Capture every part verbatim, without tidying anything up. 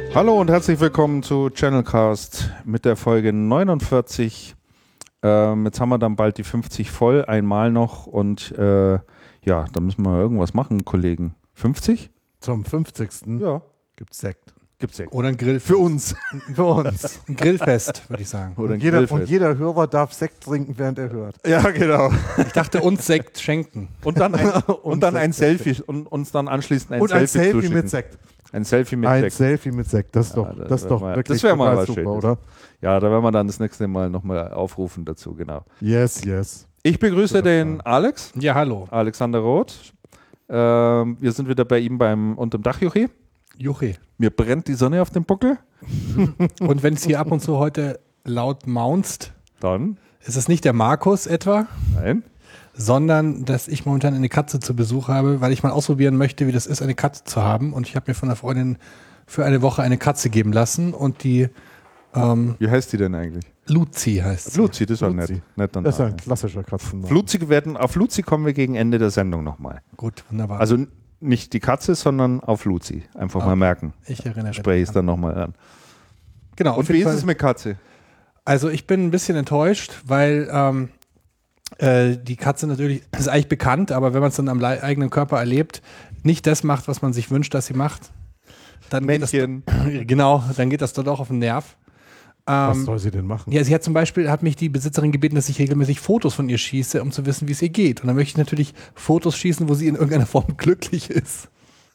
Hallo und herzlich willkommen zu Channelcast mit der Folge neunundvierzig. Ähm, jetzt haben wir dann bald die fünfzig voll, einmal noch und äh, ja, da müssen wir irgendwas machen, Kollegen. fünfzig? Zum fünfzigsten Ja. Gibt's Sekt. Gibt's Sekt. Oder ein Grill Für uns. Für uns. Ein Grillfest, würde ich sagen. Oder ein Und jeder, Grillfest. und jeder Hörer darf Sekt trinken, während er hört. Ja, genau. Ich dachte, uns Sekt schenken. Und dann ein, und dann ein Sekt. Selfie und uns dann anschließend ein Und ein Selfie, Selfie zuschicken. mit Sekt. Ein Selfie mit Ein Sekt. Selfie mit Sekt. Das ist doch, Ja, das das ist wär doch mal- wirklich das wär mal total was super, Schönes. oder? Ja, da werden wir dann das nächste Mal nochmal aufrufen dazu, genau. Yes, yes. Ich begrüße Super. den Alex, Ja, hallo. Alexander Roth. Ähm, wir sind wieder bei ihm beim Unterm Dach, Juchi. Juchi. Mir brennt die Sonne auf dem Buckel. Und wenn es hier ab und zu heute laut maunzt, Dann? ist es nicht der Markus etwa, Nein. sondern dass ich momentan eine Katze zu Besuch habe, weil ich mal ausprobieren möchte, wie das ist, eine Katze zu haben. Und ich habe mir von einer Freundin für eine Woche eine Katze geben lassen und die ähm, Wie heißt die denn eigentlich? Luzi heißt sie. Luzi, das ist auch Luzi. nett. Netter Das ist Name. ein klassischer Katzenmann. Luzi werden, auf Luzi kommen wir gegen Ende der Sendung nochmal. Gut, wunderbar. Also n- nicht die Katze, sondern auf Luzi. Einfach Ah, mal merken. ich erinnere Spreche ich es mich dann nochmal an. Genau, Und auf wie jeden ist Fall. es mit Katze? Also ich bin ein bisschen enttäuscht, weil ähm, äh, die Katze natürlich, das ist eigentlich bekannt, aber wenn man es dann am lei- eigenen Körper erlebt, nicht das macht, was man sich wünscht, dass sie macht, dann geht das, Männchen. genau, dann geht das dort auch auf den Nerv. Was Ähm, soll sie denn machen? ja, sie hat zum Beispiel, hat mich die Besitzerin gebeten, dass ich regelmäßig Fotos von ihr schieße, um zu wissen, wie es ihr geht. Und dann möchte ich natürlich Fotos schießen, wo sie in irgendeiner Form glücklich ist.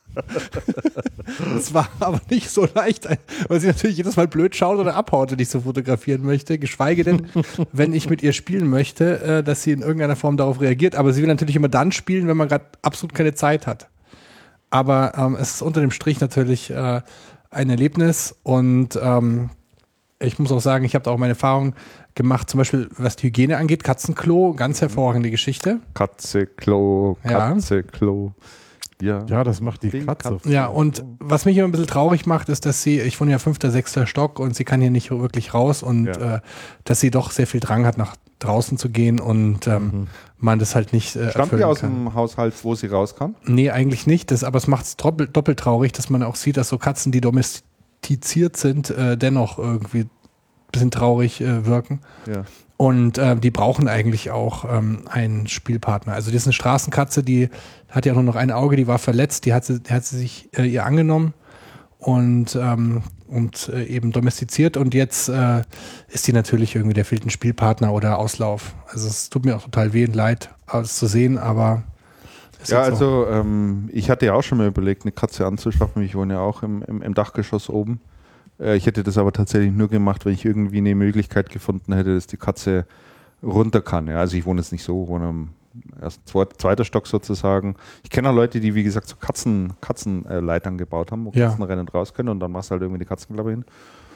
Es war aber nicht so leicht, weil sie natürlich jedes Mal blöd schaut oder abhaut, wenn ich so fotografieren möchte. Geschweige denn, wenn ich mit ihr spielen möchte, äh, dass sie in irgendeiner Form darauf reagiert. Aber sie will natürlich immer dann spielen, wenn man gerade absolut keine Zeit hat. Aber ähm, es ist unter dem Strich natürlich äh, ein Erlebnis und ähm, ich muss auch sagen, ich habe da auch meine Erfahrung gemacht, zum Beispiel was die Hygiene angeht. Katzenklo, ganz hervorragende Geschichte. Katze, Klo, Ja. Katze, Klo. Ja. Ja, das macht die Ding, Katze. Katze. Ja, und was mich immer ein bisschen traurig macht, ist, dass sie, ich wohne ja fünfter, sechster Stock und sie kann hier nicht wirklich raus und Ja. äh, dass sie doch sehr viel Drang hat, nach draußen zu gehen und ähm, Mhm. man das halt nicht äh, Stammt erfüllen die aus kann. dem Haushalt, wo sie rauskam? Nee, eigentlich nicht. Das, aber es macht es doppelt, doppelt traurig, dass man auch sieht, dass so Katzen, die domestiziert sind, äh, dennoch irgendwie ein bisschen traurig äh, wirken. Ja. Und äh, die brauchen eigentlich auch ähm, einen Spielpartner. Also die ist eine Straßenkatze, die hat ja nur noch ein Auge, die war verletzt, die hat sie, die hat sie sich äh, ihr angenommen und, ähm, und äh, eben domestiziert und jetzt äh, ist die natürlich irgendwie, der fehlt ein Spielpartner oder Auslauf. Also es tut mir auch total weh und leid, das zu sehen, aber ist Ja, jetzt so. also ähm, ich hatte ja auch schon mal überlegt, eine Katze anzuschaffen. Ich wohne ja auch im, im, im Dachgeschoss oben. Äh, ich hätte das aber tatsächlich nur gemacht, weil ich irgendwie eine Möglichkeit gefunden hätte, dass die Katze runter kann. Ja, also ich wohne jetzt nicht so, wohne am ersten, zweiten, zweiter Stock sozusagen. Ich kenne auch Leute, die wie gesagt so Katzen, Katzenleitern gebaut haben, wo Ja. Katzen rein und raus können und dann machst du halt irgendwie die Katzenklappe hin.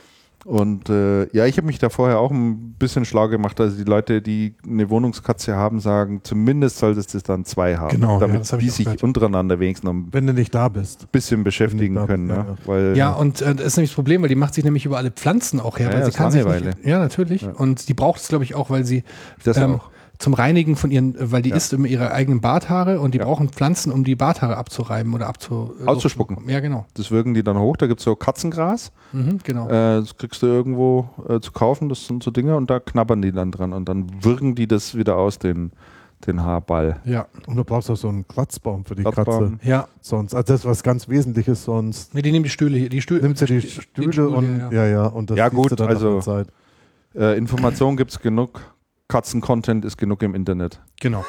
Und äh, ja, ich habe mich da vorher auch ein bisschen schlau gemacht. Also die Leute, die eine Wohnungskatze haben, sagen, zumindest solltest du dann zwei haben, Genau, ja, damit das hab die ich auch sich gehört. untereinander wenigstens noch ein Wenn du nicht da bist. bisschen beschäftigen Ja, können. ja, Ne? ja. Weil, Ja, und äh, das ist nämlich das Problem, weil die macht sich nämlich über alle Pflanzen auch her, Ja, weil ja, sie ist kann sich Langeweile. nicht, ja, natürlich. Ja. Und die braucht es, glaube ich, auch, weil sie das ähm, auch. zum Reinigen von ihren, weil die Ja. isst immer ihre eigenen Barthaare und die Ja. brauchen Pflanzen, um die Barthaare abzureiben oder abzu äh, Auszuspucken. Ja, genau. Das wirken die dann hoch. Da gibt es so Katzengras. Mhm, genau. Äh, das kriegst du irgendwo äh, zu kaufen. Das sind so Dinge und da knabbern die dann dran. Und dann wirken die das wieder aus, den, den Haarball. Ja, Und du brauchst auch so einen Kratzbaum für die Kratzbaum. Katze. ja. Sonst, also das ist was ganz Wesentliches, sonst Nee, die nehmen die Stühle hier. Die Stühle. nimmt sie die die Stühle Stühle, und ja. ja, ja, und das Ja, siehst gut, du dann also- nach der Zeit. Äh, Information gibt es genug. Katzen-Content ist genug im Internet. Genau.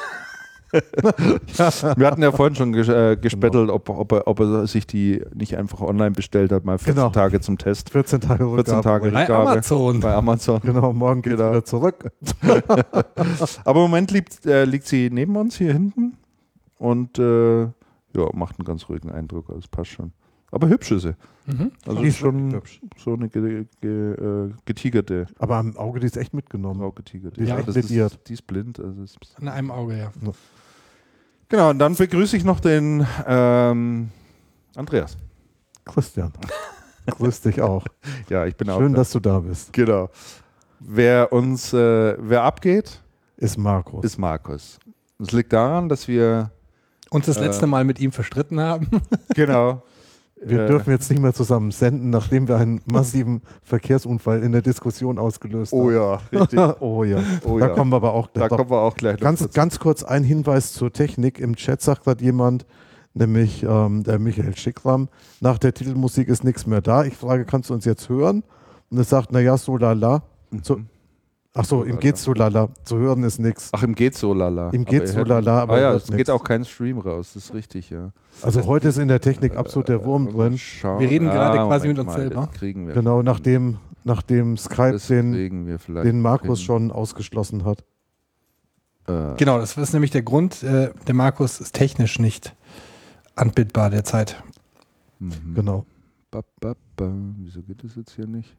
Wir hatten ja vorhin schon ges äh, gespettelt, ob, ob, er, ob er sich die nicht einfach online bestellt hat, mal vierzehn Genau. Tage zum Test. vierzehn Tage vierzehn Rückgabe. Tage Bei Rückgabe Amazon. bei Amazon. Genau, morgen geht's Genau. wieder zurück. Aber im Moment liegt, äh, liegt sie neben uns hier hinten und äh, ja, macht einen ganz ruhigen Eindruck. Das passt schon. Aber hübsch ist sie. Mhm. Also Die ist ist schon wirklich hübsch. so eine ge ge äh, getigerte Aber am Auge, die ist echt mitgenommen. Frau getigerte. Die ist Ja, echt das lediert. ist, die ist blind. Also ist An einem Auge, ja. genau, und dann begrüße ich noch den ähm, Andreas. Christian, grüß dich auch. Ja, ich bin auch Schön, da. dass du da bist. Genau. Wer uns, äh, wer abgeht, Ist Markus. ist Markus. Das liegt daran, dass wir Uns das Äh. letzte Mal mit ihm verstritten haben. genau Wir äh, dürfen jetzt nicht mehr zusammen senden, nachdem wir einen massiven Verkehrsunfall in der Diskussion ausgelöst Oh haben. ja, richtig. Oh ja, Oh da ja. kommen wir aber auch Da doch, kommen wir auch gleich noch ganz, dazu. ganz kurz ein Hinweis zur Technik. Im Chat sagt gerade jemand, nämlich ähm, der Michael Schickram, nach der Titelmusik ist nichts mehr da. Ich frage, kannst du uns jetzt hören? Und er sagt, naja, so lala. So, Mhm. ach so, ihm geht's so lala. Zu hören ist nichts. Ach, ihm geht's so lala. Ihm geht's Aber er so hört- lala, aber Ah er ja, hört es geht nix. auch kein Stream raus, das ist richtig, ja. Also heute ist in der Technik absolut der Wurm drin. Schauen. Wir reden gerade quasi Moment mit uns mal, selber. Das kriegen wir. Genau, nachdem, nachdem Skype das den, kriegen wir vielleicht den Markus hin. schon ausgeschlossen hat. Äh, Genau, das ist nämlich der Grund. Äh, der Markus ist technisch nicht anbindbar derzeit. mhm. Genau. Ba, ba, ba. Wieso geht das jetzt hier nicht?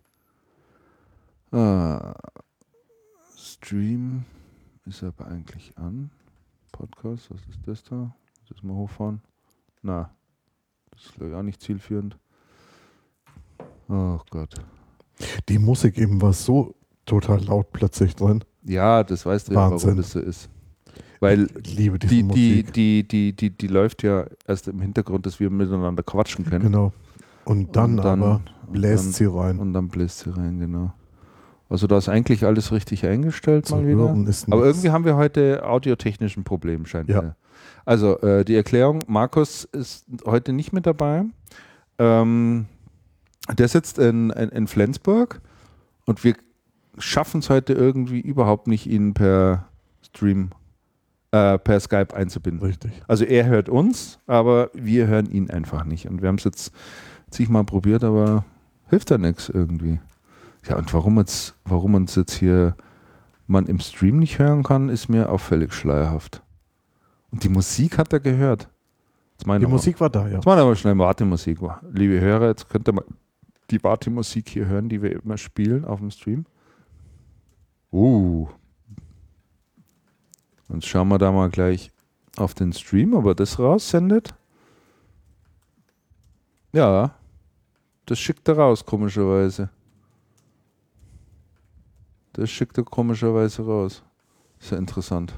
Ah, Stream ist aber eigentlich an. Podcast, was ist das da? Das mal hochfahren. Na, das ist glaube ich auch nicht zielführend. Oh Gott. Die Musik eben war so total laut plötzlich drin. Ja, das weißt du ja, warum Wahnsinn. das so ist. Weil Ich liebe diese die, die, Musik. die, die, die, die läuft ja erst im Hintergrund, dass wir miteinander quatschen können. Genau. Und dann, Und dann- aber und bläst dann- sie rein. Und dann bläst sie rein, genau. Also da ist eigentlich alles richtig eingestellt Zu mal wieder. hören ist Aber nichts. irgendwie haben wir heute audiotechnischen Problem, scheint Ja. mir. Also äh, die Erklärung, Markus ist heute nicht mit dabei. Ähm, der sitzt in, in, in Flensburg und wir schaffen es heute irgendwie überhaupt nicht, ihn per Stream, äh, per Skype einzubinden. Richtig. Also er hört uns, aber wir hören ihn einfach nicht. Und wir haben es jetzt zigmal probiert, aber hilft da nichts irgendwie. Ja, und warum jetzt, warum uns jetzt hier man im Stream nicht hören kann, ist mir auch völlig schleierhaft. Und die Musik hat er gehört. Jetzt meine Die aber, Musik war da, ja. Jetzt machen wir aber schnell Wartemusik. Liebe Hörer, jetzt könnt ihr mal die Wartemusik hier hören, die wir immer spielen auf dem Stream. Uh. Jetzt schauen wir da mal gleich auf den Stream, ob er das raussendet. Ja, das schickt er raus, komischerweise. Das schickt er komischerweise raus. Ist ja interessant.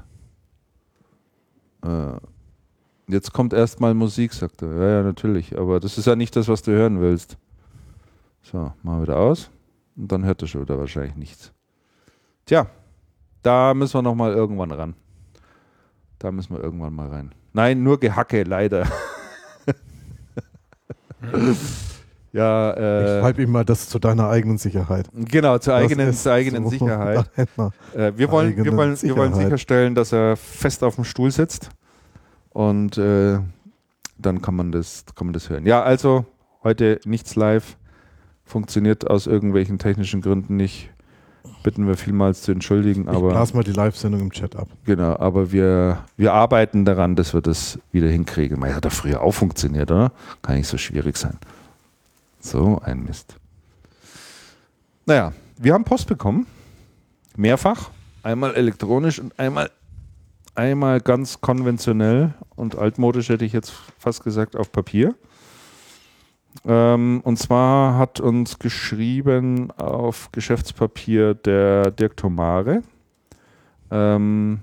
Äh, jetzt kommt erstmal Musik, sagt er. Ja, ja, natürlich. Aber das ist ja nicht das, was du hören willst. So, machen wir wieder aus. Und dann hört er schon wieder wahrscheinlich nichts. Tja, da müssen wir nochmal irgendwann ran. Da müssen wir irgendwann mal rein. Nein, nur Gehacke, leider. ja, Ich äh, schreibe ihm mal das zu deiner eigenen Sicherheit. genau, zur Das eigenen, ist zur eigenen so Sicherheit. deiner Äh, wir, wollen, wir, eigenen wollen, wir wollen Sicherheit. sicherstellen, dass er fest auf dem Stuhl sitzt und äh, dann kann man, das, kann man das hören. Ja, also heute nichts live, funktioniert aus irgendwelchen technischen Gründen nicht. Bitten wir vielmals zu entschuldigen, Ich aber blas mal die Live-Sendung im Chat ab. genau, aber wir, wir arbeiten daran, dass wir das wieder hinkriegen. Man hat ja früher auch funktioniert, oder? Kann nicht so schwierig sein. So ein Mist. Naja, wir haben Post bekommen. Mehrfach. Einmal elektronisch und einmal, einmal ganz konventionell und altmodisch, hätte ich jetzt fast gesagt, auf Papier. Ähm, und zwar hat uns geschrieben auf Geschäftspapier der Dirk Tomare. Ähm,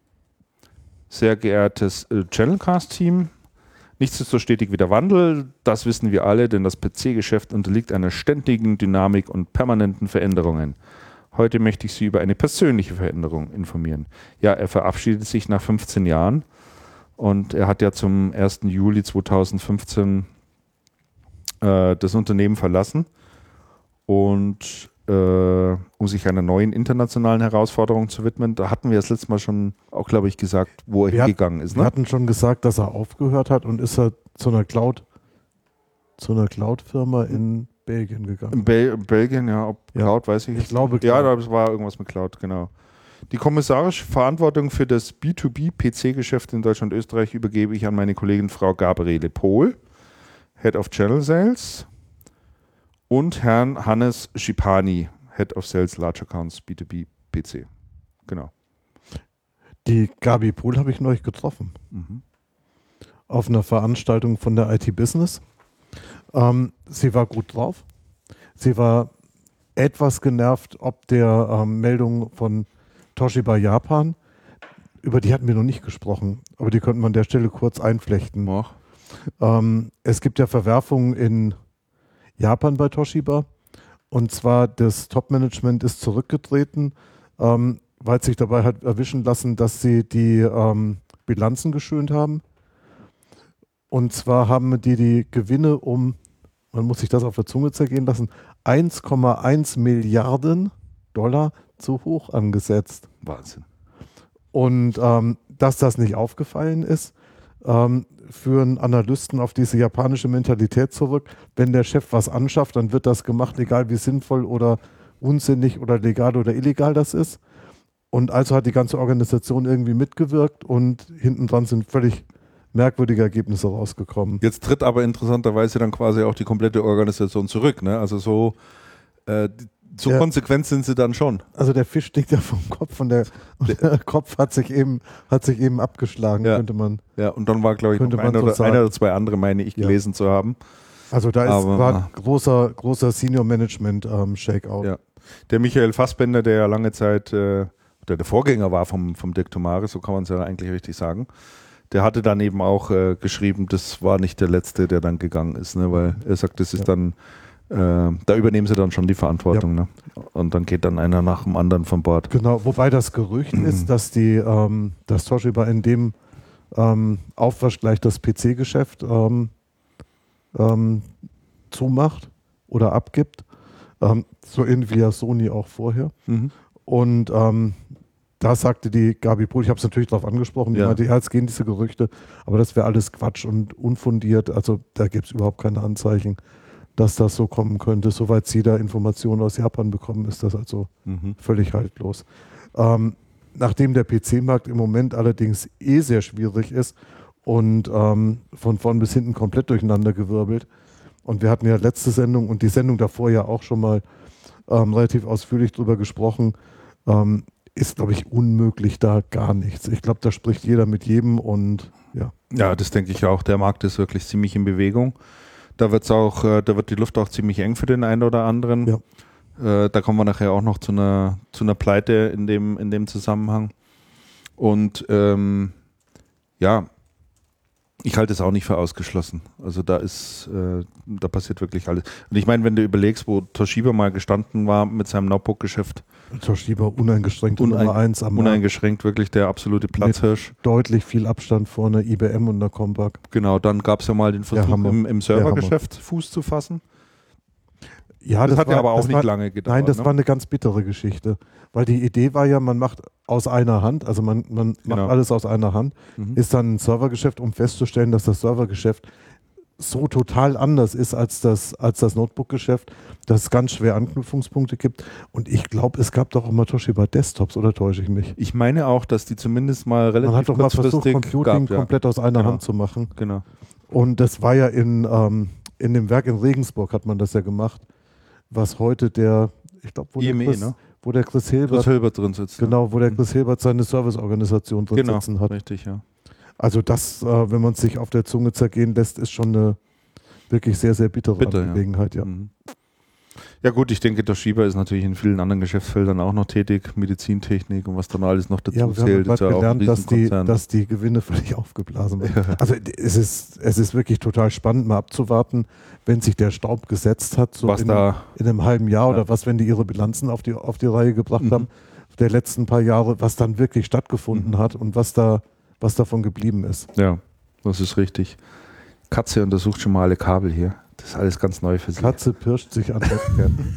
sehr geehrtes äh, Channelcast-Team, nichts ist so stetig wie der Wandel, das wissen wir alle, denn das P C-Geschäft unterliegt einer ständigen Dynamik und permanenten Veränderungen. Heute möchte ich Sie über eine persönliche Veränderung informieren. Ja, er verabschiedet sich nach fünfzehn Jahren und er hat ja zum ersten Juli zweitausendfünfzehn äh, das Unternehmen verlassen und äh, um sich einer neuen internationalen Herausforderung zu widmen. Da hatten wir das letzte Mal schon auch, glaube ich, gesagt, wo er Wir hat- hingegangen ist. Wir Ne? hatten schon gesagt, dass er aufgehört hat und ist er zu einer Cloud, zu einer Cloud-Firma in Belgien gegangen. In Bel Belgien, ja, ob Ja. Cloud, weiß ich Ich jetzt glaube, nicht. Ja, Cloud. das war irgendwas mit Cloud, genau. Die kommissarische Verantwortung für das B zwei B P C-Geschäft in Deutschland und Österreich übergebe ich an meine Kollegin Frau Gabriele Pohl, Head of Channel Sales, und Herrn Hannes Schipani, Head of Sales Large Accounts B zwei B P C. Genau. Die Gabi Pohl habe ich neulich getroffen. Mhm. Auf einer Veranstaltung von der I T Business. Ähm, sie war gut drauf. Sie war etwas genervt ob der ähm, Meldung von Toshiba Japan. Über die hatten wir noch nicht gesprochen, aber die könnten wir an der Stelle kurz einflechten. Mach. Ähm, es gibt ja Verwerfungen in Japan bei Toshiba. Und zwar das Top-Management ist zurückgetreten, ähm, weil es sich dabei hat erwischen lassen, dass sie die ähm, Bilanzen geschönt haben. Und zwar haben die die Gewinne um, man muss sich das auf der Zunge zergehen lassen, eins Komma eins Milliarden Dollar zu hoch angesetzt. Wahnsinn. Und ähm, dass das nicht aufgefallen ist, ähm, führen Analysten auf diese japanische Mentalität zurück. Wenn der Chef was anschafft, dann wird das gemacht, egal wie sinnvoll oder unsinnig oder legal oder illegal das ist. Und also hat die ganze Organisation irgendwie mitgewirkt und hinten dran sind völlig merkwürdige Ergebnisse rausgekommen. Jetzt tritt aber interessanterweise dann quasi auch die komplette Organisation zurück. Ne? Also so, äh, so Ja. konsequent sind sie dann schon. Also der Fisch stinkt ja vom Kopf und der, und der Kopf hat sich eben, hat sich eben abgeschlagen, Ja. könnte man. Ja, und dann war, glaube ich, noch Könnte ein man so oder, sagen. ein oder zwei andere, meine ich, Ja. gelesen zu haben. Also da ist, Aber- war großer, großer Senior-Management-Shakeout. Ja. Der Michael Fassbender, der ja lange Zeit, äh, oder der Vorgänger war vom, vom Dirk Tomare, so kann man es ja eigentlich richtig sagen, der hatte dann eben auch äh, geschrieben, das war nicht der Letzte, der dann gegangen ist, ne? Weil er sagt, das ist Ja. dann, äh, da übernehmen sie dann schon die Verantwortung. Ne? Und dann geht dann einer nach dem anderen von Bord. Genau, wobei das Gerücht ist, dass die, ähm, dass Toshiba in dem ähm, Aufwasch gleich das P C-Geschäft ähm, ähm, zumacht oder abgibt. Ähm, so ähnlich wie ja Sony auch vorher. Mhm. Und ähm, da sagte die Gabi Pohl, ich habe es natürlich darauf angesprochen, die Ja. meinte, ja, jetzt gehen diese Gerüchte, aber das wäre alles Quatsch und unfundiert. Also da gibt es überhaupt keine Anzeichen, dass das so kommen könnte. Soweit sie da Informationen aus Japan bekommen, ist das also Mhm. völlig haltlos. Ähm, nachdem der P C-Markt im Moment allerdings eh sehr schwierig ist und ähm, von vorn bis hinten komplett durcheinandergewirbelt, und wir hatten ja letzte Sendung und die Sendung davor ja auch schon mal ähm, relativ ausführlich drüber gesprochen, ähm, ist, glaube ich, unmöglich da gar nichts. Ich glaube, da spricht jeder mit jedem und ja. Ja, das denke ich auch. Der Markt ist wirklich ziemlich in Bewegung. Da wird's auch, äh, da wird die Luft auch ziemlich eng für den einen oder anderen. Ja. Äh, da kommen wir nachher auch noch zu einer, zu einer Pleite in dem, in dem Zusammenhang. Und ähm, ja, ich halte es auch nicht für ausgeschlossen. Also da ist, äh, da passiert wirklich alles. Und ich meine, wenn du überlegst, wo Toshiba mal gestanden war mit seinem Notebook-Geschäft, Toshiba uneingeschränkt Unein- Nummer eins am Markt. uneingeschränkt wirklich der absolute Platzhirsch. Deutlich viel Abstand vor einer I B M und einer Compaq. Genau, dann gab es ja mal den Versuch, Hammer. im, im Der Servergeschäft Fuß zu fassen. Ja, Das, hat ja war- aber auch das nicht war, lange gedauert. Nein, das ne? war eine ganz bittere Geschichte. Weil die Idee war ja, man macht aus einer Hand, also man, man Genau. macht alles aus einer Hand, Mhm. ist dann ein Servergeschäft, um festzustellen, dass das Servergeschäft so total anders ist als das, als das Notebook-Geschäft, dass es ganz schwer Anknüpfungspunkte gibt. Und ich glaube, es gab doch auch mal Toshiba Desktops, oder täusche ich mich? Ich meine auch, dass die zumindest mal relativ Man hat doch mal versucht, kurzfristig Computing gab, ja. komplett aus einer Genau. Hand zu machen. Genau. Und das war ja in, ähm, in dem Werk in Regensburg hat man das ja gemacht, was heute der, ich glaube, wo, I der M E, Chris- ne? wo der Chris Hilbert, Chris Hilbert drin sitzt. ne? genau, wo der Chris Hilbert seine Serviceorganisation drin Genau, sitzen hat. richtig, ja. Also das, äh, wenn man es sich auf der Zunge zergehen lässt, ist schon eine wirklich sehr, sehr bittere Bitter, ja. Angelegenheit, ja. Mhm. Ja gut, ich denke, Toshiba ist natürlich in vielen anderen Geschäftsfeldern auch noch tätig, Medizintechnik und was dann alles noch dazu Ja, wir zählt. haben ist ja gerade auch ein gelernt, dass die, Riesenkonzern. dass die Gewinne völlig aufgeblasen werden. Also es ist, es ist wirklich total spannend, mal abzuwarten, wenn sich der Staub gesetzt hat, so was in, da, in einem halben Jahr Ja. oder was, wenn die ihre Bilanzen auf die, auf die Reihe gebracht Mhm. haben, der letzten paar Jahre, was dann wirklich stattgefunden Mhm. hat und was da, was davon geblieben ist. ja, das ist richtig. Katze untersucht schon mal alle Kabel hier. Das ist alles ganz neu für sie. Katze pirscht sich an Webcam.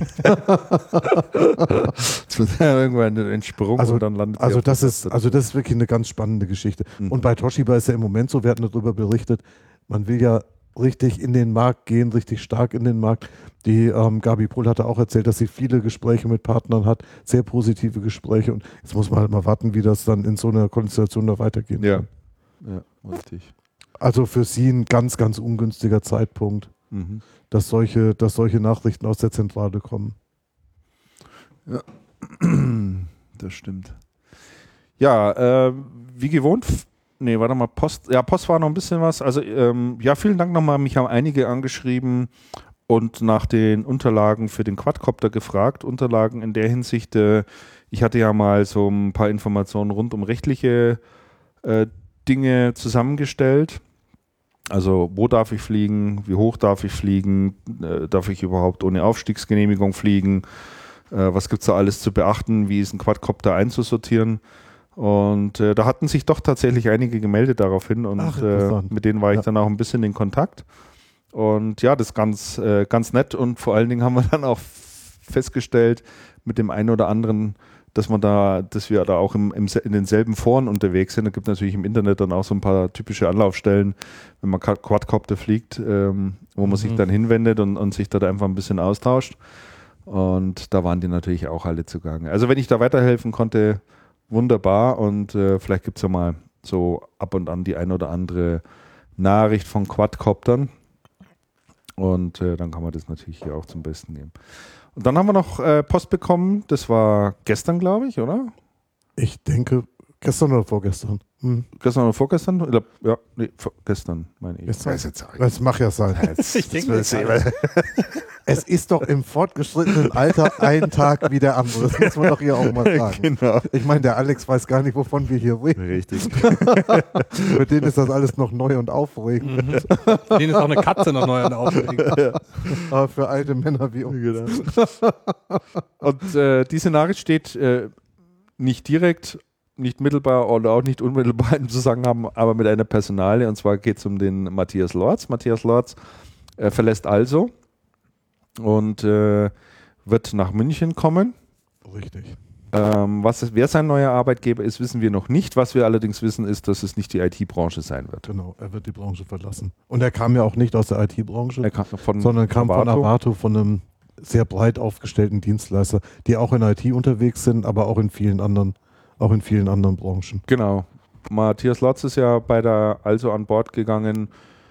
Jetzt wird ja irgendwann ein Sprung Also- und dann landet sie Also auf das der ist, Taste. also das ist wirklich eine ganz spannende Geschichte. Mhm. Und bei Toshiba ist ja im Moment so, wir hatten darüber berichtet, man will ja richtig in den Markt gehen, richtig stark in den Markt. Die ähm, Gabi Pohl hatte auch erzählt, dass sie viele Gespräche mit Partnern hat, sehr positive Gespräche. Und jetzt muss man halt mal warten, wie das dann in so einer Konstellation da weitergeht. Ja. Ja, richtig. Also für sie ein ganz, ganz ungünstiger Zeitpunkt, Mhm. dass solche, dass solche Nachrichten aus der Zentrale kommen. Das stimmt. Ja, äh, wie gewohnt, f- nee, warte mal, Post, ja, Post war noch ein bisschen was. Also, ähm, ja, vielen Dank nochmal. Mich haben einige angeschrieben und nach den Unterlagen für den Quadcopter gefragt. Unterlagen in der Hinsicht, äh, ich hatte ja mal so ein paar Informationen rund um rechtliche äh, Dinge zusammengestellt. Also wo darf ich fliegen, wie hoch darf ich fliegen, äh, darf ich überhaupt ohne Aufstiegsgenehmigung fliegen, äh, was gibt es da alles zu beachten, wie ist ein Quadcopter einzusortieren. Und äh, da hatten sich doch tatsächlich einige gemeldet daraufhin und Ach, äh, mit denen war ich ja. dann auch ein bisschen in Kontakt. Und ja, das ist ganz, äh, ganz nett und vor allen Dingen haben wir dann auch festgestellt mit dem einen oder anderen, dass man da, dass wir da auch im, im, in denselben Foren unterwegs sind. Da gibt es natürlich im Internet dann auch so ein paar typische Anlaufstellen, wenn man Quadcopter fliegt, ähm, wo man Mhm. sich dann hinwendet und, und sich da einfach ein bisschen austauscht. Und da waren die natürlich auch alle zugange. Also wenn ich da weiterhelfen konnte, wunderbar. Und äh, vielleicht gibt es ja mal so ab und an die ein oder andere Nachricht von Quadcoptern. Und äh, dann kann man das natürlich hier auch zum Besten nehmen. Und dann haben wir noch äh, Post bekommen, das war gestern, glaube ich, oder? Ich denke, gestern oder vorgestern. Hm. Gestern oder vorgestern? Ich glaub, ja, nee, vor, gestern meine ich. Gestern? Weiß jetzt auch nicht. Das mag ja sein. Ich denke, Das will Es ist doch im fortgeschrittenen Alter ein Tag wie der andere. Das muss man doch hier auch mal sagen. Genau. Ich meine, der Alex weiß gar nicht, wovon wir hier reden. Richtig. Für den ist das alles noch neu und aufregend. Mhm. Denen ist auch eine Katze noch neu an der Aufregung. Aber für alte Männer wie uns. Genau. Und äh, diese Nachricht steht äh, nicht direkt, nicht mittelbar oder auch nicht unmittelbar im Zusammenhang, aber mit einer Personalie. Und zwar geht es um den Matthias Lorz. Matthias Lorz äh, verlässt also und äh, wird nach München kommen. Richtig. Ähm, was, wer sein neuer Arbeitgeber ist, wissen wir noch nicht. Was wir allerdings wissen, ist, dass es nicht die I T-Branche sein wird. Genau, er wird die Branche verlassen. Und er kam ja auch nicht aus der I T-Branche, Er kam von sondern kam Avato. von Avato, von einem sehr breit aufgestellten Dienstleister, die auch in I T unterwegs sind, aber auch in vielen anderen, auch in vielen anderen Branchen. Genau. Matthias Lotz ist ja bei der Also an Bord gegangen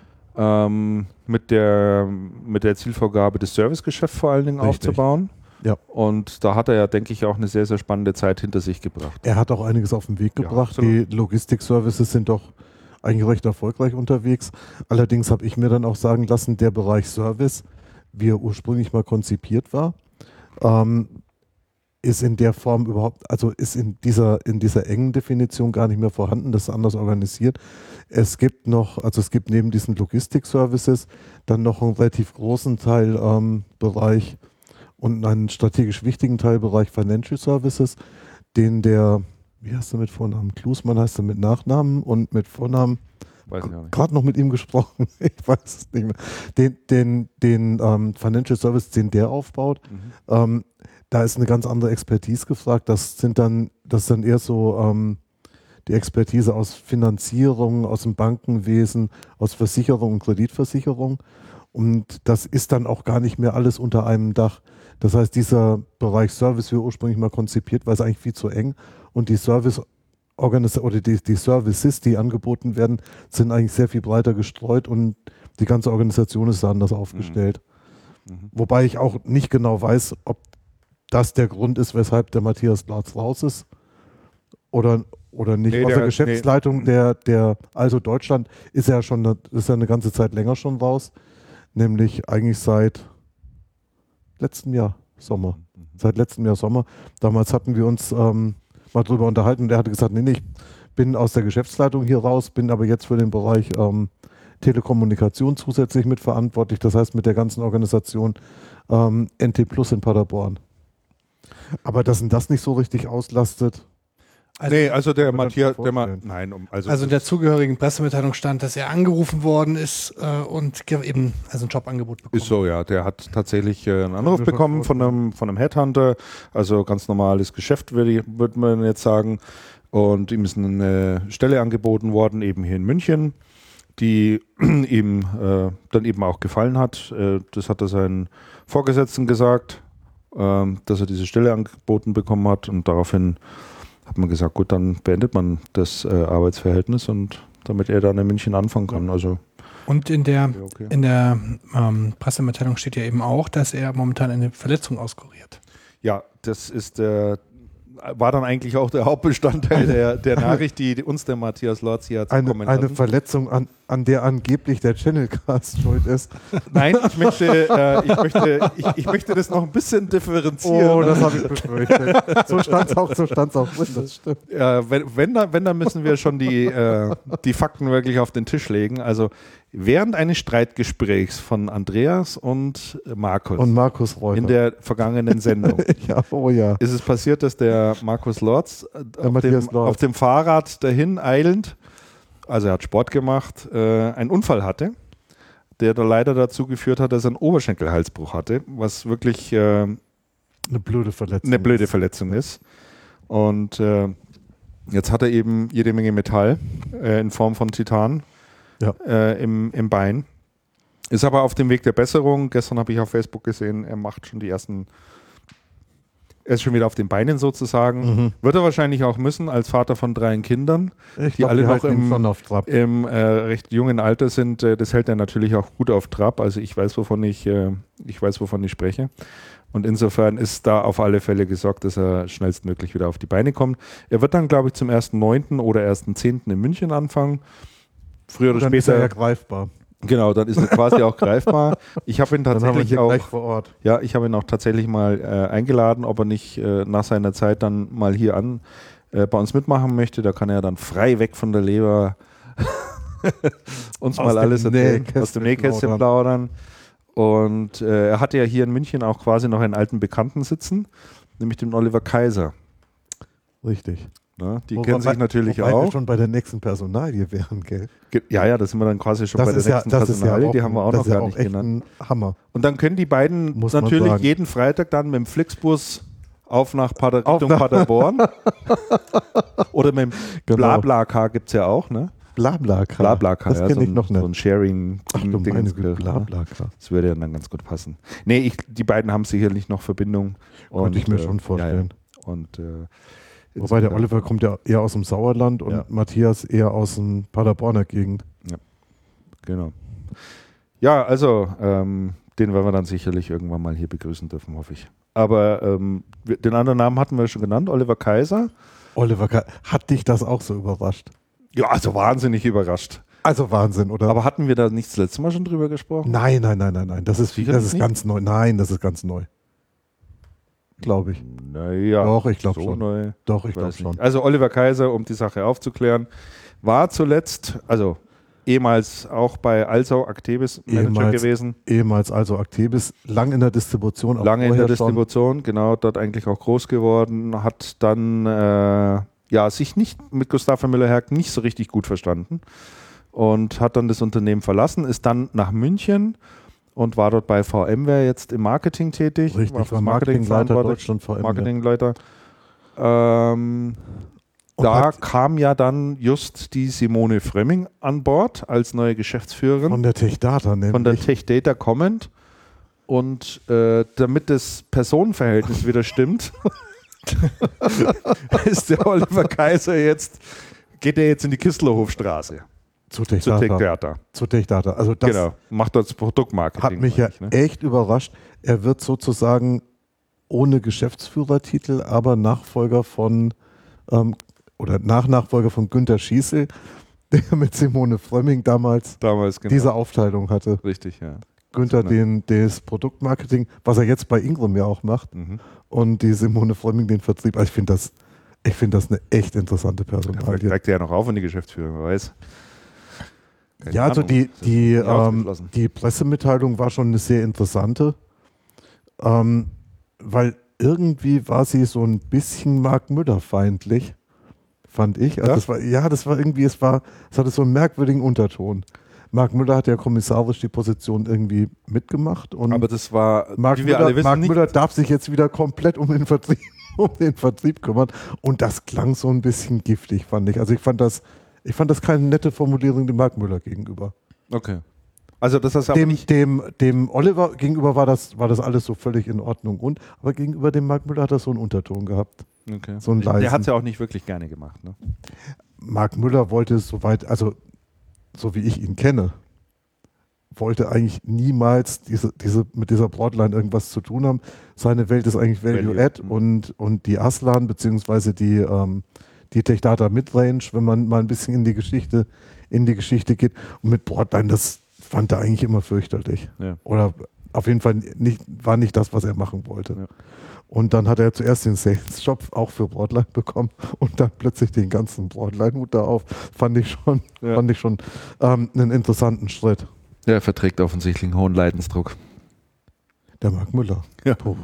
ähm, mit, der, mit der Zielvorgabe, das Servicegeschäft vor allen Dingen Richtig. aufzubauen. Ja. Und da hat er ja, denke ich, auch eine sehr, sehr spannende Zeit hinter sich gebracht. Er hat auch einiges auf den Weg Ja, gebracht. absolut. Die Logistik-Services sind doch eigentlich recht erfolgreich unterwegs. Allerdings habe ich mir dann auch sagen lassen, der Bereich Service, wie er ursprünglich mal konzipiert war, ähm, ist in der Form überhaupt, also ist in dieser, in dieser engen Definition gar nicht mehr vorhanden, das ist anders organisiert. Es gibt noch, also es gibt neben diesen Logistik-Services dann noch einen relativ großen Teil ähm, Bereich und einen strategisch wichtigen Teilbereich Financial Services, den der, wie heißt er mit Vornamen? Klusmann heißt er mit Nachnamen und mit Vornamen, Weiß ich auch nicht. gerade noch mit ihm gesprochen, ich weiß es nicht mehr, den, den, den ähm, Financial Service, den der aufbaut, Mhm. ähm, da ist eine ganz andere Expertise gefragt. Das sind dann, das ist dann eher so ähm, die Expertise aus Finanzierung, aus dem Bankenwesen, aus Versicherung und Kreditversicherung. Und das ist dann auch gar nicht mehr alles unter einem Dach. Das heißt, dieser Bereich Service, wie ursprünglich mal konzipiert, war es eigentlich viel zu eng. Und die Service Organis- oder die, die Services, die angeboten werden, sind eigentlich sehr viel breiter gestreut und die ganze Organisation ist anders aufgestellt. Mhm. Wobei ich auch nicht genau weiß, ob das der Grund ist, weshalb der Matthias Lorz raus ist oder, oder nicht. Nee, Aus der- der Geschäftsleitung nee. der, der Also Deutschland ist er schon eine, ist er eine ganze Zeit länger schon raus, nämlich eigentlich seit letztem Jahr Sommer. Mhm. Seit letztem Jahr Sommer. Damals hatten wir uns ähm, mal drüber unterhalten und er hatte gesagt, nee, nee, ich bin aus der Geschäftsleitung hier raus, bin aber jetzt für den Bereich ähm, Telekommunikation zusätzlich mitverantwortlich, das heißt mit der ganzen Organisation ähm, N T Plus in Paderborn. Aber dass ihn das nicht so richtig auslastet, Also, nee, also der kann man Matthias, sich der Ma vorstellen. nein, um, also, also in der zugehörigen Pressemitteilung stand, dass er angerufen worden ist äh, und ge- eben also ein Jobangebot bekommen. ist so, ja. Der hat tatsächlich äh, einen Anruf mir schon bekommen von vorstellen. einem, von einem Headhunter, also ganz normales Geschäft, würde ich- würde man jetzt sagen. Und ihm ist eine Stelle angeboten worden, eben hier in München, die ihm äh, dann eben auch gefallen hat. Äh, das hat er seinen Vorgesetzten gesagt, ähm, dass er diese Stelle angeboten bekommen hat. Und daraufhin hat man gesagt, gut, dann beendet man das äh, Arbeitsverhältnis und damit er dann in München anfangen kann. Also Und in der, ja, okay. in der ähm, Pressemitteilung steht ja eben auch, dass er momentan eine Verletzung auskuriert. Ja, das ist der, war dann eigentlich auch der Hauptbestandteil der, der Nachricht, die uns der Matthias Lorz hier eine, zukommen eine lassen. Verletzung an, an der angeblich der Channelcast schuld ist. Nein, ich möchte, äh, ich, möchte, ich, ich möchte das noch ein bisschen differenzieren. Oh, das habe ich befürchtet. So stand es auch, so stand's auch drin, das stimmt. Ja, wenn, wenn, da, wenn, dann müssen wir schon die, äh, die Fakten wirklich auf den Tisch legen. Also während eines Streitgesprächs von Andreas und Markus, Und Markus Reuter. in der vergangenen Sendung ja, oh ja. ist es passiert, dass der Markus Lorz äh, auf, Matthias dem, Lorz. auf dem Fahrrad dahin eilend, also er hat Sport gemacht, äh, einen Unfall hatte, der da leider dazu geführt hat, dass er einen Oberschenkelhalsbruch hatte, was wirklich äh, Eine blöde Verletzung. eine blöde Verletzung ist. Und äh, jetzt hat er eben jede Menge Metall äh, in Form von Titan Ja. äh, im, im Bein. Ist aber auf dem Weg der Besserung. Gestern habe ich auf Facebook gesehen, er macht schon die ersten, er ist schon wieder auf den Beinen sozusagen. Mhm. Wird er wahrscheinlich auch müssen, als Vater von drei Kindern, Ich die glaub, alle die noch halten ihn im, schon auf Trab. im äh, recht jungen Alter sind. Äh, das hält er natürlich auch gut auf Trab. Also ich weiß, wovon ich, äh, ich weiß, wovon ich spreche. Und insofern ist da auf alle Fälle gesorgt, dass er schnellstmöglich wieder auf die Beine kommt. Er wird dann, glaube ich, zum ersten neunten oder ersten zehnten in München anfangen. Früher oder Dann später. ist er ja greifbar. Genau, dann ist er quasi auch greifbar. Ich habe ihn Dann haben wir tatsächlich hier auch, gleich vor Ort. ja, ich habe ihn auch tatsächlich mal äh, eingeladen, ob er nicht äh, nach seiner Zeit dann mal hier an äh, bei uns mitmachen möchte. Da kann er dann frei weg von der Leber uns Aus mal dem alles erzählen, Nähkästchen aus dem Nähkästchen plaudern. Und äh, er hatte ja hier in München auch quasi noch einen alten Bekannten sitzen, nämlich den Oliver Kaiser. Richtig. Ne? Die Wobei- kennen sich natürlich wobei wir auch. schon bei der nächsten Personalie wären, gell? Ge- Ja, ja, da sind wir dann quasi schon Das bei der ist ja, nächsten das ist ja Personalie. auch, Die haben wir auch das noch ist ja gar auch nicht echt genannt. ein Hammer. Und dann können die beiden Muss man natürlich sagen. jeden Freitag dann mit dem Flixbus auf nach Pader Auf Richtung nach- Paderborn. Oder mit dem Genau. Blabla-Car gibt es ja auch, ne? Blabla-Car. Blabla-Car, Das ja, kenne so ich ein, noch so nicht. ein sharing Ach du Ding- meine Dingens- Güte, ne? Blabla-Car. Das würde ja dann ganz gut passen. Nee, ich, die beiden haben sicherlich noch Verbindung. Konnte ich mir äh, schon vorstellen. Ja, ja. Und, äh, Wobei der insofern- Oliver kommt ja eher aus dem Sauerland und Ja. Matthias eher aus dem Paderborner Gegend. Genau. Ja, also ähm, den werden wir dann sicherlich irgendwann mal hier begrüßen dürfen, hoffe ich. Aber ähm, wir- den anderen Namen hatten wir schon genannt, Oliver Kaiser. Oliver, Ka- hat dich das auch so überrascht? Ja, also wahnsinnig überrascht. Also Wahnsinn, oder? Aber hatten wir da nicht das letzte Mal schon drüber gesprochen? nein, nein, nein, nein, nein. Das ist, Sicher das ist nicht? ganz neu. Nein, das ist ganz neu. Glaube ich. Naja, Doch, ich glaube so schon. neu. Doch, ich Ich glaube weiß schon. nicht. Also Oliver Kaiser, um die Sache aufzuklären, war zuletzt, also ehemals auch bei Alsau Actebis Manager Ehemals. gewesen. Ehemals also Actebis, lang in der Distribution. auch Lange in der vorher schon. Distribution, genau, dort eigentlich auch groß geworden, hat dann äh, ja, sich nicht mit Gustave Müller-Herg nicht so richtig gut verstanden und hat dann das Unternehmen verlassen, ist dann nach München und war dort bei VMware jetzt im Marketing tätig. Richtig, fürs war Marketingleiter verantwortlich. Deutschland V M. Marketingleiter. Ähm, Und da hat kam ja dann just die Simone Frömming an Bord als neue Geschäftsführerin von der Techdata nämlich. von der Tech Data kommend. Und äh, damit das Personenverhältnis wieder stimmt, ist der Oliver Kaiser jetzt, geht er jetzt in die zu Kistlerhofstraße zu Techdata. Tech Data. Zu Techdata. Also das Genau, macht dort das Produktmarketing. hat mich ja meine ich, ne? echt überrascht. Er wird sozusagen ohne Geschäftsführertitel, aber Nachfolger von ähm, oder Nachnachfolger von Günter Schießel, der mit Simone Frömming damals Damals, genau. diese Aufteilung hatte. Richtig, ja. Günther Genau. den, das Produktmarketing, was er jetzt bei Ingram ja auch macht, Mhm. und die Simone Frömming den Vertrieb. Also ich finde das, ich finde das eine echt interessante Vielleicht Personalie. steigt er ja noch auf in die Geschäftsführung, wer weiß. Keine Ja, also Ahnung. die, Das ist die, nicht ähm, ausgeschlossen. die Pressemitteilung war schon eine sehr interessante, ähm, weil irgendwie war sie so ein bisschen Mark Müller feindlich, fand ich. Also Ja? das war, ja, das war irgendwie, es war, es hatte so einen merkwürdigen Unterton. Mark Müller hat ja kommissarisch die Position irgendwie mitgemacht und Aber das war, Mark, wie wir Müller, alle wissen, Mark nicht. Müller darf sich jetzt wieder komplett um den Vertrieb, um den Vertrieb kümmern. Und das klang so ein bisschen giftig, fand ich. Also ich fand das, ich fand das keine nette Formulierung dem Mark Müller gegenüber. Okay. Also das ist aber Dem, nicht. dem, dem Oliver gegenüber war das, war das alles so völlig in Ordnung. Und, aber gegenüber dem Mark Müller hat das so einen Unterton gehabt. Okay. So einen leisen. Der hat es ja auch nicht wirklich gerne gemacht. Ne? Mark Müller wollte es soweit, also so wie ich ihn kenne, wollte eigentlich niemals diese, diese, mit dieser Broadline irgendwas zu tun haben. Seine Welt ist eigentlich Value, Value, Add mhm. und, und die Aslan beziehungsweise die, ähm, die Techdata Midrange, wenn man mal ein bisschen in die Geschichte, in die Geschichte geht. Und mit Broadline, das fand er eigentlich immer fürchterlich. Ja. Oder auf jeden Fall nicht, war nicht das, was er machen wollte. Ja. Und dann hat er zuerst den Sales-Job auch für Broadline bekommen und dann plötzlich den ganzen Broadline-Hut da auf. Fand ich schon, Ja. fand ich schon ähm, einen interessanten Schritt. Ja, er verträgt offensichtlich einen hohen Leidensdruck. Der Mark Müller. Ja. Puh.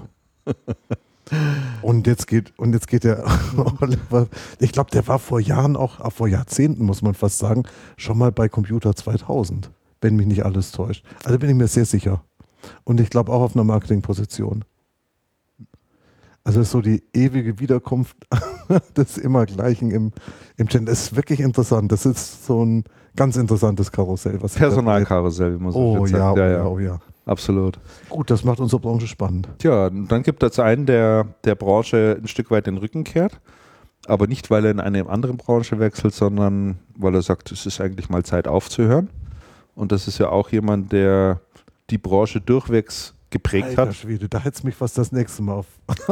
Und jetzt geht, und jetzt geht der Oliver, ich glaube, der war vor Jahren auch, auch vor Jahrzehnten, muss man fast sagen, schon mal bei Computer zweitausend, wenn mich nicht alles täuscht. Also bin ich mir sehr sicher. Und ich glaube auch auf einer Marketingposition. Also das ist so die ewige Wiederkunft des Immergleichen im, im Channel. Das ist wirklich interessant. Das ist so ein ganz interessantes Karussell. Was Personalkarussell, wie man so Oh schön ja, sagt. oh ja, oh ja. Absolut. Gut, das macht unsere Branche spannend. Tja, und dann gibt es einen, der der Branche ein Stück weit den Rücken kehrt, aber nicht, weil er in eine andere Branche wechselt, sondern weil er sagt, es ist eigentlich mal Zeit aufzuhören. Und das ist ja auch jemand, der die Branche durchwegs geprägt Alter hat. Schwede, da hätte es mich fast das nächste Mal auf,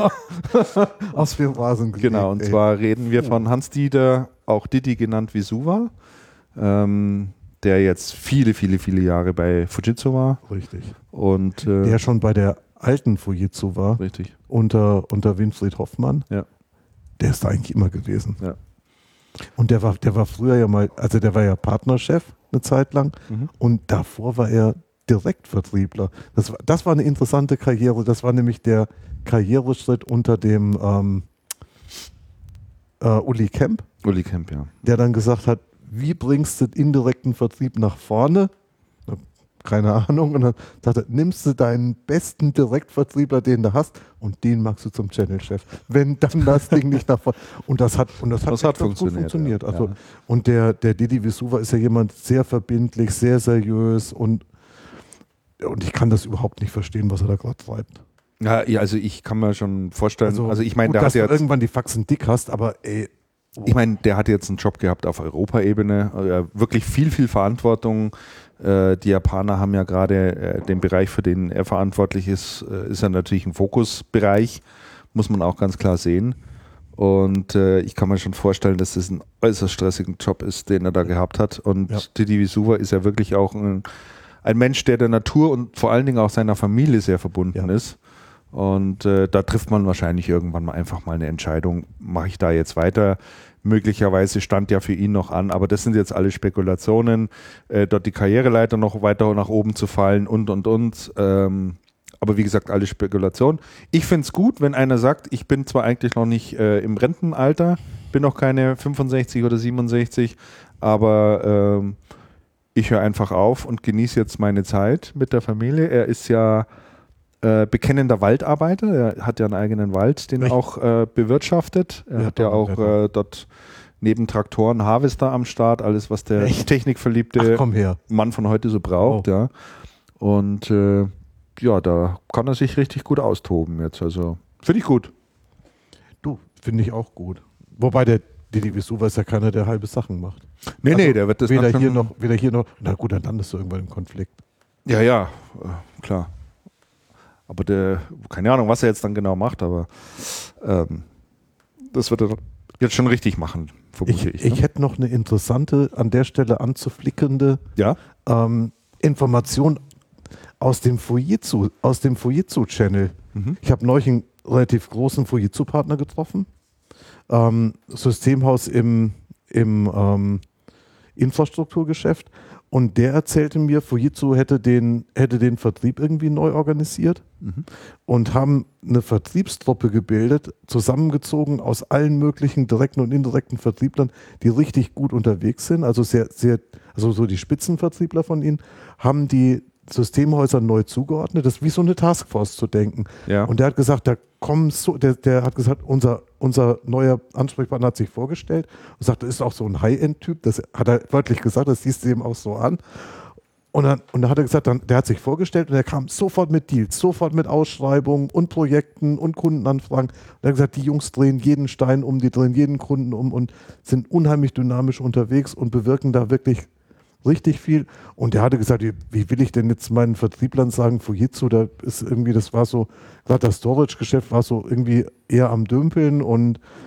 aufs Rasen gelegt. Genau, und ey. zwar reden wir von Hans Dieter, auch Didi genannt wie Suva, ähm, der jetzt viele, viele, viele Jahre bei Fujitsu war. Richtig. Und, äh, Der schon bei der alten Fujitsu war, richtig. unter, unter Winfried Hoffmann. Ja. Der ist da eigentlich immer gewesen. Ja. Und der war, der war früher ja mal, also der war ja Partnerchef eine Zeit lang Mhm. und davor war er Direktvertriebler. Das war, das war eine interessante Karriere. Das war nämlich der Karriereschritt unter dem ähm, äh, Uli Kemp, Uli Kemp, ja. der dann gesagt hat, wie bringst du den indirekten Vertrieb nach vorne? Na, keine Ahnung. Und dann sagt er, nimmst du deinen besten Direktvertriebler, den du hast, und den machst du zum Channelchef. Wenn dann das Ding nicht nach vorne. Und das hat, und das hat, Das hat echt ganz gut funktioniert, funktioniert. ja. Also, Ja. Und der, der Didi Visuva ist ja jemand sehr verbindlich, sehr seriös und, und ich kann das überhaupt nicht verstehen, was er da gerade treibt. Ja, ja, also ich kann mir schon vorstellen, also, also ich meine, gut, der dass hat ja du jetzt, irgendwann die Faxen dick hast, aber ey, ich meine, der hat jetzt einen Job gehabt auf Europaebene, äh, wirklich viel, viel Verantwortung. Äh, die Japaner haben ja gerade äh, den Bereich, für den er verantwortlich ist, äh, ist ja natürlich ein Fokusbereich, muss man auch ganz klar sehen. Und äh, ich kann mir schon vorstellen, dass das ein äußerst stressiger Job ist, den er da gehabt hat. Und Ja. Didi Visuva ist ja wirklich auch ein, ein Mensch, der der Natur und vor allen Dingen auch seiner Familie sehr verbunden Ja. ist. Und äh, da trifft man wahrscheinlich irgendwann mal einfach mal eine Entscheidung, mache ich da jetzt weiter? Möglicherweise stand ja für ihn noch an, aber das sind jetzt alle Spekulationen, äh, dort die Karriereleiter noch weiter nach oben zu fallen und, und, und. Ähm, aber wie gesagt, alle Spekulationen. Ich finde es gut, wenn einer sagt, ich bin zwar eigentlich noch nicht äh, im Rentenalter, bin noch keine fünfundsechzig oder siebenundsechzig, aber ähm, ich höre einfach auf und genieße jetzt meine Zeit mit der Familie. Er ist ja Äh, bekennender Waldarbeiter. Er hat ja einen eigenen Wald, den er Echt? auch äh, bewirtschaftet. Er Ja, hat ja auch Donnerwetter. äh, dort neben Traktoren Harvester am Start, alles, was der Echt? technikverliebte ach komm her. Mann von heute so braucht. Oh. Ja. Und äh, ja, da kann er sich richtig gut austoben jetzt. Also finde ich gut. Du, finde ich auch gut. Wobei der Didi Visuva ist ja keiner, der halbe Sachen macht. Nee, Also nee, der wird das weder dann hier schon- noch, weder hier noch. Na gut, dann landest du irgendwann im Konflikt. Ja, ja, äh, klar. Aber der, keine Ahnung, was er jetzt dann genau macht, aber ähm, das wird er jetzt schon richtig machen, vermute Ich, ich. ich ne? hätte noch eine interessante, an der Stelle anzuflickende Ja? ähm, Information aus dem Fujitsu, aus dem Fujitsu-Channel. Mhm. Ich habe neulich einen relativ großen Fujitsu-Partner getroffen. Ähm, Systemhaus im, im ähm, Infrastrukturgeschäft. Und der erzählte mir, Fujitsu hätte den, hätte den Vertrieb irgendwie neu organisiert Mhm. und haben eine Vertriebstruppe gebildet, zusammengezogen aus allen möglichen direkten und indirekten Vertrieblern, die richtig gut unterwegs sind, also sehr, sehr, also so die Spitzenvertriebler von ihnen, haben die Systemhäuser neu zugeordnet. Das ist wie so eine Taskforce zu denken. Ja. Und der hat gesagt, da kommen so, der, der hat gesagt, unser, unser neuer Ansprechpartner hat sich vorgestellt und sagt, das ist auch so ein High-End-Typ, das hat er wörtlich gesagt, das siehst du ihm auch so an. Und dann, und dann hat er gesagt, dann, der hat sich vorgestellt und er kam sofort mit Deals, sofort mit Ausschreibungen und Projekten und Kundenanfragen. Und er hat gesagt, die Jungs drehen jeden Stein um, die drehen jeden Kunden um und sind unheimlich dynamisch unterwegs und bewirken da wirklich richtig viel. Und der hatte gesagt, wie, wie will ich denn jetzt meinen Vertrieblern sagen, Fujitsu, da ist irgendwie, das war so, gerade das Storage-Geschäft war so irgendwie eher am Dümpeln und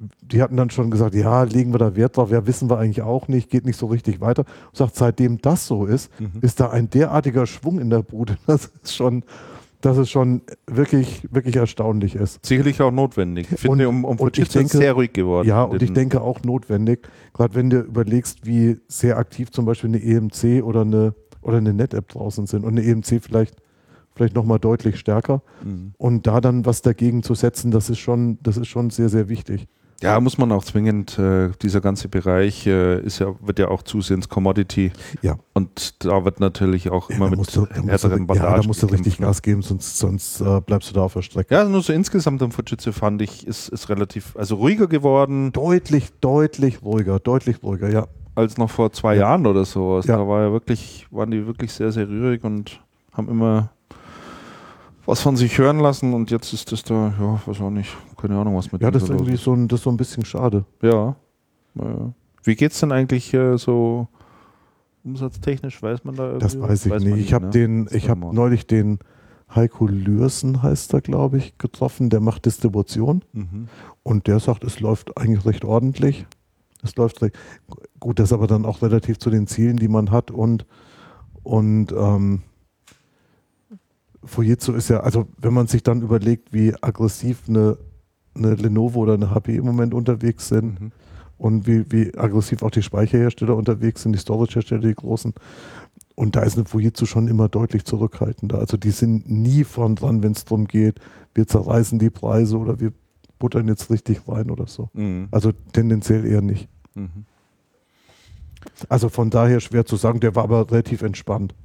die hatten dann schon gesagt, ja, legen wir da Wert drauf, ja, wissen wir eigentlich auch nicht, geht nicht so richtig weiter. Und sagt, seitdem das so ist, mhm. ist da ein derartiger Schwung in der Bude, das ist schon, dass es schon wirklich, wirklich erstaunlich ist. Sicherlich auch notwendig. Ich finde, um, um und ich denke, sehr ruhig geworden. Ja, und ich denke auch notwendig, gerade wenn du überlegst, wie sehr aktiv zum Beispiel eine E M C oder eine, oder eine NetApp draußen sind und eine E M C vielleicht vielleicht nochmal deutlich stärker. Mhm. Und da dann was dagegen zu setzen, das ist schon, das ist schon sehr, sehr wichtig. Ja, muss man auch zwingend, äh, dieser ganze Bereich äh, ist ja, wird ja auch zusehends Commodity. Ja. Und da wird natürlich auch immer ja, mit du, härteren Bandagen. Ja, da musst du richtig Gas geben, sonst, sonst äh, bleibst du da auf der Strecke. Ja, nur so insgesamt am Fujitsu fand ich, ist, ist relativ, also ruhiger geworden. Deutlich, deutlich ruhiger, deutlich ruhiger, ja. Als noch vor zwei ja. Jahren oder so. Also ja. Da war ja wirklich, waren die wirklich sehr, sehr rührig und haben immer was von sich hören lassen und jetzt ist das da, ja, weiß auch nicht, keine Ahnung, was mit Ja, das ist irgendwie so ein, das ist so ein bisschen schade. Ja. ja. Wie geht's denn eigentlich äh, so umsatztechnisch, weiß man da irgendwie? Das weiß ich weiß nicht. nicht. Ich habe ne? den, ich habe neulich den Heiko Lürsen, heißt er, glaube ich, getroffen, der macht Distribution mhm. und der sagt, es läuft eigentlich recht ordentlich. Es läuft recht gut, das aber dann auch relativ zu den Zielen, die man hat und und ähm, Fujitsu ist ja, also wenn man sich dann überlegt, wie aggressiv eine, eine Lenovo oder eine H P im Moment unterwegs sind mhm. und wie, wie aggressiv auch die Speicherhersteller unterwegs sind, die Storage-Hersteller, die großen. Und da ist eine Fujitsu schon immer deutlich zurückhaltender. Also die sind nie vorn dran, wenn es darum geht, wir zerreißen die Preise oder wir buttern jetzt richtig rein oder so. Mhm. Also tendenziell eher nicht. Mhm. Also von daher schwer zu sagen, der war aber relativ entspannt.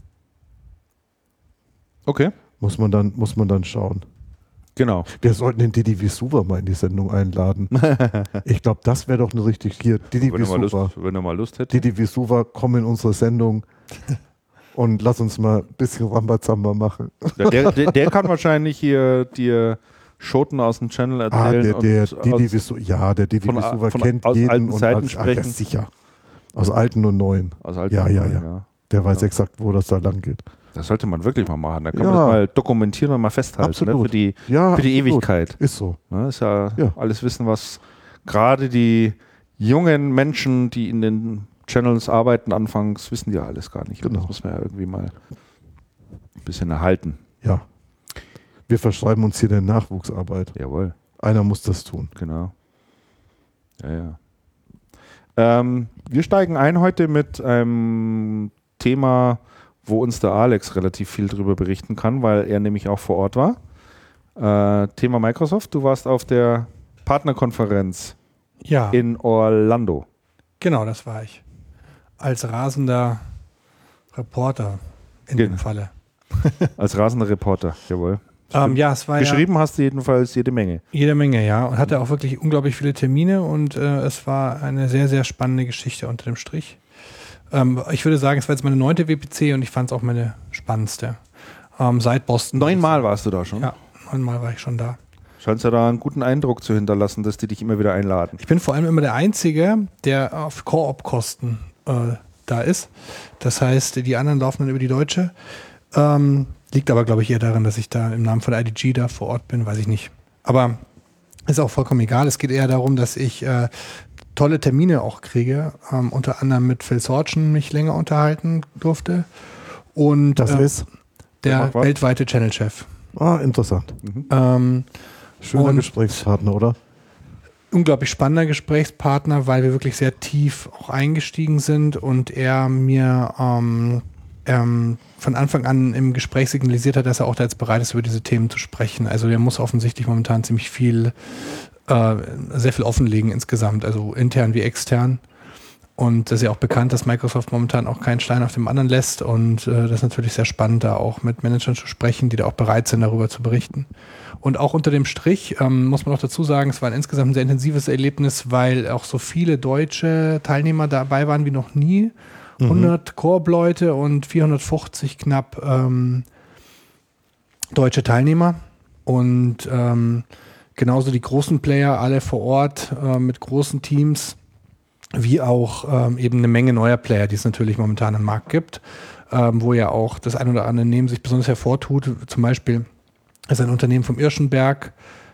Okay. Muss man dann, muss man dann schauen. Genau. Wir sollten den Didi Visuva mal in die Sendung einladen. Ich glaube, das wäre doch eine richtig hier. Didi wenn Visuva. Er Lust, wenn er mal Lust hätte. Didi Visuva, komm in unsere Sendung und lass uns mal ein bisschen Rambazamba machen. Ja, der, der, der kann wahrscheinlich hier dir Schoten aus dem Channel erzählen. Ah, der, der Didi Visuva, ja, der Didi Visuva kennt aus jeden alten und Zeiten als, sprechen. ach, ja, sicher. Aus alten und neuen. Aus alten ja, und ja, neuen, ja, ja. Der weiß ja. exakt, wo das da lang geht. Das sollte man wirklich mal machen. Da kann ja. man das mal dokumentieren und mal festhalten. Ne? Für die, ja, für die Ewigkeit. Ist so. Ne? Ist ja, ja alles Wissen, was gerade die jungen Menschen, die in den Channels arbeiten, anfangs, wissen ja alles gar nicht. Genau. Das muss man ja irgendwie mal ein bisschen erhalten. Ja. Wir verschreiben uns hier der Nachwuchsarbeit. Jawohl. Einer muss das tun. Genau. Ja, ja. Ähm, wir steigen ein heute mit einem Thema, wo uns der Alex relativ viel drüber berichten kann, weil er nämlich auch vor Ort war. Äh, Thema Microsoft. Du warst auf der Partnerkonferenz ja. in Orlando. Genau, das war ich. Als rasender Reporter in genau. dem Falle. Als rasender Reporter, jawohl. Ähm, ja, es war Geschrieben ja, hast du jedenfalls jede Menge. Jede Menge, ja. Und hatte auch wirklich unglaublich viele Termine und äh, es war eine sehr, sehr spannende Geschichte unter dem Strich. Ähm, ich würde sagen, es war jetzt meine neunte W P C und ich fand es auch meine spannendste. Ähm, seit Boston. Neunmal warst du da schon? Ja, neunmal war ich schon da. Scheinst ja da einen guten Eindruck zu hinterlassen, dass die dich immer wieder einladen. Ich bin vor allem immer der Einzige, der auf Koop-Kosten äh, da ist. Das heißt, die anderen laufen dann über die Deutsche. Ähm, liegt aber, glaube ich, eher daran, dass ich da im Namen von I D G da vor Ort bin, weiß ich nicht. Aber ist auch vollkommen egal. Es geht eher darum, dass ich äh, tolle Termine auch kriege. Ähm, unter anderem mit Phil Sorgen mich länger unterhalten durfte. Und das äh, ist der weltweite Channel-Chef. Ah, interessant. Mhm. Ähm, Schöner Gesprächspartner, oder? Unglaublich spannender Gesprächspartner, weil wir wirklich sehr tief auch eingestiegen sind und er mir ähm, ähm, von Anfang an im Gespräch signalisiert hat, dass er auch da jetzt bereit ist, über diese Themen zu sprechen. Also der muss offensichtlich momentan ziemlich viel, äh, sehr viel offenlegen insgesamt, also intern wie extern. Und es ist ja auch bekannt, dass Microsoft momentan auch keinen Stein auf dem anderen lässt und äh, das ist natürlich sehr spannend, da auch mit Managern zu sprechen, die da auch bereit sind, darüber zu berichten. Und auch unter dem Strich ähm, muss man auch dazu sagen, es war ein insgesamt ein sehr intensives Erlebnis, weil auch so viele deutsche Teilnehmer dabei waren wie noch nie. hundert mhm. Korb-Leute und vierhundertfünfzig knapp ähm, deutsche Teilnehmer. Und ähm, genauso die großen Player, alle vor Ort äh, mit großen Teams, wie auch ähm, eben eine Menge neuer Player, die es natürlich momentan am Markt gibt, ähm, wo ja auch das ein oder andere Unternehmen sich besonders hervortut. Zum Beispiel ist ein Unternehmen vom Irschenberg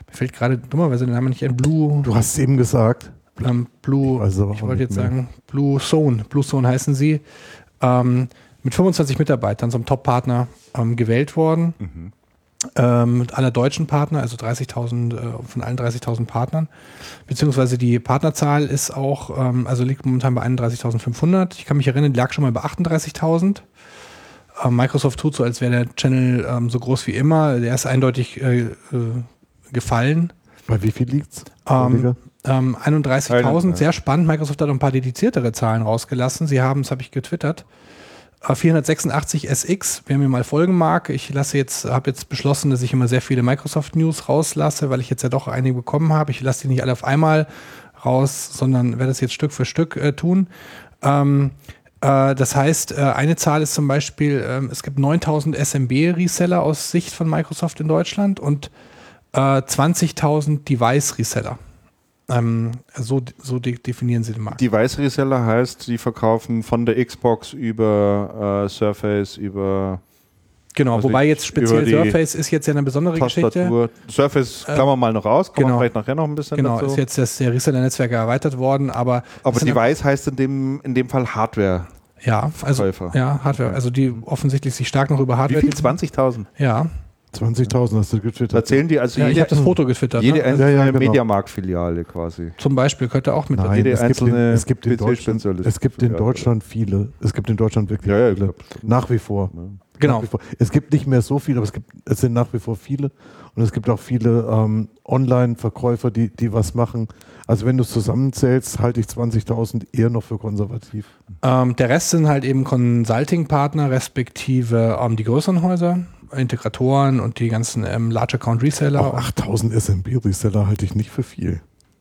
mir fällt gerade dummerweise der Name nicht ein, Blue, Du hast es eben gesagt. ähm, Blue, Also ich auch wollte nicht jetzt mehr. sagen, Blue Zone, Blue Zone heißen sie, ähm, mit fünfundzwanzig Mitarbeitern zum Top-Partner ähm, gewählt worden. Mhm. Ähm, mit aller deutschen Partner, also dreißigtausend, äh, von allen dreißigtausend Partnern. Beziehungsweise die Partnerzahl ist auch, ähm, also liegt momentan bei einunddreißigtausendfünfhundert. Ich kann mich erinnern, die lag schon mal bei achtunddreißigtausend. Ähm, Microsoft tut so, als wäre der Channel ähm, so groß wie immer. Der ist eindeutig äh, äh, gefallen. Bei wie viel liegt's? Ähm, Kollege? ähm, einunddreißigtausend, Ja. sehr spannend. Microsoft hat ein paar dediziertere Zahlen rausgelassen. Sie haben, das habe ich getwittert, äh, vierhundertsechsundachtzig S X, wer mir mal folgen mag. Ich lasse jetzt, habe jetzt beschlossen, dass ich immer sehr viele Microsoft News rauslasse, weil ich jetzt ja doch einige bekommen habe. Ich lasse die nicht alle auf einmal raus, sondern werde das jetzt Stück für Stück äh, tun. Ähm, äh, das heißt, äh, eine Zahl ist zum Beispiel, ähm, es gibt neuntausend S M B-Reseller aus Sicht von Microsoft in Deutschland und äh, zwanzigtausend Device-Reseller. Ähm, so so de definieren sie den Markt. Device-Reseller heißt, die verkaufen von der Xbox über äh, Surface, über Genau, also wobei ich- jetzt speziell über die Surface ist jetzt ja eine besondere Geschichte. Tastatur. Surface klammern wir mal noch raus, kommen genau. wir vielleicht nachher noch ein bisschen Genau, dazu. ist jetzt das der Reseller-Netzwerk erweitert worden, aber Aber das sind- Device heißt in dem, in dem Fall Hardware. ja, also Verkäufer. ja, Hardware, also die offensichtlich sich stark noch über Wie Hardware. viel? zwanzigtausend? Ja, zwanzigtausend hast du getwittert. Erzählen die also ja ich jede, habe das Foto getwittert. jede Ne? einzelne Ja, ja, genau. Mediamarkt-Filiale quasi. Zum Beispiel könnte auch mit Nein, jede es gibt, in, einzelne es, gibt in P Deutschland, C-Spezialist. es gibt in Ja, Deutschland viele. Es gibt in Deutschland wirklich Ja, ja, ich viele. glaub, Nach wie vor. Genau. Nach wie vor. Es gibt nicht mehr so viele, aber es, gibt, es sind nach wie vor viele. Und es gibt auch viele ähm, Online-Verkäufer, die, die was machen. Also wenn du es zusammenzählst, halte ich zwanzigtausend eher noch für konservativ. Ähm, der Rest sind halt eben Consulting-Partner, respektive ähm, die größeren Häuser, Integratoren und die ganzen ähm, Large Account Reseller. Auch achttausend S M B-Reseller halte ich nicht für viel.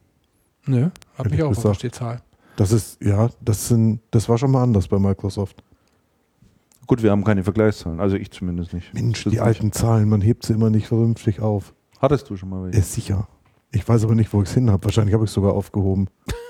Nö, hab Ehrlich ich auch auf der gesagt. Stehzahl. Das ist, ja, das sind, das war schon mal anders bei Microsoft. Gut, wir haben keine Vergleichszahlen, also ich zumindest nicht. Mensch, Das die nicht. alten Zahlen, man hebt sie immer nicht vernünftig auf. Hattest du schon mal welche? Ist sicher. Ich weiß aber nicht, wo ich es hin habe. Wahrscheinlich habe ich es sogar aufgehoben.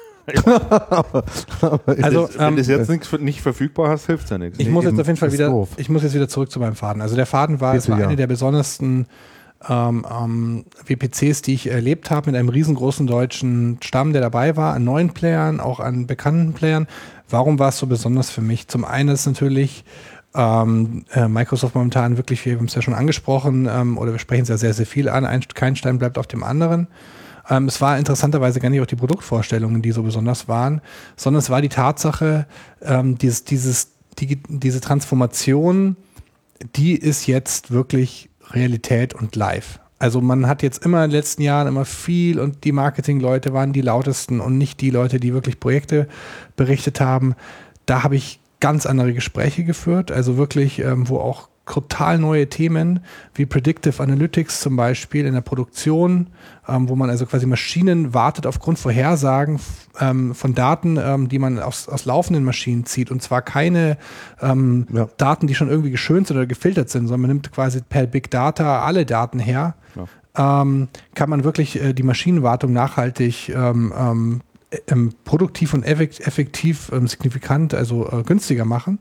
aber, aber Also, Das- Wenn ähm, du es jetzt nicht, nicht verfügbar hast, hilft es ja nichts. Ich Nee, muss jetzt eben, auf jeden Fall ist wieder, doof. ich muss jetzt wieder zurück zu meinem Faden. Also der Faden war, es Bitte, war ja. eine der besondersten ähm, ähm, W P Cs, die ich erlebt habe, mit einem riesengroßen deutschen Stamm, der dabei war, an neuen Playern, auch an bekannten Playern. Warum war es so besonders für mich? Zum einen ist natürlich ähm, äh, Microsoft momentan wirklich, wir haben es ja schon angesprochen, ähm, oder wir sprechen es ja sehr, sehr viel an, ein, kein Stein bleibt auf dem anderen. Ähm, es war interessanterweise gar nicht auch die Produktvorstellungen, die so besonders waren, sondern es war die Tatsache, ähm, dieses, dieses, die, diese Transformation, die ist jetzt wirklich Realität und live. Also man hat jetzt immer in den letzten Jahren immer viel und die Marketingleute waren die lautesten und nicht die Leute, die wirklich Projekte berichtet haben. Da habe ich ganz andere Gespräche geführt, also wirklich, ähm, wo auch total neue Themen wie Predictive Analytics zum Beispiel in der Produktion, ähm, wo man also quasi Maschinen wartet aufgrund Vorhersagen ähm, von Daten, ähm, die man aus, aus laufenden Maschinen zieht, und zwar keine ähm, Ja. Daten, die schon irgendwie geschönt sind oder gefiltert sind, sondern man nimmt quasi per Big Data alle Daten her, ähm, kann man wirklich äh, die Maschinenwartung nachhaltig ähm, ähm, ähm, produktiv und effekt- effektiv ähm, signifikant, also äh, günstiger machen.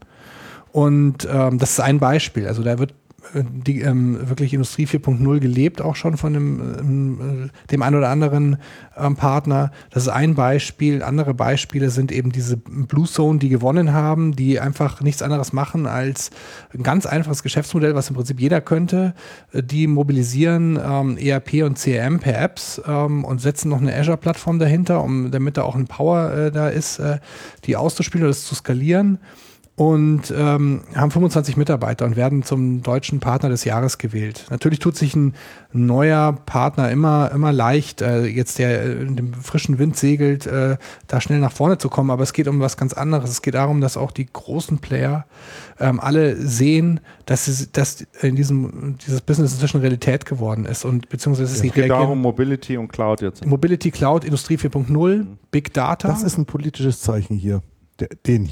Und ähm, das ist ein Beispiel. Also da wird äh, die ähm, wirklich Industrie vier Punkt null gelebt, auch schon von dem, ähm, äh, dem einen oder anderen ähm, Partner. Das ist ein Beispiel. Andere Beispiele sind eben diese Blue Zone, die gewonnen haben, die einfach nichts anderes machen als ein ganz einfaches Geschäftsmodell, was im Prinzip jeder könnte. Äh, Die mobilisieren ähm, E R P und C R M per Apps ähm, und setzen noch eine Azure-Plattform dahinter, um, damit da auch ein Power äh, da ist, äh, die auszuspielen oder das zu skalieren. Und ähm, haben fünfundzwanzig Mitarbeiter und werden zum deutschen Partner des Jahres gewählt. Natürlich tut sich ein neuer Partner immer, immer leicht, äh, jetzt der äh, in dem frischen Wind segelt, äh, da schnell nach vorne zu kommen. Aber es geht um was ganz anderes. Es geht darum, dass auch die großen Player ähm, alle sehen, dass, sie, dass in diesem dieses Business inzwischen Realität geworden ist. Und beziehungsweise sie Es geht reagieren. darum, Mobility und Cloud jetzt. Mobility, Cloud, Industrie vier Punkt null, Big Data. Das ist ein politisches Zeichen hier. Der, den hier.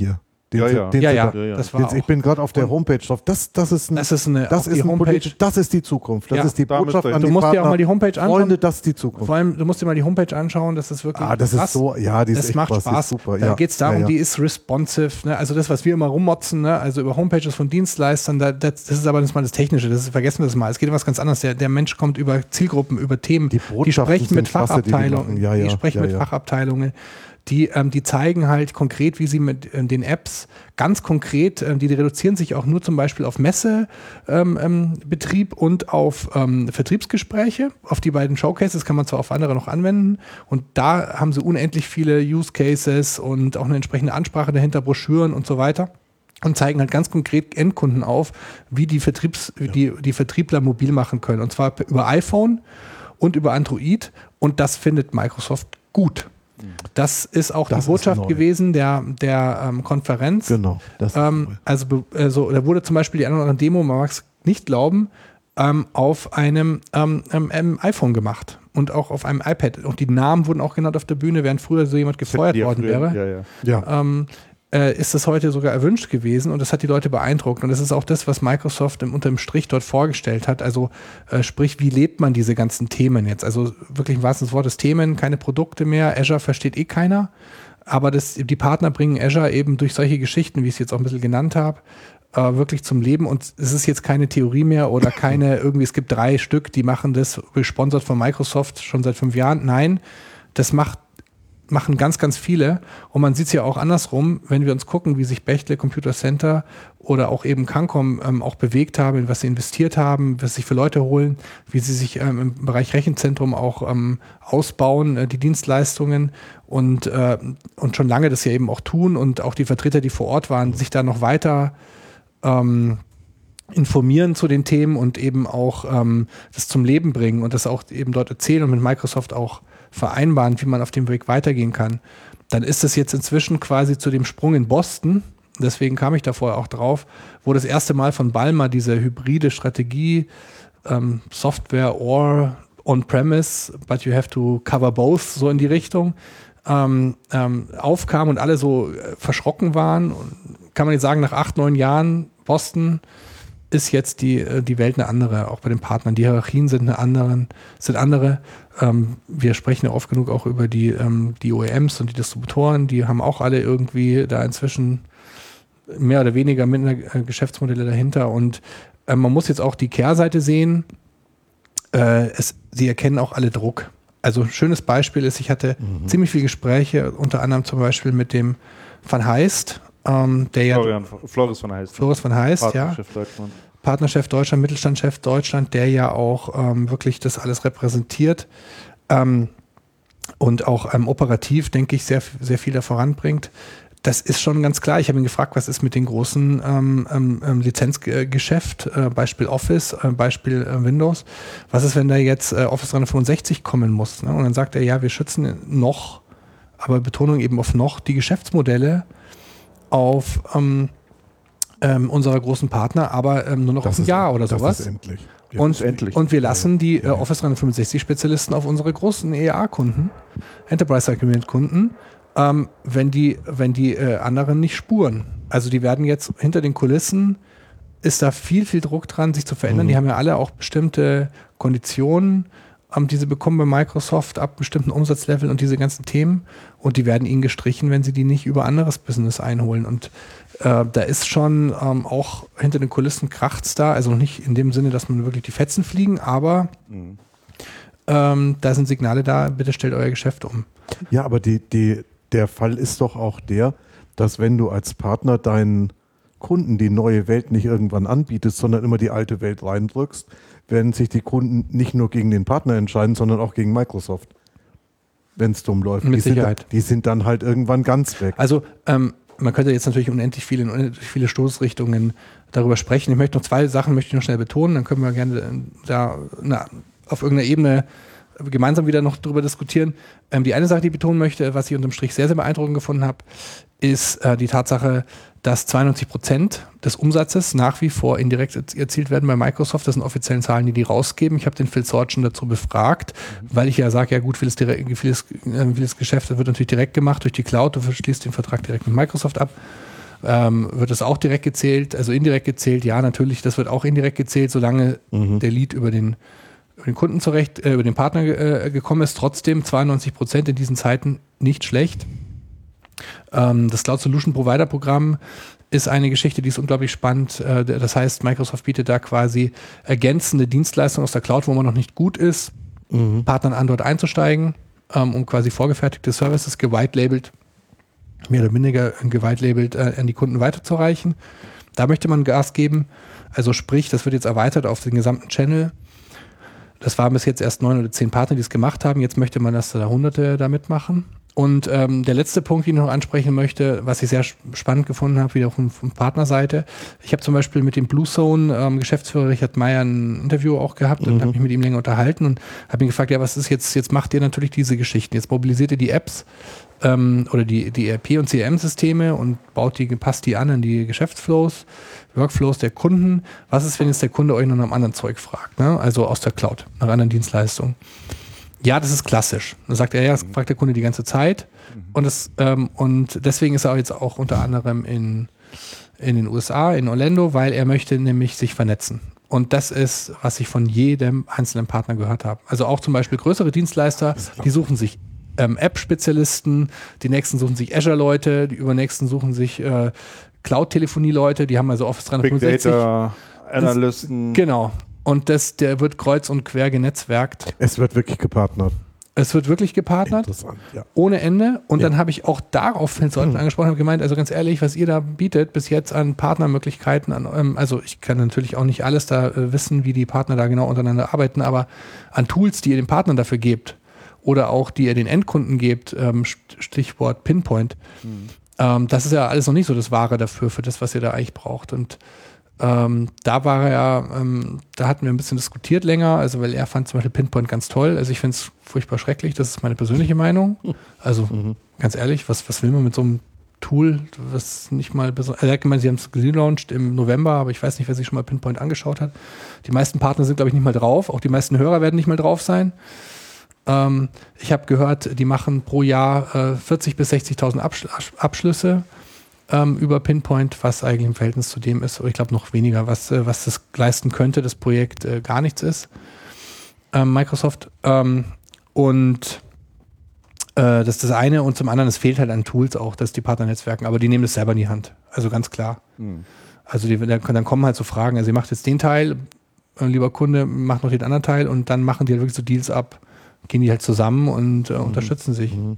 Den Ja, sie, ja. Den Ja, sie ja, da, ja, ja. das war den, ich auch. bin gerade auf der Homepage drauf. Das, das ist, ein, Das ist eine das auch ist die ein Homepage. politisch, das ist die Zukunft. Das Ja, ist die damit Botschaft recht. an Du die musst dir auch Partner. mal die Homepage anschauen. Freunde, das ist die Zukunft. Vor allem, du musst dir mal die Homepage anschauen, das ist wirklich Ah, das krass. ist so, ja, die ist Es echt macht krass, die ist Spaß. super. Da Ja. geht es darum, ja, ja. die ist responsive. Ne? Also das, was wir immer rummotzen, ne? Also über Homepages von Dienstleistern, da, das, das ist aber nicht mal das Technische. Das ist, vergessen wir das mal. Es geht um was ganz anderes. Der, der Mensch kommt über Zielgruppen, über Themen. Die Botschaften sprechen mit sind klasse, die die Fachabteilungen. machen. Ja, ja, die sprechen ja, mit ja. Fachabteilungen. Die, ähm, die zeigen halt konkret, wie sie mit ähm, den Apps ganz konkret, ähm, die, die reduzieren sich auch nur zum Beispiel auf Messebetrieb ähm, ähm, Betrieb und auf ähm, Vertriebsgespräche. Auf die beiden Showcases kann man zwar auf andere noch anwenden und da haben sie unendlich viele Use Cases und auch eine entsprechende Ansprache dahinter, Broschüren und so weiter. Und zeigen halt ganz konkret Endkunden auf, wie die, Vertriebs, Ja. die, die Vertriebler mobil machen können. Und zwar über iPhone und über Android. Und das findet Microsoft gut. Das ist auch Das die ist Botschaft neu. gewesen der, der ähm, Konferenz. Genau. Das ist Ähm, neu. also, be- also da wurde zum Beispiel die eine oder andere Demo, man mag es nicht glauben, ähm, auf einem ähm, ähm, ähm, iPhone gemacht und auch auf einem iPad. Und die Namen wurden auch genannt auf der Bühne, während früher so jemand gefeuert Die ja worden früher- wäre. Ja, ja. ja. Ähm, äh, ist das heute sogar erwünscht gewesen und das hat die Leute beeindruckt. Und das ist auch das, was Microsoft im, unter dem Strich dort vorgestellt hat. Also äh, sprich, wie lebt man diese ganzen Themen jetzt? Also wirklich im wahrsten Sinne des Wortes Themen, keine Produkte mehr. Azure versteht eh keiner. Aber das, die Partner bringen Azure eben durch solche Geschichten, wie ich es jetzt auch ein bisschen genannt habe, äh, wirklich zum Leben. Und es ist jetzt keine Theorie mehr oder keine, irgendwie, es gibt drei Stück, die machen das, gesponsert von Microsoft schon seit fünf Jahren. Nein, das macht machen ganz, ganz viele. Und man sieht es ja auch andersrum, wenn wir uns gucken, wie sich Bechtle Computer Center oder auch eben Cancom ähm, auch bewegt haben, in was sie investiert haben, was sich für Leute holen, wie sie sich ähm, im Bereich Rechenzentrum auch ähm, ausbauen, äh, die Dienstleistungen und, äh, und schon lange das ja eben auch tun und auch die Vertreter, die vor Ort waren, sich da noch weiter ähm, informieren zu den Themen und eben auch ähm, das zum Leben bringen und das auch eben dort erzählen und mit Microsoft auch vereinbaren, wie man auf dem Weg weitergehen kann, dann ist es jetzt inzwischen quasi zu dem Sprung in Boston, deswegen kam ich da vorher auch drauf, wo das erste Mal von Balmer diese hybride Strategie, ähm, Software or on-premise, but you have to cover both, so in die Richtung, ähm, ähm, aufkam und alle so äh, verschrocken waren. Und kann man jetzt sagen, nach acht, neun Jahren Boston ist jetzt die, die Welt eine andere, auch bei den Partnern. Die Hierarchien sind eine anderen, sind andere. Ähm, wir sprechen ja oft genug auch über die, ähm, die O E Ms und die Distributoren, die haben auch alle irgendwie da inzwischen mehr oder weniger mit einer äh, Geschäftsmodelle dahinter. Und äh, man muss jetzt auch die Kehrseite sehen. Äh, es, sie erkennen auch alle Druck. Also ein schönes Beispiel ist, ich hatte mhm. ziemlich viele Gespräche, unter anderem zum Beispiel mit dem Van Heist, Ähm, der ja Florian, Floris von Heist. Floris von Heist, ja. Partnerchef Deutschland. Partnerchef Deutschland, Mittelstandschef Deutschland, der ja auch ähm, wirklich das alles repräsentiert ähm, und auch ähm, operativ, denke ich, sehr, sehr viel da voranbringt. Das ist schon ganz klar. Ich habe ihn gefragt, was ist mit den großen ähm, ähm, Lizenzgeschäft, äh, Beispiel Office, äh, Beispiel äh, Windows. Was ist, wenn da jetzt äh, Office dreihundertfünfundsechzig kommen muss? Ne? Und dann sagt er, ja, wir schützen noch, aber Betonung eben auf noch, die Geschäftsmodelle auf ähm, ähm, unserer großen Partner, aber ähm, nur noch Das auf ein ist- Jahr oder das sowas. ist endlich. Ja. Und, endlich. und wir lassen die äh, Office dreihundertfünfundsechzig-Spezialisten auf unsere großen E A-Kunden, Enterprise Agreement-Kunden, ähm, wenn die, wenn die äh, anderen nicht spuren. Also die werden jetzt hinter den Kulissen, ist da viel, viel Druck dran, sich zu verändern. Mhm. Die haben ja alle auch bestimmte Konditionen, ähm, die sie bekommen bei Microsoft ab bestimmten Umsatzlevel und diese ganzen Themen. Und die werden ihnen gestrichen, wenn sie die nicht über anderes Business einholen. Und äh, da ist schon ähm, auch hinter den Kulissen kracht's da. Also nicht in dem Sinne, dass man wirklich die Fetzen fliegen, aber Mhm. ähm, da sind Signale da, bitte stellt euer Geschäft um. Ja, aber die, die, der Fall ist doch auch der, dass wenn du als Partner deinen Kunden die neue Welt nicht irgendwann anbietest, sondern immer die alte Welt reindrückst, werden sich die Kunden nicht nur gegen den Partner entscheiden, sondern auch gegen Microsoft, wenn es dumm läuft. Mit die Sicherheit. Sind, die sind dann halt irgendwann ganz weg. Also ähm, man könnte jetzt natürlich unendlich viele, in unendlich viele Stoßrichtungen darüber sprechen. Ich möchte noch zwei Sachen möchte ich noch schnell betonen, dann können wir gerne äh, da na, auf irgendeiner Ebene gemeinsam wieder noch darüber diskutieren. Ähm, die eine Sache, die ich betonen möchte, was ich unterm Strich sehr, sehr beeindruckend gefunden habe, ist äh, die Tatsache, dass zweiundneunzig Prozent des Umsatzes nach wie vor indirekt erzielt werden bei Microsoft. Das sind offiziellen Zahlen, die die rausgeben. Ich habe den Phil Sorgen dazu befragt, mhm. weil ich ja sage, ja gut, vieles, direkt, vieles, äh, vieles Geschäft wird natürlich direkt gemacht durch die Cloud. Du schließt den Vertrag direkt mit Microsoft ab. Ähm, wird das auch direkt gezählt, also indirekt gezählt? Ja, natürlich, das wird auch indirekt gezählt, solange mhm. der Lead über den, über den Kunden zurecht, äh, über den Partner äh, gekommen ist. Trotzdem zweiundneunzig Prozent in diesen Zeiten nicht schlecht. Ähm, das Cloud Solution Provider Programm ist eine Geschichte, die ist unglaublich spannend. Äh, das heißt, Microsoft bietet da quasi ergänzende Dienstleistungen aus der Cloud, wo man noch nicht gut ist, mhm. Partnern an, dort einzusteigen, ähm, um quasi vorgefertigte Services gewitelabelt, mehr oder weniger gewitelabelt äh, an die Kunden weiterzureichen. Da möchte man Gas geben. Also sprich, das wird jetzt erweitert auf den gesamten Channel. Das waren bis jetzt erst neun oder zehn Partner, die es gemacht haben. Jetzt möchte man, dass da Hunderte da mitmachen. Und ähm, der letzte Punkt, den ich noch ansprechen möchte, was ich sehr spannend gefunden habe, wieder von, von Partnerseite. Ich habe zum Beispiel mit dem Bluezone ähm, Geschäftsführer Richard Meyer ein Interview auch gehabt mhm. und habe mich mit ihm länger unterhalten und habe ihn gefragt, ja, was ist jetzt, jetzt macht ihr natürlich diese Geschichten. Jetzt mobilisiert ihr die Apps ähm, oder die, die E R P- und C R M-Systeme und baut die, passt die an an die Geschäftsflows, Workflows der Kunden. Was ist, wenn jetzt der Kunde euch noch nach einem anderen Zeug fragt, ne? Also aus der Cloud, nach anderen Dienstleistungen? Ja, das ist klassisch. Da sagt er, ja, das fragt der Kunde die ganze Zeit. Mhm. Und, das, ähm, und deswegen ist er jetzt auch unter anderem in, in den U S A, in Orlando, weil er möchte nämlich sich vernetzen. Und das ist, was ich von jedem einzelnen Partner gehört habe. Also auch zum Beispiel größere Dienstleister, die suchen sich ähm, App-Spezialisten, die nächsten suchen sich Azure-Leute, die übernächsten suchen sich äh, Cloud-Telefonie-Leute, die haben also Office dreihundertfünfundsechzig. Big Data, Analysten. Genau. Und das, der wird kreuz und quer genetzwerkt. Es wird wirklich gepartnert. Es wird wirklich gepartnert, ja. Ohne Ende. Und ja. dann habe ich auch daraufhin Leuten mhm. angesprochen und gemeint, also ganz ehrlich, was ihr da bietet bis jetzt an Partnermöglichkeiten, an, ähm, also ich kann natürlich auch nicht alles da äh, wissen, wie die Partner da genau untereinander arbeiten, aber an Tools, die ihr den Partnern dafür gebt oder auch die ihr den Endkunden gebt, ähm, Stichwort Pinpoint, mhm. ähm, das ist ja alles noch nicht so das Wahre dafür, für das, was ihr da eigentlich braucht. Und Ähm, da war er ja, ähm, da hatten wir ein bisschen diskutiert länger, also weil er fand zum Beispiel Pinpoint ganz toll. Also ich finde es furchtbar schrecklich, das ist meine persönliche Meinung. Also mhm. ganz ehrlich, was, was will man mit so einem Tool, was nicht mal besonders. Er hat gemeint, sie haben es gelauncht im November, aber ich weiß nicht, wer sich schon mal Pinpoint angeschaut hat. Die meisten Partner sind, glaube ich, nicht mal drauf. Auch die meisten Hörer werden nicht mal drauf sein. Ähm, ich habe gehört, die machen pro Jahr äh, vierzigtausend bis sechzigtausend Absch- Abschlüsse. Ähm, über Pinpoint, was eigentlich im Verhältnis zu dem ist, aber ich glaube noch weniger, was, äh, was das leisten könnte, das Projekt äh, gar nichts ist. Ähm, Microsoft. Ähm, und äh, das ist das eine. Und zum anderen, es fehlt halt an Tools auch, dass die Partnernetzwerken, aber die nehmen das selber in die Hand. Also ganz klar. Mhm. Also die, dann kommen halt so Fragen, also ihr macht jetzt den Teil, äh, lieber Kunde, macht noch den anderen Teil und dann machen die halt wirklich so Deals ab, gehen die halt zusammen und äh, mhm. unterstützen sich. Mhm.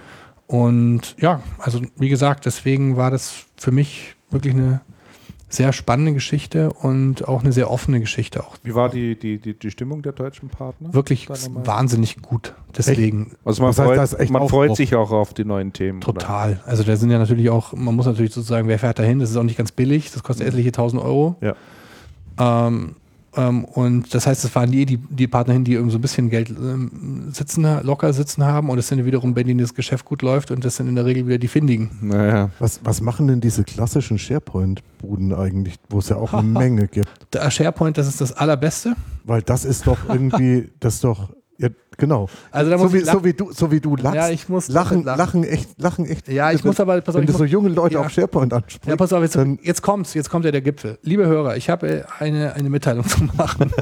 Und ja, also wie gesagt, deswegen war das für mich wirklich eine sehr spannende Geschichte und auch eine sehr offene Geschichte. Auch. Wie war die, die, die, die Stimmung der deutschen Partner? Wirklich wahnsinnig gut. Deswegen. Echt? Also man, das heißt, freut, das echt man freut sich auch auf die neuen Themen. Total. Oder? Also da sind ja natürlich auch, man muss natürlich sozusagen, wer fährt dahin, das ist auch nicht ganz billig, das kostet etliche tausend Euro. Ja. Ähm, Ähm, und das heißt, es waren die, die, die Partner hin, die irgendwie so ein bisschen Geld ähm, sitzen, locker sitzen haben. Und es sind wiederum, wenn das Geschäft gut läuft, und das sind in der Regel wieder die Findigen. Naja. Was, was machen denn diese klassischen SharePoint-Buden eigentlich, wo es ja auch eine Menge gibt? Der SharePoint, das ist das Allerbeste. Weil das ist doch irgendwie, das ist doch, ja, genau. Also da muss so, wie, ich so wie du, so wie du lachst. Ja, ich muss lachen, lachen. lachen echt, lachen echt. Ja, ich muss aber, pass auf, wenn ich du muss, so junge Leute ja. auf SharePoint ansprichst. Ja, pass auf, jetzt, jetzt kommt's, jetzt kommt ja der Gipfel. Liebe Hörer, ich habe eine, eine Mitteilung zu machen.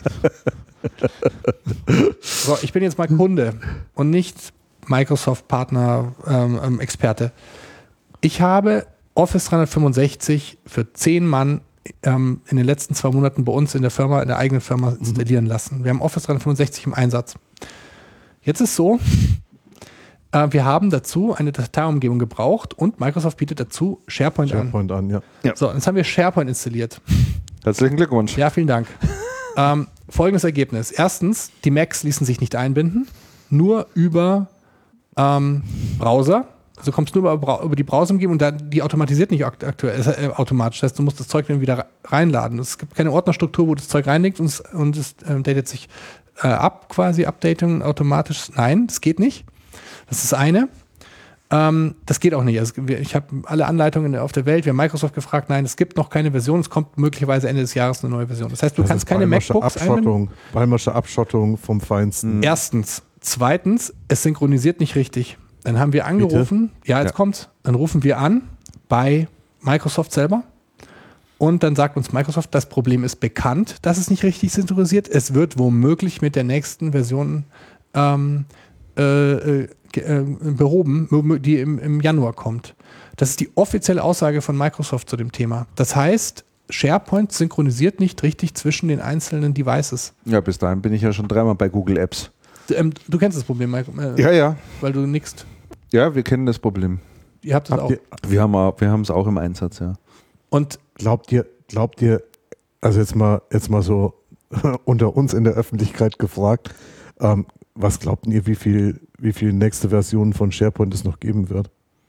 So, ich bin jetzt mal Kunde und nicht Microsoft-Partner, ähm, Experte. Ich habe Office dreihundertfünfundsechzig für zehn Mann ähm, in den letzten zwei Monaten bei uns in der Firma, in der eigenen Firma installieren lassen. Wir haben Office dreihundertfünfundsechzig im Einsatz. Jetzt ist so, äh, wir haben dazu eine Dateiumgebung gebraucht und Microsoft bietet dazu SharePoint, SharePoint an. an, ja. So, jetzt haben wir SharePoint installiert. Herzlichen Glückwunsch. Ja, vielen Dank. ähm, folgendes Ergebnis. Erstens, die Macs ließen sich nicht einbinden, nur über ähm, Browser. Also kommst du nur über, über die Browser-Umgebung und dann, die automatisiert nicht aktuell, äh, automatisch. Das heißt, du musst das Zeug dann wieder reinladen. Es gibt keine Ordnerstruktur, wo das Zeug reinlegt und es, und es äh, datet sich äh, ab, quasi Updating automatisch. Nein, das geht nicht. Das ist das eine. Ähm, das geht auch nicht. Also, wir, ich habe alle Anleitungen auf der Welt. Wir haben Microsoft gefragt, nein, es gibt noch keine Version. Es kommt möglicherweise Ende des Jahres eine neue Version. Das heißt, du das kannst keine MacBooks einbinden. Weilmarsche Abschottung vom Feinsten. Mhm. Erstens. Zweitens, es synchronisiert nicht richtig. Dann haben wir angerufen, Bitte? ja, jetzt ja. kommt's, dann rufen wir an bei Microsoft selber. Und dann sagt uns Microsoft, das Problem ist bekannt, dass es nicht richtig synchronisiert. Es wird womöglich mit der nächsten Version ähm, äh, äh, behoben, die im, im Januar kommt. Das ist die offizielle Aussage von Microsoft zu dem Thema. Das heißt, SharePoint synchronisiert nicht richtig zwischen den einzelnen Devices. Ja, bis dahin bin ich ja schon dreimal bei Google Apps. Du, ähm, du kennst das Problem, Mike, äh, Ja, ja. weil du nickst. Ja, wir kennen das Problem. Ihr habt es auch. Ihr, Wir haben auch- wir haben es auch im Einsatz, ja. Und glaubt ihr, glaubt ihr, also jetzt mal, jetzt mal so unter uns in der Öffentlichkeit gefragt, ähm, was glaubt ihr, wie viel, wie viel nächste Versionen von SharePoint es noch geben wird?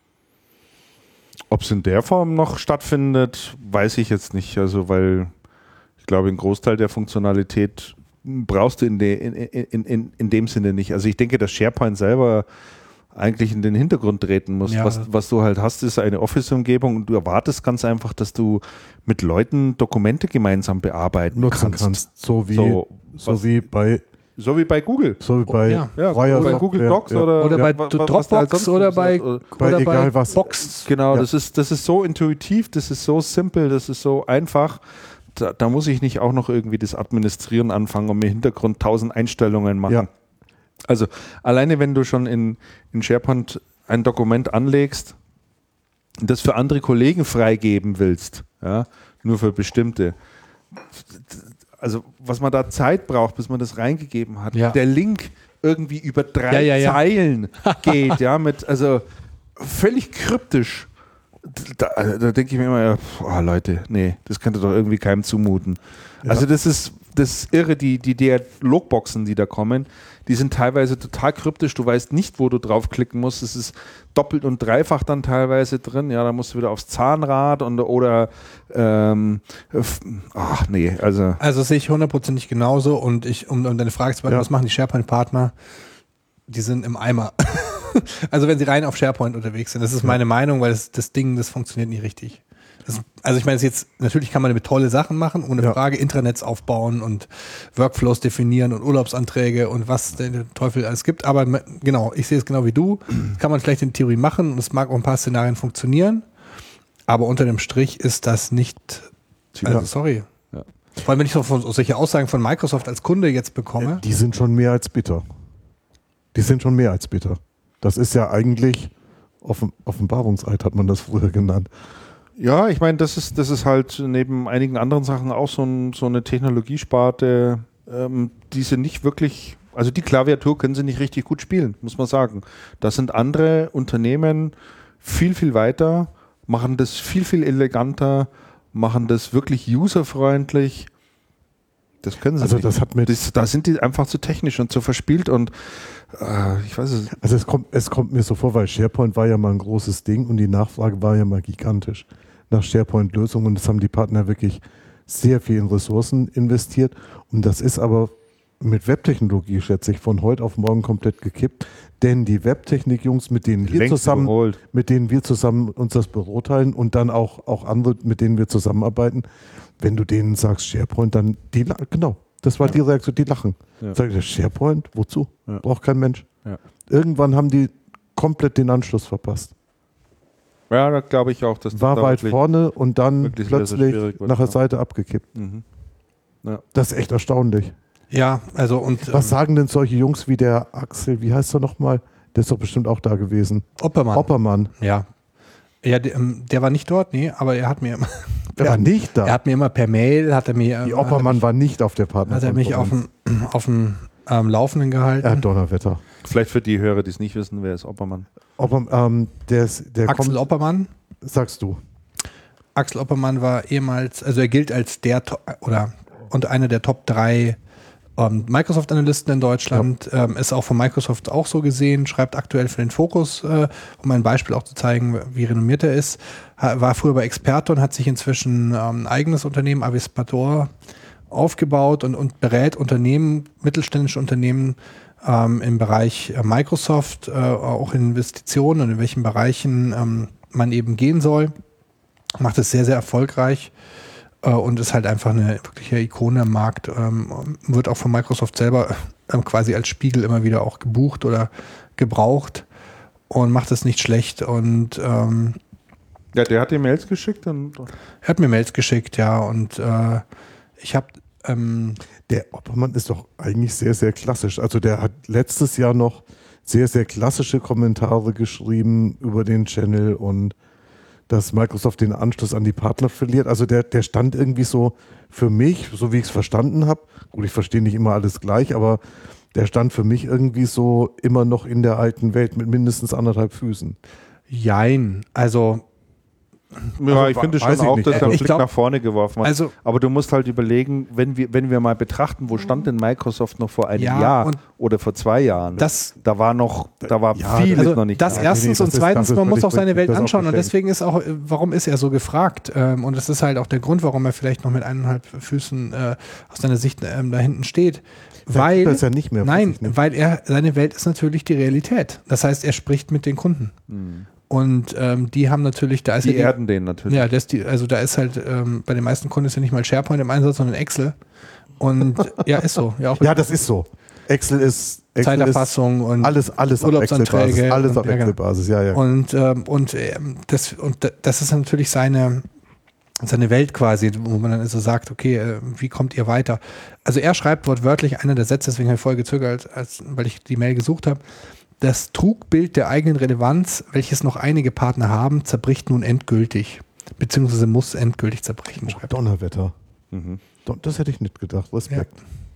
Ob es in der Form noch stattfindet, weiß ich jetzt nicht. Also, weil ich glaube, einen Großteil der Funktionalität brauchst du in, de, in, in, in, in dem Sinne nicht. Also ich denke, dass SharePoint selber eigentlich in den Hintergrund treten muss. Ja. Was, was du halt hast, ist eine Office-Umgebung und du erwartest ganz einfach, dass du mit Leuten Dokumente gemeinsam bearbeiten Nutzen kannst. kannst, so wie, So, so, was- wie bei, So wie bei Google. so wie bei ja. Ja, freier bei Software, Google Docs ja. oder, Oder ja, bei wa- wa- was Dropbox da halt sonst oder bei, funktioniert. Bei oder egal bei was. Box. Genau, Ja. das ist, das ist so intuitiv, das ist so simpel, das ist so einfach. Da, da muss ich nicht auch noch irgendwie das Administrieren anfangen und mir im Hintergrund tausend Einstellungen machen. Ja. Also alleine wenn du schon in, in SharePoint ein Dokument anlegst, das für andere Kollegen freigeben willst, ja, nur für bestimmte. Also was man da Zeit braucht, bis man das reingegeben hat. Ja. Der Link irgendwie über drei Ja, ja, ja. Zeilen geht, ja, mit, also völlig kryptisch. Da, da denke ich mir immer, ja, oh, Leute, nee, das könnte doch irgendwie keinem zumuten. Also das ist das ist irre, die, die Dialogboxen, die da kommen, die sind teilweise total kryptisch, du weißt nicht, wo du draufklicken musst, es ist doppelt und dreifach dann teilweise drin, ja, da musst du wieder aufs Zahnrad und, oder ähm, f- ach nee, also Also sehe ich hundertprozentig genauso und ich, um, um deine Frage zu beantworten, Ja. was machen die SharePoint-Partner? Die sind im Eimer. Also wenn sie rein auf SharePoint unterwegs sind. Das ist meine Meinung, weil das, das Ding, das funktioniert nicht richtig. Das, also ich meine, es jetzt, natürlich kann man damit tolle Sachen machen, ohne Ja. Frage, Intranets aufbauen und Workflows definieren und Urlaubsanträge und was der Teufel alles gibt. Aber me- genau, ich sehe es genau wie du. Das kann man vielleicht in Theorie machen und es mag auch ein paar Szenarien funktionieren. Aber unter dem Strich ist das nicht, also Ja. sorry. Ja. Vor allem, wenn ich so von, solche Aussagen von Microsoft als Kunde jetzt bekomme. Die sind schon mehr als bitter. Die sind schon mehr als bitter. Das ist ja eigentlich Offen Offenbarungseid, hat man das früher genannt. ja, ich meine, das ist, das ist halt neben einigen anderen Sachen auch so, ein, so eine Technologiesparte, ähm, die sie nicht wirklich, also die Klaviatur können sie nicht richtig gut spielen, muss man sagen. Da sind andere Unternehmen viel, viel weiter, machen das viel, viel eleganter, machen das wirklich userfreundlich. Das können sie Also nicht. das hat mit, Das, da sind die einfach zu technisch und zu verspielt und äh, ich weiß es. also es kommt, es kommt mir so vor, weil SharePoint war ja mal ein großes Ding und die Nachfrage war ja mal gigantisch nach SharePoint-Lösungen und das haben die Partner wirklich sehr viel in Ressourcen investiert und das ist aber mit Webtechnologie, schätze ich, von heute auf morgen komplett gekippt, denn die Webtechnik-Jungs, mit denen wir Längst zusammen überholt. mit denen wir zusammen uns das Büro teilen und dann auch, auch andere, mit denen wir zusammenarbeiten, wenn du denen sagst SharePoint, dann die la- genau, das war Ja. die Reaktion, die lachen. Ja. Sag ich, SharePoint, wozu? Ja. Braucht kein Mensch. Ja. Irgendwann haben die komplett den Anschluss verpasst. Ja, da glaube ich auch, dass War da weit wirklich- vorne und dann wirklich sehr, sehr plötzlich schwierig wird, nach der ja. Seite abgekippt. Mhm. Das ist echt erstaunlich. Ja, also und Was ähm, sagen denn solche Jungs wie der Axel, wie heißt er nochmal? Der ist doch bestimmt auch da gewesen. Oppermann. Oppermann. Ja. Ja, der, ähm, der war nicht dort, nee, aber er hat mir immer, Der war nicht da. er hat mir immer per Mail, hat er mir, Die äh, Oppermann war nicht auf der hat, hat er mich auf Partnerkonferenz. dem, auf dem ähm, Laufenden gehalten. Ja, Donnerwetter. Vielleicht für die Hörer, die es nicht wissen, wer ist Oppermann? Opper, ähm, der ist, der Axel kommt, Oppermann. sagst du. Axel Oppermann war ehemals, also er gilt als der To- oder und einer der Top drei ähm, Microsoft-Analysten in Deutschland, ähm, ist auch von Microsoft auch so gesehen, schreibt aktuell für den Fokus, äh, um ein Beispiel auch zu zeigen, wie renommiert er ist. Ha, war früher bei Experton, hat sich inzwischen ähm, ein eigenes Unternehmen, Avispador, aufgebaut und, und berät Unternehmen, mittelständische Unternehmen ähm, im Bereich äh, Microsoft, äh, auch in Investitionen und in welchen Bereichen ähm, man eben gehen soll. Macht es sehr, sehr erfolgreich äh, und ist halt einfach eine wirkliche Ikone am Markt. Ähm, wird auch von Microsoft selber äh, quasi als Spiegel immer wieder auch gebucht oder gebraucht und macht es nicht schlecht. Und ähm, Ja, der hat dir Mails geschickt und. Er hat mir Mails geschickt, ja, und äh, ich habe. Ähm, der Oppermann ist doch eigentlich sehr, sehr klassisch. Also der hat letztes Jahr noch sehr, sehr klassische Kommentare geschrieben über den Channel und dass Microsoft den Anschluss an die Partner verliert. Also der, der stand irgendwie so für mich, so wie ich es verstanden habe, gut, ich verstehe nicht immer alles gleich, aber der stand für mich irgendwie so immer noch in der alten Welt mit mindestens anderthalb Füßen. Jein, also Ja, Also, ich finde weiß schon ich auch, nicht. dass er einen Ich Blick glaub- nach vorne geworfen hat. Also- Aber du musst halt überlegen, wenn wir, wenn wir mal betrachten, wo stand denn Microsoft noch vor einem Ja, Jahr und oder vor zwei Jahren? das- da war noch, da war Ja, vieles also noch nicht das da. erstens Nee, nee, das und ist- zweitens, das ist man muss völlig auch seine richtig, Welt das ist auch anschauen und geschenkt. deswegen ist auch, äh, warum ist er so gefragt? Ähm, Und das ist halt auch der Grund, warum er vielleicht noch mit eineinhalb Füßen äh, aus seiner Sicht ähm, da hinten steht. Weil, tut das ja nicht mehr, weiß nein, ich nicht. weil er, seine Welt ist natürlich die Realität. Das heißt, er spricht mit den Kunden. Und ähm, die haben natürlich, da ist Die ja erden den natürlich. Ja, das die, also da ist halt, ähm, bei den meisten Kunden ist ja nicht mal SharePoint im Einsatz, sondern Excel. Und ja, ist so. Ja, auch Ja, das ist so. Excel ist Excel Zeiterfassung ist und alles, alles auf Urlaubsanträge Excel-Basis. Alles und- auf ja, genau. Excel-Basis, ja, ja. Und, ähm, und, ähm, das, und da- das ist natürlich seine, seine Welt quasi, wo man dann so sagt, okay, äh, wie kommt ihr weiter? Also er schreibt wortwörtlich einer der Sätze, deswegen habe ich vorher gezögert, als, weil ich die Mail gesucht habe. Das Trugbild der eigenen Relevanz, welches noch einige Partner haben, zerbricht nun endgültig. Beziehungsweise muss endgültig zerbrechen, Oh, schreibt er. Donnerwetter. Mhm. Don- Das hätte ich nicht gedacht. Respekt.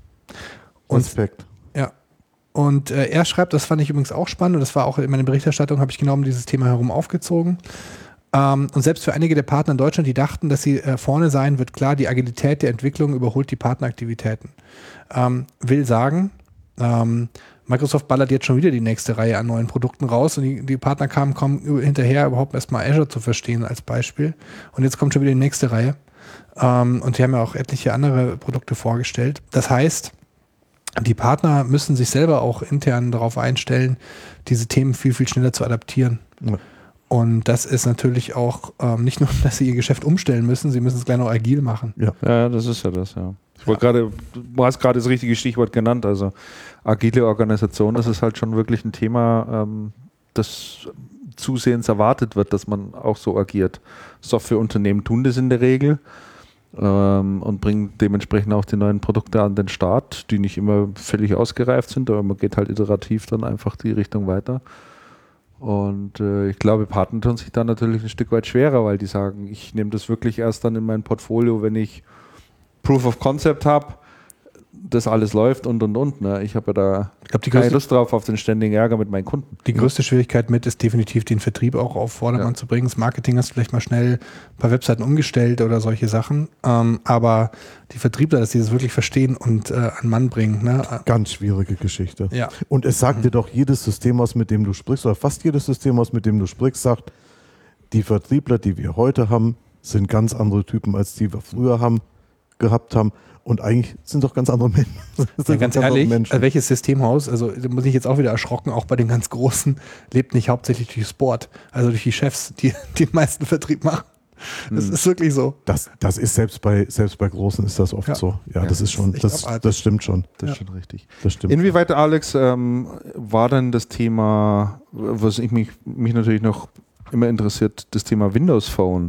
Und- Respekt. Ja. Und äh, er schreibt, das fand ich übrigens auch spannend, und das war auch in meiner Berichterstattung, habe ich genau um dieses Thema herum aufgezogen. Ähm, und selbst für einige der Partner in Deutschland, die dachten, dass sie äh, vorne seien, wird klar, die Agilität der Entwicklung überholt die Partneraktivitäten. Ähm, will sagen, ähm, Microsoft ballert jetzt schon wieder die nächste Reihe an neuen Produkten raus und die, die Partner kamen kaum hinterher, überhaupt erstmal Azure zu verstehen als Beispiel. Und jetzt kommt schon wieder die nächste Reihe. Ähm, und die haben ja auch etliche andere Produkte vorgestellt. Das heißt, die Partner müssen sich selber auch intern darauf einstellen, diese Themen viel, viel schneller zu adaptieren. Ja. Und das ist natürlich auch ähm, nicht nur, dass sie ihr Geschäft umstellen müssen, sie müssen es gleich noch agil machen. Ja, das ist ja das, ja. Ich wollte gerade, du hast gerade das richtige Stichwort genannt, also agile Organisation, das ist halt schon wirklich ein Thema, ähm, das zusehends erwartet wird, dass man auch so agiert. Softwareunternehmen tun das in der Regel ähm, und bringen dementsprechend auch die neuen Produkte an den Start, die nicht immer völlig ausgereift sind, aber man geht halt iterativ dann einfach die Richtung weiter. Und äh, ich glaube, Partner tun sich da natürlich ein Stück weit schwerer, weil die sagen, ich nehme das wirklich erst dann in mein Portfolio, wenn ich Proof of Concept habe, das alles läuft und und und. Ne? Ich habe ja da Ich glaube, die keine größte, Lust drauf auf den ständigen Ärger mit meinen Kunden. die größte Schwierigkeit mit ist definitiv den Vertrieb auch auf Vordermann Ja. zu bringen. Das Marketing hast du vielleicht mal schnell ein paar Webseiten umgestellt oder solche Sachen. Ähm, aber die Vertriebler, dass sie das wirklich verstehen und äh, an Mann bringen. Ne? Ganz schwierige Geschichte. Ja. Und es sagt dir doch jedes System aus, mit dem du sprichst, oder fast jedes System aus, mit dem du sprichst, sagt, die Vertriebler, die wir heute haben, sind ganz andere Typen, als die wir früher haben, gehabt haben. Und eigentlich sind doch ganz andere Menschen. Das Ja, sind ganz andere ehrlich, Menschen. also welches Systemhaus, also da muss ich jetzt auch wieder erschrocken, auch bei den ganz Großen, lebt nicht hauptsächlich durch Sport, also durch die Chefs, die die den meisten Vertrieb machen. Das ist wirklich so. Das, das ist selbst bei, selbst bei Großen ist das oft Ja. so. Ja, Ja, das ist schon, echt das, abartig. das stimmt schon. Das Ja. ist schon richtig. Das stimmt. Inwieweit, Alex, ähm, war denn das Thema, was ich mich, mich natürlich noch immer interessiert, das Thema Windows Phone?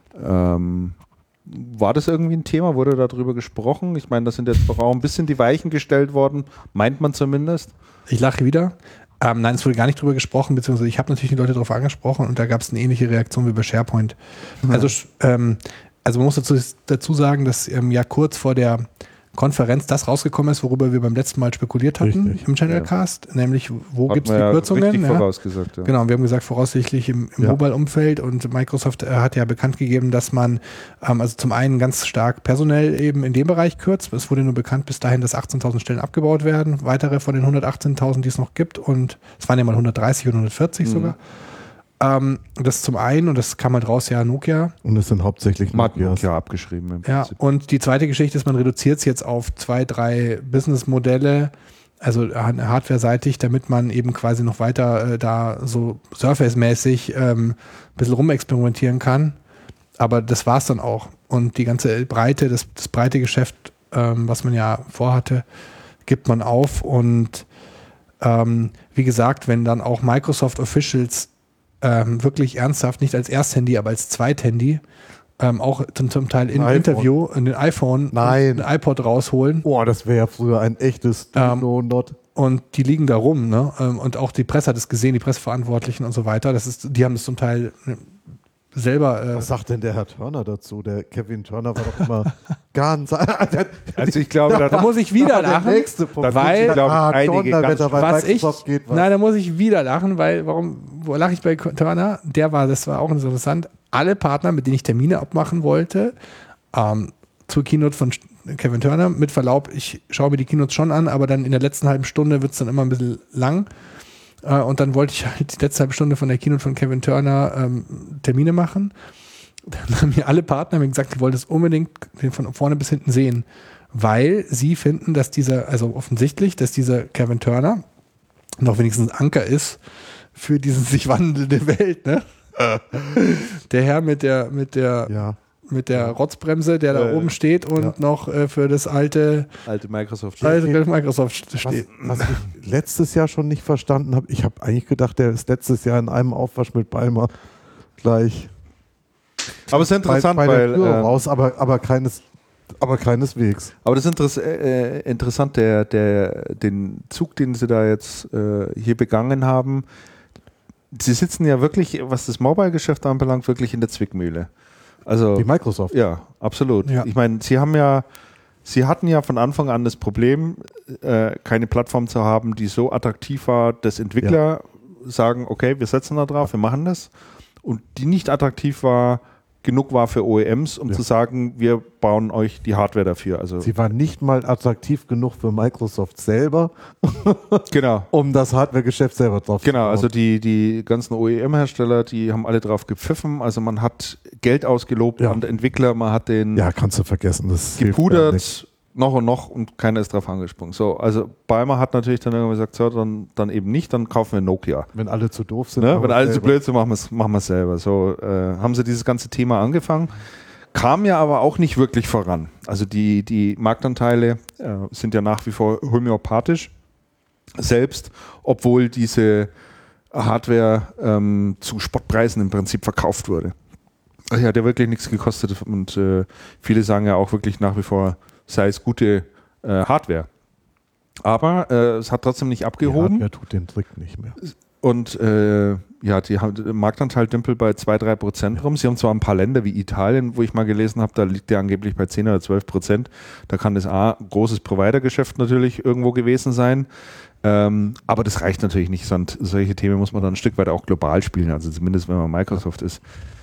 Ähm, war das irgendwie ein Thema? Wurde darüber gesprochen? Ich meine, da sind jetzt doch auch ein bisschen die Weichen gestellt worden, meint man zumindest. Ich lache wieder. Ähm, nein, es wurde gar nicht drüber gesprochen, beziehungsweise ich habe natürlich die Leute darauf angesprochen und da gab es eine ähnliche Reaktion wie bei SharePoint. Also, ähm, also man muss dazu, dazu sagen, dass ähm, ja kurz vor der Konferenz das rausgekommen ist, worüber wir beim letzten Mal spekuliert hatten Richtig. im Channelcast, nämlich wo Hat gibt es man die ja Kürzungen. richtig Ja. vorausgesagt. Ja. Genau, wir haben gesagt, voraussichtlich im, im Ja. Mobile-Umfeld und Microsoft äh, hat ja bekannt gegeben, dass man ähm, also zum einen ganz stark personell eben in dem Bereich kürzt. Es wurde nur bekannt bis dahin, dass achtzehntausend Stellen abgebaut werden, weitere von den hundertachtzehntausend, die es noch gibt und es waren ja mal hundertdreißig oder hundertvierzig Mhm. sogar. Ähm, das zum einen und das kam halt raus, ja, Nokia. Und es sind hauptsächlich Man hat Nokias. Nokia abgeschrieben im Ja, Prinzip. und die zweite Geschichte ist, man reduziert es jetzt auf zwei, drei Business-Modelle, also hardware-seitig, damit man eben quasi noch weiter äh, da so Surface-mäßig ähm, ein bisschen rumexperimentieren kann. Aber das war es dann auch. Und die ganze Breite, das, das breite Geschäft, ähm, was man ja vorhatte, gibt man auf. Und ähm, wie gesagt, wenn dann auch Microsoft Officials ähm, wirklich ernsthaft, nicht als Ersthandy, aber als Zweithandy, ähm, auch zum, zum Teil im Ein Interview in den iPhone, Nein. ein iPod rausholen. Boah, das wäre ja früher ein echtes Ähm, No-Not. Und die liegen da rum, ne? Und auch die Presse hat es gesehen, die Presseverantwortlichen und so weiter. Das ist, die haben es zum Teil selber. Äh Was sagt denn der Herr Turner dazu? Der Kevin Turner war doch immer ganz. Also ich glaube, da, da muss ich wieder lachen, Der nächste Punkt. weil- Da glaube ich, ah, einige Donnerwetter, ganz- weil was ich, Microsoft geht was. nein, da muss ich wieder lachen, weil, warum, wo lache ich bei Turner? Der war, das war auch interessant. Alle Partner, mit denen ich Termine abmachen wollte, ähm, zur Keynote von Kevin Turner, mit Verlaub, ich schaue mir die Keynotes schon an, aber dann in der letzten halben Stunde wird es dann immer ein bisschen lang. Äh, und dann wollte ich halt die letzte halbe Stunde von der Keynote von Kevin Turner ähm, Termine machen. Dann haben mir alle Partner mir gesagt, die wollten es unbedingt von vorne bis hinten sehen, weil sie finden, dass dieser, also offensichtlich, dass dieser Kevin Turner noch wenigstens Anker ist für diese sich wandelnde Welt, ne? Der Herr mit der, mit der, Ja. mit der Rotzbremse, der da Äh, oben steht und ja. noch äh, für das alte, alte Microsoft. alte Microsoft Was, steht. was ich letztes Jahr schon nicht verstanden habe, ich habe eigentlich gedacht, der ist letztes Jahr in einem Aufwasch mit Balmer gleich Aber es ist interessant, bei, bei der weil Tür äh, raus, aber, aber, keines, aber keineswegs. aber das ist interess äh, interessant, der, der, den Zug, den sie da jetzt äh, hier begangen haben. Sie sitzen ja wirklich, was das Mobile-Geschäft anbelangt, wirklich in der Zwickmühle. Also Die Microsoft. ja, absolut. Ja. Ich meine, sie haben ja, sie hatten ja von Anfang an das Problem, äh, keine Plattform zu haben, die so attraktiv war, dass Entwickler sagen, okay, wir setzen da drauf, wir machen das. Und die nicht attraktiv war, genug war für O E Ms, um Ja. zu sagen, wir bauen euch die Hardware dafür. Also Sie war nicht mal attraktiv genug für Microsoft selber, genau. um das Hardware-Geschäft selber drauf Genau, zu bauen. also die, die ganzen O E M-Hersteller, die haben alle drauf gepfiffen. Also man hat Geld ausgelobt Ja. an Entwickler, man hat den Ja, kannst du vergessen. Das hilft gar gepudert, nichts. noch und noch und keiner ist drauf angesprungen. So, also Balmer hat natürlich dann irgendwann gesagt, so, dann, dann eben nicht, dann kaufen wir Nokia. Wenn alle zu doof sind. Ne? machen Wenn wir alle zu selber. blöd sind, machen wir es machen wir's selber. So äh, haben sie dieses ganze Thema angefangen, kam ja aber auch nicht wirklich voran. Also die, die Marktanteile äh, sind ja nach wie vor homöopathisch selbst, obwohl diese Hardware ähm, zu Spottpreisen im Prinzip verkauft wurde. Also hat ja wirklich nichts gekostet und äh, viele sagen ja auch wirklich nach wie vor, sei es gute äh, Hardware. Aber äh, es hat trotzdem nicht Die abgehoben. Hardware tut den Trick nicht mehr. Und äh, ja, die haben der Marktanteil dümpelt bei zwei bis drei Prozent rum. Sie haben zwar ein paar Länder wie Italien, wo ich mal gelesen habe, da liegt der angeblich bei zehn oder zwölf Prozent. Da kann das A, ein großes Provider-Geschäft natürlich irgendwo gewesen sein. Ähm, aber das reicht natürlich nicht. Sondern solche Themen muss man dann ein Stück weit auch global spielen, also zumindest wenn man Microsoft ist.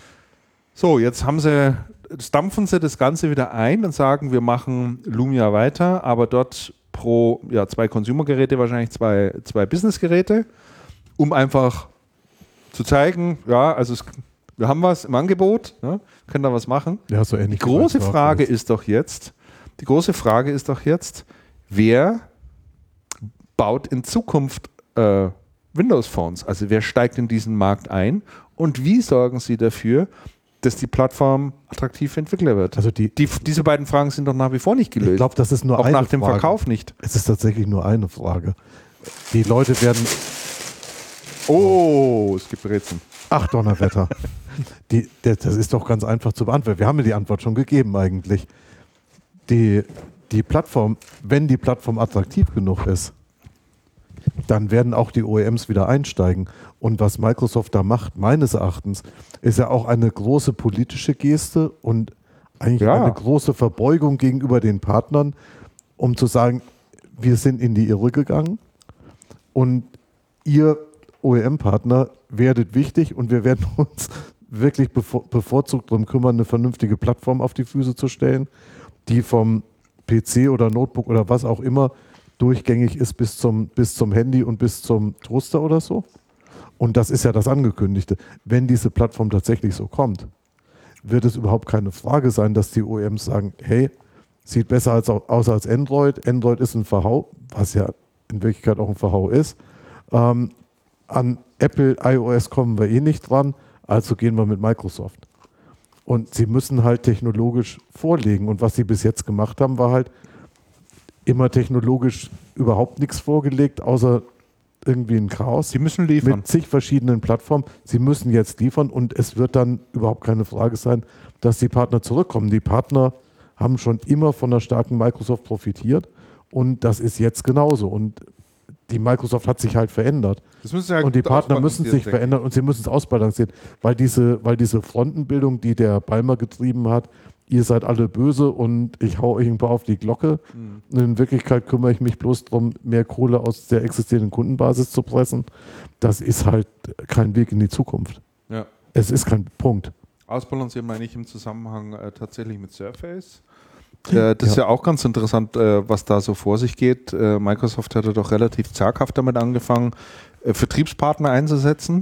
So, jetzt haben sie, stampfen sie das Ganze wieder ein und sagen, wir machen Lumia weiter, aber dort pro ja, zwei Consumer-Geräte, wahrscheinlich zwei, zwei Business-Geräte, um einfach zu zeigen, ja, also es, wir haben was im Angebot, ne, können da was machen. Ja, so Die ähnlich. große wie bei Frage Surface. ist doch jetzt, die große Frage ist doch jetzt, wer baut in Zukunft äh, Windows-Phones? Also wer steigt in diesen Markt ein und wie sorgen sie dafür, dass die Plattform attraktiv für Entwickler wird? Also die, Die, diese beiden Fragen sind doch nach wie vor nicht gelöst. ich glaube, das ist nur auch eine nach dem Frage. Verkauf nicht. Es ist tatsächlich nur eine Frage. Die Leute werden, Oh, es gibt Rätsel. ach Donnerwetter, die, der, das ist doch ganz einfach zu beantworten. Wir haben ja die Antwort schon gegeben eigentlich. Die, die Plattform, wenn die Plattform attraktiv genug ist, dann werden auch die O E Ms wieder einsteigen. Und was Microsoft da macht, meines Erachtens, ist ja auch eine große politische Geste und eigentlich Ja. eine große Verbeugung gegenüber den Partnern, um zu sagen, wir sind in die Irre gegangen und ihr O E M-Partner werdet wichtig und wir werden uns wirklich bevor, bevorzugt darum kümmern, eine vernünftige Plattform auf die Füße zu stellen, die vom P C oder Notebook oder was auch immer durchgängig ist bis zum, bis zum Handy und bis zum Toaster oder so. Und das ist ja das Angekündigte. Wenn diese Plattform tatsächlich so kommt, wird es überhaupt keine Frage sein, dass die O E Ms sagen, hey, sieht besser als, aus als Android. Android ist ein Verhau, was ja in Wirklichkeit auch ein Verhau ist. Ähm, an Apple iOS kommen wir eh nicht dran, also gehen wir mit Microsoft. Und sie müssen halt technologisch vorlegen. Und was sie bis jetzt gemacht haben, war halt immer technologisch überhaupt nichts vorgelegt, außer irgendwie ein Chaos. Sie müssen liefern. Mit zig verschiedenen Plattformen. Sie müssen jetzt liefern und es wird dann überhaupt keine Frage sein, dass die Partner zurückkommen. Die Partner haben schon immer von der starken Microsoft profitiert und das ist jetzt genauso. Und die Microsoft hat sich halt verändert. Das müssen ja und die Partner müssen sich denken. verändern und sie müssen es ausbalancieren, weil diese, weil diese Frontenbildung, die der Ballmer getrieben hat, ihr seid alle böse und ich hau euch irgendwo auf die Glocke. Mhm. In Wirklichkeit kümmere ich mich bloß darum, mehr Kohle aus der existierenden Kundenbasis zu pressen. Das ist halt kein Weg in die Zukunft. Ja. Es ist kein Punkt. Ausbalancieren meine ich im Zusammenhang äh, tatsächlich mit Surface. Äh, das ja. ist ja auch ganz interessant, äh, was da so vor sich geht. Äh, Microsoft hatte doch relativ zaghaft damit angefangen, äh, Vertriebspartner einzusetzen.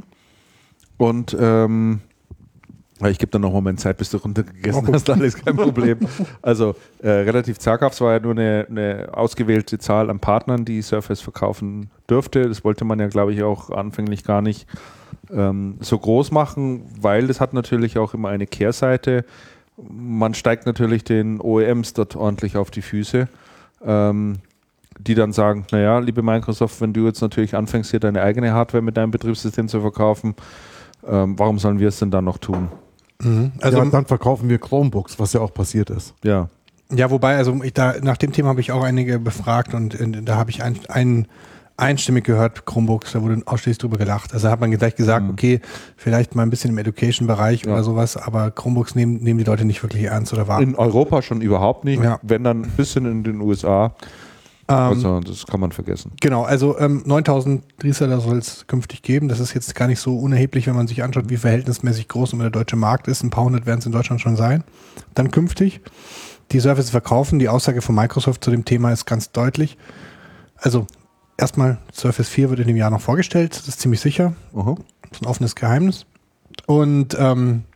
Und ähm, ich gebe dann noch einen Moment Zeit, bis du runtergegessen hast, alles kein Problem. Also äh, relativ zaghaft, es war ja nur eine, eine ausgewählte Zahl an Partnern, die Surface verkaufen dürfte. Das wollte man ja, glaube ich, auch anfänglich gar nicht ähm, so groß machen, weil das hat natürlich auch immer eine Kehrseite. Man steigt natürlich den O E Ms dort ordentlich auf die Füße, ähm, die dann sagen, naja, liebe Microsoft, wenn du jetzt natürlich anfängst, hier deine eigene Hardware mit deinem Betriebssystem zu verkaufen, ähm, warum sollen wir es denn dann noch tun? Mhm. Also ja, dann verkaufen wir Chromebooks, was ja auch passiert ist. Ja. Ja, wobei, also ich da, nach dem Thema habe ich auch einige befragt und äh, da habe ich ein, ein einstimmig gehört, Chromebooks, da wurde ausschließlich drüber gelacht. Also hat man gleich gesagt, mhm. okay, vielleicht mal ein bisschen im Education-Bereich ja. oder sowas, aber Chromebooks nehmen, nehmen die Leute nicht wirklich ernst oder wahr. In Europa schon überhaupt nicht, ja. wenn dann ein bisschen in den U S A. Ähm, also das kann man vergessen. Genau, also ähm, neuntausend Reseller soll es künftig geben. Das ist jetzt gar nicht so unerheblich, wenn man sich anschaut, wie verhältnismäßig groß immer der deutsche Markt ist. Ein paar hundert werden es in Deutschland schon sein. Dann künftig die Services verkaufen. Die Aussage von Microsoft zu dem Thema ist ganz deutlich. Also erstmal, Surface vier wird in dem Jahr noch vorgestellt, das ist ziemlich sicher. Uh-huh. Das ist ein offenes Geheimnis. Und ähm,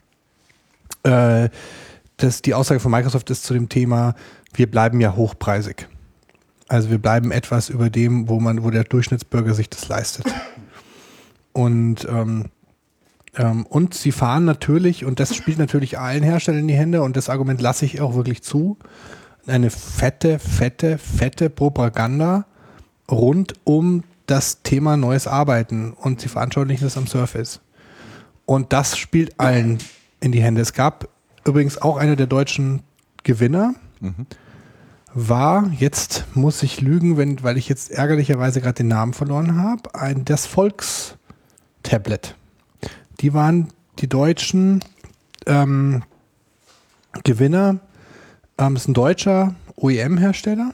äh, das, die Aussage von Microsoft ist zu dem Thema, wir bleiben ja hochpreisig. Also wir bleiben etwas über dem, wo man, wo der Durchschnittsbürger sich das leistet. Und, ähm, ähm, und sie fahren natürlich, und das spielt natürlich allen Herstellern in die Hände, und das Argument lasse ich auch wirklich zu, eine fette, fette, fette Propaganda rund um das Thema neues Arbeiten, und sie veranschaulichen das am Surface. Und das spielt allen in die Hände. Es gab übrigens auch einer der deutschen Gewinner, mhm. war, jetzt muss ich lügen, wenn, weil ich jetzt ärgerlicherweise gerade den Namen verloren habe, ein das Volkstablet. Die waren die deutschen ähm, Gewinner. Ähm, das ist ein deutscher O E M-Hersteller,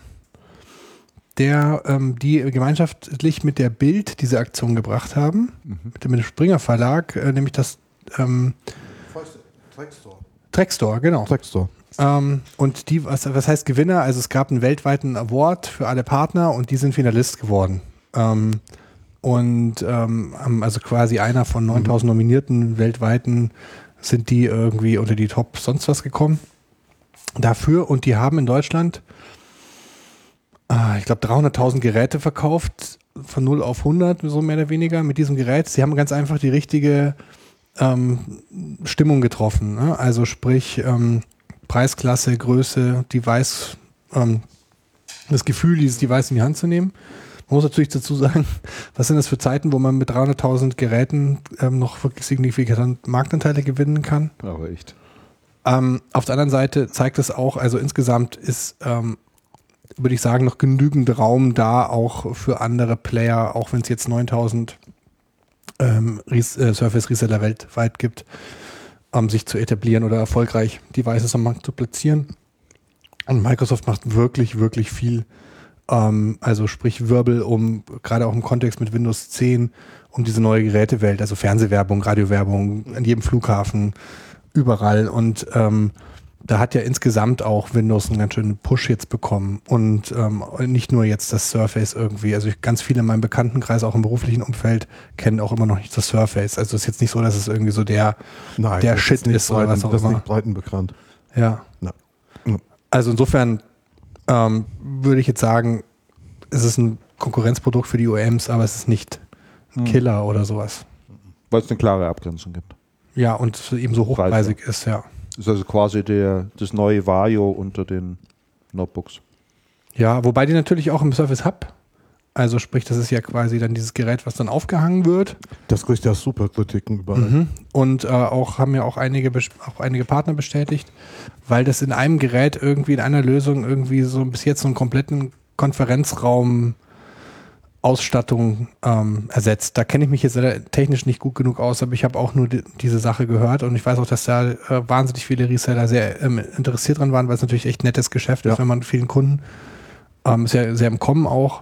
der ähm, die gemeinschaftlich mit der Bild diese Aktion gebracht haben, mhm. mit dem Springer Verlag, äh, nämlich das ähm, Trackstore. Trackstore, genau. Trackstore. Ähm, und die, was, was heißt Gewinner? Also es gab einen weltweiten Award für alle Partner und die sind Finalist geworden. Ähm, und ähm, also quasi einer von neuntausend mhm. Nominierten weltweiten sind die irgendwie unter die Top sonst was gekommen. Dafür, und die haben in Deutschland ich glaube, dreihunderttausend Geräte verkauft, von null auf hundert, so mehr oder weniger, mit diesem Gerät. Sie haben ganz einfach die richtige ähm, Stimmung getroffen. Ne? Also sprich, ähm, Preisklasse, Größe, Device, ähm, das Gefühl, dieses Device in die Hand zu nehmen. Man muss natürlich dazu sagen, was sind das für Zeiten, wo man mit dreihunderttausend Geräten ähm, noch wirklich signifikant Marktanteile gewinnen kann. Aber echt. Ähm, auf der anderen Seite zeigt es auch, also insgesamt ist ähm, würde ich sagen, noch genügend Raum da, auch für andere Player, auch wenn es jetzt neuntausend ähm, Res- äh, Surface Reseller weltweit gibt, ähm, sich zu etablieren oder erfolgreich Devices am Markt zu platzieren. Und Microsoft macht wirklich, wirklich viel, ähm, also sprich Wirbel um, gerade auch im Kontext mit Windows zehn, um diese neue Gerätewelt, also Fernsehwerbung, Radiowerbung, an jedem Flughafen, überall, und ähm, da hat ja insgesamt auch Windows einen ganz schönen Push jetzt bekommen, und ähm, nicht nur jetzt das Surface irgendwie. Also ich, ganz viele in meinem Bekanntenkreis, auch im beruflichen Umfeld, kennen auch immer noch nicht das Surface. Also es ist jetzt nicht so, dass es irgendwie so der, Nein, der Shit ist, ist breiten, oder was auch das immer. ist nicht breitenbekannt. Ja. Nein. Also insofern ähm, würde ich jetzt sagen, es ist ein Konkurrenzprodukt für die O E Ms, aber es ist nicht ein Killer hm. oder sowas. Weil es eine klare Abgrenzung gibt. Ja, und es eben so hochpreisig Preise. ist, ja. Das ist also quasi der, das neue Vario unter den Notebooks. Ja, wobei die natürlich auch im Surface Hub Also sprich, das ist ja quasi dann dieses Gerät, was dann aufgehangen wird. Das kriegt ja super Kritiken überall. Mhm. Und äh, auch haben ja auch einige, auch einige Partner bestätigt, weil das in einem Gerät irgendwie in einer Lösung irgendwie so bis jetzt so einen kompletten Konferenzraum Ausstattung ähm, ersetzt. Da kenne ich mich jetzt technisch nicht gut genug aus, aber ich habe auch nur die, diese Sache gehört und ich weiß auch, dass da äh, wahnsinnig viele Reseller sehr ähm, interessiert dran waren, weil es natürlich echt nettes Geschäft ja. ist, wenn man mit vielen Kunden ähm, ist ja sehr im Kommen auch,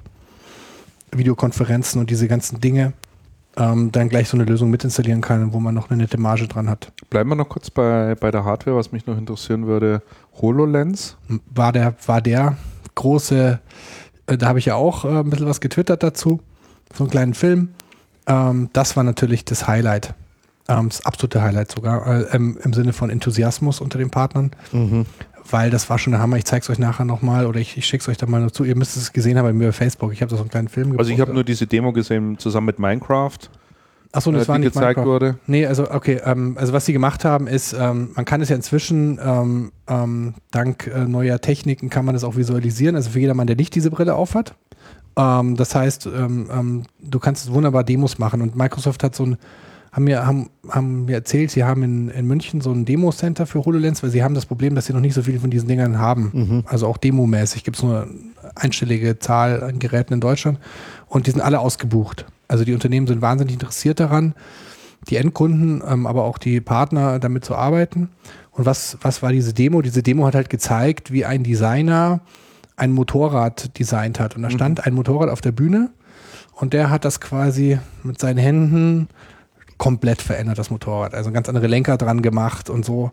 Videokonferenzen und diese ganzen Dinge, ähm, dann gleich so eine Lösung mitinstallieren kann, wo man noch eine nette Marge dran hat. Bleiben wir noch kurz bei, bei der Hardware, was mich noch interessieren würde. HoloLens? War der, war der große, äh, da habe ich ja auch äh, ein bisschen was getwittert dazu, so einen kleinen Film. Ähm, das war natürlich das Highlight, ähm, das absolute Highlight sogar, äh, im, im Sinne von Enthusiasmus unter den Partnern. Mhm. Weil das war schon der Hammer. Ich zeige es euch nachher nochmal oder ich, ich schicke es euch dann mal noch zu. Ihr müsst es gesehen haben bei mir bei Facebook. Ich habe da so einen kleinen Film gepostet. Also ich habe nur diese Demo gesehen zusammen mit Minecraft. Achso, das äh, war die nicht gezeigt Minecraft. wurde. Nee, also okay. Ähm, also was sie gemacht haben ist, ähm, man kann es ja inzwischen ähm, ähm, dank äh, neuer Techniken kann man das auch visualisieren. Also für jedermann, der nicht diese Brille aufhat. Ähm, das heißt, ähm, ähm, du kannst wunderbar Demos machen und Microsoft hat so ein haben mir, haben, haben mir erzählt, sie haben in, in München so ein Demo-Center für HoloLens, weil sie haben das Problem, dass sie noch nicht so viele von diesen Dingern haben. Mhm. Also auch demomäßig gibt es nur eine einstellige Zahl an Geräten in Deutschland und die sind alle ausgebucht. Also die Unternehmen sind wahnsinnig interessiert daran, die Endkunden, ähm, aber auch die Partner damit zu arbeiten. Und was, was war diese Demo? Diese Demo hat halt gezeigt, wie ein Designer ein Motorrad designt hat. Und da stand mhm. ein Motorrad auf der Bühne und der hat das quasi mit seinen Händen komplett verändert, das Motorrad. Also ganz andere Lenker dran gemacht und so.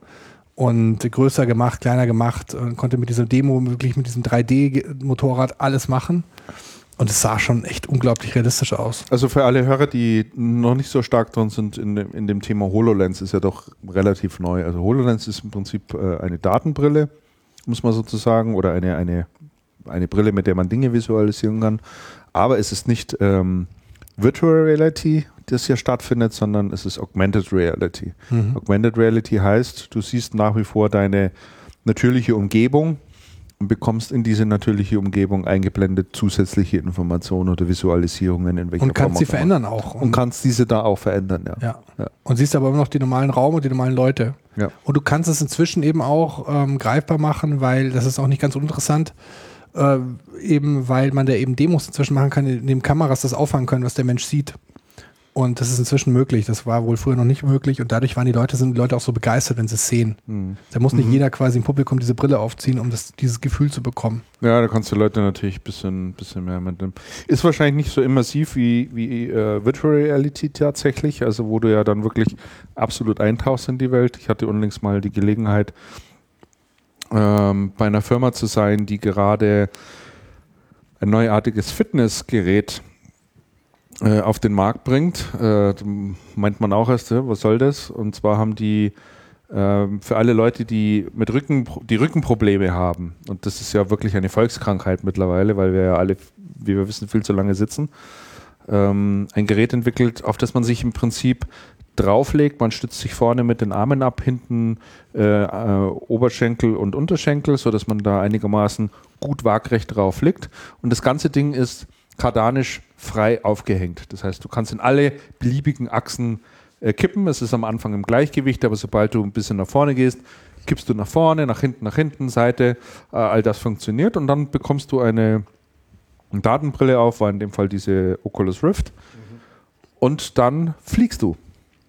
Und größer gemacht, kleiner gemacht. Und konnte mit dieser Demo wirklich mit diesem drei D-Motorrad alles machen. Und es sah schon echt unglaublich realistisch aus. Also für alle Hörer, die noch nicht so stark drin sind in dem, in dem Thema HoloLens, ist ja doch relativ neu. Also HoloLens ist im Prinzip äh, eine Datenbrille, muss man sozusagen, oder eine, eine, eine Brille, mit der man Dinge visualisieren kann. Aber es ist nicht ähm, Virtual Reality, das hier stattfindet, sondern es ist Augmented Reality. Mhm. Augmented Reality heißt, du siehst nach wie vor deine natürliche Umgebung und bekommst in diese natürliche Umgebung eingeblendet zusätzliche Informationen oder Visualisierungen in welcher Form. Und kannst sie verändern auch. Und, und kannst diese da auch verändern, ja. Ja. ja. Und siehst aber immer noch die normalen Raum und die normalen Leute. Ja. Und du kannst es inzwischen eben auch ähm, greifbar machen, weil das ist auch nicht ganz uninteressant, äh, eben weil man da eben Demos inzwischen machen kann, in dem Kameras das auffangen können, was der Mensch sieht. Und das ist inzwischen möglich. Das war wohl früher noch nicht möglich. Und dadurch waren die Leute, sind die Leute auch so begeistert, wenn sie es sehen. Mhm. Da muss nicht mhm. jeder quasi im Publikum diese Brille aufziehen, um das, dieses Gefühl zu bekommen. Ja, da kannst du Leute natürlich ein bisschen, bisschen mehr mit dem. Ist wahrscheinlich nicht so immersiv wie, wie äh, Virtual Reality tatsächlich, also wo du ja dann wirklich absolut eintauchst in die Welt. Ich hatte unlängst mal die Gelegenheit, ähm, bei einer Firma zu sein, die gerade ein neuartiges Fitnessgerät auf den Markt bringt. Äh, meint man auch erst, was soll das? Und zwar haben die äh, für alle Leute, die mit Rücken, die Rückenprobleme haben, und das ist ja wirklich eine Volkskrankheit mittlerweile, weil wir ja alle, wie wir wissen, viel zu lange sitzen, ähm, ein Gerät entwickelt, auf das man sich im Prinzip drauflegt. Man stützt sich vorne mit den Armen ab, hinten äh, äh, Oberschenkel und Unterschenkel, sodass man da einigermaßen gut waagrecht drauf liegt. Und das ganze Ding ist kardanisch frei aufgehängt. Das heißt, du kannst in alle beliebigen Achsen äh, kippen. Es ist am Anfang im Gleichgewicht, aber sobald du ein bisschen nach vorne gehst, kippst du nach vorne, nach hinten, nach hinten, Seite. Äh, all das funktioniert und dann bekommst du eine, eine Datenbrille auf, war in dem Fall diese Oculus Rift. Mhm. Und dann fliegst du.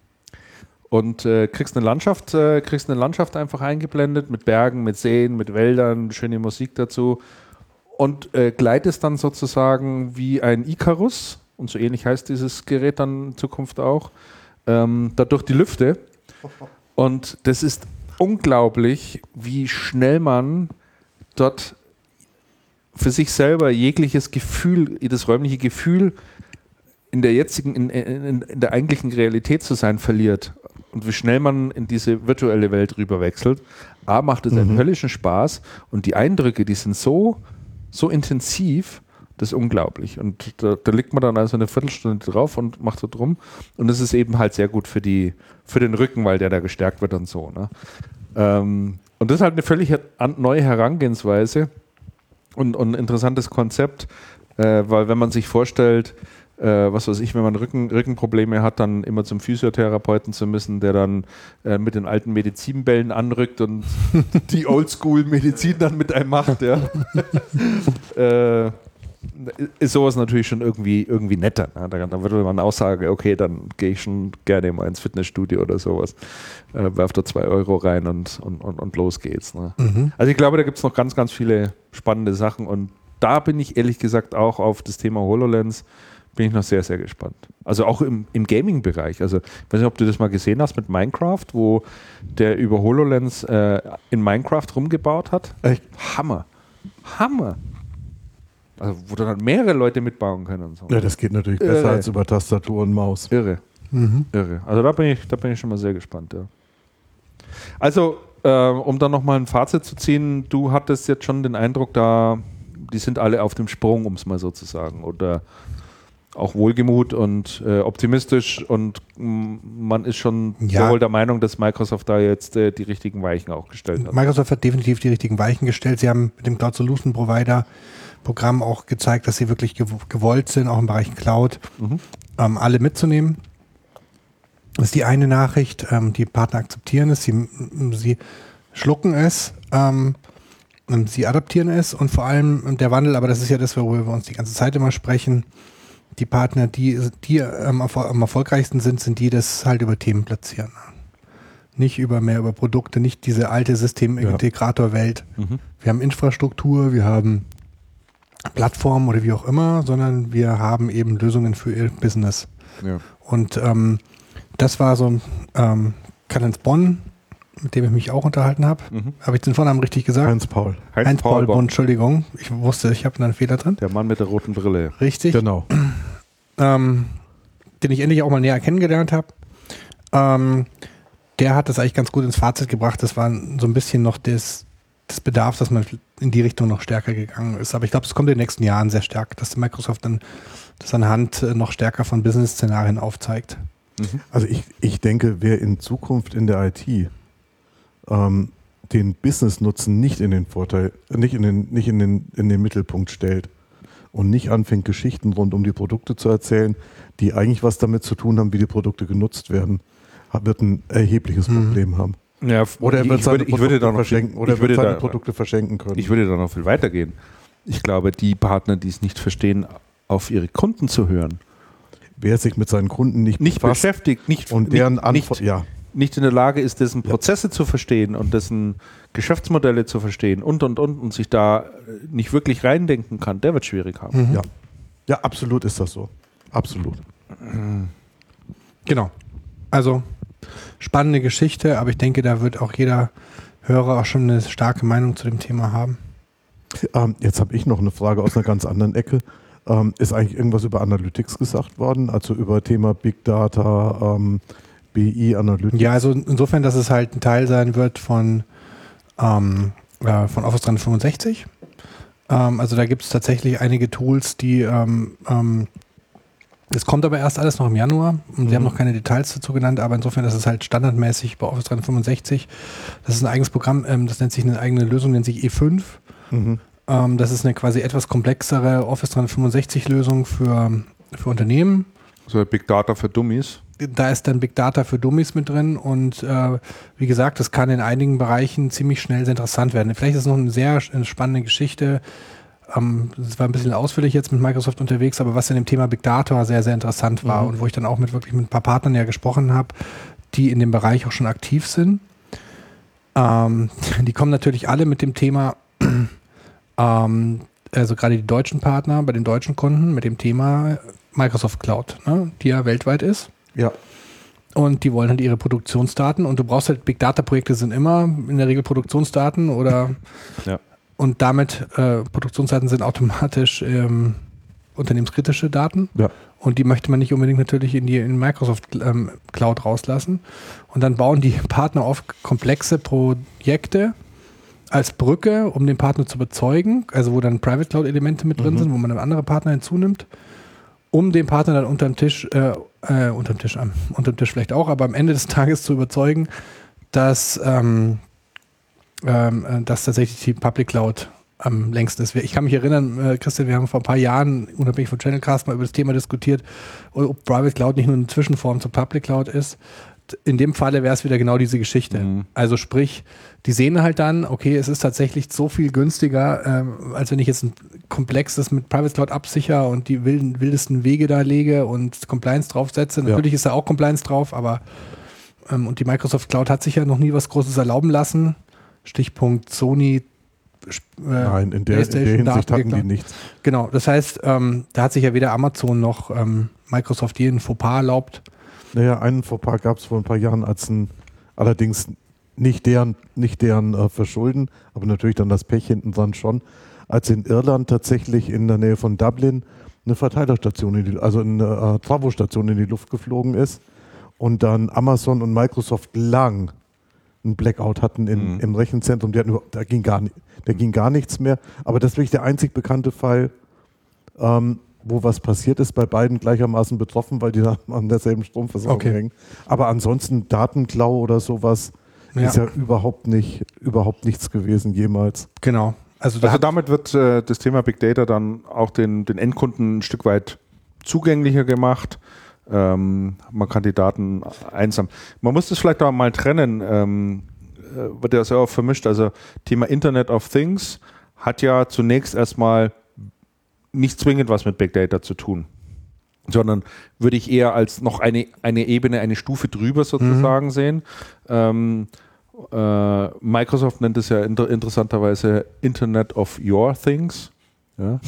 Und äh, kriegst eine Landschaft, äh, kriegst eine Landschaft einfach eingeblendet mit Bergen, mit Seen, mit Wäldern, schöne Musik dazu. Und äh, gleitest dann sozusagen wie ein Icarus, und so ähnlich heißt dieses Gerät dann in Zukunft auch, ähm, da durch die Lüfte. Und das ist unglaublich, wie schnell man dort für sich selber jegliches Gefühl, das räumliche Gefühl in der jetzigen, in, in, in der eigentlichen Realität zu sein verliert. Und wie schnell man in diese virtuelle Welt rüberwechselt. A, macht es einen mhm. höllischen Spaß und die Eindrücke, die sind so so intensiv, das ist unglaublich. Und da, da liegt man dann also eine Viertelstunde drauf und macht so drum. Und das ist eben halt sehr gut für die, für den Rücken, weil der da gestärkt wird und so. Ne? Ähm, und das ist halt eine völlig her- neue Herangehensweise und, und ein interessantes Konzept, Äh, weil wenn man sich vorstellt, äh, was weiß ich, wenn man Rücken, Rückenprobleme hat, dann immer zum Physiotherapeuten zu müssen, der dann äh, mit den alten Medizinbällen anrückt und die Oldschool-Medizin dann mit einem macht, ja. äh, ist sowas natürlich schon irgendwie, irgendwie netter. Ne? Da, da würde man auch sagen, okay, dann gehe ich schon gerne mal ins Fitnessstudio oder sowas, äh, werf da zwei Euro rein und, und, und, und los geht's. Ne? Mhm. Also ich glaube, da gibt es noch ganz, ganz viele spannende Sachen und da bin ich ehrlich gesagt auch auf das Thema HoloLens bin ich noch sehr, sehr gespannt. Also auch im, im Gaming-Bereich. Also ich weiß nicht, ob du das mal gesehen hast mit Minecraft, wo der über HoloLens äh, in Minecraft rumgebaut hat. Echt? Hammer. Hammer. Also wo dann mehrere Leute mitbauen können und so. Ja, das geht natürlich besser Irre. als über Tastatur und Maus. Irre. Mhm. Irre. Also da bin ich, da bin ich schon mal sehr gespannt, ja. Also, äh, um dann nochmal ein Fazit zu ziehen, du hattest jetzt schon den Eindruck, da die sind alle auf dem Sprung, um es mal so zu sagen. Oder auch wohlgemut und äh, optimistisch und mh, man ist schon Ja. sehr wohl der Meinung, dass Microsoft da jetzt äh, die richtigen Weichen auch gestellt hat. Microsoft hat definitiv die richtigen Weichen gestellt. Sie haben mit dem Cloud Solution Provider Programm auch gezeigt, dass sie wirklich gew gewollt sind, auch im Bereich Cloud, Mhm. ähm, alle mitzunehmen. Das ist die eine Nachricht. Ähm, die Partner akzeptieren es, sie, m- sie schlucken es, ähm, und sie adaptieren es und vor allem der Wandel, aber das ist ja das, worüber wir uns die ganze Zeit immer sprechen. Die Partner, die, die ähm, erfol- am erfolgreichsten sind, sind die, die das halt über Themen platzieren. Nicht über mehr über Produkte, nicht diese alte Systemintegrator-Welt. Mhm. Wir haben Infrastruktur, wir haben Plattformen oder wie auch immer, sondern wir haben eben Lösungen für ihr Business. Ja. Und ähm, das war so ein ähm, Karl-Heinz Bonn, mit dem ich mich auch unterhalten habe. Mhm. Habe ich den Vornamen richtig gesagt? Heinz-Paul. Heinz-Paul Bonn, Entschuldigung. Ich wusste, ich habe da einen Fehler drin. Der Mann mit der roten Brille. Richtig. Genau. Ähm, den ich endlich auch mal näher kennengelernt habe. Ähm, der hat das eigentlich ganz gut ins Fazit gebracht. Das war so ein bisschen noch das, das Bedarf, dass man in die Richtung noch stärker gegangen ist. Aber ich glaube, es kommt in den nächsten Jahren sehr stark, dass Microsoft dann das anhand äh, noch stärker von Business-Szenarien aufzeigt. Mhm. Also ich, ich denke, wer in Zukunft in der I T ähm, den Business-Nutzen nicht in den Vorteil, nicht in den, nicht in den, in den Mittelpunkt stellt und nicht anfängt, Geschichten rund um die Produkte zu erzählen, die eigentlich was damit zu tun haben, wie die Produkte genutzt werden, hat- wird ein erhebliches Mhm. Problem haben. Ja, Oder er ich, wird ich seine würde, ich Produkte würde da noch verschenken, oder ich er wird würde seine da, Produkte verschenken können. Ich würde da noch viel weiter gehen. Ich glaube, die Partner, die es nicht verstehen, auf ihre Kunden zu hören, Wer sich mit seinen Kunden nicht, nicht befasst beschäftigt, nicht, und deren nicht, Antwort, nicht, ja, nicht in der Lage ist, dessen Prozesse zu verstehen und dessen Geschäftsmodelle zu verstehen und, und, und, und sich da nicht wirklich reindenken kann, der wird schwierig haben. Mhm. ja, ja, absolut ist das so. Absolut. Genau. Also spannende Geschichte, aber ich denke, da wird auch jeder Hörer auch schon eine starke Meinung zu dem Thema haben. Ähm, jetzt habe ich noch eine Frage aus einer ganz anderen Ecke. Ähm, ist eigentlich irgendwas über Analytics gesagt worden? Also über Thema Big Data, ähm, B I Analytics? Ja, also insofern, dass es halt ein Teil sein wird von, ähm, äh, von Office dreihundertfünfundsechzig. Ähm, also da gibt es tatsächlich einige Tools, die ähm, ähm, es kommt aber erst alles noch im Januar und wir haben noch keine Details dazu genannt, aber insofern, das ist halt standardmäßig bei Office dreihundertfünfundsechzig. Das ist ein eigenes Programm, ähm, das nennt sich eine eigene Lösung, nennt sich E fünf. Mhm. Ähm, das ist eine quasi etwas komplexere Office dreihundertfünfundsechzig Lösung für, für Unternehmen. So Big Data für Dummies. Da ist dann Big Data für Dummies mit drin und äh, wie gesagt, das kann in einigen Bereichen ziemlich schnell sehr interessant werden. Vielleicht ist es noch eine sehr spannende Geschichte. Ähm, das war ein bisschen ausführlich jetzt mit Microsoft unterwegs, aber was in dem Thema Big Data sehr, sehr interessant war Mhm. und wo ich dann auch mit wirklich mit ein paar Partnern ja gesprochen habe, die in dem Bereich auch schon aktiv sind. Ähm, die kommen natürlich alle mit dem Thema, ähm, also gerade die deutschen Partner bei den deutschen Kunden mit dem Thema Microsoft Cloud, ne, die ja weltweit ist. Ja. Und die wollen halt ihre Produktionsdaten und du brauchst halt Big Data Projekte sind immer in der Regel Produktionsdaten oder Ja. und damit äh, Produktionsdaten sind automatisch ähm, unternehmenskritische Daten Ja. und die möchte man nicht unbedingt natürlich in die in Microsoft ähm, Cloud rauslassen und dann bauen die Partner oft komplexe Projekte als Brücke, um den Partner zu überzeugen, also wo dann Private Cloud Elemente mit drin Mhm. sind, wo man dann andere Partner hinzunimmt, um den Partner dann unterm Tisch, äh, äh, unterm Tisch, am, unterm Tisch vielleicht auch, aber am Ende des Tages zu überzeugen, dass, ähm, ähm, äh, dass tatsächlich die Public Cloud am längsten ist. Ich kann mich erinnern, äh, Christian, wir haben vor ein paar Jahren, unabhängig von Channelcast, mal über das Thema diskutiert, ob Private Cloud nicht nur eine Zwischenform zur Public Cloud ist. In dem Falle wäre es wieder genau diese Geschichte. Mhm. Also sprich, die sehen halt dann, okay, es ist tatsächlich so viel günstiger, ähm, als wenn ich jetzt ein komplexes mit Private Cloud absichere und die wilden, wildesten Wege da lege und Compliance draufsetze. Natürlich ja. ist da auch Compliance drauf, aber ähm, und die Microsoft Cloud hat sich ja noch nie was Großes erlauben lassen. Stichpunkt Sony. Äh, Nein, in der, in der Hinsicht hatten die nichts. Genau, das heißt, ähm, da hat sich ja weder Amazon noch ähm, Microsoft jeden Fauxpas erlaubt. Naja, einen Fauxpas gab es vor ein paar Jahren, als ein, allerdings nicht deren, nicht deren äh, Verschulden, aber natürlich dann das Pech hinten dran schon, als in Irland tatsächlich in der Nähe von Dublin eine Verteilerstation, in die, also eine äh, Travo-Station in die Luft geflogen ist und dann Amazon und Microsoft lang einen Blackout hatten in, mhm. im Rechenzentrum, die hatten nur, da, ging gar nicht, da ging gar nichts mehr, aber das ist wirklich der einzig bekannte Fall, ähm, wo was passiert ist, bei beiden gleichermaßen betroffen, weil die da an derselben Stromversorgung okay. hängen. Aber ansonsten Datenklau oder sowas ja. ist ja überhaupt nicht, überhaupt nichts gewesen jemals. Genau. Also, da also damit wird äh, das Thema Big Data dann auch den, den Endkunden ein Stück weit zugänglicher gemacht. Ähm, man kann die Daten einsammeln. Man muss das vielleicht auch mal trennen, ähm, äh, wird ja sehr oft vermischt. Also Thema Internet of Things hat ja zunächst erstmal nicht zwingend was mit Big Data zu tun, sondern würde ich eher als noch eine, eine Ebene, eine Stufe drüber sozusagen mhm. sehen. Ähm, äh, Microsoft nennt es ja inter- interessanterweise Internet of Your Things. Ja.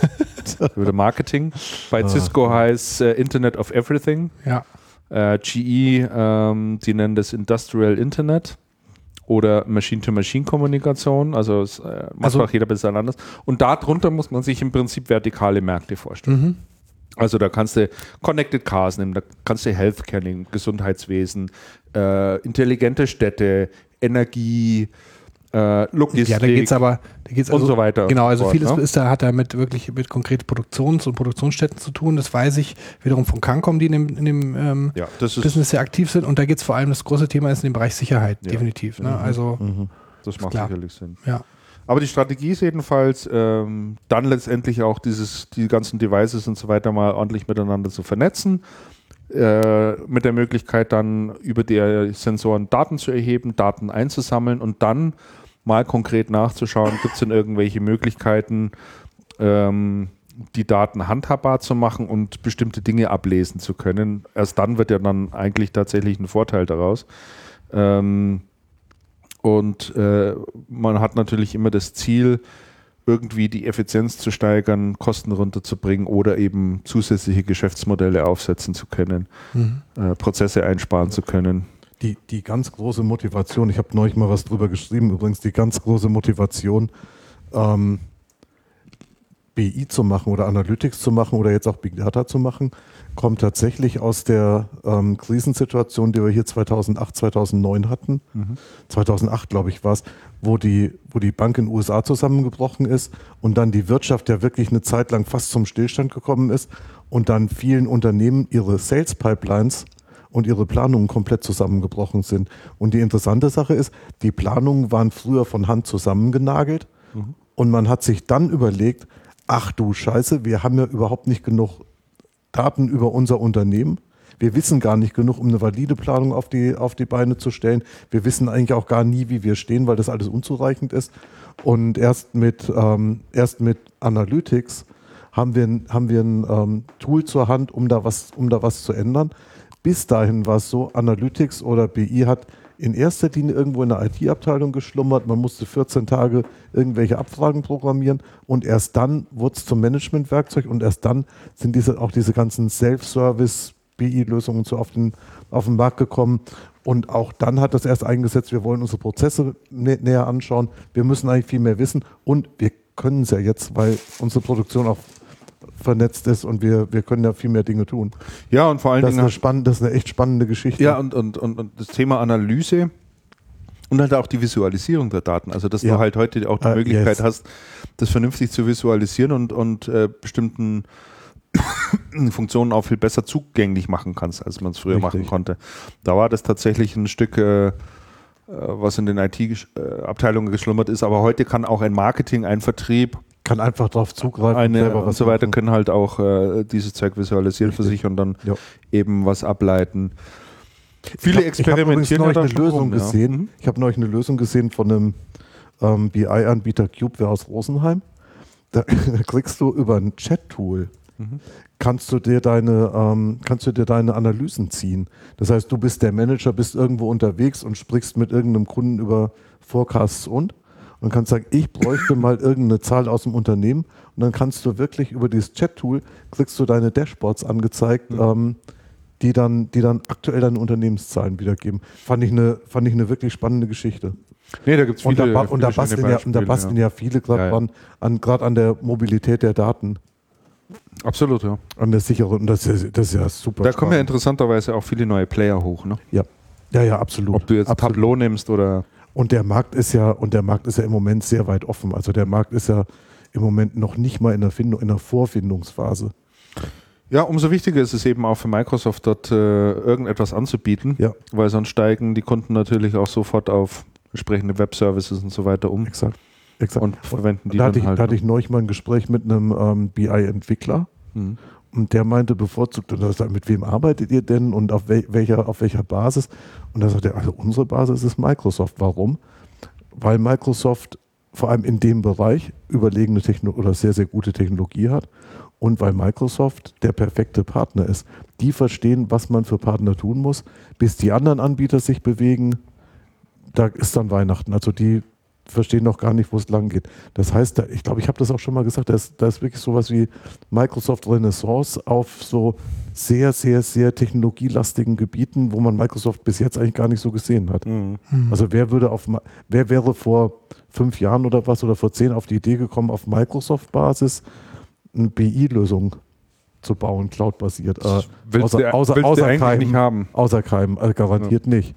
Über Marketing. Bei Cisco ah. heißt äh, Internet of Everything. Ja. Äh, G E, ähm, die nennen das Industrial Internet. Oder Machine-to-Machine-Kommunikation, also es äh, macht also, auch jeder ein bisschen anders. Und darunter muss man sich im Prinzip vertikale Märkte vorstellen. Mhm. Also da kannst du Connected Cars nehmen, da kannst du Healthcare nehmen, Gesundheitswesen, äh, intelligente Städte, Energie, äh, Logistik ja, da geht's aber, da geht's also, und so weiter. Genau, also fort, vieles ne? ist da, hat da mit wirklich mit konkreten Produktions- und Produktionsstätten zu tun. Das weiß ich wiederum von Cancom, die in dem, in dem ähm, ja, das ist Business sehr aktiv sind. Und da geht es vor allem, das große Thema ist in dem Bereich Sicherheit, ja. definitiv. Ne? Mhm. Also, mhm. Das macht klar. sicherlich Sinn. Ja. Aber die Strategie ist jedenfalls, ähm, dann letztendlich auch dieses, die ganzen Devices und so weiter mal ordentlich miteinander zu vernetzen, äh, mit der Möglichkeit dann über die Sensoren Daten zu erheben, Daten einzusammeln und dann mal konkret nachzuschauen, gibt es denn irgendwelche Möglichkeiten, ähm, die Daten handhabbar zu machen und bestimmte Dinge ablesen zu können. Erst dann wird ja dann eigentlich tatsächlich ein Vorteil daraus. Ähm, und äh, man hat natürlich immer das Ziel, irgendwie die Effizienz zu steigern, Kosten runterzubringen oder eben zusätzliche Geschäftsmodelle aufsetzen zu können, mhm. äh, Prozesse einsparen zu können. Die, die ganz große Motivation, ich habe neulich mal was drüber geschrieben, übrigens die ganz große Motivation, ähm, B I zu machen oder Analytics zu machen oder jetzt auch Big Data zu machen, kommt tatsächlich aus der ähm, Krisensituation, die wir hier zweitausendacht, zweitausendneun hatten. Mhm. zweitausendacht, glaube ich, war es, wo die, wo die Bank in den U S A zusammengebrochen ist und dann die Wirtschaft ja wirklich eine Zeit lang fast zum Stillstand gekommen ist und dann vielen Unternehmen ihre Sales Pipelines und ihre Planungen komplett zusammengebrochen sind. Und die interessante Sache ist, die Planungen waren früher von Hand zusammengenagelt mhm. und man hat sich dann überlegt, ach du Scheiße, wir haben ja überhaupt nicht genug Daten über unser Unternehmen. Wir wissen gar nicht genug, um eine valide Planung auf die, auf die Beine zu stellen. Wir wissen eigentlich auch gar nie, wie wir stehen, weil das alles unzureichend ist. Und erst mit, ähm, erst mit Analytics haben wir, haben wir ein ähm, Tool zur Hand, um da was, um da was zu ändern. Bis dahin war es so, Analytics oder B I hat in erster Linie irgendwo in der I T-Abteilung geschlummert. Man musste vierzehn Tage irgendwelche Abfragen programmieren und erst dann wurde es zum Managementwerkzeug und erst dann sind diese, auch diese ganzen Self-Service-B I-Lösungen so auf den, auf den Markt gekommen. Und auch dann hat das erst eingesetzt, wir wollen unsere Prozesse nä- näher anschauen. Wir müssen eigentlich viel mehr wissen und wir können es ja jetzt, weil unsere Produktion auch vernetzt ist und wir, wir können ja viel mehr Dinge tun. Ja, und vor allen das Dingen. Ist eine spannende, das ist eine echt spannende Geschichte. Ja, und, und, und, und das Thema Analyse und halt auch die Visualisierung der Daten. Also, dass ja. du halt heute auch die uh, Möglichkeit yes. hast, das vernünftig zu visualisieren und, und äh, bestimmten Funktionen auch viel besser zugänglich machen kannst, als man es früher Richtig. machen konnte. Da war das tatsächlich ein Stück äh, was in den I T-Abteilungen geschlummert ist. Aber heute kann auch ein Marketing, ein Vertrieb, kann einfach darauf zugreifen eine, selber und was so weiter, machen. können halt auch äh, dieses Zeug visualisieren Richtig. für sich und dann Ja. eben was ableiten. Viele Ich hab- ich hab übrigens experimentieren neulich ja da eine schon Lösung rum, ja. gesehen. Mhm. Ich habe neulich eine Lösung gesehen von einem ähm, B I-Anbieter Cubeware aus Rosenheim. Da kriegst du über ein Chat-Tool, Mhm. kannst du dir deine, ähm, kannst du dir deine Analysen ziehen. Das heißt, du bist der Manager, bist irgendwo unterwegs und sprichst mit irgendeinem Kunden über Forecasts und und kannst sagen, ich bräuchte mal irgendeine Zahl aus dem Unternehmen und dann kannst du wirklich über dieses Chat-Tool, kriegst du deine Dashboards angezeigt, Mhm. ähm, die dann, die dann aktuell deine Unternehmenszahlen wiedergeben. Fand ich eine, fand ich eine wirklich spannende Geschichte. Nee, da gibt es Und viele, da, ba- und da viele schöne basteln ja, und da Beispiele, basteln ja viele gerade Ja, ja. dran, an, gerade an der Mobilität der Daten, Absolut, ja. an der sicheren, und das ist, das ist ja super Da kommen ja spannend. interessanterweise auch viele neue Player hoch, ne? Ja, ja, ja, absolut. Ob du jetzt absolut. Tableau nimmst oder Und der Markt ist ja, und der Markt ist ja im Moment sehr weit offen. Also der Markt ist ja im Moment noch nicht mal in der Findung, in der Vorfindungsphase. ja, umso wichtiger ist es eben auch für Microsoft, dort äh, irgendetwas anzubieten, Ja. weil sonst steigen die Kunden natürlich auch sofort auf entsprechende Web-Services und so weiter um Exakt. Exakt. und verwenden die da hatte dann ich, halt. da hatte ich neulich mal ein Gespräch mit einem ähm, B I-Entwickler. Mhm. Und der meinte bevorzugt, und er sagt, mit wem arbeitet ihr denn und auf wel welcher, auf welcher Basis? Und da sagt er, also unsere Basis ist Microsoft. Warum? Weil Microsoft vor allem in dem Bereich überlegene Techno oder sehr, sehr gute Technologie hat und weil Microsoft der perfekte Partner ist. Die verstehen, was man für Partner tun muss, bis die anderen Anbieter sich bewegen, da ist dann Weihnachten. Also die verstehen noch gar nicht, wo es lang geht. Das heißt, da, ich glaube, ich habe das auch schon mal gesagt, da ist, da ist wirklich sowas wie Microsoft Renaissance auf so sehr, sehr, sehr technologielastigen Gebieten, wo man Microsoft bis jetzt eigentlich gar nicht so gesehen hat. Mhm. Also wer würde auf, Ma- wer wäre vor fünf Jahren oder was oder vor zehn auf die Idee gekommen, auf Microsoft-Basis eine B I-Lösung zu bauen, Cloud-basiert? Äh, Willst außer, du, außer, willst außer du eigentlich Keim, nicht haben. außer Keim, äh, garantiert nicht.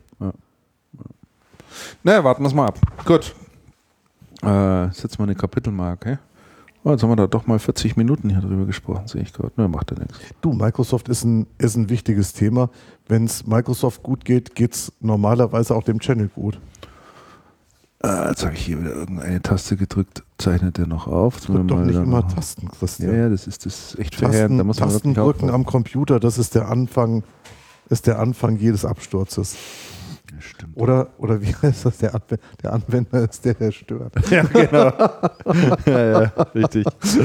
Na, warten wir es mal ab. Gut. Äh, setzen wir eine Kapitelmarke. Oh, jetzt haben wir da doch mal vierzig Minuten hier drüber gesprochen, sehe ich gerade. Ne, macht ja nichts. Du, Microsoft ist ein, ist ein wichtiges Thema. Wenn es Microsoft gut geht, geht es normalerweise auch dem Channel gut. Äh, jetzt habe ich hier wieder irgendeine Taste gedrückt. Zeichnet der noch auf? Jetzt müssen Drück wir doch mal nicht da immer noch- Tasten, Ja, Christian. ja, das ist, das ist echt verheerend. Da Tasten, muss man wirklich Tastendrücken aufpassen. am Computer, das ist der Anfang, ist der Anfang jedes Absturzes. Ja, stimmt. Oder, oder wie heißt das? Der, Anw der Anwender ist der, der stört. Ja, genau. ja, ja, richtig.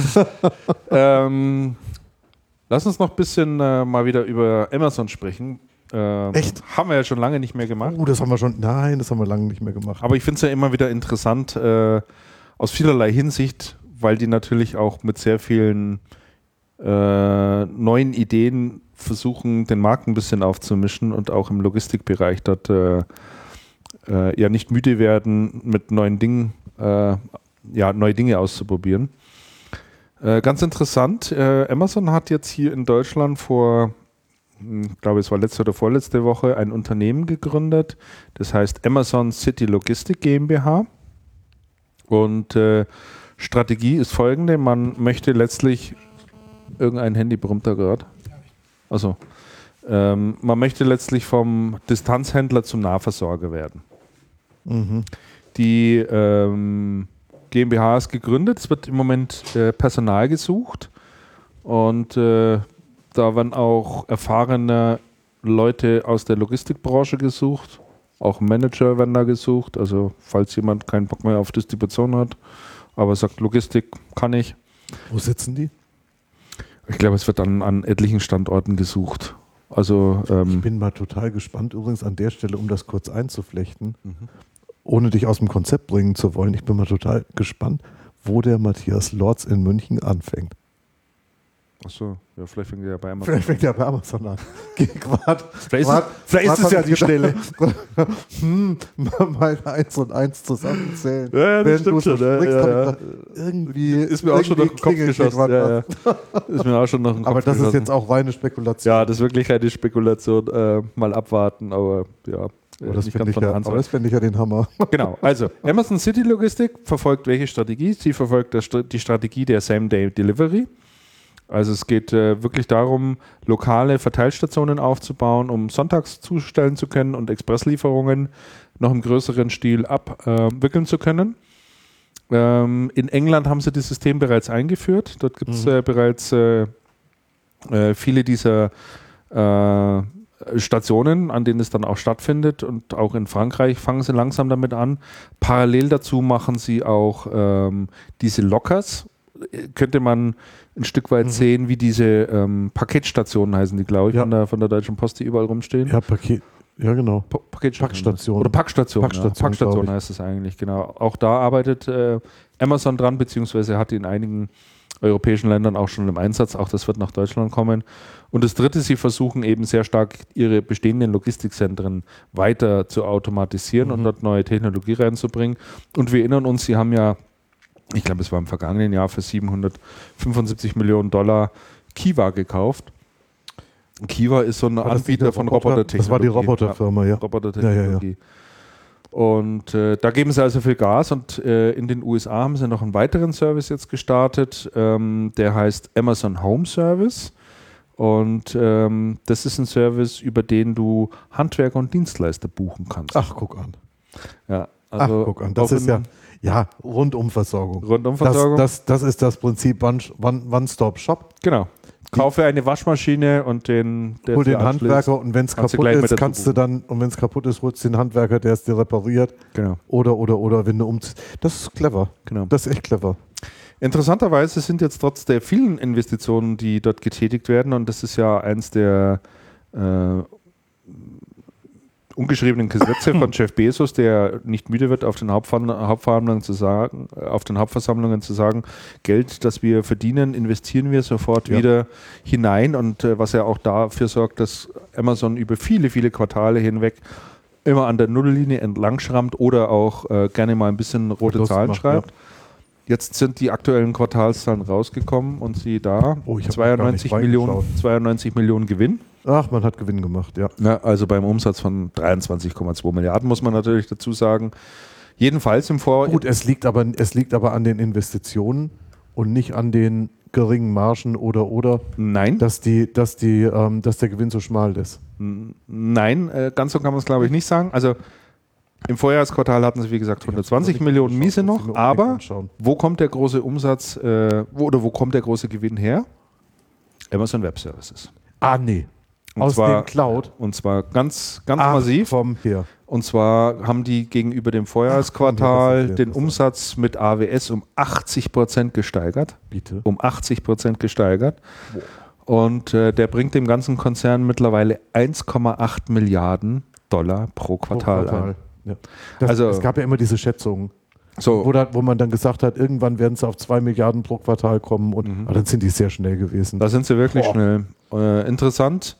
ähm, lass uns noch ein bisschen äh, mal wieder über Amazon sprechen. Ähm, Echt? Haben wir ja schon lange nicht mehr gemacht. Oh, das haben wir schon, nein, das haben wir lange nicht mehr gemacht. Aber ich finde es ja immer wieder interessant, äh, aus vielerlei Hinsicht, weil die natürlich auch mit sehr vielen äh, neuen Ideen versuchen, den Markt ein bisschen aufzumischen und auch im Logistikbereich dort äh, äh, ja nicht müde werden, mit neuen Dingen, äh, ja, neue Dinge auszuprobieren. Äh, ganz interessant, äh, Amazon hat jetzt hier in Deutschland vor, ich glaube, es war letzte oder vorletzte Woche, ein Unternehmen gegründet. Das heißt Amazon City Logistik GmbH. Und äh, Strategie ist folgende: Man möchte letztlich, irgendein Handy brummt da gerade. Also, ähm, man möchte letztlich vom Distanzhändler zum Nahversorger werden. Mhm. Die ähm, GmbH ist gegründet, es wird im Moment äh, Personal gesucht und äh, da werden auch erfahrene Leute aus der Logistikbranche gesucht, auch Manager werden da gesucht, also falls jemand keinen Bock mehr auf Distribution hat, aber sagt, Logistik kann ich. Wo sitzen die? Ich glaube, es wird dann an etlichen Standorten gesucht. Also Ich ähm, bin mal total gespannt, übrigens an der Stelle, um das kurz einzuflechten, Mhm. ohne dich aus dem Konzept bringen zu wollen. Ich bin mal total gespannt, wo der Matthias Lorz in München anfängt. achso, ja, vielleicht fängt er ja bei Amazon. Vielleicht fängt er bei Amazon an. Geh grad, Vielleicht ist, grad- es, vielleicht ist grad es ja hab die ich Stelle. gedacht, hm, mal eins und eins zusammenzählen. Ja, ja, das Während stimmt du so schon, ja, sprichst, ja, hab ich ja. gedacht, irgendwie Ist mir auch schon irgendwie noch den Kopf klingelt geschossen. irgendwas. Ja, ja. Ist mir auch schon noch den Kopf Aber das ist geschossen. jetzt auch reine Spekulation. Ja, das ist wirklich keine Spekulation. Äh, mal abwarten, aber ja. äh, aber das nicht finde ganz ich, von der ja, Hand aber das fänd ich ja den Hammer. Genau, also Amazon City Logistik verfolgt welche Strategie? Sie verfolgt das, die Strategie der Same-Day-Delivery. Also es geht äh, wirklich darum, lokale Verteilstationen aufzubauen, um sonntags zustellen zu können und Expresslieferungen noch im größeren Stil abwickeln äh, zu können. Ähm, in England haben sie das System bereits eingeführt. Dort gibt es mhm. äh, bereits äh, äh, viele dieser äh, Stationen, an denen es dann auch stattfindet, und auch in Frankreich fangen sie langsam damit an. Parallel dazu machen sie auch ähm, diese Lockers. Könnte man ein Stück weit mhm. sehen, wie diese ähm, Paketstationen heißen, die, glaube ich, ja. von, der, von der Deutschen Post, die überall rumstehen. Ja, Paket, ja genau. Pa Paketstationen. Packstation. Oder Packstation. Packstation, ja. Packstation heißt es eigentlich, genau. Auch da arbeitet äh, Amazon dran, beziehungsweise hat in einigen europäischen Ländern auch schon im Einsatz. Auch das wird nach Deutschland kommen. Und das Dritte, sie versuchen eben sehr stark, ihre bestehenden Logistikzentren weiter zu automatisieren mhm. und dort neue Technologie reinzubringen. Und wir erinnern uns, sie haben ja, ich glaube, es war im vergangenen Jahr für siebenhundertfünfundsiebzig Millionen Dollar Kiva gekauft. Kiva ist so ein Anbieter von Robotertechnologie. Das war die Roboterfirma, ja. Robotertechnologie. Ja, ja, ja. Und äh, da geben sie also viel Gas, und äh, in den U S A haben sie noch einen weiteren Service jetzt gestartet, ähm, der heißt Amazon Home Service. Und ähm, das ist ein Service, über den du Handwerker und Dienstleister buchen kannst. Ach, guck an. Ja, also Ach, guck an. Das ist ja, ja Rundumversorgung. Rundumversorgung. Das, das, das ist das Prinzip One-Stop-Shop. Genau. Kaufe eine Waschmaschine und den der hol den Handwerker, und wenn es kaputt ist, kannst du dann, und wenn es kaputt ist, holst du den Handwerker, der es dir repariert. Genau. Oder, oder, oder, wenn du umziehst. Das ist clever. Genau. Das ist echt clever. Interessanterweise sind jetzt trotz der vielen Investitionen, die dort getätigt werden, und das ist ja eins der äh, ungeschriebenen Gesetze von Jeff Bezos, der nicht müde wird, auf den Hauptversammlungen zu sagen, auf den Hauptversammlungen zu sagen, Geld, das wir verdienen, investieren wir sofort ja. wieder hinein, und äh, was ja auch dafür sorgt, dass Amazon über viele, viele Quartale hinweg immer an der Nulllinie entlang schrammt oder auch äh, gerne mal ein bisschen rote Verlust Zahlen macht, schreibt. Ja. Jetzt sind die aktuellen Quartalszahlen rausgekommen, und sie da oh, zweiundneunzig Millionen, zweiundneunzig Millionen Gewinn. Ach, man hat Gewinn gemacht, ja. ja also beim Umsatz von dreiundzwanzig Komma zwei Milliarden, muss man natürlich dazu sagen. Jedenfalls im Vor... Gut, es liegt aber, es liegt aber an den Investitionen und nicht an den geringen Margen oder, oder. Nein. Dass, die, dass, die, ähm, dass der Gewinn so schmal ist. Nein, äh, ganz so kann man es, glaube ich, nicht sagen. Also im Vorjahresquartal hatten sie, wie gesagt, hundertzwanzig Millionen Miese noch, aber wo kommt der große Umsatz äh, wo, oder wo kommt der große Gewinn her? Amazon Web Services. Ah, nee. Und Aus zwar, dem Cloud? Und zwar ganz, ganz Ach, massiv. Vom hier. Und zwar haben die gegenüber dem Vorjahresquartal Ach, den Umsatz mit A W S um achtzig Prozent gesteigert. Bitte? Um achtzig Prozent gesteigert. Wow. Und äh, der bringt dem ganzen Konzern mittlerweile eins Komma acht Milliarden Dollar pro Quartal, pro Quartal. ein. Ja. Das, also, es gab ja immer diese Schätzungen, so. wo, da, wo man dann gesagt hat, irgendwann werden es auf zwei Milliarden pro Quartal kommen, und mhm. aber dann sind die sehr schnell gewesen. Da sind sie wirklich Boah. schnell. Äh, interessant.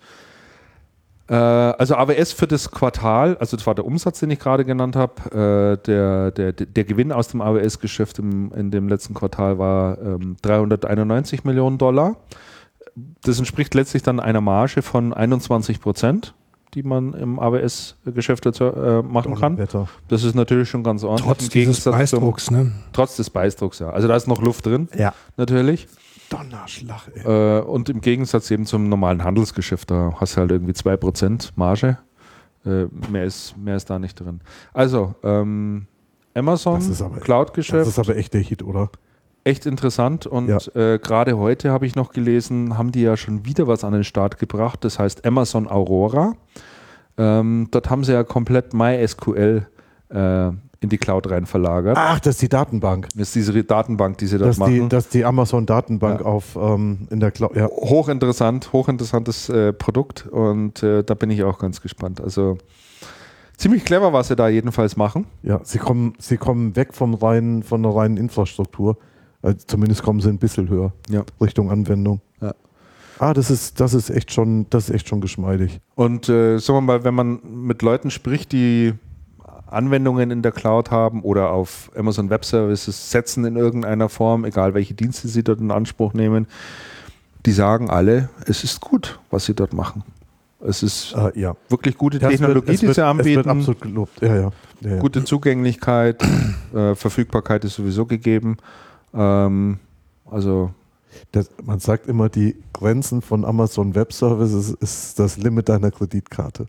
Äh, also A W S für das Quartal, also das war der Umsatz, den ich gerade genannt habe, äh, der, der, der Gewinn aus dem A W S-Geschäft in dem letzten Quartal war ähm, dreihunderteinundneunzig Millionen Dollar. Das entspricht letztlich dann einer Marge von einundzwanzig Prozent. Die man im A W S-Geschäft äh, machen kann. Das ist natürlich schon ganz ordentlich. Trotz des Preisdrucks, ne? Trotz des Preisdrucks, ja. Also da ist noch Luft drin, ja. natürlich. Donnerschlag, ey. Äh, und im Gegensatz eben zum normalen Handelsgeschäft, da hast du halt irgendwie zwei Prozent Marge. Äh, mehr, ist, mehr ist da nicht drin. Also, ähm, Amazon, Cloud-Geschäft. Das ist aber echt der Hit, oder? Echt interessant, und ja. äh, gerade heute habe ich noch gelesen, haben die ja schon wieder was an den Start gebracht, das heißt Amazon Aurora. Ähm, dort haben sie ja komplett MySQL äh, in die Cloud rein verlagert. Ach, das ist die Datenbank. Das ist diese Datenbank, die sie dort das machen. Die, das ist die Amazon-Datenbank ja. auf ähm, in der Cloud. Ja. Hochinteressant, hochinteressantes äh, Produkt, und äh, da bin ich auch ganz gespannt. Also ziemlich clever, was sie da jedenfalls machen. Ja, sie kommen, sie kommen weg vom reinen, von der reinen Infrastruktur. Also zumindest kommen sie ein bisschen höher ja. Richtung Anwendung. Ja. Ah, das ist, das ist echt schon, das ist echt schon geschmeidig. Und äh, sagen wir mal, wenn man mit Leuten spricht, die Anwendungen in der Cloud haben oder auf Amazon Web Services setzen in irgendeiner Form, egal welche Dienste sie dort in Anspruch nehmen, die sagen alle, es ist gut, was sie dort machen. Es ist äh, ja. wirklich gute ja, Technologie, wird, die wird, sie anbieten. Es wird absolut gelobt. Ja, ja. Ja, ja. Gute Zugänglichkeit, äh, Verfügbarkeit ist sowieso gegeben. Ähm, also Das, man sagt immer, die Grenzen von Amazon Web Services ist das Limit deiner Kreditkarte.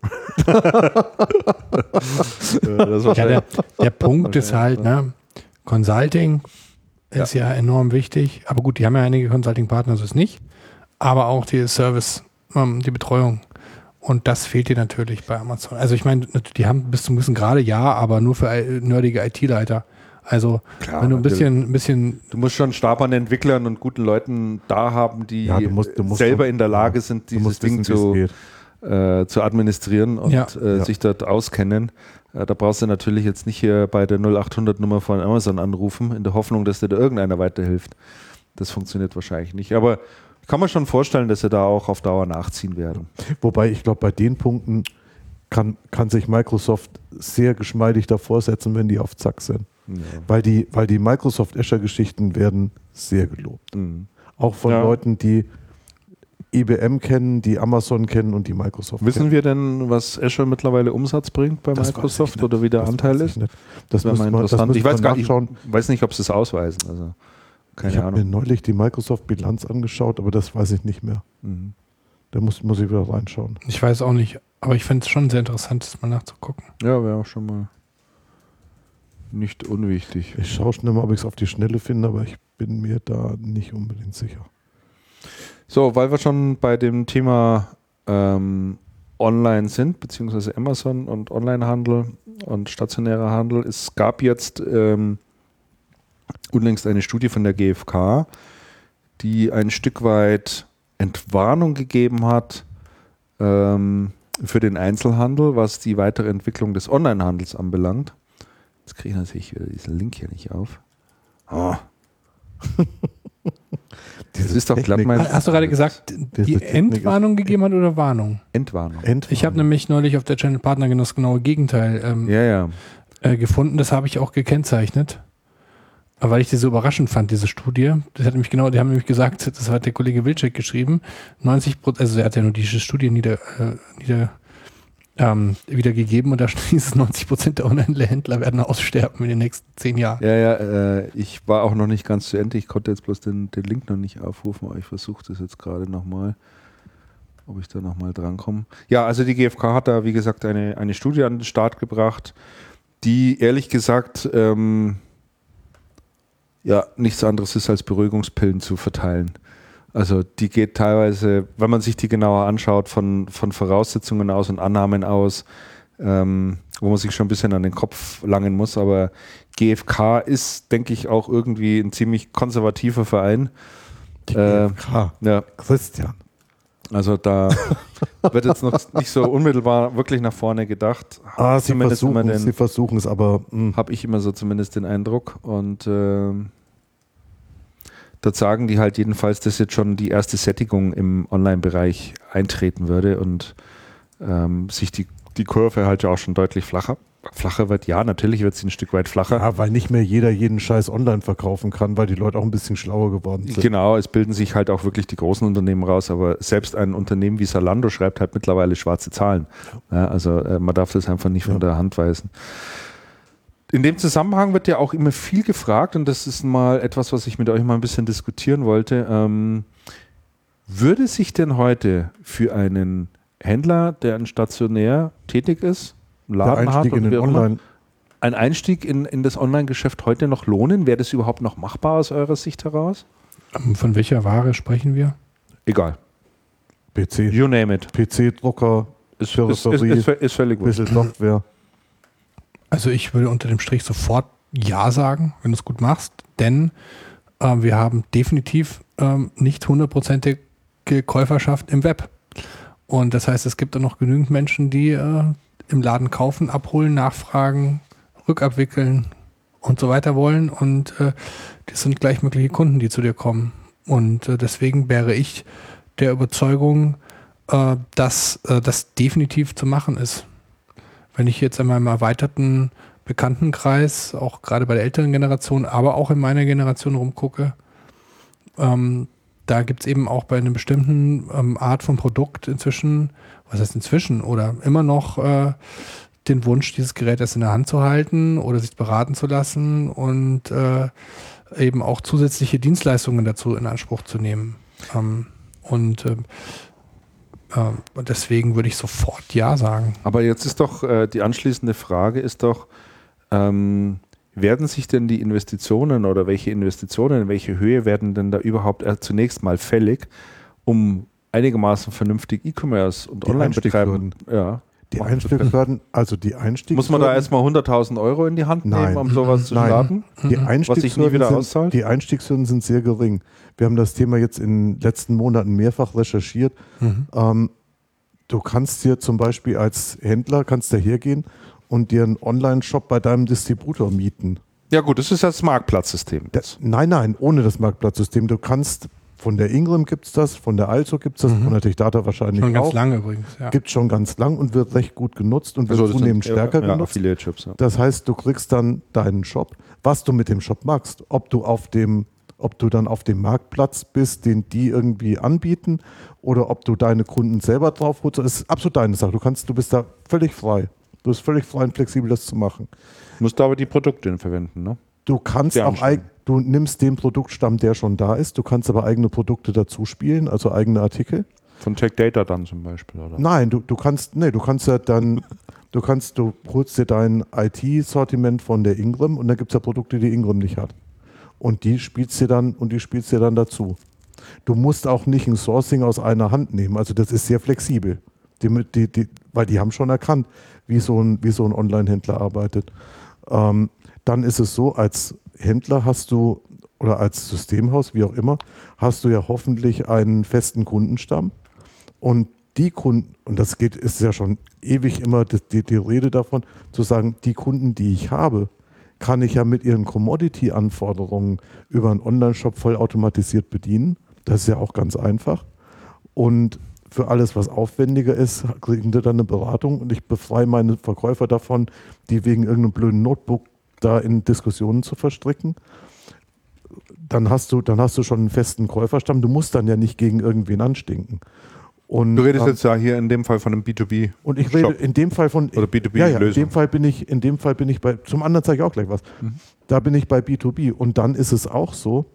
das Ja, der, der Punkt ist halt, ne, Consulting ist ja. ja enorm wichtig. Aber gut, die haben ja einige Consulting-Partner, so ist nicht. Aber auch die Service, ähm, die Betreuung. Und das fehlt dir natürlich bei Amazon. Also ich meine, die haben bis zum gewissen Grade ja, aber nur für nerdige I T-Leiter. Also Klar, wenn du ein bisschen, ein bisschen... Du musst schon einen Stab an Entwicklern und guten Leuten da haben, die ja, du musst, du musst selber schon, in der Lage sind, dieses Ding wissen, zu, äh, zu administrieren und ja. äh, Ja. sich dort auskennen. Äh, da brauchst du natürlich jetzt nicht hier bei der null acht hundert Nummer von Amazon anrufen, in der Hoffnung, dass dir da irgendeiner weiterhilft. Das funktioniert wahrscheinlich nicht. Aber ich kann mir schon vorstellen, dass sie da auch auf Dauer nachziehen werden. Wobei ich glaube, bei den Punkten kann, kann sich Microsoft sehr geschmeidig davor setzen, wenn die auf Zack sind. Ja. Weil die, weil die Microsoft Azure-Geschichten werden sehr gelobt. Mhm. Auch von ja. Leuten, die I B M kennen, die Amazon kennen und die Microsoft Wissen kennen. wir denn, was Azure mittlerweile Umsatz bringt bei das Microsoft oder wie der das Anteil ist? Nicht. Das wäre mal man, interessant. das ich weiß, gar, ich nachschauen. weiß nicht, ob sie es ausweisen. Also, keine ich habe Ahnung. mir neulich die Microsoft-Bilanz angeschaut, aber das weiß ich nicht mehr. Mhm. Da muss, muss ich wieder reinschauen. Ich weiß auch nicht, aber ich finde es schon sehr interessant, das mal nachzugucken. Ja, wäre auch schon mal nicht unwichtig. Ich schaue schnell mal, ob ich es auf die Schnelle finde, aber ich bin mir da nicht unbedingt sicher. So, weil wir schon bei dem Thema ähm, Online sind, beziehungsweise Amazon und Onlinehandel und stationärer Handel, es gab jetzt ähm, unlängst eine Studie von der G f K, die ein Stück weit Entwarnung gegeben hat ähm, für den Einzelhandel, was die weitere Entwicklung des Onlinehandels anbelangt. Jetzt kriege ich natürlich wieder diesen Link hier nicht auf. Oh. Das ist doch glatt mein. Hast du gerade gesagt, die Entwarnung gegeben hat oder Warnung? Entwarnung. Entwarnung. Ich habe nämlich neulich auf der Channel Partner das genaue Gegenteil ähm, ja, ja. Äh, gefunden. Das habe ich auch gekennzeichnet. Weil ich die so überraschend fand, diese Studie. Das hat nämlich genau, die haben nämlich gesagt, das hat der Kollege Wilczek geschrieben, neunzig Prozent, also er hat ja nur diese Studie nieder, äh, nieder ähm, wiedergegeben und da hieß es, neunzig Prozent der Online-Händler werden aussterben in den nächsten zehn Jahren. Ja, ja, äh, ich war auch noch nicht ganz zu Ende. Ich konnte jetzt bloß den, den Link noch nicht aufrufen, aber ich versuche das jetzt gerade nochmal, ob ich da nochmal drankomme. Ja, also die G f K hat da, wie gesagt, eine, eine Studie an den Start gebracht, die ehrlich gesagt ähm, ja nichts anderes ist, als Beruhigungspillen zu verteilen. Also die geht teilweise, wenn man sich die genauer anschaut, von, von Voraussetzungen aus und Annahmen aus, ähm, wo man sich schon ein bisschen an den Kopf langen muss. Aber G f K ist, denke ich, auch irgendwie ein ziemlich konservativer Verein. Die äh, G f K, ja. Christian. Also da wird jetzt noch nicht so unmittelbar wirklich nach vorne gedacht. Ah, sie versuchen, den, sie versuchen es, aber habe ich immer so zumindest den Eindruck. Und äh, dort sagen die halt jedenfalls, dass jetzt schon die erste Sättigung im Online-Bereich eintreten würde und ähm, sich die, die Kurve halt ja auch schon deutlich flacher, flacher wird. Ja, natürlich wird sie ein Stück weit flacher. Ja, weil nicht mehr jeder jeden Scheiß online verkaufen kann, weil die Leute auch ein bisschen schlauer geworden sind. Genau, es bilden sich halt auch wirklich die großen Unternehmen raus, aber selbst ein Unternehmen wie Zalando schreibt halt mittlerweile schwarze Zahlen. Ja, also äh, man darf das einfach nicht von ja. der Hand weisen. In dem Zusammenhang wird ja auch immer viel gefragt und das ist mal etwas, was ich mit euch mal ein bisschen diskutieren wollte. Ähm, würde sich denn heute für einen Händler, der ein stationär tätig ist, einen Laden hat und wie auch immer, ein Einstieg in, in das Online-Geschäft heute noch lohnen? Wäre das überhaupt noch machbar aus eurer Sicht heraus? Von welcher Ware sprechen wir? Egal. P C. You name it. P C-Drucker, ist, ist, ist, ist, ist völlig gut. Bisschen Software. Also ich würde unter dem Strich sofort Ja sagen, wenn du es gut machst, denn äh, wir haben definitiv ähm, nicht hundertprozentige Käuferschaft im Web. Und das heißt, es gibt dann noch genügend Menschen, die äh, im Laden kaufen, abholen, nachfragen, rückabwickeln und so weiter wollen. Und äh, das sind gleich mögliche Kunden, die zu dir kommen. Und äh, deswegen wäre ich der Überzeugung, äh, dass äh, das definitiv zu machen ist. Wenn ich jetzt in meinem erweiterten Bekanntenkreis, auch gerade bei der älteren Generation, aber auch in meiner Generation rumgucke, ähm, da gibt es eben auch bei einer bestimmten ähm, Art von Produkt inzwischen, was heißt inzwischen, oder immer noch äh, den Wunsch, dieses Gerät erst in der Hand zu halten oder sich beraten zu lassen und äh, eben auch zusätzliche Dienstleistungen dazu in Anspruch zu nehmen. Ähm, und ähm, äh, deswegen würde ich sofort Ja sagen. Aber jetzt ist doch äh, die anschließende Frage ist doch, ähm, werden sich denn die Investitionen oder welche Investitionen, in welche Höhe werden denn da überhaupt äh, zunächst mal fällig, um einigermaßen vernünftig E-Commerce und Die Online-Betreiben ja, Die machen zu können? Einstiegshürden, also die Einstiegshürden. Muss man da erstmal hunderttausend Euro in die Hand nehmen, Nein. um sowas zu Nein. starten? Die Was sich nie Einstiegshürden, wieder sind, auszahlt? die Einstiegshürden sind sehr gering. Wir haben das Thema jetzt in den letzten Monaten mehrfach recherchiert. Mhm. Ähm, du kannst dir zum Beispiel als Händler, kannst da hergehen und dir einen Online-Shop bei deinem Distributor mieten. Ja gut, das ist das Marktplatzsystem. Das, nein, nein, ohne das Marktplatzsystem. Du kannst, von der Ingram gibt es das, von der Also gibt es das, Mhm. von der Techdata wahrscheinlich Schon auch. ganz lange übrigens. Ja. Gibt schon ganz lang und wird recht gut genutzt und wird Also das zunehmend sind, stärker ja, ja, genutzt. Affiliate-Chips, ja. Das heißt, du kriegst dann deinen Shop, was du mit dem Shop machst, ob du auf dem, ob du dann auf dem Marktplatz bist, den die irgendwie anbieten, oder ob du deine Kunden selber drauf holst, das ist absolut deine Sache. Du kannst, du bist da völlig frei. Du bist völlig frei und flexibel, das zu machen. Musst du aber die Produkte verwenden, ne? Du kannst Sehr auch, eig- du nimmst den Produktstamm, der schon da ist. Du kannst aber eigene Produkte dazu spielen, also eigene Artikel. Von Tech Data dann zum Beispiel, oder? Nein, du, du kannst, nee, du kannst ja dann, du kannst, du holst dir dein I T-Sortiment von der Ingram und dann gibt es ja Produkte, die Ingram nicht hat. Und die spielst dir dann, und die spielst dir dann dazu. Du musst auch nicht ein Sourcing aus einer Hand nehmen. Also das ist sehr flexibel. Die, die, die, weil die haben schon erkannt, wie so ein, wie so ein Online-Händler arbeitet. Ähm, dann ist es so, als Händler hast du, oder als Systemhaus, wie auch immer, hast du ja hoffentlich einen festen Kundenstamm. Und die Kunden, und das geht, ist ja schon ewig immer die, die, die Rede davon, zu sagen, die Kunden, die ich habe, kann ich ja mit ihren Commodity-Anforderungen über einen Online-Shop vollautomatisiert bedienen. Das ist ja auch ganz einfach. Und für alles, was aufwendiger ist, kriegen die dann eine Beratung und ich befreie meine Verkäufer davon, die wegen irgendeinem blöden Notebook da in Diskussionen zu verstricken. Dann hast du, dann hast du schon einen festen Käuferstamm. Du musst dann ja nicht gegen irgendwen anstinken. Und, Du redest ähm, jetzt ja hier in dem Fall von einem B zwei B. und ich rede in dem Fall von Oder B zwei B ja, ja, in Lösung. dem Fall bin ich, in dem Fall bin ich bei, zum anderen zeige ich auch gleich was. Mhm. Da bin ich bei B zwei B und dann ist es auch so,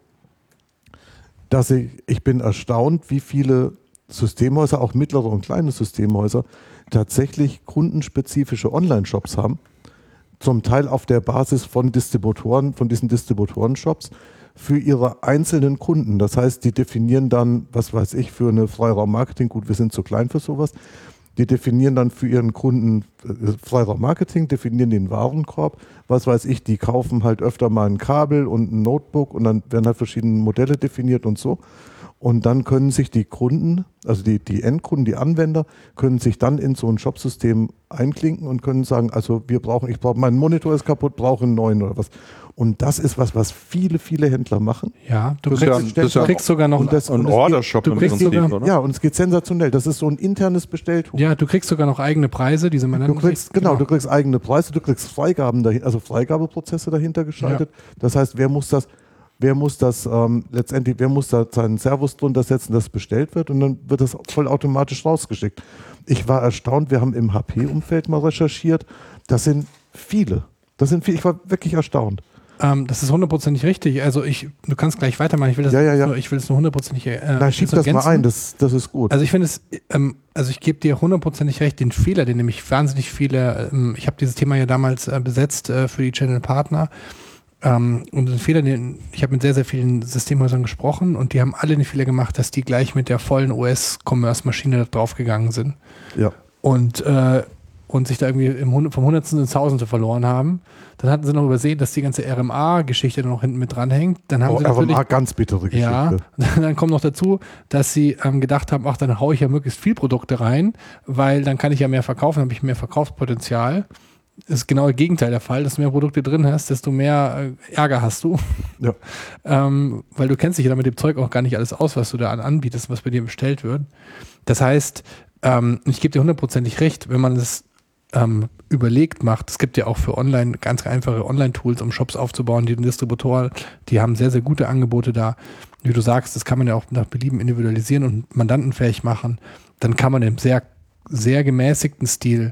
dass ich, ich bin erstaunt, wie viele Systemhäuser, auch mittlere und kleine Systemhäuser, tatsächlich kundenspezifische Online-Shops haben. Zum Teil auf der Basis von Distributoren, von diesen Distributoren-Shops für ihre einzelnen Kunden. Das heißt, die definieren dann, was weiß ich, für eine Freiraum-Marketing, gut, wir sind zu klein für sowas, die definieren dann für ihren Kunden äh, Freiraum-Marketing, definieren den Warenkorb, was weiß ich, die kaufen halt öfter mal ein Kabel und ein Notebook und dann werden halt verschiedene Modelle definiert und so. Und dann können sich die Kunden, also die, die Endkunden, die Anwender, können sich dann in so ein Shopsystem einklinken und können sagen, also wir brauchen, ich brauche, mein Monitor ist kaputt, brauche einen neuen oder was. Und das ist was, was viele, viele Händler machen. Ja, du Das ist kriegst, ja- das ist ja du kriegst sogar noch Und das- Ein und es Order-Shop du im kriegst Prinzip, sogar- oder? Ja, und es geht sensationell. Das ist so ein internes Bestelltool. ja, du kriegst sogar noch eigene Preise, diese man Du kriegst, genau, du kriegst eigene Preise, du kriegst Freigaben, dahin, also Freigabeprozesse dahinter geschaltet. Das heißt, wer muss das, wer muss das ähm, letztendlich, wer muss da seinen Servus drunter setzen, dass bestellt wird und dann wird das vollautomatisch rausgeschickt. Ich war erstaunt, wir haben im H P-Umfeld mal recherchiert, das sind viele. Das sind viele, ich war wirklich erstaunt. Ähm, das ist hundertprozentig richtig. Also ich, du kannst gleich weitermachen. Ich will das, Ja, ja, ja. Nur, ich will es nur hundertprozentig äh, Na, schieb das mal ergänzen. ein, das, das ist gut. Also ich finde es, ähm, also ich gebe dir hundertprozentig recht, den Fehler, den nämlich wahnsinnig viele, ähm, ich habe dieses Thema ja damals äh, besetzt äh, für die Channel Partner ähm, und den Fehler, den, ich habe mit sehr, sehr vielen Systemhäusern gesprochen und die haben alle den Fehler gemacht, dass die gleich mit der vollen O S-Commerce-Maschine da draufgegangen sind Ja. und, äh, und sich da irgendwie im, Hund- vom Hundertsten ins Tausendste verloren haben. Dann hatten sie noch übersehen, dass die ganze R M A-Geschichte noch hinten mit dranhängt. Dann haben Oh, sie aber natürlich mal ganz bittere Geschichte. ja, dann kommt noch dazu, dass sie ähm, gedacht haben, ach, dann haue ich ja möglichst viel Produkte rein, weil dann kann ich ja mehr verkaufen, habe ich mehr Verkaufspotenzial. Das ist genau das Gegenteil der Fall. Desto mehr Produkte drin hast, desto mehr äh, Ärger hast du. Ja. ähm, weil du kennst dich ja mit dem Zeug auch gar nicht alles aus, was du da an anbietest, was bei dir bestellt wird. Das heißt, ähm, ich gebe dir hundertprozentig recht, wenn man das ähm, überlegt macht. Es gibt ja auch für Online ganz einfache Online-Tools, um Shops aufzubauen, die Distributoren, die haben sehr, sehr gute Angebote da. Wie du sagst, das kann man ja auch nach Belieben individualisieren und mandantenfähig machen. Dann kann man im sehr, sehr gemäßigten Stil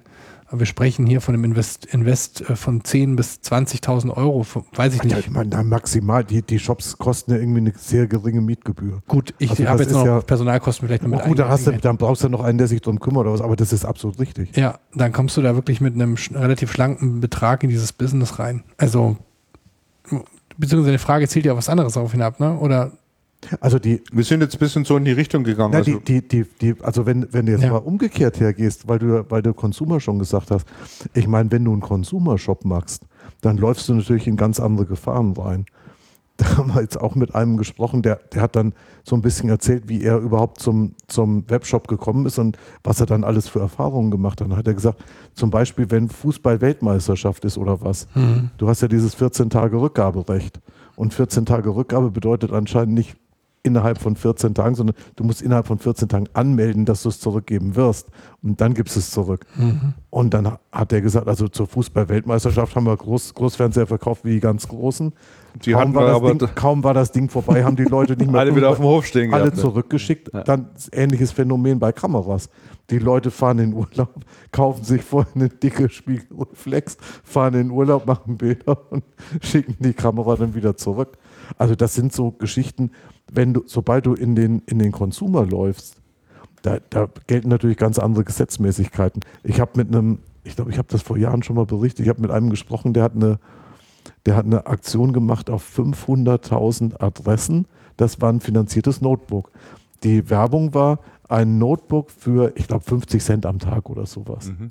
Aber wir sprechen hier von einem Invest, Invest von zehntausend bis zwanzigtausend Euro, von, weiß ich nicht. Ja, ich meine, na, maximal, die, die Shops kosten ja irgendwie eine sehr geringe Mietgebühr. Gut, ich Also habe das jetzt noch ist ja- Personalkosten vielleicht noch mit Oh, gut, da hast du, eingerechnet. dann brauchst du noch einen, der sich drum kümmert oder was, aber das ist absolut richtig. Ja, dann kommst du da wirklich mit einem sch- relativ schlanken Betrag in dieses Business rein. Also, beziehungsweise die Frage zielt ja auf was anderes darauf hinab, ne? Oder, Also die, Wir sind jetzt ein bisschen so in die Richtung gegangen. na, also, die, die, die, die, also wenn, wenn du jetzt Ja. mal umgekehrt hergehst, weil du, weil du Consumer schon gesagt hast, ich meine, wenn du einen Consumer-Shop machst, dann läufst du natürlich in ganz andere Gefahren rein. Da haben wir jetzt auch mit einem gesprochen, der, der hat dann so ein bisschen erzählt, wie er überhaupt zum, zum Webshop gekommen ist und was er dann alles für Erfahrungen gemacht hat. Dann hat er gesagt, zum Beispiel, wenn Fußball-Weltmeisterschaft ist oder was, hm, du hast ja dieses vierzehn Tage Rückgaberecht. Und vierzehn Tage Rückgabe bedeutet anscheinend nicht innerhalb von vierzehn Tagen, sondern du musst innerhalb von vierzehn Tagen anmelden, dass du es zurückgeben wirst. Und dann gibst du es zurück. mhm. Und dann hat er gesagt, also zur Fußball-Weltmeisterschaft haben wir Groß, Großfernseher verkauft wie die ganz Großen. die Kaum hatten war, wir das aber Ding, kaum war das Ding vorbei, haben die Leute nicht mehr alle wieder auf dem Hof stehen alle gehabt, ne? zurückgeschickt. Ja. Dann ähnliches Phänomen bei Kameras. Die Leute fahren in Urlaub, kaufen sich vorher eine dicke Spiegelreflex, fahren in Urlaub, machen Bilder und schicken die Kamera dann wieder zurück. Also das sind so Geschichten, wenn du, sobald du in den, in den Consumer läufst, da, da gelten natürlich ganz andere Gesetzmäßigkeiten. Ich habe mit einem, ich glaube, ich habe das vor Jahren schon mal berichtet, ich habe mit einem gesprochen, der hat eine, der hat eine Aktion gemacht auf fünfhunderttausend Adressen. Das war ein finanziertes Notebook. Die Werbung war ein Notebook für, ich glaube, fünfzig Cent am Tag oder sowas. Mhm.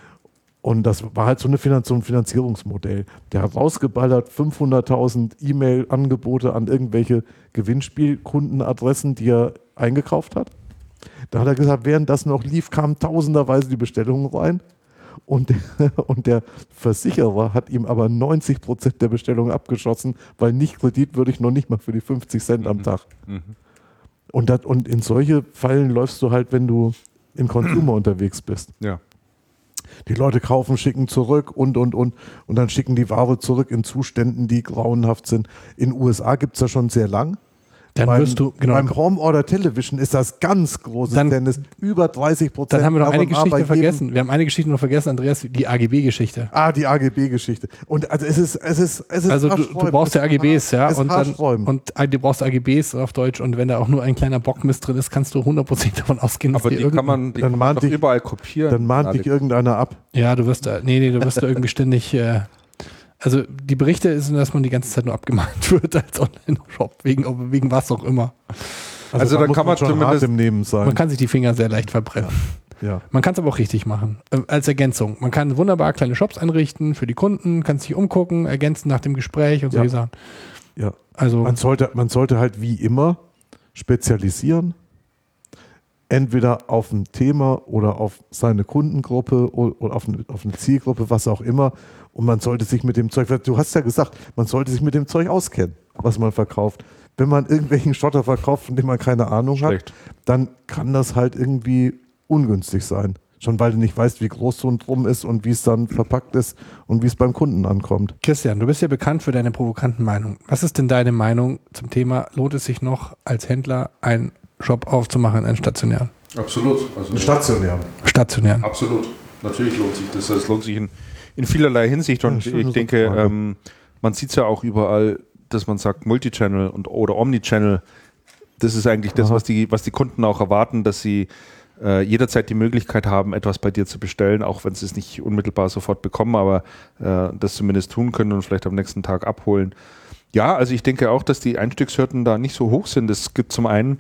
Und das war halt so, eine Finanz so ein Finanzierungsmodell. Der hat rausgeballert fünfhunderttausend E-Mail-Angebote an irgendwelche Gewinnspielkundenadressen, die er eingekauft hat. Da hat er gesagt, während das noch lief, kamen tausenderweise die Bestellungen rein. Und der, und der Versicherer hat ihm aber neunzig Prozent der Bestellungen abgeschossen, weil nicht kreditwürdig, noch nicht mal für die fünfzig Cent am Mhm. Tag. Mhm. Und, das, und in solche Fallen läufst du halt, wenn du in Consumer unterwegs bist. Ja. Die Leute kaufen, schicken zurück und, und, und. Und dann schicken die Ware zurück in Zuständen, die grauenhaft sind. In den U S A gibt es das schon sehr lang. Dann beim, wirst du, genau. Beim Home Order Television ist das ganz großes Dann- Tennis. Über dreißig Prozent. Dann haben wir noch eine Geschichte jedem, vergessen. Wir haben eine Geschichte noch vergessen, Andreas, die A G B-Geschichte. Ah, die A G B-Geschichte. Und also es ist, es ist, es ist Also du, du haarsträubend. brauchst ja A G Bs, Es ja, ist und dann haarsträubend. und äh, du brauchst A G Bs auf Deutsch und wenn da auch nur ein kleiner Bockmist drin ist, kannst du hundert Prozent davon ausgehen, dass Aber dir die irgend- kann man, die Dann kann man mahnt doch dich- überall kopieren. Dann mahnt dich irgendeiner ab. Ja, du wirst da, nee, nee, du wirst da irgendwie ständig, äh, also die Berichte sind, dass man die ganze Zeit nur abgemahnt wird als Online-Shop, wegen, wegen was auch immer. Also da dann muss kann man schon zumindest- hart im Nehmen sein. Man kann sich die Finger sehr leicht verbrennen. ja. Man kann es aber auch richtig machen, äh, als Ergänzung. Man kann wunderbar kleine Shops einrichten für die Kunden, kann sich umgucken, ergänzen nach dem Gespräch und solche Ja. Sachen. Ja. Also, Man sollte, man sollte halt wie immer spezialisieren. Entweder auf ein Thema oder auf seine Kundengruppe oder auf eine, auf eine Zielgruppe, was auch immer. Und man sollte sich mit dem Zeug, du hast ja gesagt, man sollte sich mit dem Zeug auskennen, was man verkauft. Wenn man irgendwelchen Schotter verkauft, von dem man keine Ahnung Schlecht. hat, dann kann das halt irgendwie ungünstig sein. Schon weil du nicht weißt, wie groß so ein Drum ist und wie es dann verpackt ist und wie es beim Kunden ankommt. Christian, du bist ja bekannt für deine provokanten Meinungen. Was ist denn deine Meinung zum Thema, lohnt es sich noch als Händler einen Shop aufzumachen, einen stationären? Absolut. Also Stationär. Stationären. Absolut. Natürlich lohnt sich das. Es lohnt sich in, in vielerlei Hinsicht. Und Ja, schöne ich denke, Rückfrage. ähm, man sieht es ja auch überall, dass man sagt Multichannel und oder Omnichannel. Das ist eigentlich das, Aha. was die, was die Kunden auch erwarten, dass sie äh, jederzeit die Möglichkeit haben, etwas bei dir zu bestellen, auch wenn sie es nicht unmittelbar sofort bekommen, aber äh, das zumindest tun können und vielleicht am nächsten Tag abholen. Ja, also ich denke auch, dass die Einstiegshürden da nicht so hoch sind. Es gibt zum einen,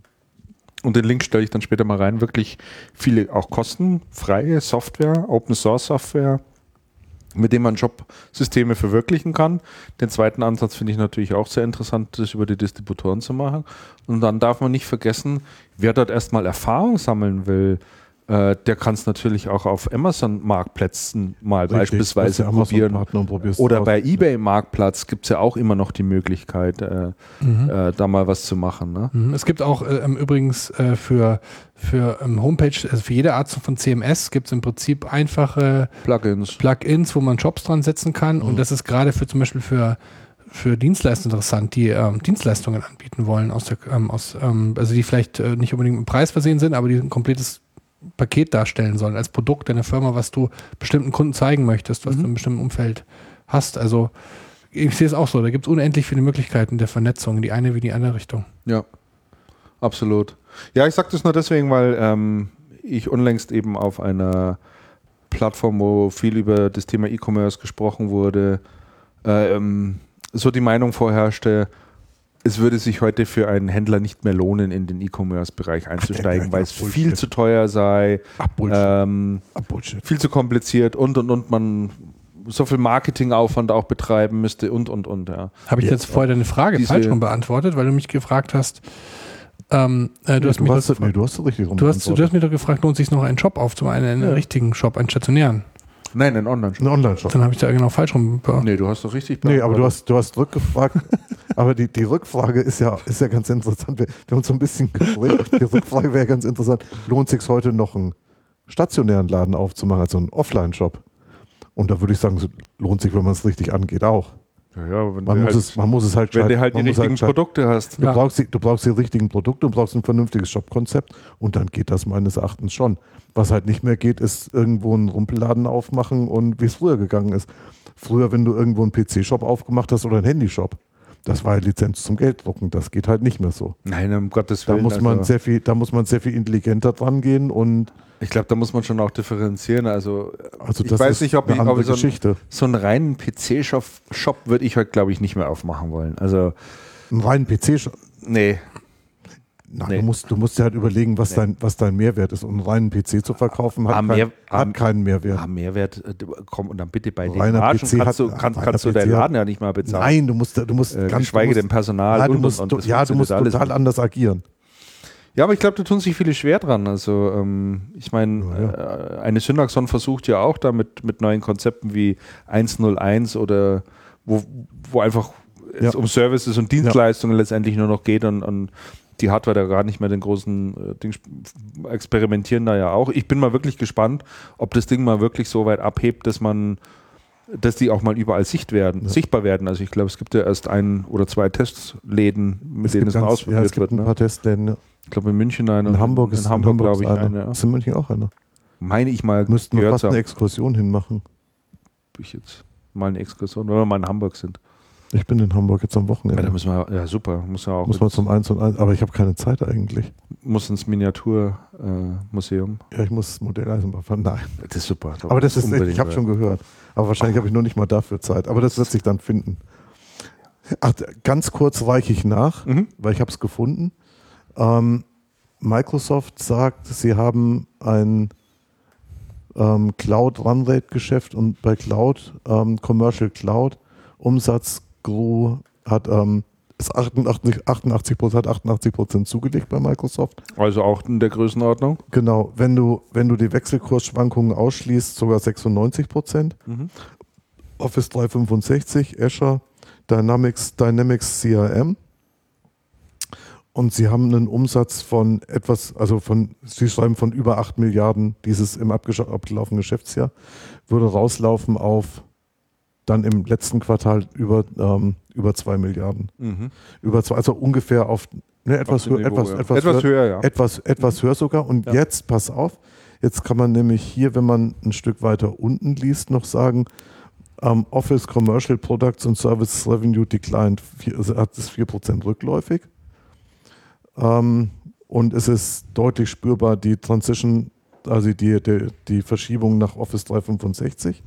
und den Link stelle ich dann später mal rein, wirklich viele auch kostenfreie Software, Open Source Software, mit dem man Jobsysteme verwirklichen kann. Den zweiten Ansatz finde ich natürlich auch sehr interessant, das über die Distributoren zu machen. Und dann darf man nicht vergessen, wer dort erstmal Erfahrung sammeln will, äh, der kann es natürlich auch auf Amazon-Marktplätzen mal Richtig, beispielsweise dass du probieren. Amazon-Partner und probierst Oder aus. bei eBay-Marktplatz gibt es ja auch immer noch die Möglichkeit, äh, Mhm. äh, da mal was zu machen. Ne? Mhm. Es gibt auch äh, ähm, übrigens äh, für, für ähm, Homepage, also für jede Art von C M S gibt es im Prinzip einfache Plugins. Plugins, wo man Shops dran setzen kann. Und das ist gerade für zum Beispiel für, für Dienstleister interessant, die ähm, Dienstleistungen anbieten wollen, aus der, ähm, aus, ähm, also die vielleicht äh, nicht unbedingt im Preis versehen sind, aber die ein komplettes Paket darstellen sollen, als Produkt deiner Firma, was du bestimmten Kunden zeigen möchtest, was Mhm. du in einem bestimmten Umfeld hast. Also ich sehe es auch so, da gibt es unendlich viele Möglichkeiten der Vernetzung, in die eine wie die andere Richtung. Ja, absolut. Ja, ich sage das nur deswegen, weil ähm, ich unlängst eben auf einer Plattform, wo viel über das Thema E-Commerce gesprochen wurde, ähm, so die Meinung vorherrschte, es würde sich heute für einen Händler nicht mehr lohnen, in den E-Commerce-Bereich einzusteigen, Ach, weil es Bullshit. viel zu teuer sei, Ach, Bullshit. ähm, Ach, Bullshit. viel zu kompliziert und und und man so viel Marketingaufwand auch betreiben müsste und und und. Ja. Habe ich Ja. jetzt vorher deine Frage Diese- falsch rum beantwortet, weil du mich gefragt hast, ähm, äh, du, hast mich du, doch hast, nee, du hast richtig rum Du hast, du hast mich doch gefragt, lohnt sich noch einen Shop aufzumachen, einen Ja. richtigen Shop, einen stationären. Nein, ein Online-Shop. Ein Online-Shop. Dann habe ich da genau falsch rum. be- Nee, du hast doch richtig Nee, aber du beantwortet. hast, du hast rückgefragt. aber die, die Rückfrage ist ja, ist ja ganz interessant. Wir, wir haben uns so ein bisschen gedreht. Die Rückfrage wäre ganz interessant. Lohnt sich heute noch einen stationären Laden aufzumachen, also einen Offline-Shop? Und da würde ich sagen, es lohnt sich, wenn man es richtig angeht, auch. Ja, ja, wenn, Man, du muss, halt, es, man muss es halt wenn gescheit- du halt die man muss richtigen gescheit- Produkte hast. Du, Ja. brauchst die, du brauchst die richtigen Produkte und brauchst ein vernünftiges Shop-Konzept und dann geht das meines Erachtens schon. Was halt nicht mehr geht, ist irgendwo einen Rumpelladen aufmachen und wie es früher gegangen ist. Früher, wenn du irgendwo einen P C-Shop aufgemacht hast oder einen Handyshop, das war ja Lizenz zum Gelddrucken. Das geht halt nicht mehr so. Nein, um Gottes Da Willen. muss man also, sehr viel, da muss man sehr viel intelligenter dran gehen und ich glaube, da muss man schon auch differenzieren. Also, also ich das weiß ist nicht, ob eine ich andere ob ich so, ein, Geschichte. so einen reinen P C-Shop Shop würde ich heute, glaube ich, nicht mehr aufmachen wollen. Also, Einen reinen P C-Shop. nee. Na, Nee. du, musst, du musst dir halt überlegen, was, Nee. dein, was dein Mehrwert ist. Und einen reinen P C zu verkaufen hat, Ah, kein, mehr- ah, hat keinen Mehrwert. Ja, Mehrwert, äh, komm, und dann bitte bei den Reiner Margen P C kannst, hat- du, kann, reiner kannst du P C deinen hat- Laden ja nicht mal bezahlen. Nein, du musst, du musst Äh, ganz geschweige du musst, denn Personal ja, du und, musst, und, du, und das ja, du musst funktioniert alles total nicht. anders agieren. Ja, aber ich glaube, da tun sich viele schwer dran. Also ähm, ich meine, Ja, äh, eine Synaxon versucht ja auch da mit, mit neuen Konzepten wie eins null eins oder wo, wo einfach Ja. es um Services und Dienstleistungen letztendlich nur noch geht und, und die Hardware da gar nicht mehr den großen äh, Ding sp- experimentieren da ja auch. Ich bin mal wirklich gespannt, ob das Ding mal wirklich so weit abhebt, dass man dass die auch mal überall sicht werden, Ja. sichtbar werden. Also ich glaube, es gibt ja erst ein oder zwei Testläden, mit denen gibt es noch ganz- ausprobiert ja, es gibt wird. ein Ne? paar Testläden. Ja. Ich glaube in München einer. In Hamburg ist in Hamburg, glaube ich, ist einer. eine. Ja. Ist in München auch einer. Meine ich mal Müssten wir gehört fast zu eine haben. Exkursion hinmachen. Ich jetzt mal eine Exkursion, wenn wir mal in Hamburg sind. Ich bin in Hamburg jetzt am Ja, Wochenende. da müssen wir, ja super, muss ja auch Muss man zum eins und eins, aber ich habe keine Zeit eigentlich. muss ins Miniaturmuseum. Äh, Museum. Ja, ich muss Modelleisenbahn fahren. Nein. Das ist super. Aber das ist, unbedingt ich habe schon gehört. Aber wahrscheinlich habe ich noch nicht mal dafür Zeit. Aber das wird sich dann finden. Ach, ganz kurz reiche ich nach, Mhm. weil ich habe es gefunden. Ähm, Microsoft sagt, sie haben ein ähm, Cloud-Run-Rate-Geschäft und bei Cloud, ähm, Commercial Cloud, Umsatz grew, hat ähm, ist achtundachtzig, achtundachtzig Prozent, hat achtundachtzig Prozent zugelegt bei Microsoft. Also auch in der Größenordnung. Genau, wenn du, wenn du die Wechselkursschwankungen ausschließt, sogar sechsundneunzig Prozent. Mhm. Office dreihundertfünfundsechzig, Azure, Dynamics, Dynamics C R M. Und sie haben einen Umsatz von etwas, also von, sie schreiben von über acht Milliarden dieses im abgesch- abgelaufenen Geschäftsjahr, würde rauslaufen auf dann im letzten Quartal über, ähm, über zwei Milliarden. Mhm. Über zwei, also ungefähr auf ne, etwas, Auf dem höher, Niveau, etwas, ja. etwas, etwas höher, höher, ja. etwas, etwas höher sogar. Und Ja. jetzt, pass auf, jetzt kann man nämlich hier, wenn man ein Stück weiter unten liest, noch sagen, um, Office Commercial Products and Services Revenue declined, vier, also hat es vier Prozent rückläufig. Um, und es ist deutlich spürbar die Transition, also die, die, die Verschiebung nach Office dreihundertfünfundsechzig.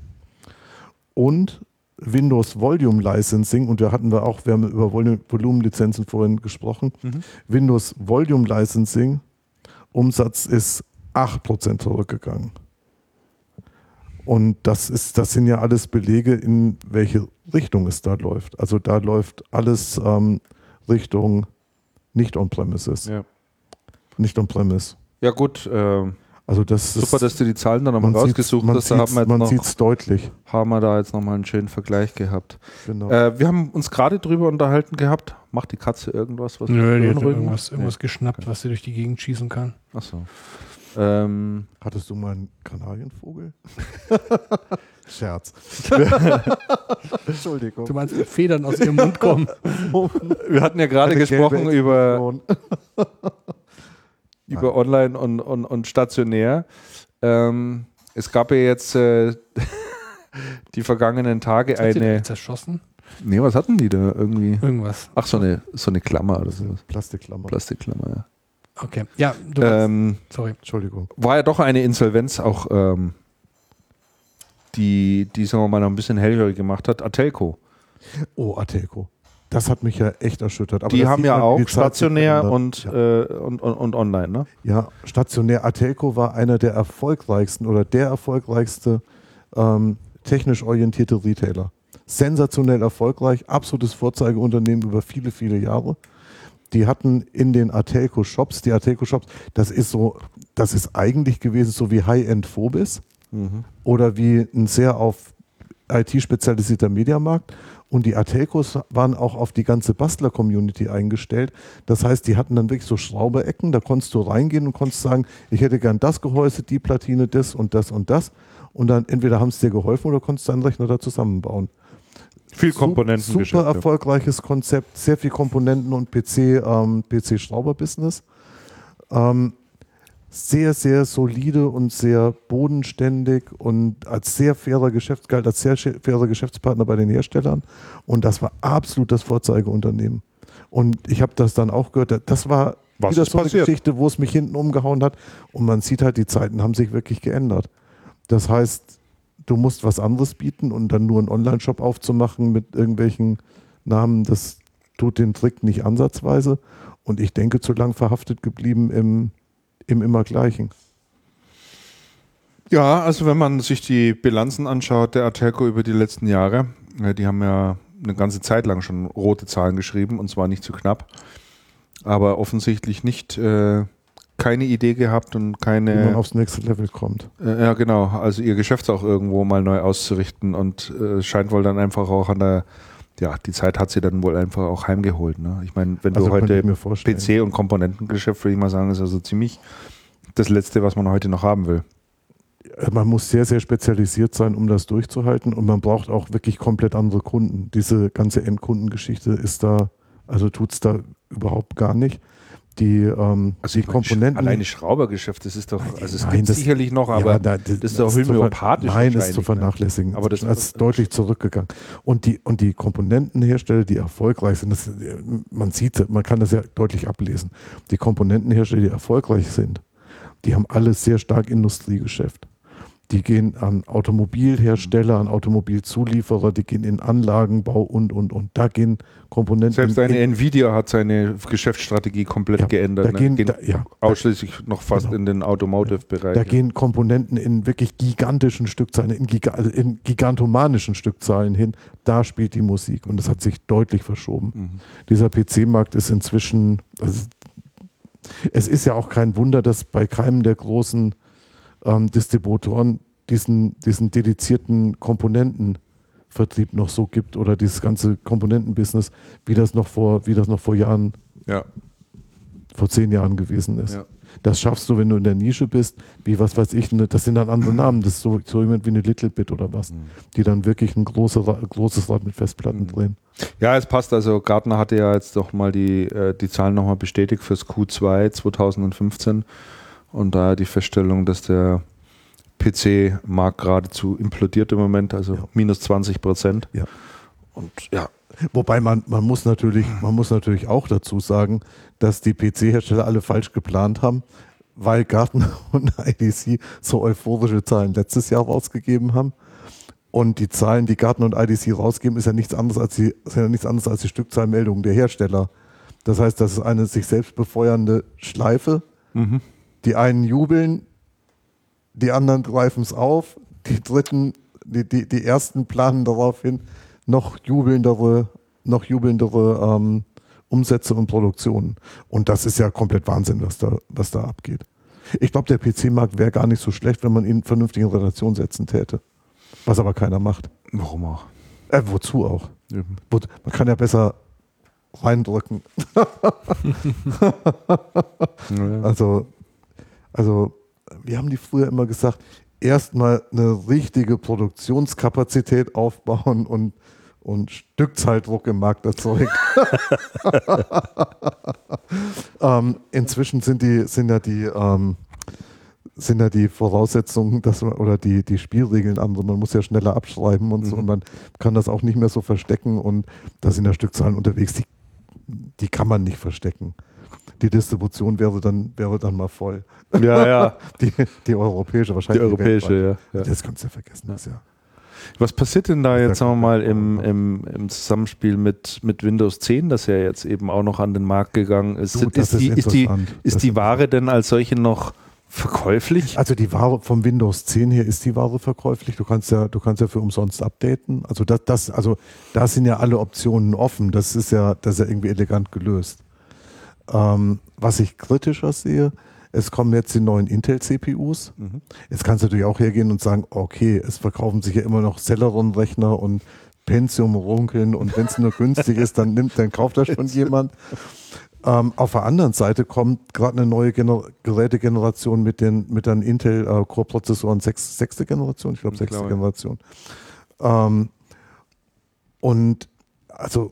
Und Windows Volume Licensing, und da hatten wir auch, wir haben über Vol- Volumenlizenzen vorhin gesprochen, Mhm. Windows Volume Licensing, Umsatz ist acht Prozent zurückgegangen. Und das ist, das sind ja alles Belege, in welche Richtung es da läuft. Also da läuft alles ähm, Richtung nicht on-premises. Ja. Nicht on-premise. Ja gut, ähm, Also das super, ist, dass du die Zahlen dann nochmal man rausgesucht sieht's- man hast. Da haben sieht's- wir, man jetzt sieht noch, es deutlich. haben wir da jetzt nochmal einen schönen Vergleich gehabt. Genau. Äh, wir haben uns gerade drüber unterhalten gehabt. Macht die Katze irgendwas? Was Nö, die hat beunruhigend irgendwas, macht? irgendwas geschnappt, was sie durch die Gegend schießen kann. Nee. Achso. Ähm, Hattest du mal einen Kanarienvogel? Scherz. Entschuldigung. Du meinst, Federn aus ihrem Mund kommen. wir hatten ja gerade Eine gelbe gesprochen über, Explosion. über online und, und, und stationär. Ähm, es gab ja jetzt äh, die vergangenen Tage Hat die eine. denn zerschossen? Nee, was hatten die da irgendwie? Irgendwas. Ach, so eine, so eine Klammer oder sowas. Plastikklammer. Plastikklammer, ja. Okay. Ja, du Ähm, sorry. Entschuldigung. war ja doch eine Insolvenz auch, ähm, die, die, sagen wir mal, noch ein bisschen hellhörig gemacht hat. Atelco. Oh, Atelco. Das hat mich ja echt erschüttert. Aber Die das haben sieht ja man, wie auch die Zeit sich stationär verändert. und, Ja. äh, und, und, und online, ne? Ja, stationär. Atelco war einer der erfolgreichsten oder der erfolgreichste ähm, technisch orientierte Retailer. Sensationell erfolgreich, absolutes Vorzeigeunternehmen über viele, viele Jahre. Die hatten in den Atelco-Shops, die Atelco-Shops, das ist so, das ist eigentlich gewesen so wie High-End-Phobis oder wie ein sehr auf I T spezialisierter Mediamarkt. Und die Atelcos waren auch auf die ganze Bastler-Community eingestellt. Das heißt, die hatten dann wirklich so Schrauberecken, da konntest du reingehen und konntest sagen, ich hätte gern das Gehäuse, die Platine, das und das und das. Und dann entweder haben sie dir geholfen oder konntest du einen Rechner da zusammenbauen. Viel Su- Komponentengeschäft. Super ja. erfolgreiches Konzept, sehr viel Komponenten und P C, ähm, P C-Schrauber-Business. Ähm, sehr, sehr solide und sehr bodenständig und als sehr fairer Geschäfts galt als sehr sche- fairer Geschäftspartner bei den Herstellern. Und das war absolut das Vorzeigeunternehmen. Und ich habe das dann auch gehört, das war Was wieder ist so eine passiert? Geschichte, wo es mich hinten umgehauen hat. Und man sieht halt, die Zeiten haben sich wirklich geändert. Das heißt, du musst was anderes bieten und dann nur einen Online-Shop aufzumachen mit irgendwelchen Namen, das tut den Trick nicht ansatzweise. Und ich denke, zu lang verhaftet geblieben im, im Immergleichen. Ja, also wenn man sich die Bilanzen anschaut, der Atelco über die letzten Jahre, ja, die haben ja eine ganze Zeit lang schon rote Zahlen geschrieben und zwar nicht zu knapp, aber offensichtlich nicht äh, keine Idee gehabt und Wie man keine, aufs nächste Level kommt. äh, ja genau, also ihr Geschäft auch irgendwo mal neu auszurichten und äh, scheint wohl dann einfach auch an der, ja, die Zeit hat sie dann wohl einfach auch heimgeholt. Ne? Ich meine, wenn Also du könnte heute ich mir P vorstellen. C und Komponentengeschäft, würde ich mal sagen, ist also ziemlich das Letzte, was man heute noch haben will. Man muss sehr, sehr spezialisiert sein, um das durchzuhalten und man braucht auch wirklich komplett andere Kunden. Diese ganze Endkundengeschichte ist da, also tut es da überhaupt gar nicht. Die, ähm, Also die ich meine, Komponenten. alleine Schraubergeschäft, das ist doch, also es Nein, gibt das- sicherlich noch, Ja, aber da- das ist doch zu ver- homöopathisch. Nein, ist wahrscheinlich, zu vernachlässigen. Aber das- das ist deutlich zurückgegangen. Und die, und die Komponentenhersteller, die erfolgreich sind, das, man sieht, man kann das ja deutlich ablesen. Die Komponentenhersteller, die erfolgreich sind, die haben alle sehr stark Industriegeschäft. Die gehen an Automobilhersteller, an Automobilzulieferer, die gehen in Anlagenbau und, und, und. Da gehen Komponenten. Selbst in, eine Nvidia hat seine Geschäftsstrategie komplett Ja, geändert. da ne? gehen- Gehen da- ja. ausschließlich noch fast Genau. in den Automotive-Bereich. Da gehen Komponenten in wirklich gigantischen Stückzahlen, in, giga, also in gigantomanischen Stückzahlen hin. Da spielt die Musik und das hat sich deutlich verschoben. Mhm. Dieser P C-Markt ist inzwischen, also es ist ja auch kein Wunder, dass bei keinem der großen ähm, Distributoren diesen, diesen dedizierten Komponentenvertrieb noch so gibt oder dieses ganze Komponentenbusiness, wie das noch vor, wie das noch vor Jahren, Ja. vor zehn Jahren gewesen ist. Ja. Das schaffst du, wenn du in der Nische bist, wie was weiß ich, ne, das sind dann andere Namen, das ist so, so jemand wie eine Little Bit oder was, die dann wirklich ein große, Ra- großes Rad mit Festplatten drehen. Ja, es passt. Also Gartner hatte ja jetzt doch mal die, äh, die Zahlen nochmal bestätigt fürs Q zwei zweitausendfünfzehn und da die Feststellung, dass der P C-Markt geradezu implodiert im Moment, also Ja. minus zwanzig Prozent. Ja. Und ja, Wobei man, man muss natürlich, man muss natürlich auch dazu sagen, dass die P C-Hersteller alle falsch geplant haben, weil Gartner und I D C so euphorische Zahlen letztes Jahr rausgegeben haben. Und die Zahlen, die Gartner und I D C rausgeben, ist ja nichts anderes als die, ist ja nichts anderes als die Stückzahlmeldungen der Hersteller. Das heißt, das ist eine sich selbst befeuernde Schleife. Die einen jubeln, die anderen greifen es auf, die dritten, die, die, die ersten planen darauf hin, noch jubelndere, noch jubelndere ähm, Umsätze und Produktionen. Und das ist ja komplett Wahnsinn, was da, was da abgeht. Ich glaube, der P C-Markt wäre gar nicht so schlecht, wenn man ihn vernünftig in Relation setzen täte. Was aber keiner macht. warum auch? Äh, wozu auch? Eben. Wo, man kann ja besser reindrücken. Ja. Also, also, wir haben die früher immer gesagt, erstmal eine richtige Produktionskapazität aufbauen und, und Stückzahldruck im Markt erzeugt. ähm, inzwischen sind die, sind ja die, ähm, sind ja die Voraussetzungen, dass man, oder die, die Spielregeln andere. Man muss ja schneller abschreiben und so, Mhm. und man kann das auch nicht mehr so verstecken, und da sind ja Stückzahlen unterwegs, die, die kann man nicht verstecken. Die Distribution wäre dann, wäre dann mal voll. Ja, ja. Die, die europäische Die wahrscheinlich. europäische, ja. ja. Das kannst du ja vergessen. Das ja. Was passiert denn da Das ist jetzt, ja sagen wir mal, komplett im, im, im Zusammenspiel mit, mit Windows zehn, das ja jetzt eben auch noch an den Markt gegangen ist? Du, Sind- das ist, die, ist ist, die, interessant. ist Das die ist Ware denn als solche noch verkäuflich? Also die Ware vom Windows zehn her ist die Ware verkäuflich. Du kannst ja, du kannst ja für umsonst updaten. Also das, das, also da sind ja alle Optionen offen. Das ist ja, das ist ja irgendwie elegant gelöst. Ähm, was ich kritischer sehe, es kommen jetzt die neuen Intel-C P Us. Mhm. Jetzt kannst du natürlich auch hergehen und sagen, okay, es verkaufen sich ja immer noch Celeron-Rechner und Pentium-Runkeln, und wenn es nur günstig ist, dann nimmt, dann kauft das schon jemand. Ähm, auf der anderen Seite kommt gerade eine neue Gener Gerätegeneration mit den mit den Intel äh, Core-Prozessoren sechs, sechste Generation, ich glaube Ich sechste glaube, ja. Generation. Ähm, und also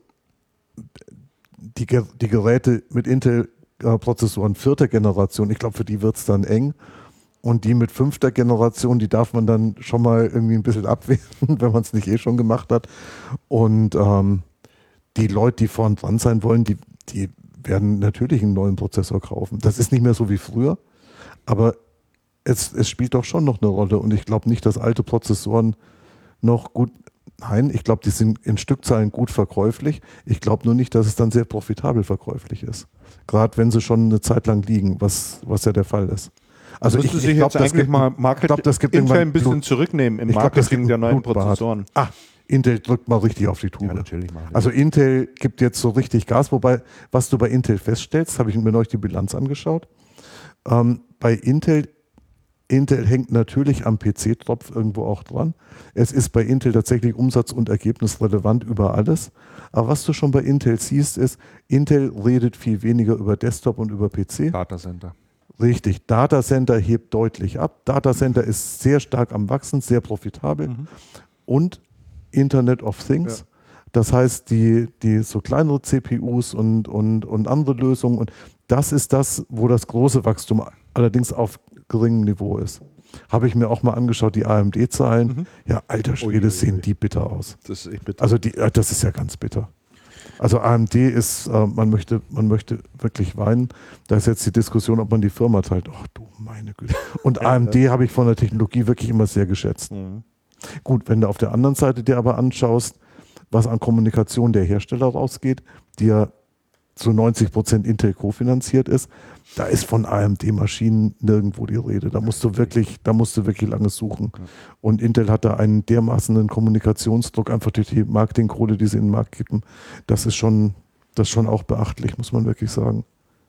die, Ge die Geräte mit Intel äh, Prozessoren vierter Generation, ich glaube, für die wird es dann eng. Und die mit fünfter Generation, die darf man dann schon mal irgendwie ein bisschen abwerten, wenn man es nicht eh schon gemacht hat. Und ähm, die Leute, die vorn dran sein wollen, die, die werden natürlich einen neuen Prozessor kaufen. Das ist nicht mehr so wie früher, aber es, es spielt doch schon noch eine Rolle. Und ich glaube nicht, dass alte Prozessoren noch gut, nein, ich glaube, die sind in Stückzahlen gut verkäuflich. Ich glaube nur nicht, dass es dann sehr profitabel verkäuflich ist. Gerade wenn sie schon eine Zeit lang liegen, was, was ja der Fall ist. Also ich, ich glaube, das gibt mal Market ich glaub, das gibt Intel irgendwann ein bisschen Blut- zurücknehmen im ich glaub, das gibt Marketing der ein neuen Blutbad. Prozessoren. Ah, Intel drückt mal richtig auf die Tube. Ja, natürlich machen die Also Intel gibt jetzt so richtig Gas, wobei, was du bei Intel feststellst, habe ich mir neulich die Bilanz angeschaut. Ähm, bei Intel, Intel hängt natürlich am P C-Tropf irgendwo auch dran. Es ist bei Intel tatsächlich umsatz- und ergebnisrelevant über alles. Aber was du schon bei Intel siehst, ist, Intel redet viel weniger über Desktop und über P C. Datacenter. Richtig, Datacenter hebt deutlich ab. Datacenter ist sehr stark am Wachsen, sehr profitabel. Mhm. Und Internet of Things. Ja. Das heißt, die, die so kleinere C P Us und, und, und andere Lösungen. Und das ist das, wo das große Wachstum allerdings auf geringem Niveau ist. Habe ich mir auch mal angeschaut, die A M D-Zahlen. Mhm. Ja, alter Schwede, Ui, ui, ui. sehen die bitter aus. Das ist echt bitter. Also die, äh, das ist ja ganz bitter. Also A M D ist, äh, man möchte, man möchte wirklich weinen. Da ist jetzt die Diskussion, ob man die Firma teilt. Ach du meine Güte. Und A M D habe ich von der Technologie wirklich immer sehr geschätzt. Mhm. Gut, wenn du auf der anderen Seite dir aber anschaust, was an Kommunikation der Hersteller rausgeht, die ja zu neunzig Prozent Intel kofinanziert ist, da ist von A M D-Maschinen nirgendwo die Rede. Da musst du wirklich, da musst du wirklich lange suchen. Und Intel hat da einen dermaßenen Kommunikationsdruck, einfach durch die Marketingkohle, die sie in den Markt kippen. Das ist schon, das ist schon auch beachtlich, muss man wirklich sagen.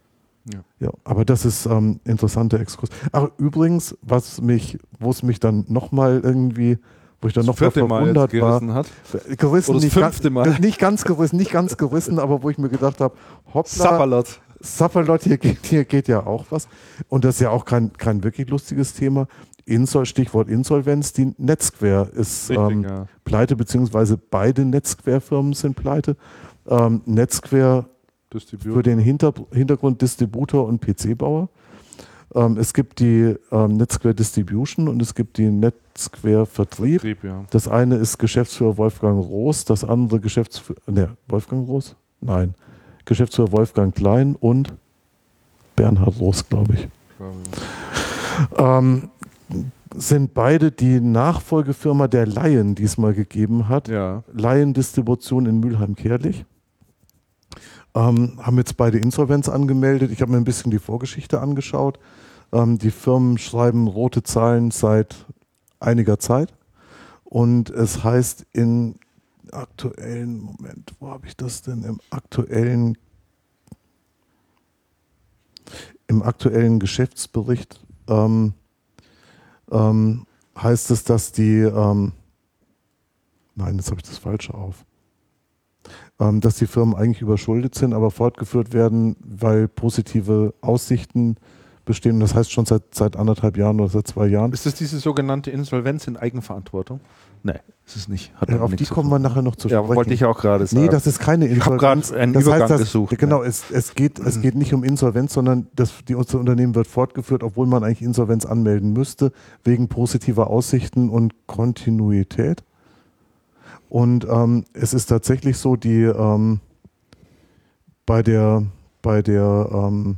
Ja. Ja, aber das ist ähm, interessanter Exkurs. Ach, übrigens, was mich, wo es mich dann nochmal irgendwie, wo ich dann Das nochmal vierte Mal verwundert jetzt war, gerissen hat. gerissen, Oder das nicht, fünfte ganz, Mal. nicht ganz gerissen, nicht ganz gerissen, aber wo ich mir gedacht habe, hoppla, Sapperlot. Sapperlot, hier geht, hier geht ja auch was. Und das ist ja auch kein, kein wirklich lustiges Thema. Insol, Stichwort Insolvenz, die Netsquare ist Richtig, ähm, ja. pleite, beziehungsweise beide Netsquare-Firmen sind pleite. Ähm, Netsquare für den Hinter Hintergrund Distributor und P C-Bauer. Ähm, es gibt die ähm, Netsquare Distribution und es gibt die Netsquare Vertrieb. Vertrieb, ja. Das eine ist Geschäftsführer Wolfgang Roos, das andere Geschäftsführer, ne, Wolfgang Roos? Nein. Geschäftsführer Wolfgang Klein und Bernhard Roos, glaube ich. Ähm, sind beide die Nachfolgefirma der Lion, die es mal gegeben hat. Ja. Lion Distribution in Mülheim-Kärlich. Ähm, haben jetzt beide Insolvenz angemeldet. Ich habe mir ein bisschen die Vorgeschichte angeschaut. Ähm, die Firmen schreiben rote Zahlen seit einiger Zeit. Und es heißt in aktuellen, Moment, wo habe ich das denn? Im aktuellen, im aktuellen Geschäftsbericht ähm, ähm, heißt es, dass die, ähm, nein, jetzt habe ich das Falsche auf. Ähm, dass die Firmen eigentlich überschuldet sind, aber fortgeführt werden, weil positive Aussichten bestehen. Das heißt schon seit, seit anderthalb Jahren oder seit zwei Jahren. Ist das diese sogenannte Insolvenz in Eigenverantwortung? Nein, ist es nicht. Hat Ja, aber auf die nichts zu kommen tun. wir nachher noch zu Ja, sprechen. wollte ich auch gerade sagen. Nee, das ist keine Ich habe Insolvenz. gerade einen Das heißt, Übergang dass- gesucht. Genau, es, es, geht, es geht nicht um Insolvenz, sondern das, die, unser Unternehmen wird fortgeführt, obwohl man eigentlich Insolvenz anmelden müsste, wegen positiver Aussichten und Kontinuität. Und ähm, es ist tatsächlich so, die ähm, bei der, bei der ähm,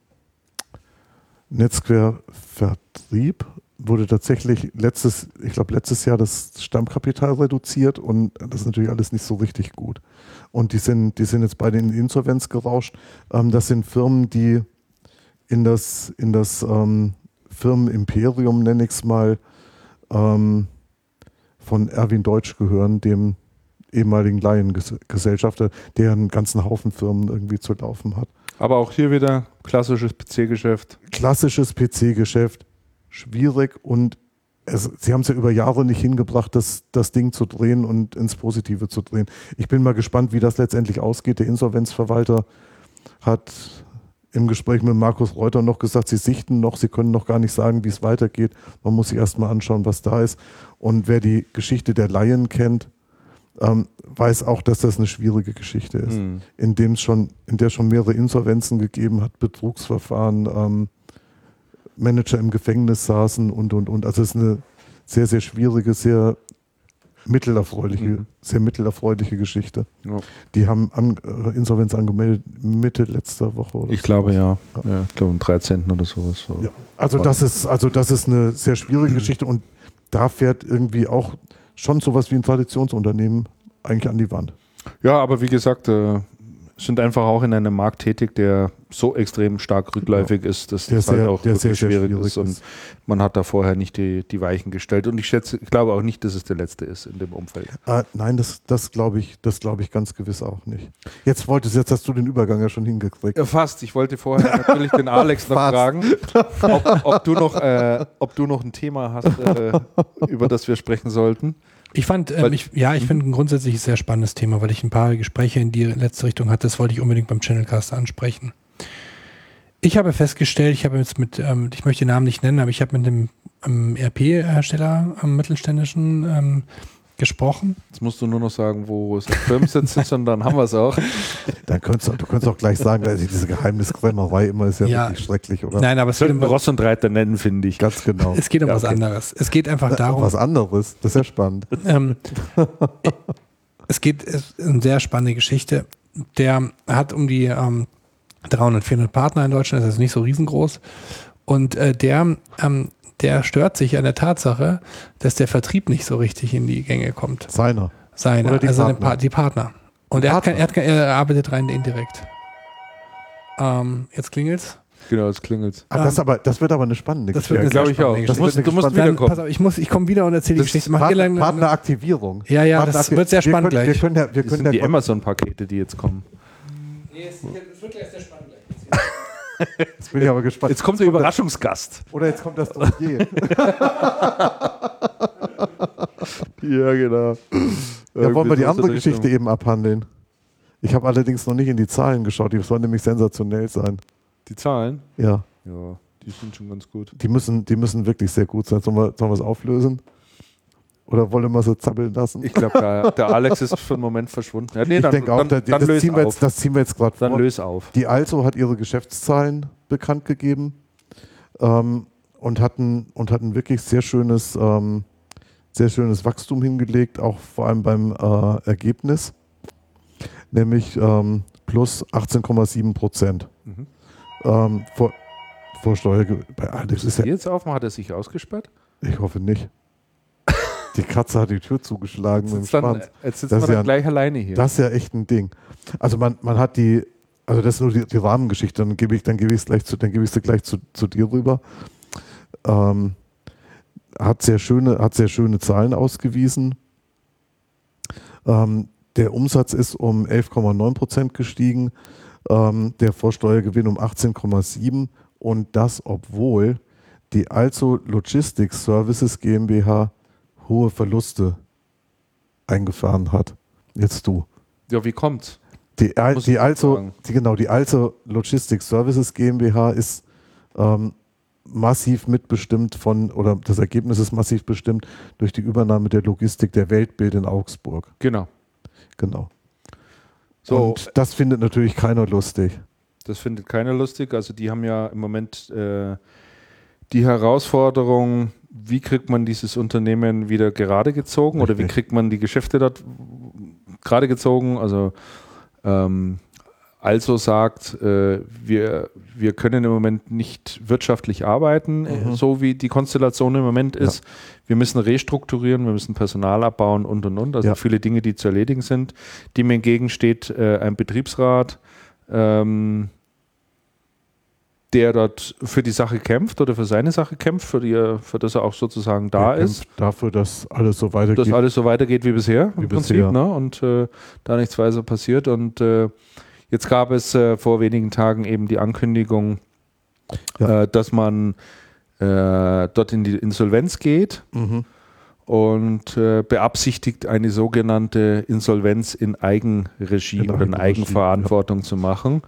Netsquare Vertrieb wurde tatsächlich letztes, ich glaube letztes Jahr das Stammkapital reduziert und das ist natürlich alles nicht so richtig gut. Und die sind, die sind jetzt beide in Insolvenz gerauscht. Ähm, das sind Firmen, die in das, in das ähm, Firmenimperium, nenne ich es mal, ähm, von Erwin Deutsch gehören, dem ehemaligen Laiengesellschafter, der einen ganzen Haufen Firmen irgendwie zu laufen hat. Aber auch hier wieder klassisches P C-Geschäft. Klassisches P C-Geschäft, schwierig und es, sie haben es ja über Jahre nicht hingebracht, das, das Ding zu drehen und ins Positive zu drehen. Ich bin mal gespannt, wie das letztendlich ausgeht. Der Insolvenzverwalter hat im Gespräch mit Markus Reuter noch gesagt, sie sichten noch, sie können noch gar nicht sagen, wie es weitergeht. Man muss sich erstmal anschauen, was da ist. Und wer die Geschichte der Laien kennt, ähm, weiß auch, dass das eine schwierige Geschichte ist, Hm. in dem es schon, in der schon mehrere Insolvenzen gegeben hat, Betrugsverfahren, ähm, Manager im Gefängnis saßen und und und. Also es ist eine sehr, sehr schwierige, sehr mittelerfreuliche, Mhm. sehr mittelerfreuliche Geschichte. Ja. Die haben an, äh, Insolvenz angemeldet Mitte letzter Woche oder Ich glaube ja. Ja. ja. Ich glaube am dreizehnten oder sowas. Ja. Also das ist, also das ist eine sehr schwierige Geschichte und da fährt irgendwie auch schon sowas wie ein Traditionsunternehmen eigentlich an die Wand. Ja, aber wie gesagt, äh, sind einfach auch in einem Markt tätig, der so extrem stark rückläufig ist, dass Der das sehr- halt auch der wirklich sehr, sehr schwierig, schwierig ist und ist. man hat da vorher nicht die, die Weichen gestellt und ich schätze, ich glaube auch nicht, dass es der letzte ist in dem Umfeld. Äh, nein, das, das glaube ich, das glaube ich ganz gewiss auch nicht. Jetzt wolltest, jetzt hast du den Übergang ja schon hingekriegt. Ja, fast. Ich wollte vorher natürlich den Alex noch Fast. fragen, ob, ob, du noch, äh, ob du noch ein Thema hast, äh, über das wir sprechen sollten. Ich fand, ähm, Weil- ich, ja, ich finde ein grundsätzlich sehr spannendes Thema, weil ich ein paar Gespräche in die letzte Richtung hatte. Das wollte ich unbedingt beim Channelcast ansprechen. Ich habe festgestellt, ich habe jetzt mit, ähm, ich möchte den Namen nicht nennen, aber ich habe mit dem ähm, E R P-Hersteller am mittelständischen ähm, gesprochen. Jetzt musst du nur noch sagen, wo es Firmensitz ist und dann haben wir es auch. Dann könntest du, du könntest auch gleich sagen, also diese Geheimniskrämerei immer ist ja, Ja. wirklich schrecklich, oder? Nein, aber es geht, um, Sollten Ross und Reiter nennen, finde ich. Ganz genau. es geht um Ja, was okay. anderes. Es geht einfach darum, Was anderes, das ist ja spannend. Ähm, es geht, es ist eine sehr spannende Geschichte. Der hat um die ähm, dreihundert, vierhundert Partner in Deutschland, das ist nicht so riesengroß. Und äh, der, ähm, der stört sich an der Tatsache, dass der Vertrieb nicht so richtig in die Gänge kommt. Seiner. Seine, Oder die also Partner. Pa- die Partner. Und Die er, hat kein, Partner. er, hat kein, er arbeitet rein indirekt. Ähm, jetzt klingelt's. Genau, es klingelt. Aber, das, aber das wird aber eine spannende Das Geschichte. wird Ja, eine glaube sehr ich auch. spannende Das musst, Geschichte. du musst Dann- Dann, wiederkommen. pass auf, ich, muss, ich komme wieder und erzähle die Das Geschichte. Mach ihr Partner, lang- Partneraktivierung. Ja, ja, das Partneraktiv- wird sehr wir spannend können, Wir gleich. können ja, wir Das können sind die ja Amazon-Pakete, die jetzt kommen. Nee, es, es wird gleich sehr spannend gleich. Jetzt bin ich aber gespannt. Jetzt kommt der Überraschungsgast. Oder jetzt kommt das Dossier. Ja, genau. Ja, wollen wir die Irgendwie so andere in der Geschichte Richtung. eben abhandeln? Ich habe allerdings noch nicht in die Zahlen geschaut, die sollen nämlich sensationell sein. Die Zahlen? Ja, Ja, die sind schon ganz gut. die müssen, die müssen wirklich sehr gut sein. Sollen wir, sollen wir es auflösen? Oder wollen wir sie zappeln lassen? Ich glaube, der, der Alex ist für einen Moment verschwunden. Ja, nee, Ich dann, denke auch, dann, da- dann das, löse ziehen wir auf. jetzt, das ziehen wir jetzt gerade Dann vor. löse auf. Die Also hat ihre Geschäftszahlen bekannt gegeben ähm, und, hatten, und hatten wirklich sehr schönes, ähm, sehr schönes Wachstum hingelegt, auch vor allem beim äh, Ergebnis, nämlich ähm, plus achtzehn Komma sieben Prozent. Mhm. Ähm, vor, vor Steuer. Bei Alex ist ja, Jetzt aufmachen, hat er sich ausgesperrt? ich hoffe nicht. Die Katze hat die Tür zugeschlagen mit dem Jetzt, dann, Schwanz. jetzt sitzen Das wir ist dann ja- gleich alleine hier. Das ist ja echt ein Ding. Also man, man hat die, also das ist nur die, die Rahmengeschichte, dann gebe ich, dann gebe ich es gleich zu, dann gebe ich sie gleich zu, zu dir rüber. Ähm, hat sehr schöne, hat sehr schöne Zahlen ausgewiesen. Ähm, der Umsatz ist um elf Komma neun Prozent gestiegen, ähm, der Vorsteuergewinn um achtzehn Komma sieben und das, obwohl die Also Logistics Services GmbH hohe Verluste eingefahren hat. Jetzt du. Ja, wie kommt's? Die, Al- Muss die ich also, sagen. die, genau, die Also Logistics Services GmbH ist ähm, massiv mitbestimmt von, oder das Ergebnis ist massiv bestimmt durch die Übernahme der Logistik der Weltbild in Augsburg. Genau. Genau. So, und das findet natürlich keiner lustig. Das findet keiner lustig. Also die haben ja im Moment äh, die Herausforderung, wie kriegt man dieses Unternehmen wieder gerade gezogen Richtig. Oder wie kriegt man die Geschäfte dort gerade gezogen. Also ähm, Also sagt, äh, wir, wir können im Moment nicht wirtschaftlich arbeiten, mhm. so wie die Konstellation im Moment ist. Ja. Wir müssen restrukturieren, wir müssen Personal abbauen und und und. Also ja. viele Dinge, die zu erledigen sind. Dem entgegensteht äh, ein Betriebsrat, ähm, der dort für die Sache kämpft oder für seine Sache kämpft, für, die, für das er auch sozusagen da der ist. Dafür, dass alles so weitergeht. Dass alles so weitergeht wie bisher wie im Prinzip, bisher. Ne? Und äh, da nichts weiter passiert. Und äh, jetzt gab es äh, vor wenigen Tagen eben die Ankündigung, ja. äh, dass man äh, dort in die Insolvenz geht mhm. und äh, beabsichtigt, eine sogenannte Insolvenz in Eigenregie in oder in Eigenverantwortung ja. zu machen.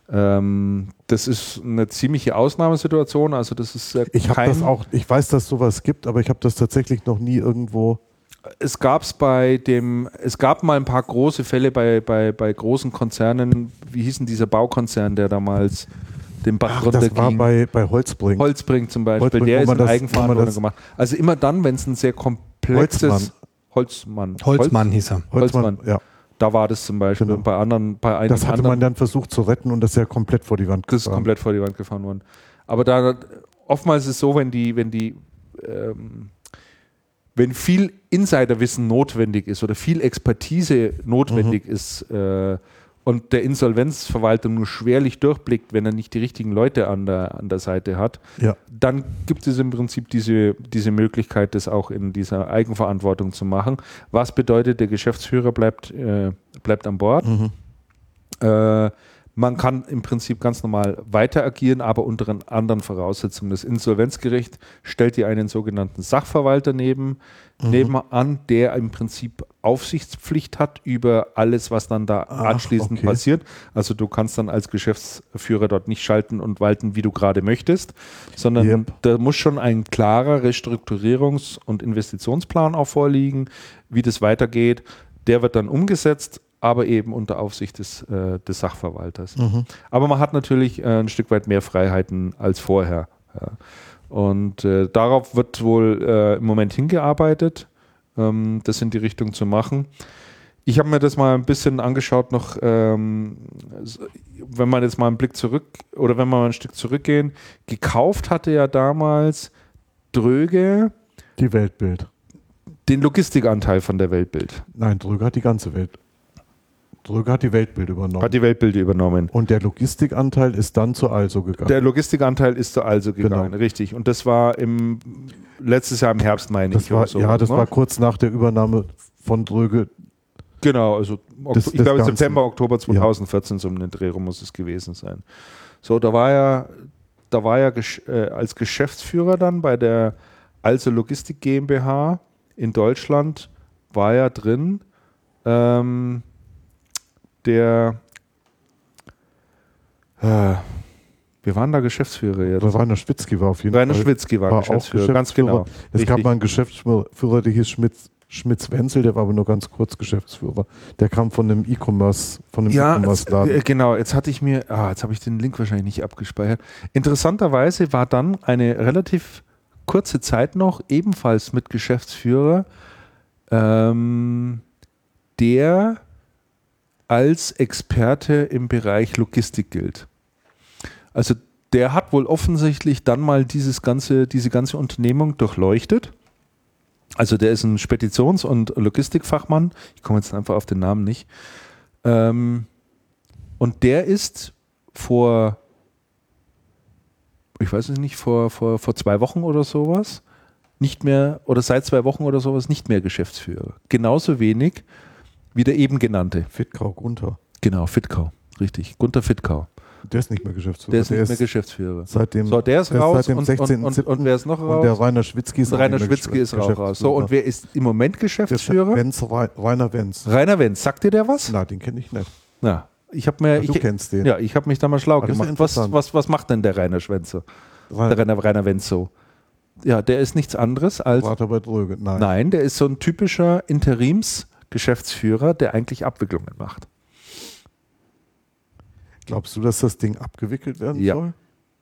Ähm, das ist eine ziemliche Ausnahmesituation. Also das ist äh, ich habe das auch. Ich weiß, dass es sowas gibt, aber ich habe das tatsächlich noch nie irgendwo. Es gab's bei dem, es gab mal ein paar große Fälle bei, bei, bei großen Konzernen. Wie hieß denn dieser Baukonzern, der damals den Bach runterging? Das war bei, bei Holzbrink. Holzbrink zum Beispiel, Holzbrink, der ist in das, Eigenverantwortung gemacht. Also immer dann, wenn es ein sehr komplexes Holzmann. Holzmann. Holzmann Holz, hieß er. Holzmann, Holzmann, ja. Da war das zum Beispiel. Genau. Und bei anderen, bei einigen Das hatte anderen, man dann versucht zu retten und das ist ja komplett vor die Wand gefahren. Das ist komplett vor die Wand gefahren worden. Aber da oftmals ist es so, wenn die, wenn die ähm, wenn viel Insiderwissen notwendig ist oder viel Expertise notwendig mhm. ist äh, und der Insolvenzverwalter nur schwerlich durchblickt, wenn er nicht die richtigen Leute an der, an der Seite hat, ja. dann gibt es im Prinzip diese, diese Möglichkeit, das auch in dieser Eigenverantwortung zu machen. Was bedeutet, der Geschäftsführer bleibt, äh, bleibt an Bord. Mhm. Äh, Man kann im Prinzip ganz normal weiter agieren, aber unter anderen Voraussetzungen. Das Insolvenzgericht stellt dir einen sogenannten Sachverwalter neben, mhm. nebenan, der im Prinzip Aufsichtspflicht hat über alles, was dann da Ach, anschließend okay. passiert. Also du kannst dann als Geschäftsführer dort nicht schalten und walten, wie du gerade möchtest, sondern yep. da muss schon ein klarer Restrukturierungs- und Investitionsplan auch vorliegen, wie das weitergeht. Der wird dann umgesetzt, aber eben unter Aufsicht des, äh, des Sachverwalters. Mhm. Aber man hat natürlich äh, ein Stück weit mehr Freiheiten als vorher. Ja. Und äh, darauf wird wohl äh, im Moment hingearbeitet, ähm, das in die Richtung zu machen. Ich habe mir das mal ein bisschen angeschaut noch, ähm, wenn man jetzt mal einen Blick zurück oder wenn wir mal ein Stück zurückgehen, gekauft hatte ja damals Dröge die Weltbild. Den Logistikanteil von der Weltbild. Nein, Dröge hat die ganze Welt. Dröge hat die Weltbild übernommen. Hat die Weltbild übernommen. Und der Logistikanteil ist dann zu Also gegangen. Der Logistikanteil ist zu Also gegangen, genau. Richtig. Und das war im letztes Jahr im Herbst, meine das ich. War, oder so, ja, das ne? war kurz nach der Übernahme von Dröge. Genau, also das, ich glaube Ganzen. September, Oktober zweitausendvierzehn, ja. So um den Dreh rum muss es gewesen sein. So, da war er, da war er äh, als Geschäftsführer dann bei der Also Logistik GmbH in Deutschland, war er drin. Ähm, Der, äh, wir waren da Geschäftsführer jetzt. Oder Rainer Schwitzky war auf jeden Rainer Fall. Rainer Schwitzky war, war Geschäftsführer, Geschäftsführer, ganz genau. Es Richtig. gab mal einen Geschäftsführer, der hieß Schmitz, Schmitz-Wenzel, der war aber nur ganz kurz Geschäftsführer. Der kam von einem E-Commerce, von einem ja, E-Commerce-Laden. Äh, genau, jetzt hatte ich mir, ah, jetzt habe ich den Link wahrscheinlich nicht abgespeichert. Interessanterweise war dann eine relativ kurze Zeit noch ebenfalls mit Geschäftsführer, ähm, der als Experte im Bereich Logistik gilt. Also der hat wohl offensichtlich dann mal dieses ganze, diese ganze Unternehmung durchleuchtet. Also der ist ein Speditions- und Logistikfachmann. Ich komme jetzt einfach auf den Namen nicht. Ähm, und der ist vor, ich weiß es nicht, vor, vor, vor zwei Wochen oder sowas nicht mehr, oder seit zwei Wochen oder sowas nicht mehr Geschäftsführer. Genauso wenig wie der eben genannte. Fittkau Gunther. Genau, Fittkau, richtig. Gunther Fittkau. Der ist nicht mehr Geschäftsführer. Der ist der nicht ist mehr Geschäftsführer. Seit dem, so, der ist der raus ist seit dem und, sechzehnten und, und, und wer ist noch raus? Und der Rainer Schwitzky ist Rainer Schwitzky ist auch raus. So, und wer ist im Moment Geschäftsführer? Wenz, Rainer Wenz. Rainer Wenz. Sagt dir der was? Na, den kenne ich nicht. Na, ich habe mir... Du ich, kennst den. Ja, ich habe mich da mal schlau Aber gemacht. Was, was, was macht denn der Rainer Schwenzer? der Rainer, Rainer Wenzow. Ja, der ist nichts anderes als. Berater bei Dröge. Nein. Nein, der ist so ein typischer Interimsgeschäftsführer, der eigentlich Abwicklungen macht. Glaubst du, dass das Ding abgewickelt werden Ja. soll?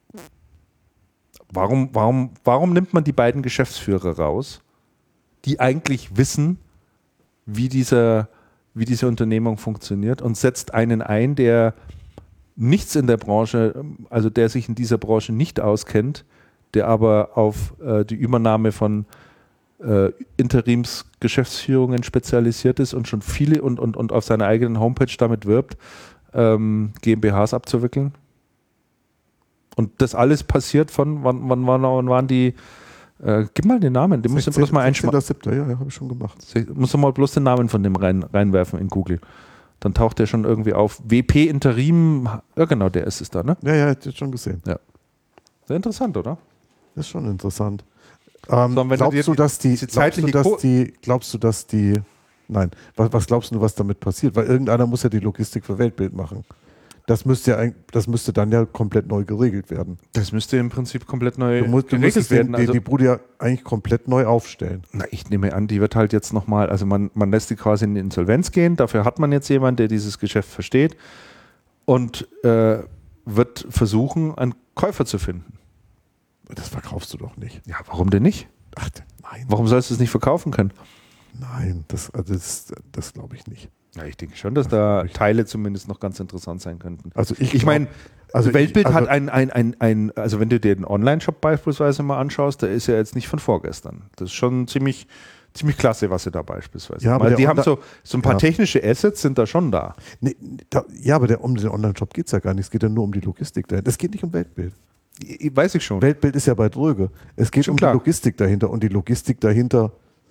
Warum, warum, warum nimmt man die beiden Geschäftsführer raus, die eigentlich wissen, wie, dieser, wie diese Unternehmung funktioniert, und setzt einen ein, der nichts in der Branche, also der sich in dieser Branche nicht auskennt, der aber auf äh, die Übernahme von äh, Interimsgeschäftsführungen spezialisiert ist und schon viele und, und, und auf seiner eigenen Homepage damit wirbt, ähm, GmbHs abzuwickeln? Und das alles passiert von, wann, wann, wann, wann waren die, äh, gib mal den Namen, den musst du bloß mal einschmeißen. sechzehnter siebter Ja, ja, habe ich schon gemacht. Musst du mal bloß den Namen von dem rein, reinwerfen in Google. Dann taucht der schon irgendwie auf. W P Interim, ja genau, der ist es da, ne? Ja, ja, hätte ich schon gesehen. Sehr interessant, oder? Das ist schon interessant. Ähm, So, und wenn du glaubst dir du, dass die, diese glaubst du, zeitliche dass Ko- die, glaubst du, dass die, nein, was, was glaubst du, was damit passiert? Weil irgendeiner muss ja die Logistik für Weltbild machen. Das müsste ja, ein- das müsste dann ja komplett neu geregelt werden. Das müsste im Prinzip komplett neu Du musst, du geregelt musst den, werden. die, Also, die Bude ja eigentlich komplett neu aufstellen. na, ich nehme an, die wird halt jetzt nochmal, also man, man lässt die quasi in die Insolvenz gehen, dafür hat man jetzt jemanden, der dieses Geschäft versteht und äh, wird versuchen, einen Käufer zu finden. Das verkaufst du doch nicht. Ja, warum denn nicht? Ach, nein, Warum sollst du es nicht verkaufen können? nein, das, also das, das glaube ich nicht. Ja, ich denke schon, dass da Teile zumindest noch ganz interessant sein könnten. Also ich, Ich meine, also Weltbild ich, also, hat ein, ein, ein, ein, also wenn du dir den Online-Shop beispielsweise mal anschaust, der ist ja jetzt nicht von vorgestern. Das ist schon ziemlich, ziemlich klasse, was sie da beispielsweise Ja, haben. aber Weil die der haben Onla- so, so ein paar ja. technische Assets sind da schon da. Nee, da, ja, aber der, um den Online-Shop geht es ja gar nicht. Es geht ja nur um die Logistik dahinter. Es geht nicht um Weltbild. I- Weiß ich schon. Weltbild ist ja bei Dröge. Es geht Schon um klar. die Logistik dahinter. Und die Logistik dahinter,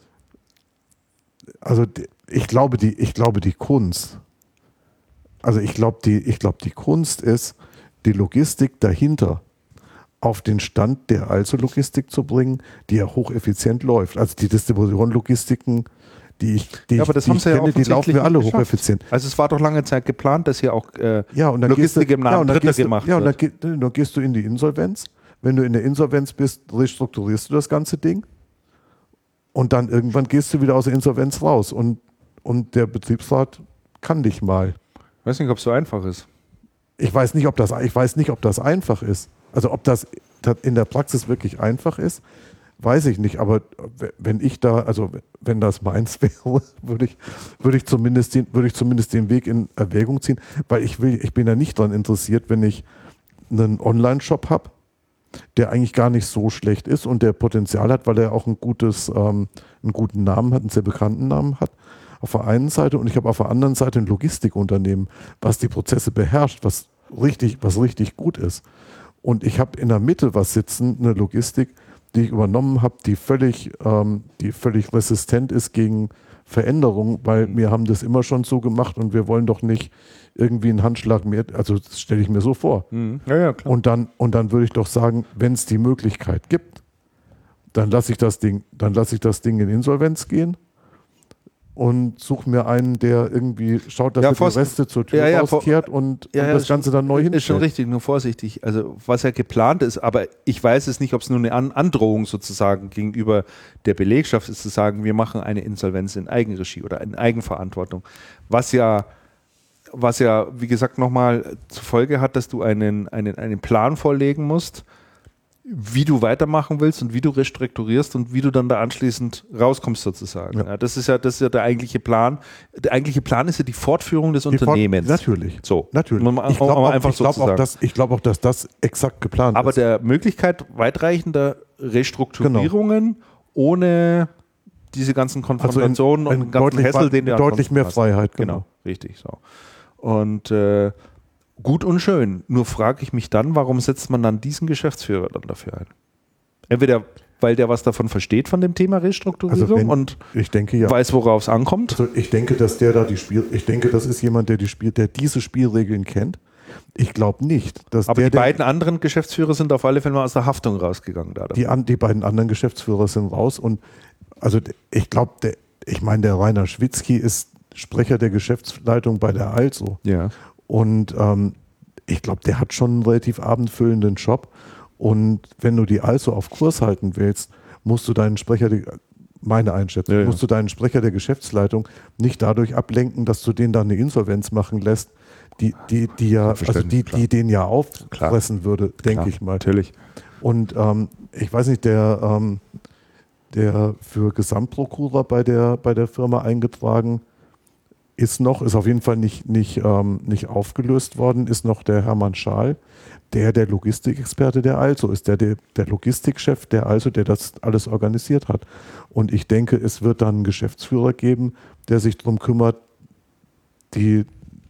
also die, ich glaube, die, ich glaube, die Kunst, also ich glaube, die, ich glaube, die Kunst ist, die Logistik dahinter auf den Stand der Also-Logistik zu bringen, die ja hocheffizient läuft. Also die Distribution-Logistiken, die ich, die Ja, aber ich, das die haben ich sie ja kenne, die laufen offensichtlich ja alle nicht geschafft. hocheffizient. Also es war doch lange Zeit geplant, dass hier auch äh, Ja, und dann Logistik gehst du, im Namen ja, und dann Dritter gehst du, gemacht ja, und dann, wird. ge- dann gehst du in die Insolvenz. Wenn du in der Insolvenz bist, restrukturierst du das ganze Ding. Und dann irgendwann gehst du wieder aus der Insolvenz raus. Und, und der Betriebsrat kann dich mal. Ich weiß nicht, ob es so einfach ist. Ich weiß nicht, ob das, ich weiß nicht, ob das einfach ist. Also ob das in der Praxis wirklich einfach ist, weiß ich nicht. Aber wenn ich da, also wenn das meins wäre, würde ich, würde ich zumindest den, würde ich zumindest den Weg in Erwägung ziehen, weil ich will, ich bin ja nicht daran interessiert, wenn ich einen Online-Shop habe, der eigentlich gar nicht so schlecht ist und der Potenzial hat, weil er auch ein gutes, ähm, einen guten Namen hat, einen sehr bekannten Namen hat. Auf der einen Seite und ich habe auf der anderen Seite ein Logistikunternehmen, was die Prozesse beherrscht, was richtig, was richtig gut ist. Und ich habe in der Mitte was sitzen, eine Logistik, die ich übernommen habe, die völlig, ähm, die völlig resistent ist gegen Veränderungen, weil wir haben das immer schon so gemacht und wir wollen doch nicht irgendwie einen Handschlag mehr, also das stelle ich mir so vor. Mhm. Ja, ja, klar. Und dann, und dann würde ich doch sagen, wenn es die Möglichkeit gibt, dann lasse ich das Ding, dann lasse ich das Ding in Insolvenz gehen und suche mir einen, der irgendwie schaut, dass Ja, er die Forst- Reste zur Tür Ja, ja, rauskehrt und, Ja, und ja, das ist Ganze dann neu Ist schon hinstellt. richtig, nur vorsichtig. Also was ja geplant ist, aber ich weiß es nicht, ob es nur eine An Androhung sozusagen gegenüber der Belegschaft ist, zu sagen, wir machen eine Insolvenz in Eigenregie oder in Eigenverantwortung. Was ja, was ja, wie gesagt, nochmal zur Folge hat, dass du einen, einen, einen Plan vorlegen musst, wie du weitermachen willst und wie du restrukturierst und wie du dann da anschließend rauskommst sozusagen. Ja. Ja, das ist ja, das ist ja der eigentliche Plan. Der eigentliche Plan ist ja die Fortführung des Die Fort- Unternehmens. Natürlich. So, Natürlich. Muss man Ich glaube auch auch, einfach ich glaub so auch, sagen. dass, ich glaub auch, dass das exakt geplant Aber ist. der Möglichkeit weitreichender Restrukturierungen ohne diese ganzen Konfrontationen Also in- und in den ganzen deutlich- Hessel, den du deutlich ansonsten mehr hast. Freiheit, Genau, genau. richtig so. Und äh, gut und schön. Nur frage ich mich dann, warum setzt man dann diesen Geschäftsführer dann dafür ein? Entweder weil der was davon versteht von dem Thema Restrukturierung Also wenn- und ich denke ja. weiß, worauf es ankommt. Also ich denke, dass der da die Spiel, ich denke, das ist jemand, der die Spiel, der diese Spielregeln kennt. Ich glaube nicht, dass Aber der, die beiden anderen Geschäftsführer sind auf alle Fälle mal aus der Haftung rausgegangen. Da der die, an, die beiden anderen Geschäftsführer sind raus und also ich glaube, ich meine, der Rainer Schwitzky ist Sprecher der Geschäftsleitung bei der Also ja. und ähm, ich glaube, der hat schon einen relativ abendfüllenden Job Und wenn du die also auf Kurs halten willst, musst du deinen Sprecher, die, meine Einschätzung, Ja, ja. musst du deinen Sprecher der Geschäftsleitung nicht dadurch ablenken, dass du den dann eine Insolvenz machen lässt, die, die, die ja, also die, die den ja auffressen würde, denke Klar, ich mal. Natürlich. Und ähm, ich weiß nicht, der, ähm, der für Gesamtprokura bei der, bei der Firma eingetragen ist noch, ist auf jeden Fall nicht, nicht, ähm, nicht aufgelöst worden, ist noch der Hermann Schaal, der der Logistikexperte der Also ist, der, der der Logistikchef der Also, der das alles organisiert hat. Und ich denke, es wird dann einen Geschäftsführer geben, der sich darum kümmert, die,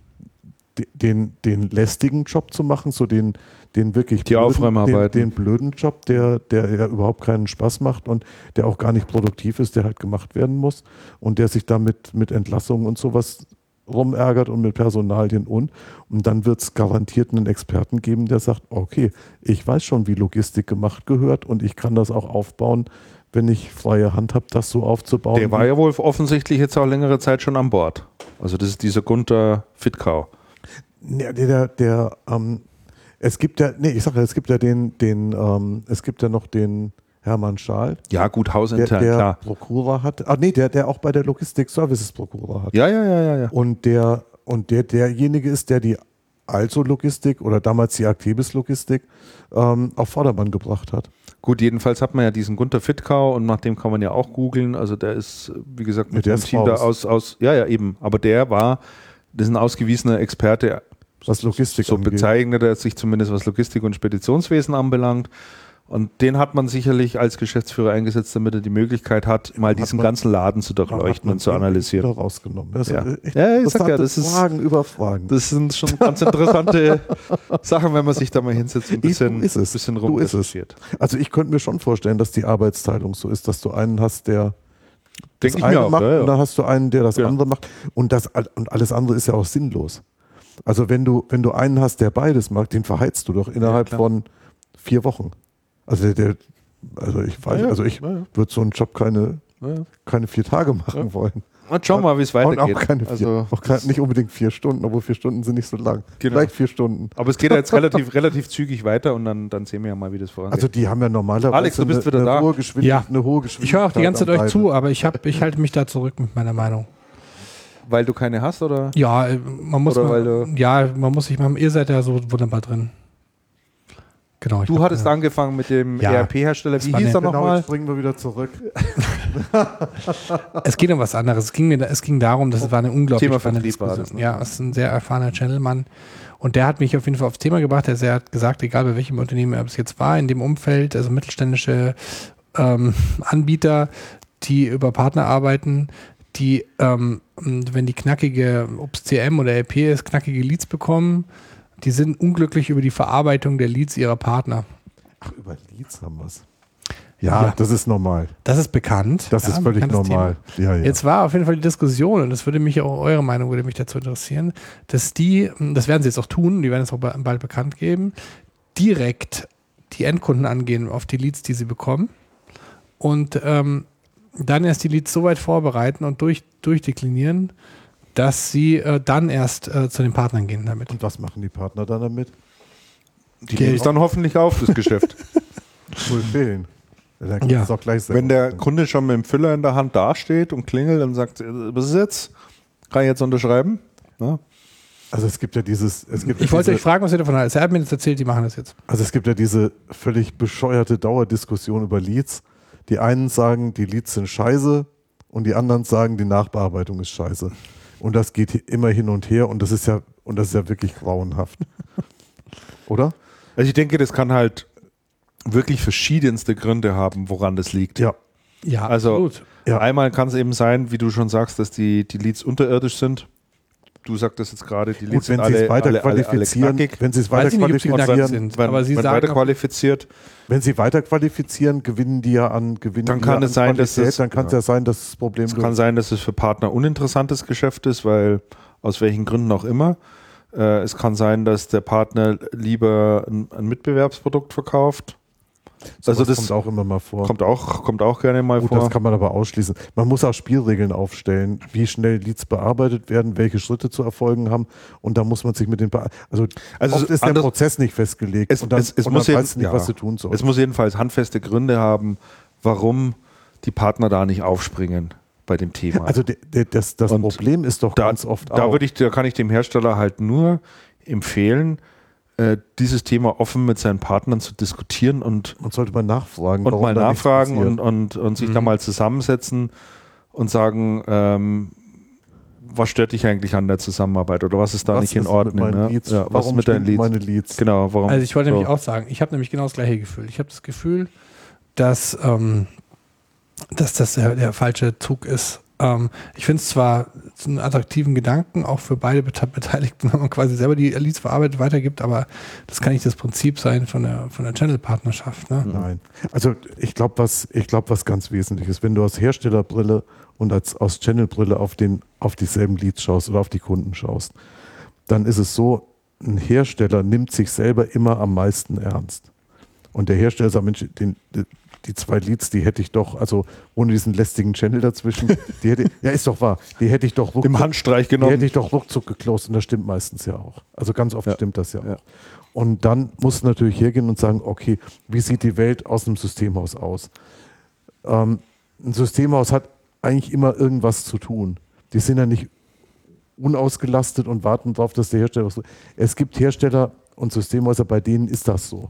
die, den, den lästigen Job zu machen, so den, den wirklich Die Aufräumarbeiten. den, den blöden Job, der, der ja überhaupt keinen Spaß macht und der auch gar nicht produktiv ist, der halt gemacht werden muss und der sich damit mit Entlassungen und sowas rumärgert und mit Personalien und. Und dann wird es garantiert einen Experten geben, der sagt, okay, ich weiß schon, wie Logistik gemacht gehört und ich kann das auch aufbauen, wenn ich freie Hand habe, das so aufzubauen. Der war ja wohl offensichtlich jetzt auch längere Zeit schon an Bord. Also das ist dieser Gunther Fittkau. Der, der, der ähm, es gibt ja, nee, ich sage ja, es gibt ja den, den, ähm, es gibt ja noch den Hermann Schaal, Ja gut, der, hausintern, der klar. Prokura hat. Ah nee, der, der auch bei der Logistik Services Prokura hat. Ja, ja, ja, ja, ja. Und der, und der derjenige ist, der die Also-Logistik oder damals die Actebis-Logistik ähm, auf Vordermann gebracht hat. Gut, jedenfalls hat man ja diesen Gunther Fittkau und nach dem kann man ja auch googeln. Also der ist, wie gesagt, mit Der dem ist Team da raus. aus, aus, ja, ja, eben. Aber der war, das ist ein ausgewiesener Experte, Was Logistik so angeht. bezeichnet er sich zumindest, was Logistik und Speditionswesen anbelangt. Und den hat man sicherlich als Geschäftsführer eingesetzt, damit er die Möglichkeit hat, mal diesen man- ganzen Laden zu durchleuchten und zu analysieren. Wieder rausgenommen. Das Ja. ist echt Ja, ich sag ja, interessante das ist- Fragen über Fragen. Das sind schon ganz interessante Sachen, wenn man sich da mal hinsetzt und ein bisschen, So ist es. bisschen So ist es. rumrecherchiert. Also ich könnte mir schon vorstellen, dass die Arbeitsteilung so ist, dass du einen hast, der das Denke ich eine mir auch. macht Ja, ja. und dann hast du einen, der das Ja. andere macht. Und, das, all- und alles andere ist ja auch sinnlos. Also wenn du, wenn du einen hast, der beides macht, den verheizt du doch innerhalb klar. von vier Wochen. Also der, der also ich weiß, Ja, ja. also ich Ja, ja. würde so einen Job keine, Ja, ja. keine vier Tage machen wollen. Und schauen wir mal, wie es Und weitergeht. auch, keine vier, also, auch keine, nicht unbedingt vier Stunden, obwohl vier Stunden sind nicht so lang. Genau. Vielleicht vier Stunden. aber es geht ja jetzt relativ, relativ zügig weiter und dann, dann sehen wir ja mal, wie das vorangeht. Also die haben ja normalerweise Alex, du bist eine, wieder eine, da. Hohe Geschwindig Ja. eine hohe Ich Geschwindigkeit. höre auch die ganze Zeit am euch Beide. zu, aber ich, hab, ich halte mich da zurück mit meiner Meinung. weil du keine hast, oder? Ja, äh, man muss, Oder weil mal, ja, man muss sich mal, ihr seid ja so wunderbar drin. Genau. ich Du hab, hattest äh, angefangen mit dem Ja, E R P-Hersteller. das Wie war hieß eine- er Genau, nochmal? jetzt springen wir wieder zurück. Es geht um was anderes. Es ging, mir, es ging darum, dass es war eine unglaublich Thema spannende Vertrieb war Diskussion. das, ne? Ja, es ist ein sehr erfahrener Channelmann. Und der hat mich auf jeden Fall aufs Thema gebracht. Er hat gesagt, egal bei welchem Unternehmen er bis jetzt war, in dem Umfeld, also mittelständische ähm, Anbieter, die über Partner arbeiten, die, ähm, wenn die knackige, ob es C M oder L P ist, knackige Leads bekommen, die sind unglücklich über die Verarbeitung der Leads ihrer Partner. Ach, über Leads haben wir es. Ja, Ja. das ist normal. Das ist bekannt. Das ja, ist völlig bekanntes normal. Ja, ja. Jetzt war auf jeden Fall die Diskussion, und das würde mich auch, eure Meinung würde mich dazu interessieren, dass die, das werden sie jetzt auch tun, die werden es auch ba- bald bekannt geben, direkt die Endkunden angehen auf die Leads, die sie bekommen und ähm, dann erst die Leads so weit vorbereiten und durch, durchdeklinieren, dass sie äh, dann erst äh, zu den Partnern gehen damit. Und was machen die Partner dann damit? Die Geld. nehmen es dann hoffentlich auf, das Geschäft. Wohl fehlen. Dann kannst Ja. du es auch gleich selber Wenn der machen. Kunde schon mit dem Füller in der Hand dasteht und klingelt und sagt, äh, was ist jetzt? Kann ich jetzt unterschreiben? Ja. Also es gibt ja dieses, es gibt Ich ja wollte diese, euch fragen, was ihr davon haltet. Er hat mir das erzählt, die machen das jetzt. also es gibt ja diese völlig bescheuerte Dauerdiskussion über Leads. Die einen sagen, die Leads sind scheiße und die anderen sagen, die Nachbearbeitung ist scheiße. Und das geht immer hin und her und das ist ja, und das ist ja wirklich grauenhaft. Oder? Also ich denke, das kann halt wirklich verschiedenste Gründe haben, woran das liegt. Ja. Ja, Also- absolut. Ja. Einmal kann es eben sein, wie du schon sagst, dass die, die Leads unterirdisch sind. Du sagtest jetzt gerade, die Leads Gut, wenn sind sie es alle, weiter alle, alle, alle qualifizieren, knackig. wenn sie es Weiß weiter ich nicht, ob sie knackt qualifizieren, sind, Wenn, aber sie wenn sagen weiter auf- qualifiziert, wenn sie weiter qualifizieren, gewinnen die ja an gewinnen Dann die kann ja es an sein, dass Qualität, es- dann kann es ja. ja sein, dass das Problem es kann sein, dass es für Partner uninteressantes Geschäft ist, weil aus welchen Gründen auch immer. Äh, es kann sein, dass der Partner lieber ein, ein Mitbewerbsprodukt verkauft. Sowas also das kommt auch immer mal vor. Kommt auch, kommt auch gerne mal Gut, vor. das kann man aber ausschließen. Man muss auch Spielregeln aufstellen, wie schnell Leads bearbeitet werden, welche Schritte zu erfolgen haben und da muss man sich mit den Be also, Also oft ist der anders- Prozess nicht festgelegt Es, und dann, es, es und muss dann jeden- weißt du nicht, ja. was du tun sollst. Es muss jedenfalls handfeste Gründe haben, warum die Partner da nicht aufspringen bei dem Thema. Also de, de, das, das Und Problem ist doch da, ganz oft da auch, würde ich, da kann ich dem Hersteller halt nur empfehlen, äh, dieses Thema offen mit seinen Partnern zu diskutieren und, man sollte mal nachfragen, und warum mal da nichts nachfragen passiert. und, und, und sich Mhm. da mal zusammensetzen und sagen, ähm, was stört dich eigentlich an der Zusammenarbeit oder was ist da Was nicht in ist Ordnung? mit meinen Ne? Leads? Ja, was Warum ist mit deinen stimmen Leads? meine Leads? Genau, warum? Also ich wollte so. nämlich auch sagen, ich habe nämlich genau das gleiche Gefühl. Ich habe das Gefühl, dass, ähm, dass das der, der falsche Zug ist. Ähm, ich finde es zwar einen attraktiven Gedanken, auch für beide Bete- Beteiligten, wenn man quasi selber die Leads verarbeitet weitergibt, aber das kann nicht das Prinzip sein von der, von der Channel-Partnerschaft. Ne? Nein. Also ich glaube, was, ich glaub, was ganz wesentlich ist, wenn du aus Herstellerbrille und als, aus Channelbrille auf, den, auf dieselben Leads schaust oder auf die Kunden schaust, dann ist es so, ein Hersteller nimmt sich selber immer am meisten ernst. Und der Hersteller sagt, Mensch, den, die zwei Leads, die hätte ich doch, also ohne diesen lästigen Channel dazwischen, die hätte, ja ist doch wahr, die hätte ich doch ruckzuck, Im Handstreich die genommen. hätte ich doch ruckzuck geclosed und das stimmt meistens ja auch. Also ganz oft Ja. stimmt das ja auch. Ja. Und dann musst du natürlich hergehen und sagen, okay, wie sieht die Welt aus einem Systemhaus aus? Ähm, ein Systemhaus hat eigentlich immer irgendwas zu tun. Die sind ja nicht unausgelastet und warten darauf, dass der Hersteller was tut. Es gibt Hersteller und Systemhäuser, bei denen ist das so.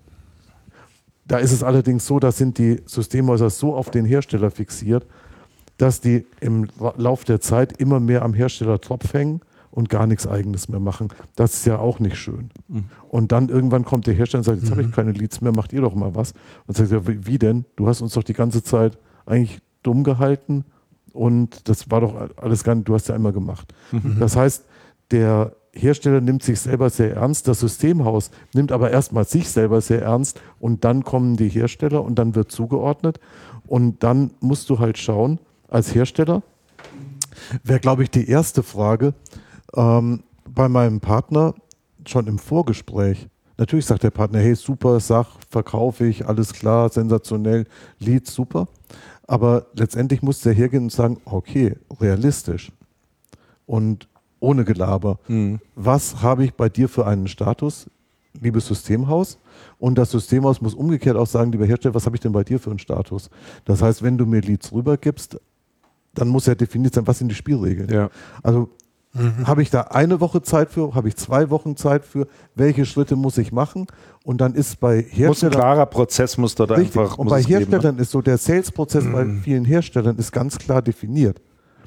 Da ist es allerdings so, da sind die Systemhäuser so auf den Hersteller fixiert, dass die im Lauf der Zeit immer mehr am Hersteller Tropf hängen und gar nichts Eigenes mehr machen. Das ist ja auch nicht schön. Mhm. Und dann irgendwann kommt der Hersteller und sagt, jetzt Mhm. habe ich keine Leads mehr, macht ihr doch mal was. Und sagt er, wie wie denn? Du hast uns doch die ganze Zeit eigentlich dumm gehalten und das war doch alles gar nicht, du hast ja einmal gemacht. Mhm. Das heißt, der Hersteller nimmt sich selber sehr ernst, das Systemhaus nimmt aber erstmal sich selber sehr ernst und dann kommen die Hersteller und dann wird zugeordnet und dann musst du halt schauen, als Hersteller, wäre glaube ich die erste Frage ähm, bei meinem Partner schon im Vorgespräch. Natürlich sagt der Partner, hey super, Sach, verkaufe ich, alles klar, sensationell, Lead, super. Aber letztendlich muss der hergehen und sagen, okay, realistisch und ohne Gelaber. Mhm. Was habe ich bei dir für einen Status, liebes Systemhaus? Und das Systemhaus muss umgekehrt auch sagen, lieber Hersteller, was habe ich denn bei dir für einen Status? Das heißt, wenn du mir Leads rübergibst, dann muss ja definiert sein, was sind die Spielregeln. Ja. Also habe ich da eine Woche Zeit für, habe ich zwei Wochen Zeit für, welche Schritte muss ich machen? Und dann ist bei Muss ein Herstellern klarer Prozessmuster da richtig, einfach. und muss bei es geben, ne? Herstellern ist so, der Sales-Prozess bei vielen Herstellern ist ganz klar definiert.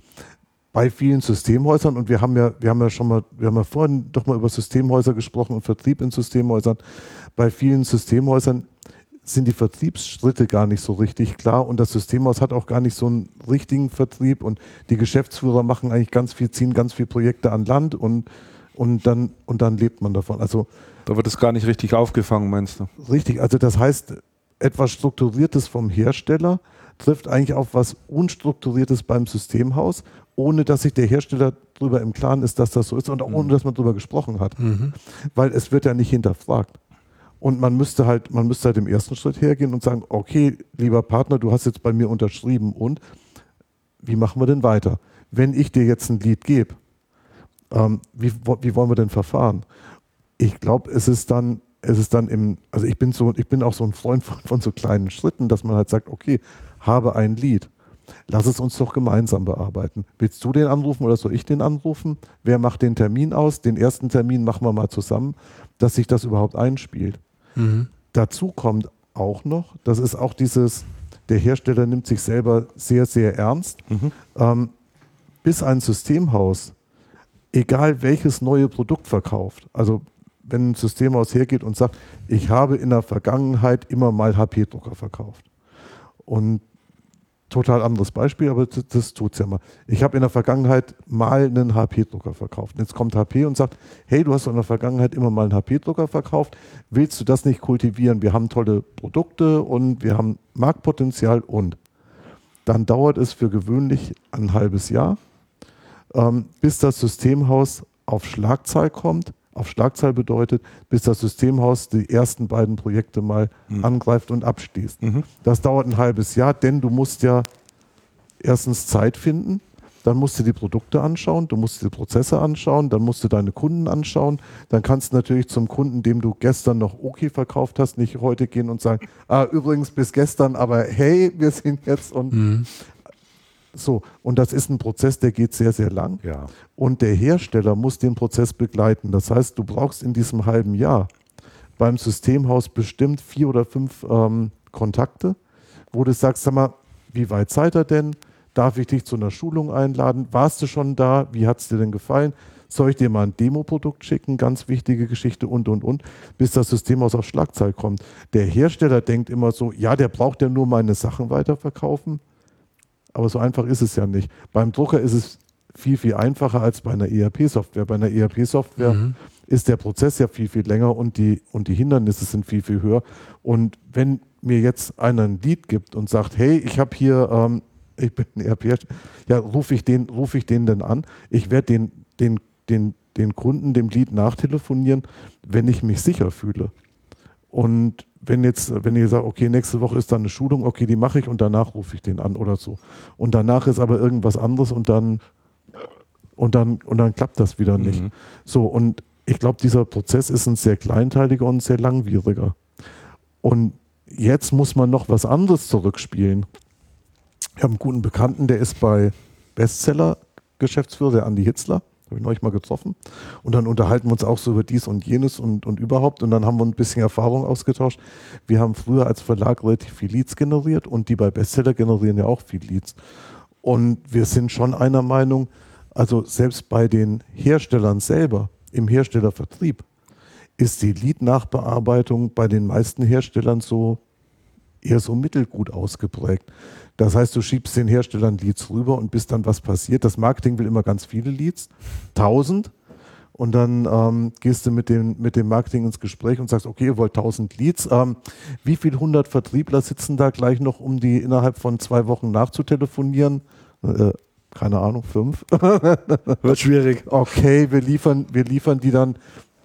Bei vielen Systemhäusern, und wir haben ja, wir haben ja schon mal, wir haben ja vorhin doch mal über Systemhäuser gesprochen und Vertrieb in Systemhäusern. Bei vielen Systemhäusern sind die Vertriebsschritte gar nicht so richtig klar und das Systemhaus hat auch gar nicht so einen richtigen Vertrieb und die Geschäftsführer machen eigentlich ganz viel, ziehen ganz viele Projekte an Land und, und, dann, und dann lebt man davon. Also Da wird es gar nicht richtig aufgefangen, meinst du? richtig, also das heißt, etwas Strukturiertes vom Hersteller trifft eigentlich auf was Unstrukturiertes beim Systemhaus, ohne dass sich der Hersteller darüber im Klaren ist, dass das so ist und auch ohne, dass man darüber gesprochen hat. Mhm. Weil es wird ja nicht hinterfragt. Und man müsste halt, man müsste halt im ersten Schritt hergehen und sagen, okay, lieber Partner, du hast jetzt bei mir unterschrieben und wie machen wir denn weiter? Wenn ich dir jetzt ein Lead gebe, ähm, wie, wo- wie wollen wir denn verfahren? Ich glaube, es ist dann, es ist dann im, also ich bin so, ich bin auch so ein Freund von, von so kleinen Schritten, dass man halt sagt, okay, habe ein Lead. Lass es uns doch gemeinsam bearbeiten. Willst du den anrufen oder soll ich den anrufen? Wer macht den Termin aus? Den ersten Termin machen wir mal zusammen, dass sich das überhaupt einspielt. Mhm. Dazu kommt auch noch, das ist auch dieses, der Hersteller nimmt sich selber sehr, sehr ernst. Mhm. Ähm, bis ein Systemhaus, egal welches neue Produkt verkauft, also wenn ein Systemhaus hergeht und sagt, ich habe in der Vergangenheit immer mal H P-Drucker verkauft. Und total anderes Beispiel, aber das, das tut es ja mal. Ich habe in der Vergangenheit mal einen H P-Drucker verkauft. Und jetzt kommt H P und sagt, hey, du hast in der Vergangenheit immer mal einen H P-Drucker verkauft. Willst du das nicht kultivieren? Wir haben tolle Produkte und wir haben Marktpotenzial und. Dann dauert es für gewöhnlich ein halbes Jahr, ähm, bis das Systemhaus auf Schlagzahl kommt, auf Schlagzahl bedeutet, bis das Systemhaus die ersten beiden Projekte mal Mhm. angreift und abschließt. Mhm. Das dauert ein halbes Jahr, denn du musst ja erstens Zeit finden, dann musst du die Produkte anschauen, du musst die Prozesse anschauen, dann musst du deine Kunden anschauen, dann kannst du natürlich zum Kunden, dem du gestern noch OK verkauft hast, nicht heute gehen und sagen, ah, übrigens bis gestern, aber hey, wir sind jetzt und Mhm. so. Und das ist ein Prozess, der geht sehr, sehr lang. Ja. Und der Hersteller muss den Prozess begleiten. Das heißt, du brauchst in diesem halben Jahr beim Systemhaus bestimmt vier oder fünf ähm, Kontakte, wo du sagst, sag mal, wie weit seid ihr denn? Darf ich dich zu einer Schulung einladen? Warst du schon da? Wie hat es dir denn gefallen? Soll ich dir mal ein Demoprodukt schicken? Ganz wichtige Geschichte und, und, und, bis das Systemhaus auf Schlagzahl kommt. Der Hersteller denkt immer so, ja, der braucht ja nur meine Sachen weiterverkaufen. Aber so einfach ist es ja nicht. Beim Drucker ist es viel, viel einfacher als bei einer E R P-Software. Bei einer E R P-Software Mhm. ist der Prozess ja viel, viel länger und die, und die Hindernisse sind viel, viel höher. Und wenn mir jetzt einer ein Lied gibt und sagt, hey, ich habe hier, ähm, ich bin ein E R P, ja, rufe ich den, ruf ich den denn an? Ich werde den, den, den, den Kunden dem Lied nachtelefonieren, wenn ich mich sicher fühle. Und wenn jetzt, wenn ihr sagt, okay, nächste Woche ist dann eine Schulung, okay, die mache ich und danach rufe ich den an oder so. Und danach ist aber irgendwas anderes und dann, und dann, und dann klappt das wieder nicht. Mhm. So, und ich glaube, dieser Prozess ist ein sehr kleinteiliger und sehr langwieriger. Und jetzt muss man noch was anderes zurückspielen. Ich habe einen guten Bekannten, der ist bei Bestseller-Geschäftsführer, der Andi Hitzler. Habe ich neulich mal getroffen. Und dann unterhalten wir uns auch so über dies und jenes und, und überhaupt. Und dann haben wir ein bisschen Erfahrung ausgetauscht. Wir haben früher als Verlag relativ viel Leads generiert und die bei Bestseller generieren ja auch viel Leads. Und wir sind schon einer Meinung, also selbst bei den Herstellern selber, im Herstellervertrieb, ist die Lead-Nachbearbeitung bei den meisten Herstellern so eher so mittelgut ausgeprägt. Das heißt, du schiebst den Herstellern Leads rüber und bis dann was passiert. Das Marketing will immer ganz viele Leads, tausend. Und dann ähm, gehst du mit dem, mit dem Marketing ins Gespräch und sagst, okay, ihr wollt tausend Leads. Ähm, wie viele hundert Vertriebler sitzen da gleich noch, um die innerhalb von zwei Wochen nachzutelefonieren? Äh, keine Ahnung, fünf. Wird schwierig. Okay, wir liefern, wir liefern die dann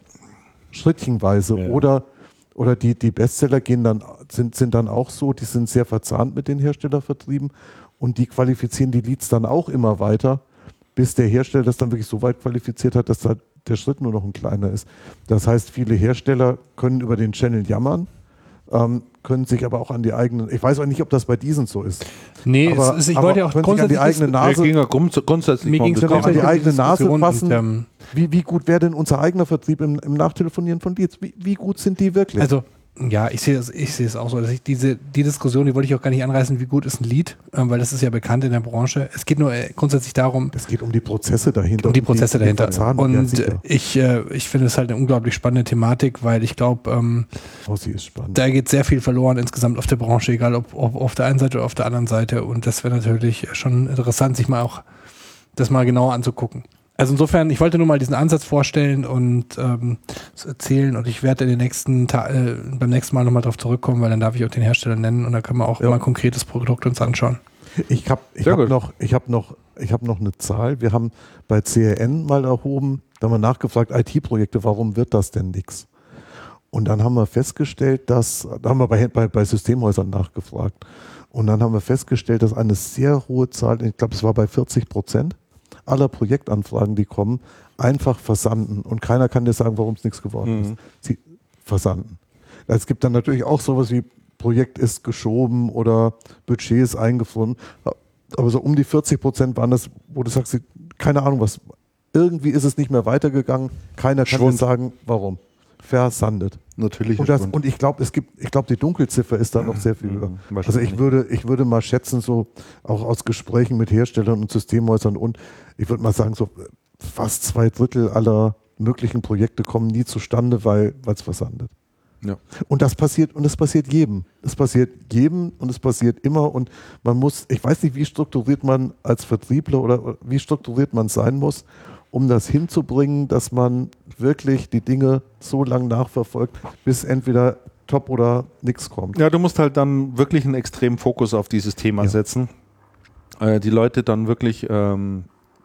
schrittchenweise. Ja. Oder, oder die, die Bestseller gehen dann, sind, sind dann auch so, die sind sehr verzahnt mit den Herstellervertrieben und die qualifizieren die Leads dann auch immer weiter, bis der Hersteller das dann wirklich so weit qualifiziert hat, dass da der Schritt nur noch ein kleiner ist. Das heißt, viele Hersteller können über den Channel jammern, ähm, können sich aber auch an die eigenen, ich weiß auch nicht, ob das bei diesen so ist. Nee, aber, es ist, ich aber wollte ja auch können sich an die grundsätzlich eigene Mir Nase, ging ja grund, grundsätzlich mir mal um ging's das ja Thema. Thema. Die eigene Nase Diskussion fassen. und, ähm, wie, wie gut wäre denn unser eigener Vertrieb im, im Nachtelefonieren von Leads? Wie, wie gut sind die wirklich? Also, ja, ich sehe es, ich sehe es auch so. Dass ich diese, die Diskussion, die wollte ich auch gar nicht anreißen, wie gut ist ein Lead, ähm, weil das ist ja bekannt in der Branche. Es geht nur äh, grundsätzlich darum, es geht um die Prozesse dahinter. um die Prozesse die, dahinter. Die Verzahnung, ja, und sicher. ich, äh, ich finde es halt eine unglaublich spannende Thematik, weil ich glaube, ähm, Oh, sie ist spannend. da geht sehr viel verloren insgesamt auf der Branche, egal ob, ob auf der einen Seite oder auf der anderen Seite. Und das wäre natürlich schon interessant, sich mal auch das mal genauer anzugucken. Also insofern, ich wollte nur mal diesen Ansatz vorstellen und ähm, das erzählen und ich werde in den nächsten Ta äh, beim nächsten Mal nochmal drauf zurückkommen, weil dann darf ich auch den Hersteller nennen und dann können wir auch Ja. immer ein konkretes Produkt uns anschauen. Ich habe ich Sehr hab gut. noch, ich hab noch, ich hab noch eine Zahl. Wir haben bei C R N mal erhoben, da haben wir nachgefragt, I T-Projekte, warum wird das denn nichts? Und dann haben wir festgestellt, dass, da haben wir bei, bei, bei Systemhäusern nachgefragt. Und dann haben wir festgestellt, dass eine sehr hohe Zahl, ich glaube, es war bei vierzig Prozent aller Projektanfragen, die kommen, einfach versanden. Und keiner kann dir sagen, warum es nichts geworden Mhm. ist. Sie versanden. Es gibt dann natürlich auch sowas wie Projekt ist geschoben oder Budget ist eingefroren. Aber so um die vierzig Prozent waren das, wo du sagst, keine Ahnung was, irgendwie ist es nicht mehr weitergegangen. Keiner kann dir Schwund. sagen, warum. Versandet. Natürlich. Und, das, und ich glaube, es gibt, ich glaube, die Dunkelziffer ist da noch sehr viel höher. Mhm, Also ich würde, ich würde mal schätzen, so auch aus Gesprächen mit Herstellern und Systemhäusern und ich würde mal sagen, so fast zwei Drittel aller möglichen Projekte kommen nie zustande, weil es versandet. Ja. Und das passiert, und das passiert jedem. Es passiert jedem und es passiert immer und man muss, ich weiß nicht, wie strukturiert man als Vertriebler oder wie strukturiert man sein muss, um das hinzubringen, dass man wirklich die Dinge so lange nachverfolgt, bis entweder top oder nichts kommt. Ja, du musst halt dann wirklich einen extremen Fokus auf dieses Thema Ja. setzen. Äh, die Leute dann wirklich ähm,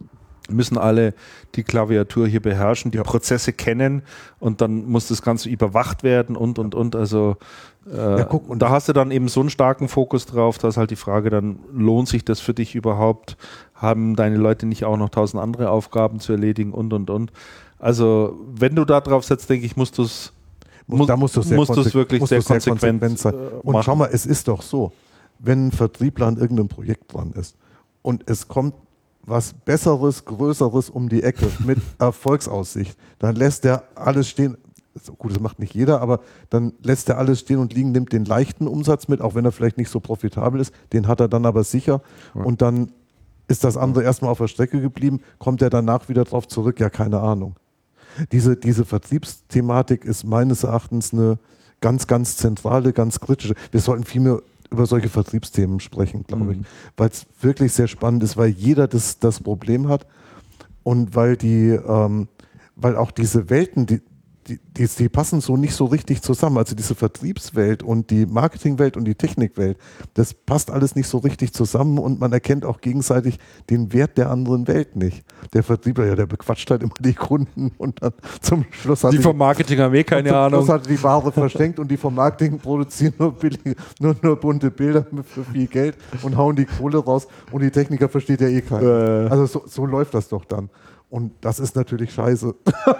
müssen alle die Klaviatur hier beherrschen, die ja. Prozesse kennen und dann muss das Ganze überwacht werden und, und, und. Also äh, ja, guck, und da hast du dann eben so einen starken Fokus drauf, dass halt die Frage dann, lohnt sich das für dich überhaupt? Haben deine Leute nicht auch noch tausend andere Aufgaben zu erledigen und, und, und. Also wenn du da drauf setzt, denke ich, musst du es muss, da musst du sehr musst konse- wirklich musst sehr, sehr konsequent, konsequent sein. Und machen. Schau mal, es ist doch so, wenn ein Vertriebler an irgendeinem Projekt dran ist und es kommt was Besseres, Größeres um die Ecke mit Erfolgsaussicht, dann lässt er alles stehen. Gut, das macht nicht jeder, aber dann lässt er alles stehen und liegen, nimmt den leichten Umsatz mit, auch wenn er vielleicht nicht so profitabel ist, den hat er dann aber sicher ja. und dann ist das andere erstmal auf der Strecke geblieben, kommt er danach wieder drauf zurück, ja, keine Ahnung. Diese, diese Vertriebsthematik ist meines Erachtens eine ganz, ganz zentrale, ganz kritische. Wir sollten viel mehr über solche Vertriebsthemen sprechen, glaube mhm. ich, weil es wirklich sehr spannend ist, weil jeder das, das Problem hat und weil die, ähm, weil auch diese Welten, die, die, die, die passen so nicht so richtig zusammen. Also diese Vertriebswelt und die Marketingwelt und die Technikwelt, das passt alles nicht so richtig zusammen und man erkennt auch gegenseitig den Wert der anderen Welt nicht. Der Vertriebler, ja, der bequatscht halt immer die Kunden und dann zum Schluss hat die vom Marketing haben eh keine Ahnung. Schluss hat die Ware verschenkt und die vom Marketing produzieren nur billige, nur, nur bunte Bilder für viel Geld und hauen die Kohle raus und die Techniker versteht ja eh keiner. Äh. Also so, so läuft das doch dann. Und das ist natürlich scheiße.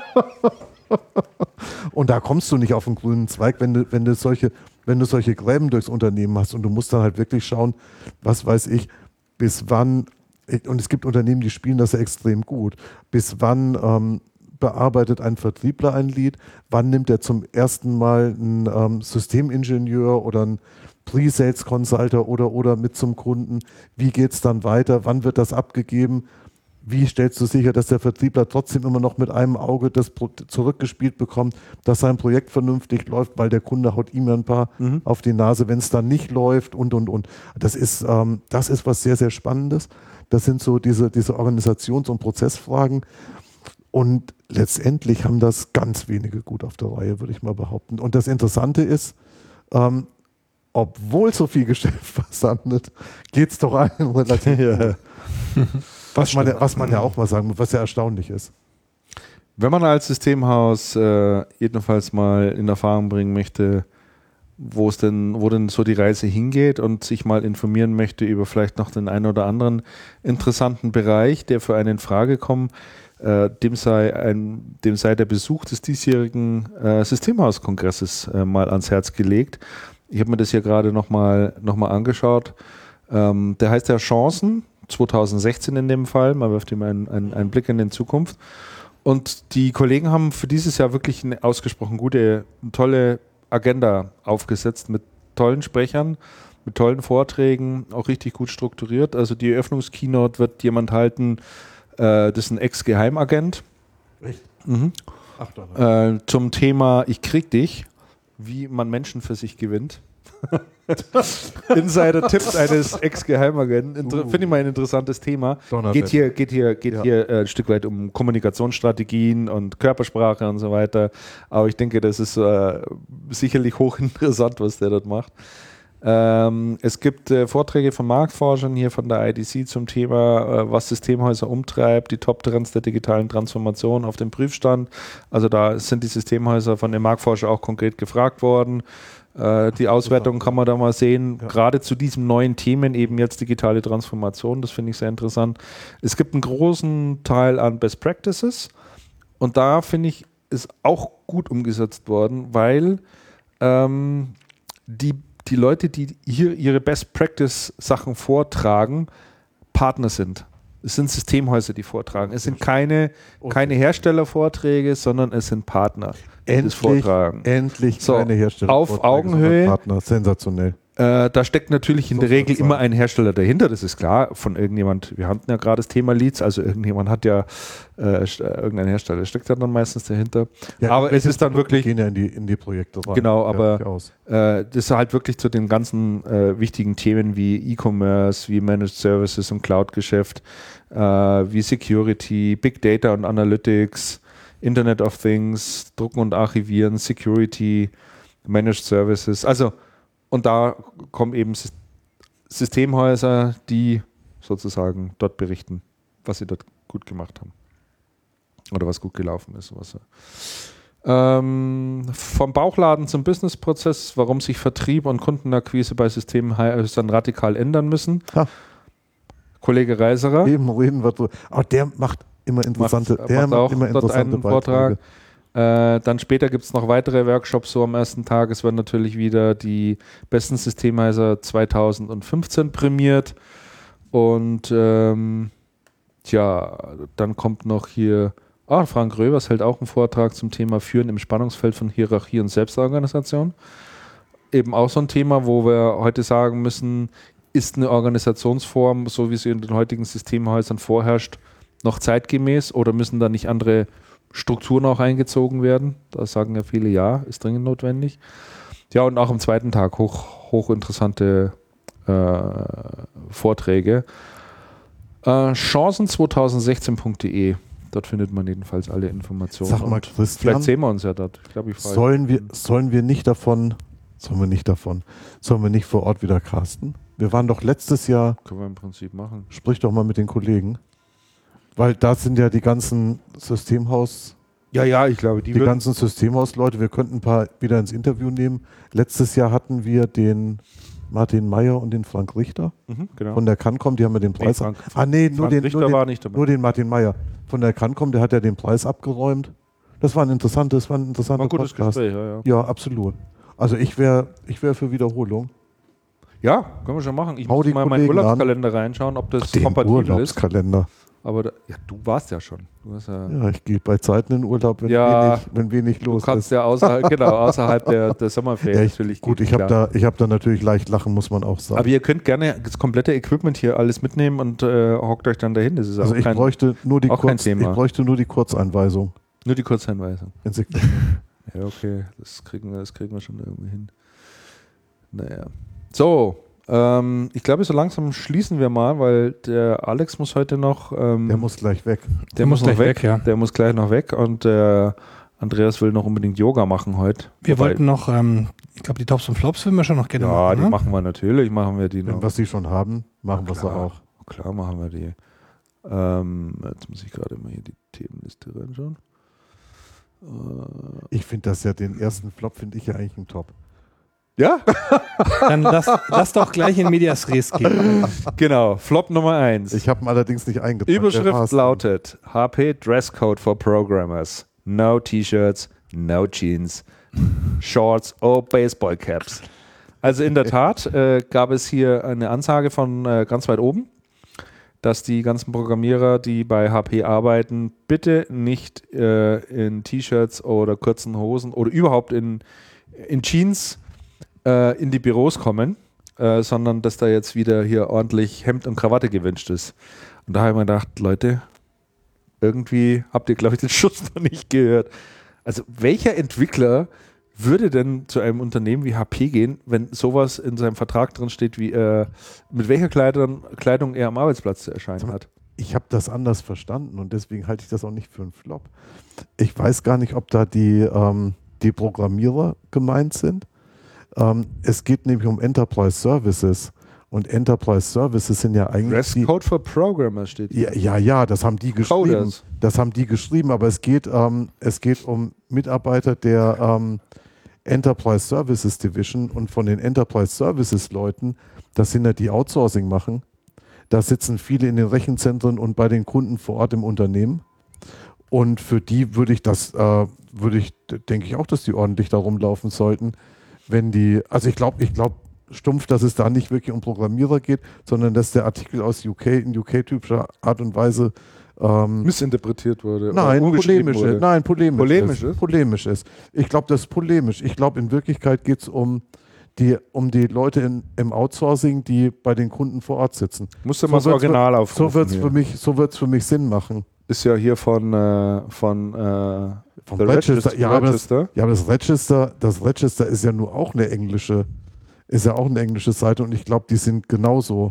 Und da kommst du nicht auf den grünen Zweig, wenn du, wenn du solche, wenn du solche Gräben durchs Unternehmen hast und du musst dann halt wirklich schauen, was weiß ich, bis wann, und es gibt Unternehmen, die spielen das ja extrem gut, bis wann ähm, bearbeitet ein Vertriebler ein Lied, wann nimmt er zum ersten Mal einen ähm, Systemingenieur oder einen Pre-Sales Consultant oder, oder mit zum Kunden, wie geht es dann weiter, wann wird das abgegeben? Wie stellst du sicher, dass der Vertriebler trotzdem immer noch mit einem Auge das zurückgespielt bekommt, dass sein Projekt vernünftig läuft, weil der Kunde haut ihm ein paar mhm. auf die Nase, wenn es dann nicht läuft und, und, und. Das ist, ähm, das ist was sehr, sehr Spannendes. Das sind so diese, diese Organisations- und Prozessfragen. Und letztendlich haben das ganz wenige gut auf der Reihe, würde ich mal behaupten. Und das Interessante ist, ähm, obwohl so viel Geschäft versandet, geht es doch allen relativ ja. gut. Was man, was man ja auch mal sagen muss, was ja erstaunlich ist. Wenn man als Systemhaus äh, jedenfalls mal in Erfahrung bringen möchte, wo es denn, wo denn so die Reise hingeht und sich mal informieren möchte über vielleicht noch den einen oder anderen interessanten Bereich, der für einen in Frage kommt, äh, dem sei ein, dem sei der Besuch des diesjährigen äh, Systemhauskongresses äh, mal ans Herz gelegt. Ich habe mir das hier gerade nochmal noch mal angeschaut. Ähm, der heißt ja Chancen. zwanzig sechzehn in dem Fall, man wirft ihm einen, einen, einen Blick in die Zukunft. Und die Kollegen haben für dieses Jahr wirklich eine ausgesprochen gute, tolle Agenda aufgesetzt mit tollen Sprechern, mit tollen Vorträgen, auch richtig gut strukturiert. Also die Eröffnungskeynote wird jemand halten, äh, das ist ein Ex-Geheimagent. Echt? Mhm. Ach, doch, äh, zum Thema Ich krieg dich, wie man Menschen für sich gewinnt. Insider-Tipps eines Ex-Geheimagenten. Uh. Finde ich mal ein interessantes Thema. Geht hier, geht hier, geht ja. hier äh, ein Stück weit um Kommunikationsstrategien und Körpersprache und so weiter. Aber ich denke, das ist äh, sicherlich hochinteressant, was der dort macht. Ähm, es gibt äh, Vorträge von Marktforschern hier von der I D C zum Thema, äh, was Systemhäuser umtreibt, die Top-Trends der digitalen Transformation auf dem Prüfstand. Also da sind die Systemhäuser von den Marktforschern auch konkret gefragt worden. Die Auswertung kann man da mal sehen, ja. Gerade zu diesem neuen Themen, eben jetzt digitale Transformation, das finde ich sehr interessant. Es gibt einen großen Teil an Best Practices und da finde ich, ist auch gut umgesetzt worden, weil ähm, die, die Leute, die hier ihre Best Practice Sachen vortragen, Partner sind. Es sind Systemhäuser, die vortragen. Es sind keine, keine Herstellervorträge, sondern es sind Partner. Endlich, vortragen. endlich so, keine Hersteller. Auf Augenhöhe. Partner. Sensationell. Äh, da steckt natürlich in so der Regel immer ein Hersteller dahinter, das ist klar, von irgendjemand. Wir hatten ja gerade das Thema Leads, also irgendjemand hat ja äh, irgendein Hersteller, steckt ja dann meistens dahinter. Ja, aber es ist dann wirklich. Gehen ja in die, in die Projekte rein. Genau, aber äh, das ist halt wirklich zu den ganzen äh, wichtigen Themen wie E-Commerce, wie Managed Services und Cloud-Geschäft, äh, wie Security, Big Data und Analytics, Internet of Things, Drucken und Archivieren, Security, Managed Services. Also, und da kommen eben Systemhäuser, die sozusagen dort berichten, was sie dort gut gemacht haben. Oder was gut gelaufen ist. Was, ähm, vom Bauchladen zum Businessprozess, warum sich Vertrieb und Kundenakquise bei Systemhäusern radikal ändern müssen. Ha. Kollege Reiserer. Eben reden wir drüber. Aber der macht immer interessante, Macht, der macht macht auch immer dort interessante einen Vortrag. Beiträge. Äh, dann später gibt es noch weitere Workshops so am ersten Tag. Es werden natürlich wieder die besten Systemhäuser zweitausendfünfzehn prämiert. Und ähm, tja, dann kommt noch hier, ah, Frank Röbers hält auch einen Vortrag zum Thema Führen im Spannungsfeld von Hierarchie und Selbstorganisation. Eben auch so ein Thema, wo wir heute sagen müssen, ist eine Organisationsform, so wie sie in den heutigen Systemhäusern vorherrscht, noch zeitgemäß oder müssen da nicht andere Strukturen auch eingezogen werden? Da sagen ja viele, ja, ist dringend notwendig. Ja, und auch am zweiten Tag hoch, hochinteressante äh, Vorträge. Äh, chancen zweitausendsechzehn punkt de, dort findet man jedenfalls alle Informationen. Sag mal, Und Christian, vielleicht sehen wir uns ja dort. Ich glaube, ich frage. sollen wir, sollen wir nicht davon, sollen wir nicht davon, sollen wir nicht vor Ort wieder casten? Wir waren doch letztes Jahr, Können wir im Prinzip machen. sprich doch mal mit den Kollegen, weil da sind ja die ganzen Systemhaus, Ja, ja, ich glaube, die, die würden- ganzen Systemhausleute, wir könnten ein paar wieder ins Interview nehmen. Letztes Jahr hatten wir den Martin Meyer und den Frank Richter Mhm, genau. von der Cancom, die haben ja den Nee, Preis. Frank- ah nee, nur Frank den, Richter nur, den, war nicht dabei. nur den Martin Meyer von der Cancom, der hat ja den Preis abgeräumt. Das war ein interessantes, das war ein interessanter War ein gutes Podcast. Gespräch, ja, ja. Ja, absolut. Also ich wäre ich wär für Wiederholung. Ja, können wir schon machen. Ich Hau muss die mal in meinen Kollegen Urlaubskalender reinschauen, ob das Den kompatibel ist. Urlaubskalender. Aber da, ja, du warst ja schon. Du, hast ja, Ja, ich gehe bei Zeiten in Urlaub, wenn, Ja, wenig, wenn wenig du los kannst ist. ja außerhalb, genau, außerhalb der, der Ja, Sommerferien ich, natürlich gut, gehen, ich habe klar. da, ich hab da natürlich leicht lachen, muss man auch sagen. Aber ihr könnt gerne das komplette Equipment hier alles mitnehmen und äh, hockt euch dann dahin. Das ist also auch ich kein, bräuchte nur die auch kein Kurz, ich Thema. bräuchte nur die Kurzeinweisung. nur die Kurzeinweisung. ins Equipment. Ja, okay, das kriegen wir, das kriegen wir schon irgendwie hin. Naja. So, ähm, ich glaube, so langsam schließen wir mal, weil der Alex muss heute noch. Ähm, Der muss gleich weg. der muss noch gleich weg, ja. Der muss gleich noch weg und der Andreas will noch unbedingt Yoga machen heute. Wir Wobei- wollten noch, ähm, ich glaube, die Tops und Flops würden wir schon noch gerne Ja, machen. die ne? machen wir natürlich, machen wir die Wenn noch. wir sie schon haben, machen wir sie klar. auch. Klar machen wir die. Ähm, jetzt muss ich gerade mal hier die Themenliste reinschauen. Äh, Ich finde das ja, den ersten Flop finde ich ja eigentlich ein Top. ja, Dann lass, lass doch gleich in Medias Res gehen. genau. Flop Nummer eins. Ich habe ihn allerdings nicht eingetragen. Der Überschrift war's. lautet H P Dresscode for Programmers. No T-Shirts, no Jeans, Shorts or Baseball Caps. Also in der Tat äh, gab es hier eine Ansage von äh, ganz weit oben, dass die ganzen Programmierer, die bei H P arbeiten, bitte nicht äh, in T-Shirts oder kurzen Hosen oder überhaupt in, in Jeans äh, in die Büros kommen, äh, sondern dass da jetzt wieder hier ordentlich Hemd und Krawatte gewünscht ist. Und da habe ich mir gedacht, Leute, irgendwie habt ihr, glaube ich, den Schutz noch nicht gehört. Also welcher Entwickler würde denn zu einem Unternehmen wie H P gehen, wenn sowas in seinem Vertrag drin steht, wie äh, mit welcher Kleidung, Kleidung er am Arbeitsplatz zu erscheinen hat? Ich habe das anders verstanden und deswegen halte ich das auch nicht für einen Flop. Ich weiß gar nicht, ob da die, ähm, die Programmierer gemeint sind. Ähm, es geht nämlich um Enterprise Services und Enterprise Services sind ja eigentlich die, Dresscode for Programmers steht hier. ja, ja, ja, das haben die geschrieben. Coders. Das haben die geschrieben, aber es geht, ähm, es geht um Mitarbeiter der ähm, Enterprise Services Division und von den Enterprise Services Leuten, das sind ja die Outsourcing machen. Da sitzen viele in den Rechenzentren und bei den Kunden vor Ort im Unternehmen. Und für die würde ich das, äh, würde ich, denke ich auch, dass die ordentlich da rumlaufen sollten, wenn die, also ich glaube, ich glaube stumpf, dass es da nicht wirklich um Programmierer geht, sondern dass der Artikel aus U K in U K-typischer Art und Weise ähm, Missinterpretiert wurde. Nein, oder umgeschrieben polemisch wurde. ist. Nein, polemisch, Polemisch ist. ist? Polemisch ist. Ich glaube, das ist polemisch. Ich glaube, in Wirklichkeit geht es um die, um die Leute in, im Outsourcing, die bei den Kunden vor Ort sitzen. Musst du So mal das wird's Original für, aufrufen. So wird es hier. für mich, so wird's für mich Sinn machen. Ist ja hier von, äh, von äh, Vom The Register. Register. Ja, aber das, Register. ja, aber das Register, das Register ist ja nur auch eine englische, ist ja auch eine englische Seite und ich glaube, die sind genauso.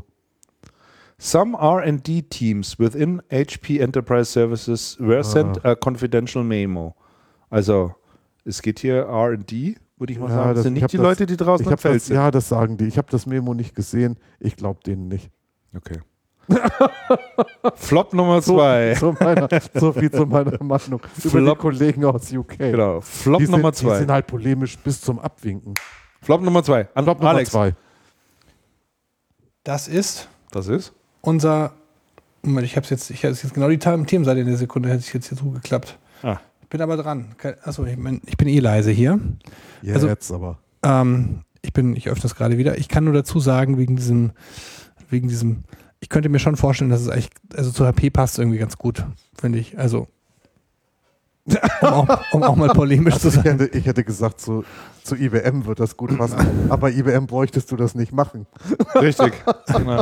Some R and D teams within H P Enterprise Services were sent a confidential memo. Also, es geht hier R and D, würde ich mal Ja, sagen. Das das- sind ich nicht hab die das- Leute, die draußen Ich im hab Feld das, sind. ja, das sagen die. Ich habe das Memo nicht gesehen. Ich glaube denen nicht. Okay. Flop Nummer zwei. So, zu meiner, so viel zu meiner Meinung über die Kollegen aus U K. Genau. Flop die sind, Nummer zwei. Die sind halt polemisch bis zum Abwinken. Flop Nummer zwei. An Flop Alex. Nummer zwei. Das ist Das ist? unser. Moment, ich habe jetzt, ich habe jetzt genau die Themenseite in der Sekunde, hätte ich jetzt hier zugeklappt. Ah. Ich bin aber dran. Achso, ich, mein, ich bin eh leise hier. Ja, Also- jetzt aber. Ähm, ich bin, ich öffne es gerade wieder. Ich kann nur dazu sagen, wegen diesem, wegen diesem, ich könnte mir schon vorstellen, dass es eigentlich, also zu H P passt irgendwie ganz gut, finde ich. Also, um auch, um auch mal polemisch Also zu ich, sein. hätte, ich hätte gesagt, zu, zu I B M wird das gut passen, aber I B M bräuchtest du das nicht machen. Richtig. Genau.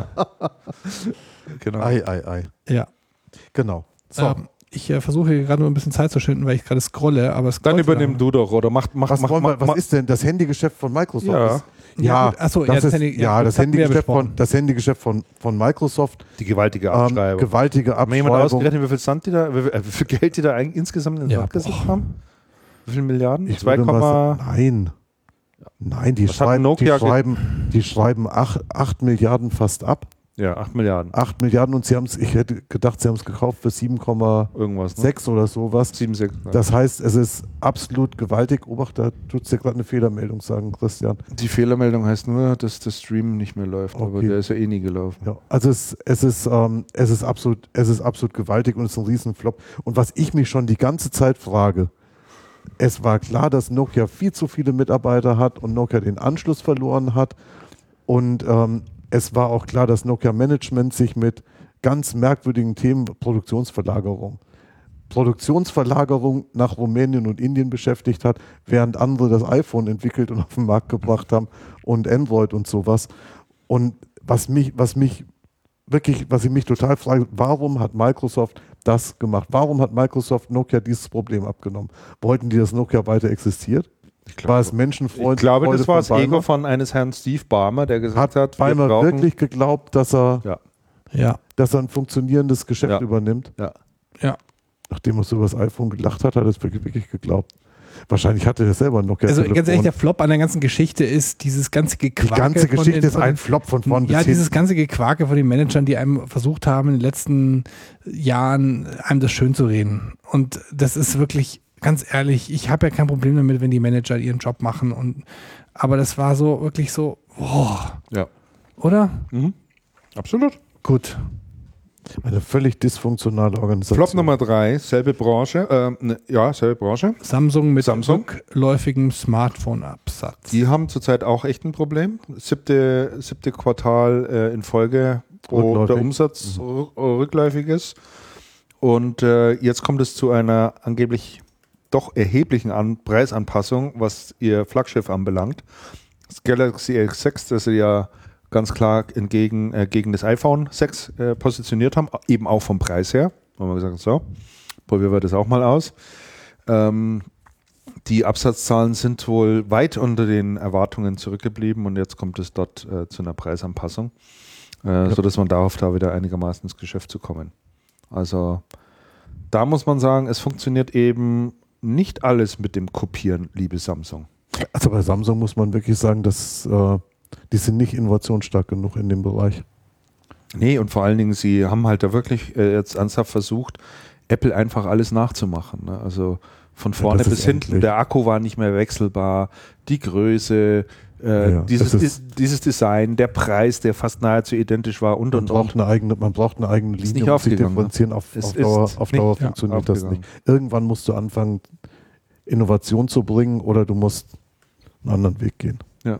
genau. Ei, ei, ei. Ja. Genau. So, Ähm, ich äh, versuche hier gerade nur ein bisschen Zeit zu schinden, weil ich gerade scrolle, aber es Dann scrollt übernimm lang. du doch, oder mach, mach, was, mach, wollen wir, mach, was mach ist denn das Handygeschäft von Microsoft? Ja. Ist, Ja, ja, gut. Achso, das, ja, das ist, Handy- ja, ja, gut, das das hatten wir Handygeschäft besprochen. von, das Handygeschäft von, von Microsoft. die gewaltige Ähm, Abschreibung. gewaltige Hat mir jemand Abschreibung. ausgerechnet, wie viel Cent die da, wie viel, äh, wie viel Geld die da eigentlich insgesamt in den Ja, Markt gesetzt boah. haben? Wie viele Milliarden? Ich zwei, würde mal sagen, nein. Nein, die Was hat schreiben, die Nokia ge- schreiben, die schreiben acht Milliarden fast ab. ja, acht Milliarden. acht Milliarden und sie haben es, ich hätte gedacht, sie haben es gekauft für sieben Komma Irgendwas, ne? sechs oder sowas. sieben, sechs. Ja. Das heißt, es ist absolut gewaltig. Obacht, da tut dir gerade eine Fehlermeldung sagen, Christian. Die Fehlermeldung heißt nur, dass der Stream nicht mehr läuft, aber Okay. der ist ja eh nie gelaufen. Ja, also es, es, ist, ähm, es, ist absolut, es ist absolut gewaltig und es ist ein Riesenflop. Und was ich mich schon die ganze Zeit frage, es war klar, dass Nokia viel zu viele Mitarbeiter hat und Nokia den Anschluss verloren hat. Und ähm, es war auch klar, dass Nokia Management sich mit ganz merkwürdigen Themen, Produktionsverlagerung, Produktionsverlagerung nach Rumänien und Indien beschäftigt hat, während andere das iPhone entwickelt und auf den Markt gebracht haben und Android und sowas. Und was mich, was mich wirklich, was ich mich total frage, warum hat Microsoft das gemacht? Warum hat Microsoft Nokia dieses Problem abgenommen? Wollten die, dass Nokia weiter existiert? War es Menschenfreund? Ich glaube, das Freude war das von Ego Ballmer? von eines Herrn Steve Ballmer, der gesagt Hat hat, wir Ballmer brauchen, wirklich geglaubt, dass er, Ja. Ja, dass er ein funktionierendes Geschäft Ja. übernimmt? Ja. ja. Nachdem er so über das iPhone gelacht hat, hat er es wirklich, wirklich geglaubt. Wahrscheinlich hatte er selber ein Nokia. Also ganz ehrlich, der Flop an der ganze Geschichte ist dieses ganze Die Gequake. ganze von Geschichte den- ist von ein den- Flop von vorn Ja, bis dieses hinten. ganze Gequake von den Managern, die einem versucht haben, in den letzten Jahren einem das schön zu reden. Und das ist wirklich, ganz ehrlich, ich habe ja kein Problem damit, wenn die Manager ihren Job machen. Und, aber das war so wirklich so, boah, Ja. oder? Mhm. Absolut. Gut. Eine völlig dysfunktionale Organisation. Flop Nummer drei, selbe Branche, ähm, ne, ja, selbe Branche. Samsung mit Samsung. rückläufigem Smartphone-Absatz. Die haben zurzeit auch echt ein Problem. Siebte, siebte Quartal äh, in Folge, wo Rückläufig. der Umsatz rück- rückläufig ist. Und äh, jetzt kommt es zu einer angeblich doch erheblichen An Preisanpassung, was ihr Flaggschiff anbelangt. Das Galaxy S sechs, das sie ja ganz klar entgegen, äh, gegen das iPhone sechs äh, positioniert haben, eben auch vom Preis her. Haben wir gesagt, so, probieren wir das auch mal aus. Ähm, die Absatzzahlen sind wohl weit unter den Erwartungen zurückgeblieben und jetzt kommt es dort äh, zu einer Preisanpassung, äh, Ja. sodass man da hofft, da wieder einigermaßen ins Geschäft zu kommen. Also da muss man sagen, es funktioniert eben nicht alles mit dem Kopieren, liebe Samsung. Also bei Samsung muss man wirklich sagen, dass äh, die sind nicht innovationsstark genug in dem Bereich. Nee, und vor allen Dingen, sie haben halt da wirklich äh, jetzt ernsthaft versucht, Apple einfach alles nachzumachen. Ne? Also von vorne das ist bis hinten, endlich. der Akku war nicht mehr wechselbar, die Größe, äh, Ja, dieses, es ist- Dis- dieses Design, der Preis, der fast nahezu identisch war und Man und braucht und. eine eigene, man braucht eine eigene Ist Linie, nicht um sich aufgegangen, differenzieren. Auf, Es auf Dauer, ist auf nicht Dauer funktioniert das aufgegangen. nicht. Irgendwann musst du anfangen, Innovation zu bringen oder du musst einen anderen Weg gehen.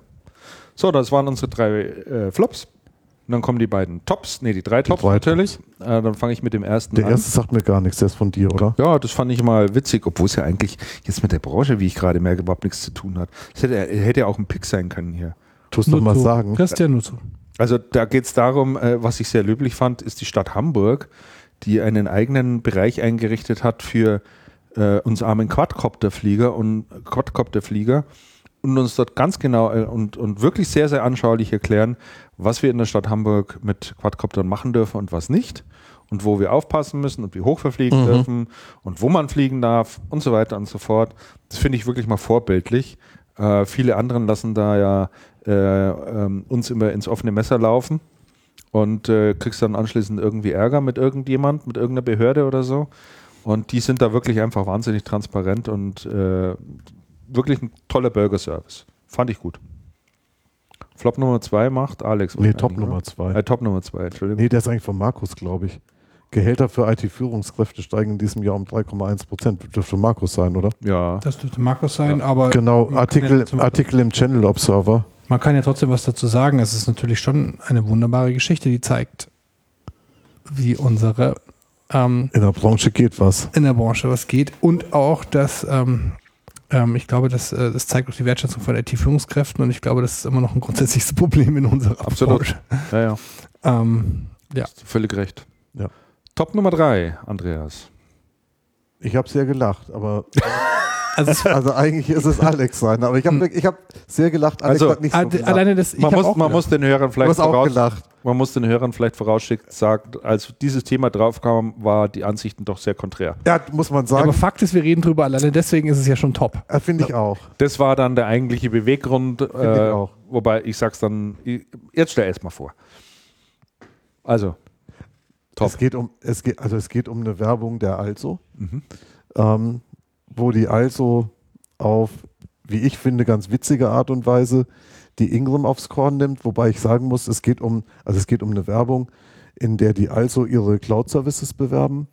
So, das waren unsere drei äh, Flops. Und dann kommen die beiden Tops, nee, die drei Tops drei natürlich. Äh, dann fange ich mit dem ersten Der an. erste sagt mir gar nichts, der ist von dir, oder? Ja, das fand ich mal witzig, obwohl es ja eigentlich jetzt mit der Branche, wie ich gerade merke, überhaupt nichts zu tun hat. Es hätte, hätte ja auch ein Pick sein können hier. Tust doch Nur mal zu. sagen. Christian, nur zu. Also da geht es darum, äh, was ich sehr löblich fand, ist die Stadt Hamburg, die einen eigenen Bereich eingerichtet hat für äh, uns armen Quadcopterflieger und Quadcopterflieger und uns dort ganz genau äh, und, und wirklich sehr, sehr anschaulich erklären, was wir in der Stadt Hamburg mit Quadcoptern machen dürfen und was nicht und wo wir aufpassen müssen und wie hoch wir fliegen Mhm. dürfen und wo man fliegen darf und so weiter und so fort. Das finde ich wirklich mal vorbildlich. Äh, viele anderen lassen da ja äh, ähm, uns immer ins offene Messer laufen und äh, kriegst dann anschließend irgendwie Ärger mit irgendjemand, mit irgendeiner Behörde oder so. Und die sind da wirklich einfach wahnsinnig transparent und äh, wirklich ein toller Burger-Service. Fand ich gut. Flop Nummer zwei macht Alex. Nee, Top Nummer zwei. Äh, Top Nummer zwei, Entschuldigung. Nee, der ist eigentlich von Markus, glaube ich. Gehälter für I T-Führungskräfte steigen in diesem Jahr um drei Komma eins Prozent. Dürfte Markus sein, oder? Ja. Das dürfte Markus sein, aber Genau, man Artikel, kann ja, Artikel im Channel Observer. man kann ja trotzdem was dazu sagen. Es ist natürlich schon eine wunderbare Geschichte, die zeigt, wie unsere ähm, In der Branche geht was. in der Branche was geht und auch, dass ähm, ähm, ich glaube, das, äh, das zeigt auch die Wertschätzung von I T-Führungskräften und ich glaube, das ist immer noch ein grundsätzliches Problem in unserer Absolut. Branche. Ja, ja. Ähm, ja. Hast du völlig recht. Ja. Top Nummer drei, Andreas. Ich habe sehr gelacht, aber Also, es, also eigentlich ist es Alex sein. Aber ich habe ich hab sehr gelacht. Alex Also, hat nicht so Al- gelacht. alleine das, ich Man hab muss, auch man gedacht, muss den Hörern Du vielleicht hast auch voraus, gelacht. man muss den Hörern vielleicht vorausschicken, sagt, als dieses Thema draufkam, war die Ansichten doch sehr konträr. Ja, muss man aber sagen. Fakt ist, wir reden drüber, alleine deswegen ist es ja schon top. Äh, Finde ich auch. Das war dann der eigentliche Beweggrund, ich äh, auch. wobei ich sag's dann, ich- jetzt stell erst mal vor. Also, top. Es geht um, es geht, also es geht um eine Werbung der Also, Mhm. ähm, wo die Also auf, wie ich finde, ganz witzige Art und Weise die Ingram aufs Korn nimmt, wobei ich sagen muss, es geht um, also es geht um eine Werbung, in der die Also ihre Cloud-Services bewerben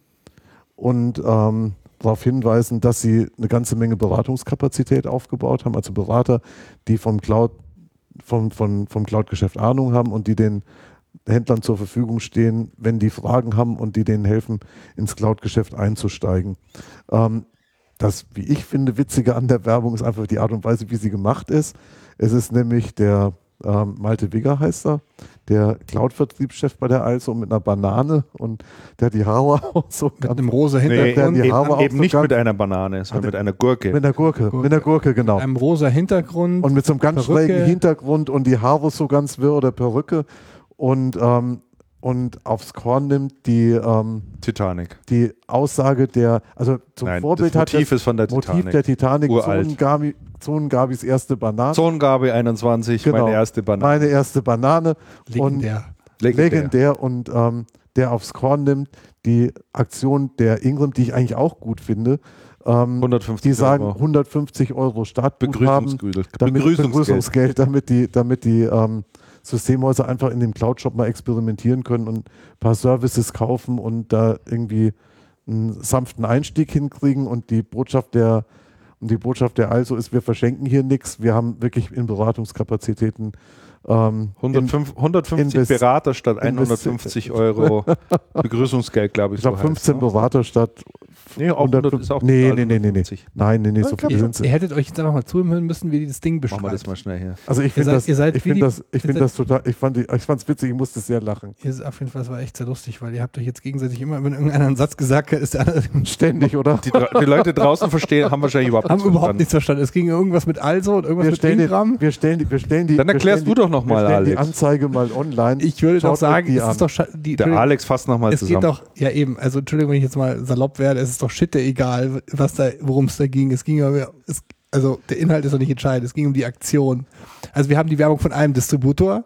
und ähm, darauf hinweisen, dass sie eine ganze Menge Beratungskapazität aufgebaut haben, also Berater, die vom Cloud, vom, vom, vom Cloud-Geschäft Ahnung haben und die den Händlern zur Verfügung stehen, wenn die Fragen haben und die denen helfen, ins Cloud-Geschäft einzusteigen. Ähm, das, wie ich finde, Witzige an der Werbung ist einfach die Art und Weise, wie sie gemacht ist. Es ist nämlich der ähm, Malte Wigger heißt er, der Cloud-Vertriebschef bei der Also mit einer Banane und der hat die Haare auch so Mit ganz einem rosa Nee, Hintergrund, die eben, Haare auch eben so nicht ganz- mit einer Banane, sondern mit einer Gurke. mit einer Gurke, Gurke. mit einer Gurke, genau. einem rosa Hintergrund. Und mit so einem ganz Perücke. schrägen Hintergrund und die Haare so ganz wirr oder Perücke und, ähm, und aufs Korn nimmt die, ähm, Titanic. die Aussage der, also zum Nein, Vorbild das hat Motiv das ist von der Motiv Titanic. der Titanic Uralt. Zonengabi, Zonengabis erste Banane. Zonengabe einundzwanzig, Genau. meine erste Banane. Meine erste Banane. Legendär. Und legendär und ähm, der aufs Korn nimmt die Aktion der Ingram, die ich eigentlich auch gut finde. Ähm, hundertfünfzig die sagen Euro. hundertfünfzig Euro Startguthaben, Begrüßungsgeld. damit, Begrüßungsgeld. Begrüßungsgeld, damit die, damit die ähm, Systemhäuser einfach in dem Cloud-Shop mal experimentieren können und ein paar Services kaufen und da irgendwie einen sanften Einstieg hinkriegen. Und die Botschaft der, und die Botschaft der Also ist, wir verschenken hier nichts. Wir haben wirklich in Beratungskapazitäten ähm, hundertfünf, hundertfünfzig Invest- Berater statt Invest- hundertfünfzig Euro Begrüßungsgeld, glaube ich. ich glaube so heißt, fünfzehn ne? Berater statt Nee, auch hundert, hundert ist auch nee, total nee, nee, nee, nee. hundertfünfzig. Nein, nee, nee, so Ihr, viele sind ihr sie. hättet euch jetzt einfach mal zuhören müssen, wie die das Ding Machen beschreibt. wir das mal schnell hier. Also ich finde seid- das, ihr seid ich wie finde die- das, ich ihr finde seid- das total, ich fand, die, ich fand es witzig, ich musste sehr lachen. Ihr ist auf jeden Fall, das war echt sehr lustig, weil ihr habt euch jetzt gegenseitig immer, wenn irgendeiner einen Satz gesagt hat, ist der andere Ständig, oder? Die, dra- die Leute draußen verstehen, haben wahrscheinlich überhaupt haben nichts überhaupt verstanden. nichts verstanden. Es ging irgendwas mit Also und irgendwas Wir mit stellen, Ingram. die, wir stellen die, wir stellen die. Dann wir erklärst stellen du doch noch die, mal, wir stellen die Alex. Anzeige mal online. Ich würde Schaut doch euch sagen, die es an. ist doch scha- die, Der Alex fasst nochmal es geht zusammen. doch, ja eben, also Entschuldigung, wenn ich jetzt mal salopp werde, es ist doch shit egal, was da, worum es da ging. Es ging aber, es, also der Inhalt ist doch nicht entscheidend, es ging um die Aktion. Also wir haben die Werbung von einem Distributor,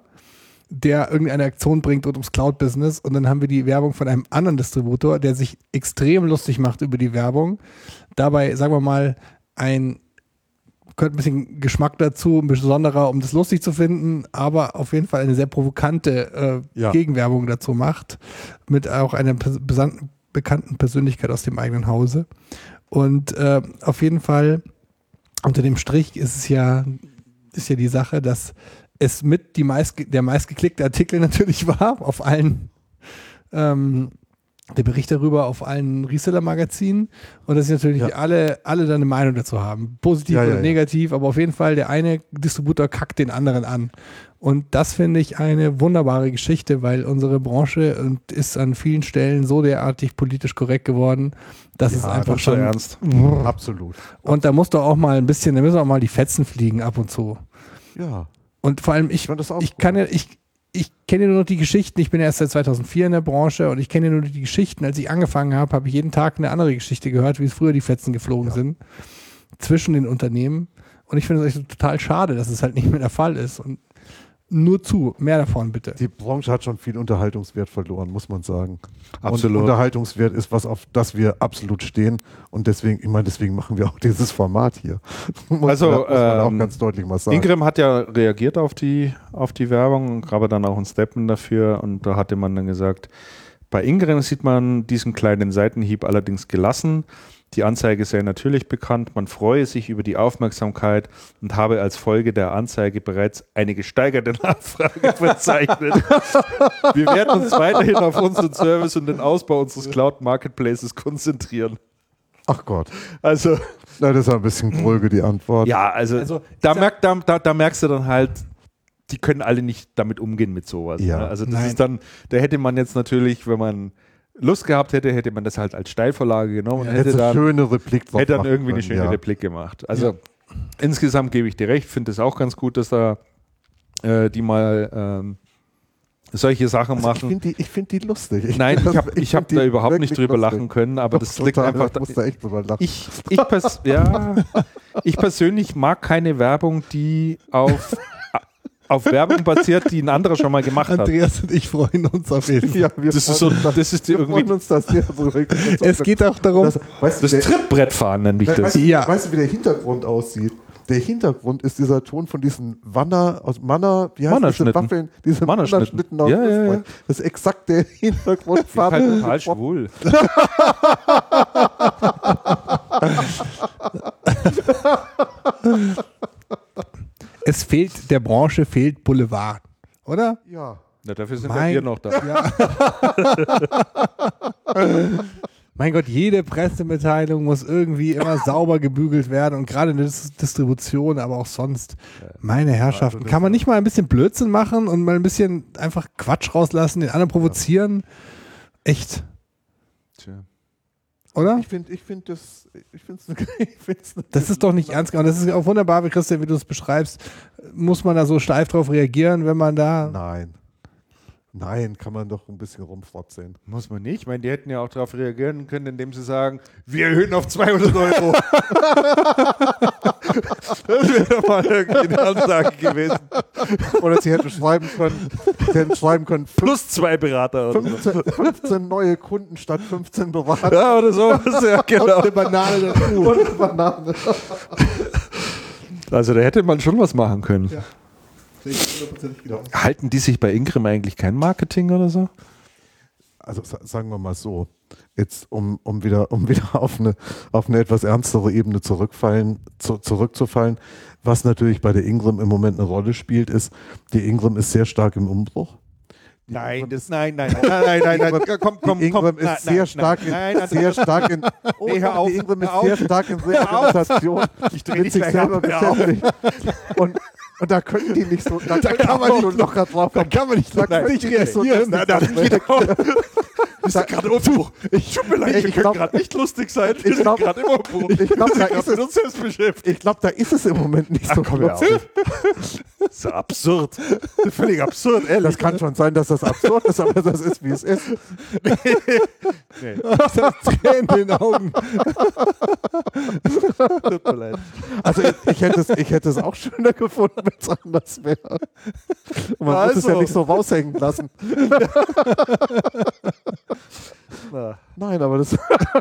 der irgendeine Aktion bringt rund ums Cloud-Business und dann haben wir die Werbung von einem anderen Distributor, der sich extrem lustig macht über die Werbung. Dabei, sagen wir mal, ein gehört ein bisschen Geschmack dazu, ein besonderer, um das lustig zu finden, aber auf jeden Fall eine sehr provokante äh, Ja. Gegenwerbung dazu macht, mit auch einer pers- besan- bekannten Persönlichkeit aus dem eigenen Hause. Und äh, auf jeden Fall unter dem Strich ist es ja, ist ja die Sache, dass es mit die meist, der meistgeklickte Artikel natürlich war, auf allen ähm, der Bericht darüber auf allen Reseller-Magazinen und dass sie natürlich Ja. alle, alle dann eine Meinung dazu haben. Positiv Ja, ja, oder ja. negativ, aber auf jeden Fall der eine Distributor kackt den anderen an. Und das finde ich eine wunderbare Geschichte, weil unsere Branche und ist an vielen Stellen so derartig politisch korrekt geworden, dass Ja, es einfach Ganz schon schon ernst. Absolut. und da muss doch auch mal ein bisschen, da müssen auch mal die Fetzen fliegen ab und zu. Ja. Und vor allem, ich, fand das auch ich gut. kann ja, ich, ich kenne ja nur noch die Geschichten, ich bin ja erst seit zweitausendvier in der Branche und ich kenne ja nur die Geschichten. Als ich angefangen habe, habe ich jeden Tag eine andere Geschichte gehört, wie es früher die Fetzen geflogen Ja. sind zwischen den Unternehmen. Und ich finde es echt total schade, dass es halt nicht mehr der Fall ist. Und nur zu. Mehr davon, bitte. Die Branche hat schon viel Unterhaltungswert verloren, muss man sagen. Absolut. Und Unterhaltungswert ist was, auf das wir absolut stehen. Und deswegen, ich meine, deswegen machen wir auch dieses Format hier. muss Also, man, muss man auch ähm, ganz deutlich mal sagen. Ingram hat ja reagiert auf die, auf die Werbung und gab dann auch ein Statement dafür. Und da hatte man dann gesagt, bei Ingram sieht man diesen kleinen Seitenhieb allerdings gelassen. Die Anzeige sei natürlich bekannt, man freue sich über die Aufmerksamkeit und habe als Folge der Anzeige bereits eine gesteigerte Nachfrage verzeichnet. Wir werden uns weiterhin auf unseren Service und den Ausbau unseres Cloud Marketplaces konzentrieren. Ach Gott. Also, Na, das ist ein bisschen dröge, die Antwort. ja, also, Also, da, merkt, da, da, da merkst du dann halt, die können alle nicht damit umgehen mit sowas. Ja. Ne? Also das Nein. ist dann, da hätte man jetzt natürlich, wenn man Lust gehabt hätte, hätte man das halt als Steilvorlage genommen und Ja, hätte Hätte dann, schöne Replik drauf hätte dann machen irgendwie eine können, schöne ja. Replik gemacht. Also insgesamt gebe ich dir recht, finde es auch ganz gut, dass da äh, die mal ähm, solche Sachen Also ich machen. finde die, ich find die lustig. Ich Nein, find ich habe das- ich hab find da die überhaupt nicht wirklich drüber lustig. lachen können, aber Doch, das liegt total, einfach Ich muss da echt drüber lachen. Ich, ich, pers ja, ich persönlich mag keine Werbung, die auf, auf Werbung basiert, die ein anderer schon mal gemacht hat. Andreas und ich freuen uns auf jeden Fall. Ja, wir Das ist freuen so, uns, das ist wir irgendwie freuen uns das sehr. So, Es geht auch darum, das, weißt, du, das der, Trittbrettfahren, nenne ich weißt, das. du, Ja. weißt du, wie der Hintergrund aussieht? Der Hintergrund ist dieser Ton von diesen Wanner, aus Manner, wie heißt diese Mannerschnitten. Waffeln, diese Mannerschnitten. Mannerschnitten aus Ja, ja, ja. Österreich. Das ist exakt der Hintergrund. Ich bin halt total schwul. es fehlt, der Branche fehlt Boulevard, oder? Ja. Ja, dafür sind Mein- ja wir noch da. Mein Gott, jede Pressemitteilung muss irgendwie immer sauber gebügelt werden und gerade in der Dis- Distribution, aber auch sonst. Meine Herrschaften, kann man nicht mal ein bisschen Blödsinn machen und mal ein bisschen einfach Quatsch rauslassen, den anderen provozieren? Echt, Tja. oder? Ich finde ich find das, ich finde es eine, ich find's eine Das ist doch nicht ernst gemeint. Das ist auch wunderbar, wie Christian, wie du es beschreibst. Muss man da so steif drauf reagieren, wenn man da... Nein. Nein, kann man doch ein bisschen rumfrotzeln. Muss man nicht. Ich meine, die hätten ja auch darauf reagieren können, indem sie sagen, wir erhöhen auf zweihundert Euro. Das wäre mal irgendwie eine Ansage gewesen. Oder sie hätten schreiben können, sie hätten schreiben können, Plus zwei Berater oder so. fünfzehn, fünfzehn neue Kunden statt fünfzehn Berater. Ja, oder so. Ja, genau. Eine Banane dazu. Und eine Banane. Also da hätte man schon was machen können. Ja. Halten die sich bei Ingram eigentlich kein Marketing oder so? Also sa- sagen wir mal so, jetzt um, um wieder, um wieder auf, eine, auf eine etwas ernstere Ebene zurückfallen, zu, zurückzufallen, was natürlich bei der Ingram im Moment eine Rolle spielt, ist, die Ingram ist sehr stark im Umbruch. Nein, das, nein, nein, nein, nein, nein, nein, komm, komm, Die Ingram komm. ist Nein, sehr nein, stark nein, in, nein, nein, sehr stark in, oh, Nee, hör auf, die Ingram ist hör sehr auf. stark in Hör auf. Reorganisation Ich dreh mit dich sich gleich selber ab, hör auf. beschäftigt. Und, und da können die nicht so, da, kann man nicht so locker drauf. Da kann man nicht, da Nein, nicht reagieren. Nein, da ist ja gerade Umbruch. Ich tut mir leid, Ich wir können glaub- gerade nicht lustig sein. Wir Ich sind glaub- gerade im Umbruch. Ich glaube, da, Wir ist sind mit es- uns selbst beschäftigt. ich glaub, da ist es im Moment nicht so komm, hör auf. lustig. Das ist ja absurd. Das ist völlig absurd, ehrlich. Das kann schon sein, dass das absurd ist, aber das ist, wie es ist. Nee, Tränen in den Augen. tut mir leid. Also ich, ich, hätte es, ich hätte es auch schöner gefunden, wenn es anders wäre. Und man muss es ja Also. nicht so raushängen lassen. Na. Nein, aber das...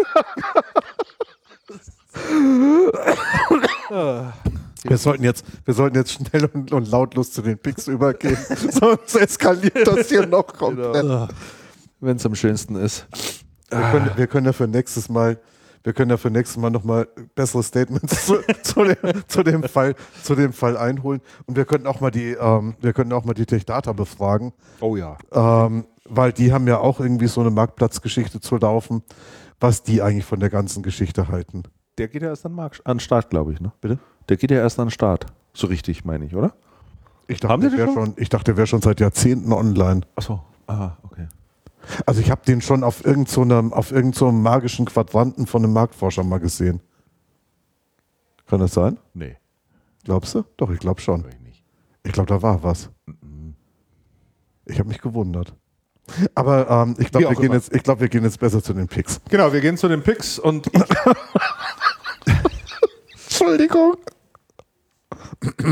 Wir sollten jetzt, wir sollten jetzt schnell und, und lautlos zu den Picks übergehen, sonst eskaliert das hier noch komplett. Wenn es am schönsten ist. Wir, können, wir können ja für nächstes Mal, wir können ja für nächstes Mal nochmal bessere Statements zu, zu, dem, zu, dem Fall, zu dem Fall einholen. Und wir könnten auch mal die, ähm, wir könnten auch mal die Tech Data befragen, Oh ja. ähm, weil die haben ja auch irgendwie so eine Marktplatzgeschichte zu laufen, was die eigentlich von der ganzen Geschichte halten. Der geht ja erst an, Markt, an den Start, glaube ich, ne? Bitte? Der geht ja erst an den Start. So richtig, meine ich, oder? Ich Haben dachte, die der den wäre schon, ich dachte, der wäre schon seit Jahrzehnten online. Achso. Aha, okay. Also ich habe den schon auf irgend so einem, auf irgend so einem magischen Quadranten von einem Marktforscher mal gesehen. Kann das sein? Nee, Glaubst du? Doch, ich glaube schon. glaube ich nicht. Ich glaube, da war was. Ich habe mich gewundert. Aber ähm, ich Wie glaube, auch wir, gehen immer. jetzt- ich glaub, wir gehen jetzt besser zu den Picks. Genau, wir gehen zu den Picks und ich, Entschuldigung.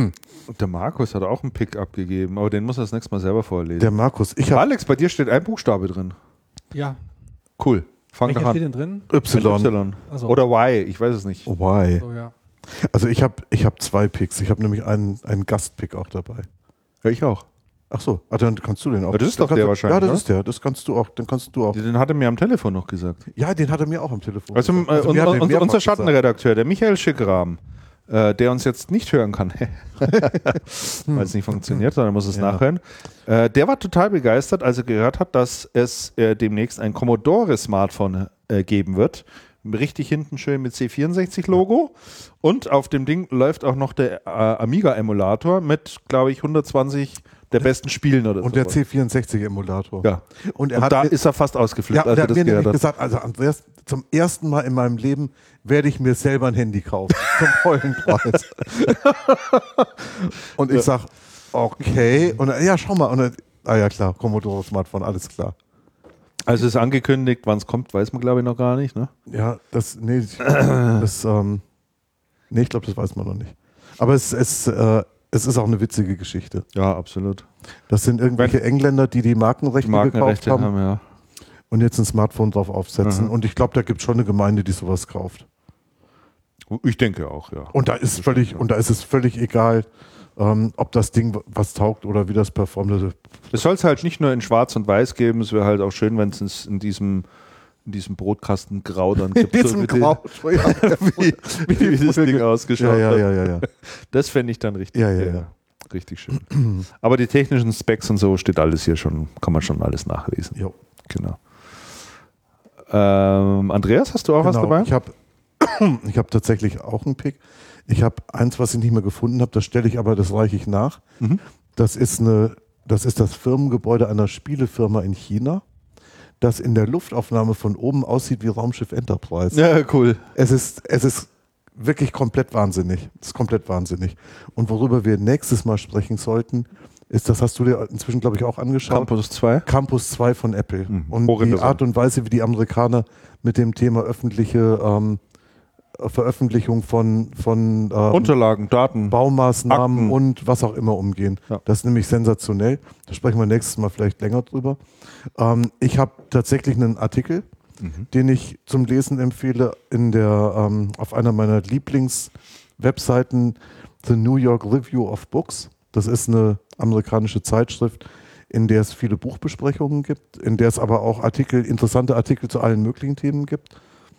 Der Markus hat auch einen Pick abgegeben, aber den muss er das nächste Mal selber vorlesen. Der Markus. Ich habe Alex, bei dir steht ein Buchstabe drin. Ja. Cool. Fang doch Welcher steht an. denn drin? Y. Y. Ach so. Oder Y, ich weiß es nicht. Why? So, ja. Also ich habe ich hab zwei Picks. Ich habe nämlich einen, einen Gastpick auch dabei. Ja, ich auch. Ach so, ah, dann kannst du den auch. Ja, das ist dann doch kannst der du, wahrscheinlich, Ja, das oder? ist der. Das kannst du auch. Dann kannst du auch. Den hat er mir am Telefon noch gesagt. Ja, den hat er mir auch am Telefon. Also, gesagt. äh, Also un, mir hat er un, mehrfach unser gesagt. Schattenredakteur, der Michael Schickram, äh, der uns jetzt nicht hören kann, weil es nicht funktioniert, sondern muss es Ja. nachhören. Äh, der war total begeistert, als er gehört hat, dass es äh, demnächst ein Commodore-Smartphone äh, geben wird. Richtig hinten schön mit C vierundsechzig-Logo. Und auf dem Ding läuft auch noch der äh, Amiga-Emulator mit, glaube ich, hundertzwanzig der besten Spielen oder so. Und der C vierundsechzig-Emulator. Ja. Und er Und hat da mir- ist er fast ausgeflippt, Ja, als der er hat das mir gehört nämlich hat. gesagt, also Andreas, zum ersten Mal in meinem Leben werde ich mir selber ein Handy kaufen. Zum vollen Preis. Und ich sag, okay. Und er, ja, schau mal. Und er, ah ja, klar, Commodore Smartphone, alles klar. Also es ist angekündigt, wann es kommt, weiß man glaube ich noch gar nicht. Ne? Ja, das, nee, ich, das, ähm, nee, ich glaube, das weiß man noch nicht. Aber es, es, äh, es ist auch eine witzige Geschichte. Ja, absolut. Das sind irgendwelche Engländer, die die Markenrechte, Die Markenrechte gekauft haben, haben, ja. und jetzt ein Smartphone drauf aufsetzen. Mhm. Und ich glaube, da gibt es schon eine Gemeinde, die sowas kauft. Ich denke auch, ja. Und da ist völlig, und da ist es völlig egal, ähm, ob das Ding was taugt oder wie das performt. Also, Es soll es halt nicht nur in Schwarz und Weiß geben, es wäre halt auch schön, wenn es in diesem, in diesem Brotkasten Grau dann gibt. in diesem wie, die- Grau. wie, wie, wie das Ding ausgeschaut Ja, ja, hat. ja, ja, ja. Das fände ich dann richtig, Ja, ja, äh, ja. richtig schön. Aber die technischen Specs und so steht alles hier schon, kann man schon alles nachlesen. Jo. Genau. Ähm, Andreas, hast du auch was Genau. dabei? Ich habe ich hab tatsächlich auch einen Pick. Ich habe eins, was ich nicht mehr gefunden habe, das stelle ich aber, das reiche ich nach. Mhm. Das ist eine, das ist das Firmengebäude einer Spielefirma in China, das in der Luftaufnahme von oben aussieht wie Raumschiff Enterprise. Ja, cool. Es ist, es ist wirklich komplett wahnsinnig. Es ist komplett wahnsinnig. Und worüber wir nächstes Mal sprechen sollten, ist, das hast du dir inzwischen, glaube ich, auch angeschaut. Campus zwei. Campus zwei von Apple. Mhm. Und die Hochinteressant. Art und Weise, wie die Amerikaner mit dem Thema öffentliche ähm, Veröffentlichung von, von ähm, Unterlagen, Daten. Baumaßnahmen Akten. und was auch immer umgehen. Ja. Das ist nämlich sensationell. Da sprechen wir nächstes Mal vielleicht länger drüber. Ähm, ich habe tatsächlich einen Artikel, Mhm. den ich zum Lesen empfehle, in der, ähm, auf einer meiner Lieblingswebseiten, The New York Review of Books. Das ist eine amerikanische Zeitschrift, in der es viele Buchbesprechungen gibt, in der es aber auch Artikel, interessante Artikel zu allen möglichen Themen gibt.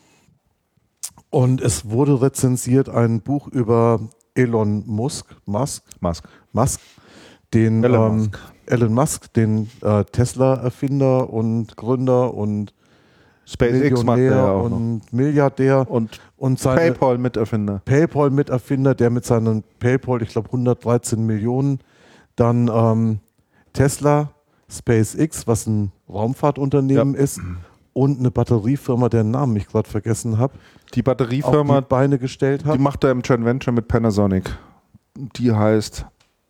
Und es wurde rezensiert ein Buch über Elon Musk, Musk, Musk. Musk, den Elon ähm, Musk. Elon Musk, den äh, Tesla-Erfinder und Gründer und SpaceX macht er ja Millionär auch noch. und Milliardär Und und seine PayPal-Miterfinder. PayPal-Miterfinder, der mit seinen PayPal, ich glaube hundertdreizehn Millionen, dann ähm, Tesla, SpaceX, was ein Raumfahrtunternehmen Ja. ist, und eine Batteriefirma, deren Namen ich gerade vergessen habe, Die auf Batteriefirma, die Beine gestellt hat. die macht er im Joint Venture mit Panasonic. Die heißt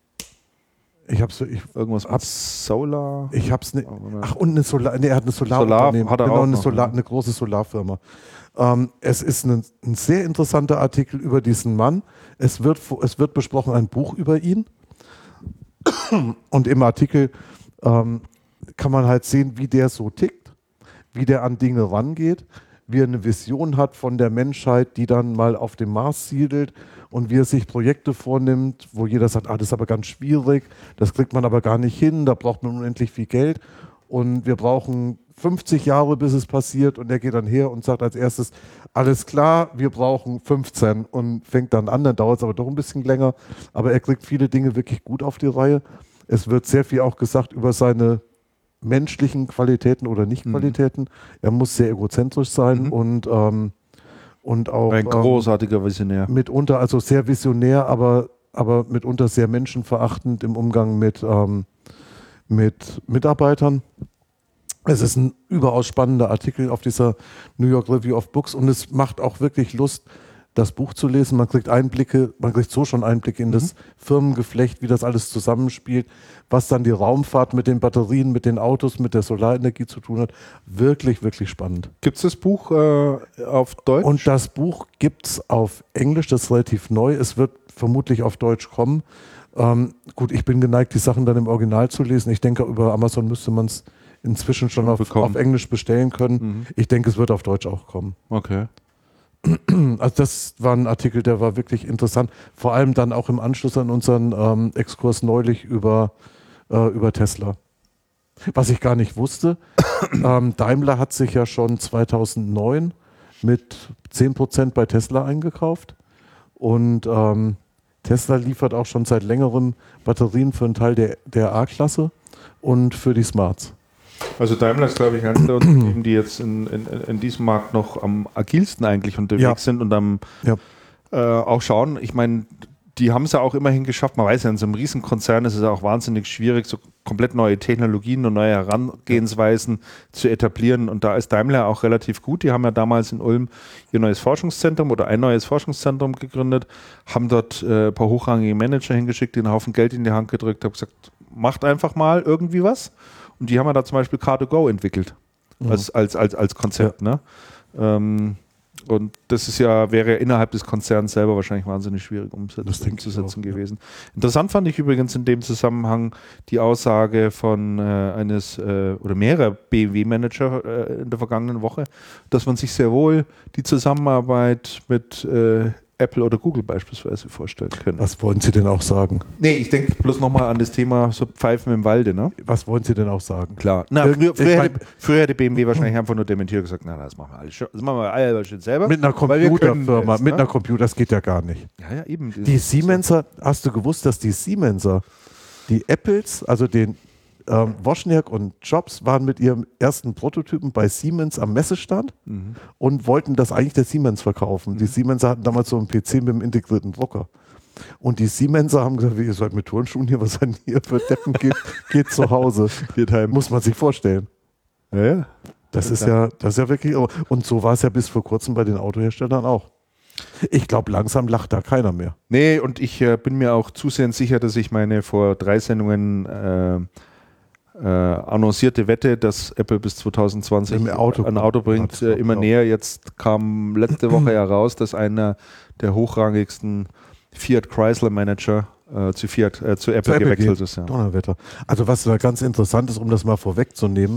Ich hab's, ich, irgendwas mit Hab's- Solar. ich hab's nicht. Oder- Ach, und eine Solar, nee, er hat eine Solar Solarunternehmen. hat er genau, auch eine, noch, Solar, ja. eine große Solarfirma. Ähm, es ist ein, ein sehr interessanter Artikel über diesen Mann. Es wird, es wird besprochen ein Buch über ihn. Und im Artikel ähm, kann man halt sehen, wie der so tickt, wie der an Dinge rangeht, wie er eine Vision hat von der Menschheit, die dann mal auf dem Mars siedelt und wie er sich Projekte vornimmt, wo jeder sagt, ah, das ist aber ganz schwierig, das kriegt man aber gar nicht hin, da braucht man unendlich viel Geld und wir brauchen fünfzig Jahre, bis es passiert, und er geht dann her und sagt als erstes, alles klar, wir brauchen fünfzehn, und fängt dann an, dann dauert es aber doch ein bisschen länger, aber er kriegt viele Dinge wirklich gut auf die Reihe. Es wird sehr viel auch gesagt über seine menschlichen Qualitäten oder Nicht-Qualitäten. Er muss sehr egozentrisch sein Mhm. und, ähm, und auch Ein ähm, großartiger Visionär. mitunter, also sehr visionär, aber, aber mitunter sehr menschenverachtend im Umgang mit, ähm, mit Mitarbeitern. Es ist ein überaus spannender Artikel auf dieser New York Review of Books, und es macht auch wirklich Lust, das Buch zu lesen. Man kriegt Einblicke, man kriegt so schon Einblicke in das Firmengeflecht, wie das alles zusammenspielt, was dann die Raumfahrt mit den Batterien, mit den Autos, mit der Solarenergie zu tun hat. Wirklich, wirklich spannend. Gibt es das Buch äh, auf Deutsch? Und das Buch gibt es auf Englisch, das ist relativ neu. Es wird vermutlich auf Deutsch kommen. Ähm, gut, ich bin geneigt, die Sachen dann im Original zu lesen. Ich denke, über Amazon müsste man es inzwischen schon auf, auf Englisch bestellen können. Mhm. Ich denke, es wird auf Deutsch auch kommen. Okay. Also das war ein Artikel, der war wirklich interessant. Vor allem dann auch im Anschluss an unseren ähm, Exkurs neulich über, äh, über Tesla. Was ich gar nicht wusste, ähm, Daimler hat sich ja schon zweitausendneun mit zehn Prozent bei Tesla eingekauft und ähm, Tesla liefert auch schon seit längerem Batterien für einen Teil der, der A-Klasse und für die Smarts. Also Daimler ist, glaube ich, eines der Unternehmen, die jetzt in, in, in diesem Markt noch am agilsten eigentlich unterwegs Ja. sind und am Ja. äh, auch schauen. Ich meine, die haben es ja auch immerhin geschafft. Man weiß ja, in so einem Riesenkonzern ist es ja auch wahnsinnig schwierig, so komplett neue Technologien und neue Herangehensweisen zu etablieren. Und da ist Daimler auch relativ gut. Die haben ja damals in Ulm ihr neues Forschungszentrum oder ein neues Forschungszentrum gegründet, haben dort äh, ein paar hochrangige Manager hingeschickt, die einen Haufen Geld in die Hand gedrückt, haben gesagt, macht einfach mal irgendwie was. Und die haben ja da zum Beispiel Car to Go entwickelt, Mhm. als, als, als, als Konzept. Ne? Ähm, und das ist ja, wäre innerhalb des Konzerns selber wahrscheinlich wahnsinnig schwierig umset- Das denke ich umzusetzen auch, ja. gewesen. Interessant fand ich übrigens in dem Zusammenhang die Aussage von äh, eines äh, oder mehrerer B M W-Manager äh, in der vergangenen Woche, dass man sich sehr wohl die Zusammenarbeit mit äh, Apple oder Google beispielsweise vorstellen können. Was wollen Sie denn auch sagen? Nee, ich denke bloß nochmal an das Thema so Pfeifen im Walde, ne? Was wollen Sie denn auch sagen? Klar. Na, Äh, früher, ich früher, mein- hätte, früher hätte B M W wahrscheinlich einfach nur dementiert und gesagt, na, das machen wir alles schon. Das machen wir alle schon selber. Mit einer weil wir können Computerfirma, das, mit ne? einer Computer, das geht ja gar nicht. Ja, ja, eben. Die Siemenser, hast du gewusst, dass die Siemenser, die Apples, also den ähm, Wozniak und Jobs waren mit ihrem ersten Prototypen bei Siemens am Messestand Mhm. und wollten das eigentlich der Siemens verkaufen. Die Siemenser hatten damals so einen P C mit einem integrierten Drucker. Und die Siemenser haben gesagt, wie, ihr seid mit Turnschuhen hier, was seid ihr für Deppen, geht, geht zu Hause. Geht heim. Muss man sich vorstellen. Ja, ja. Das ist ja, das ist ja wirklich, und so war es ja bis vor kurzem bei den Autoherstellern auch. Ich glaube, langsam lacht da keiner mehr. Nee, und ich äh, bin mir auch zusehends sicher, dass ich meine vor drei Sendungen äh, äh, annoncierte Wette, dass Apple bis zwanzig zwanzig Im Auto ein Auto kommt. bringt, äh, immer Ja. näher. Jetzt kam letzte Woche heraus, dass einer der hochrangigsten Fiat Chrysler Manager äh, zu, Fiat, äh, zu Apple Zu Apple gewechselt geht. ist. Ja. Donnerwetter. Also was da ganz interessant ist, um das mal vorwegzunehmen,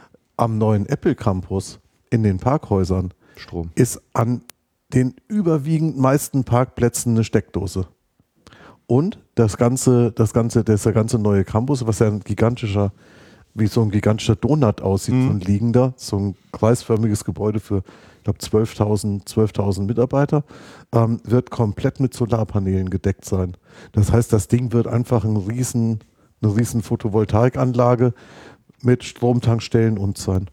am neuen Apple Campus in den Parkhäusern Strom. ist an den überwiegend meisten Parkplätzen eine Steckdose. Und das ganze, das ganze, der ganze neue Campus, was ja ein gigantischer, wie so ein gigantischer Donut aussieht, Mhm. so ein liegender, so ein kreisförmiges Gebäude für, ich glaube, zwölftausend Mitarbeiter, ähm, wird komplett mit Solarpanelen gedeckt sein. Das heißt, das Ding wird einfach ein riesen, eine riesen Photovoltaikanlage mit Stromtankstellen und sein.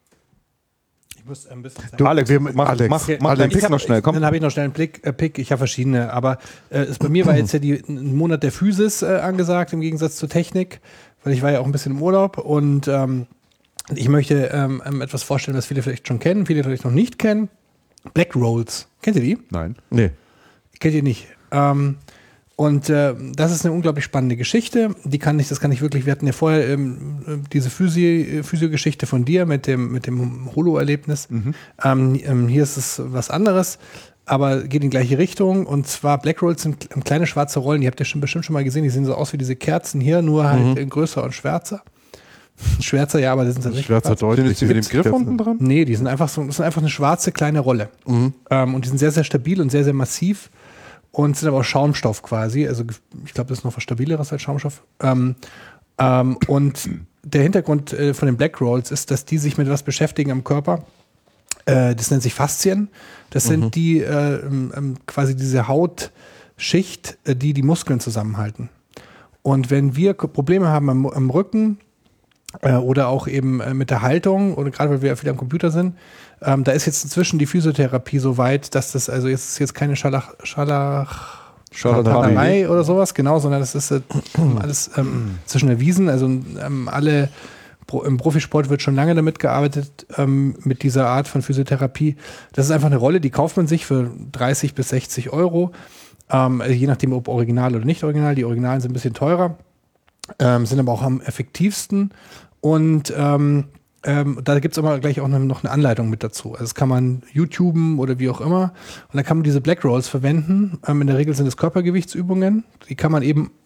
Ich muss ein bisschen Du, Alex, wir- mach, Alex, mach, okay, mach Alex, deinen Pick hab- noch schnell, komm. Dann habe ich noch schnell einen Blick, äh, Pick. Ich habe verschiedene, aber äh, es, bei mir war jetzt ja die, ein Monat der Physis äh, angesagt, im Gegensatz zur Technik, weil ich war ja auch ein bisschen im Urlaub und ähm, ich möchte ähm, ähm, etwas vorstellen, was viele vielleicht schon kennen, viele vielleicht noch nicht kennen. Black Rolls. Kennt ihr die? Nein. Nee. Kennt ihr nicht. Ähm, und äh, das ist eine unglaublich spannende Geschichte. Die kann ich, das kann ich wirklich, wir hatten ja vorher ähm, diese Physio- Physio-Geschichte von dir mit dem, mit dem Holo-Erlebnis. Mhm. Ähm, ähm, hier ist es was anderes, aber geht in die gleiche Richtung. Und zwar Black Rolls sind kle- kleine schwarze Rollen, die habt ihr schon bestimmt schon mal gesehen, die sehen so aus wie diese Kerzen hier, nur halt äh, größer und schwärzer. Schwärzer, ja, aber das sind tatsächlich Schwärzer schwarz. deutlich. Sind die mit dem Griff unten dran? Nee, die sind einfach so, das sind einfach eine schwarze kleine Rolle. Mhm. Ähm, und die sind sehr, sehr stabil und sehr, sehr massiv und sind aber auch Schaumstoff quasi. Also ich glaube, das ist noch was Stabileres als Schaumstoff. Ähm, ähm, und der Hintergrund äh, von den Black Rolls ist, dass die sich mit was beschäftigen am Körper. Äh, das nennt sich Faszien. Das sind Mhm. die äh, ähm, ähm, quasi diese Hautschicht, äh, die die Muskeln zusammenhalten. Und wenn wir K- Probleme haben am, am Rücken, äh, oder auch eben äh, mit der Haltung oder gerade weil wir ja viel am Computer sind, ähm, da ist jetzt inzwischen die Physiotherapie so weit, dass das, also jetzt ist jetzt keine Scharlach, Scharlach, Scharlatanerei oder sowas, genau, sondern das ist äh, alles ähm, zwischen erwiesen, also ähm, alle Pro, im Profisport wird schon lange damit gearbeitet, ähm, mit dieser Art von Physiotherapie. Das ist einfach eine Rolle, die kauft man sich für dreißig bis sechzig Euro, ähm, also je nachdem, ob original oder nicht original. Die Originalen sind ein bisschen teurer. Ähm, sind aber auch am effektivsten und ähm, ähm, da gibt es aber gleich auch noch eine Anleitung mit dazu. Also das kann man YouTuben oder wie auch immer und dann kann man diese Black Rolls verwenden. Ähm, in der Regel sind es Körpergewichtsübungen, die kann man eben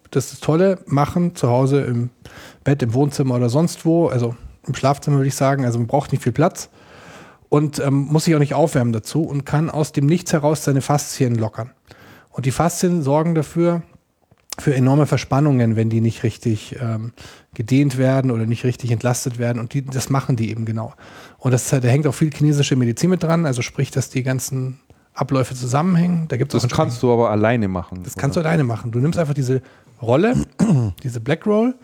das ist das Tolle, machen zu Hause im Bett, im Wohnzimmer oder sonst wo, also im Schlafzimmer würde ich sagen, also man braucht nicht viel Platz und ähm, muss sich auch nicht aufwärmen dazu und kann aus dem Nichts heraus seine Faszien lockern. Und die Faszien sorgen dafür, für enorme Verspannungen, wenn die nicht richtig ähm, gedehnt werden oder nicht richtig entlastet werden. Und die, das machen die eben genau. Und das, da hängt auch viel chinesische Medizin mit dran, also sprich, dass die ganzen Abläufe zusammenhängen. Da gibt's Das auch kannst du aber alleine machen. Das kannst du alleine machen. Du nimmst einfach diese Rolle, diese Black Roll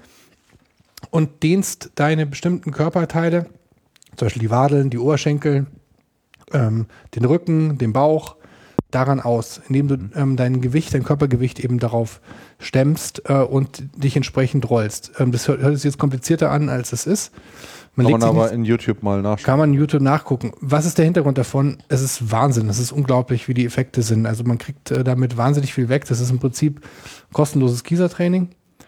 und dehnst deine bestimmten Körperteile, zum Beispiel die Wadeln, die Oberschenkel, ähm, den Rücken, den Bauch, daran aus, indem du ähm, dein Gewicht, dein Körpergewicht eben darauf stemmst äh, und dich entsprechend rollst. Ähm, das hört, hört sich jetzt komplizierter an, als es ist. Man Kann legt man sich aber nicht, in YouTube mal nachschauen. kann man in YouTube nachgucken. Was ist der Hintergrund davon? Es ist Wahnsinn. Es ist unglaublich, wie die Effekte sind. Also man kriegt äh, damit wahnsinnig viel weg. Das ist im Prinzip kostenloses Kiesertraining.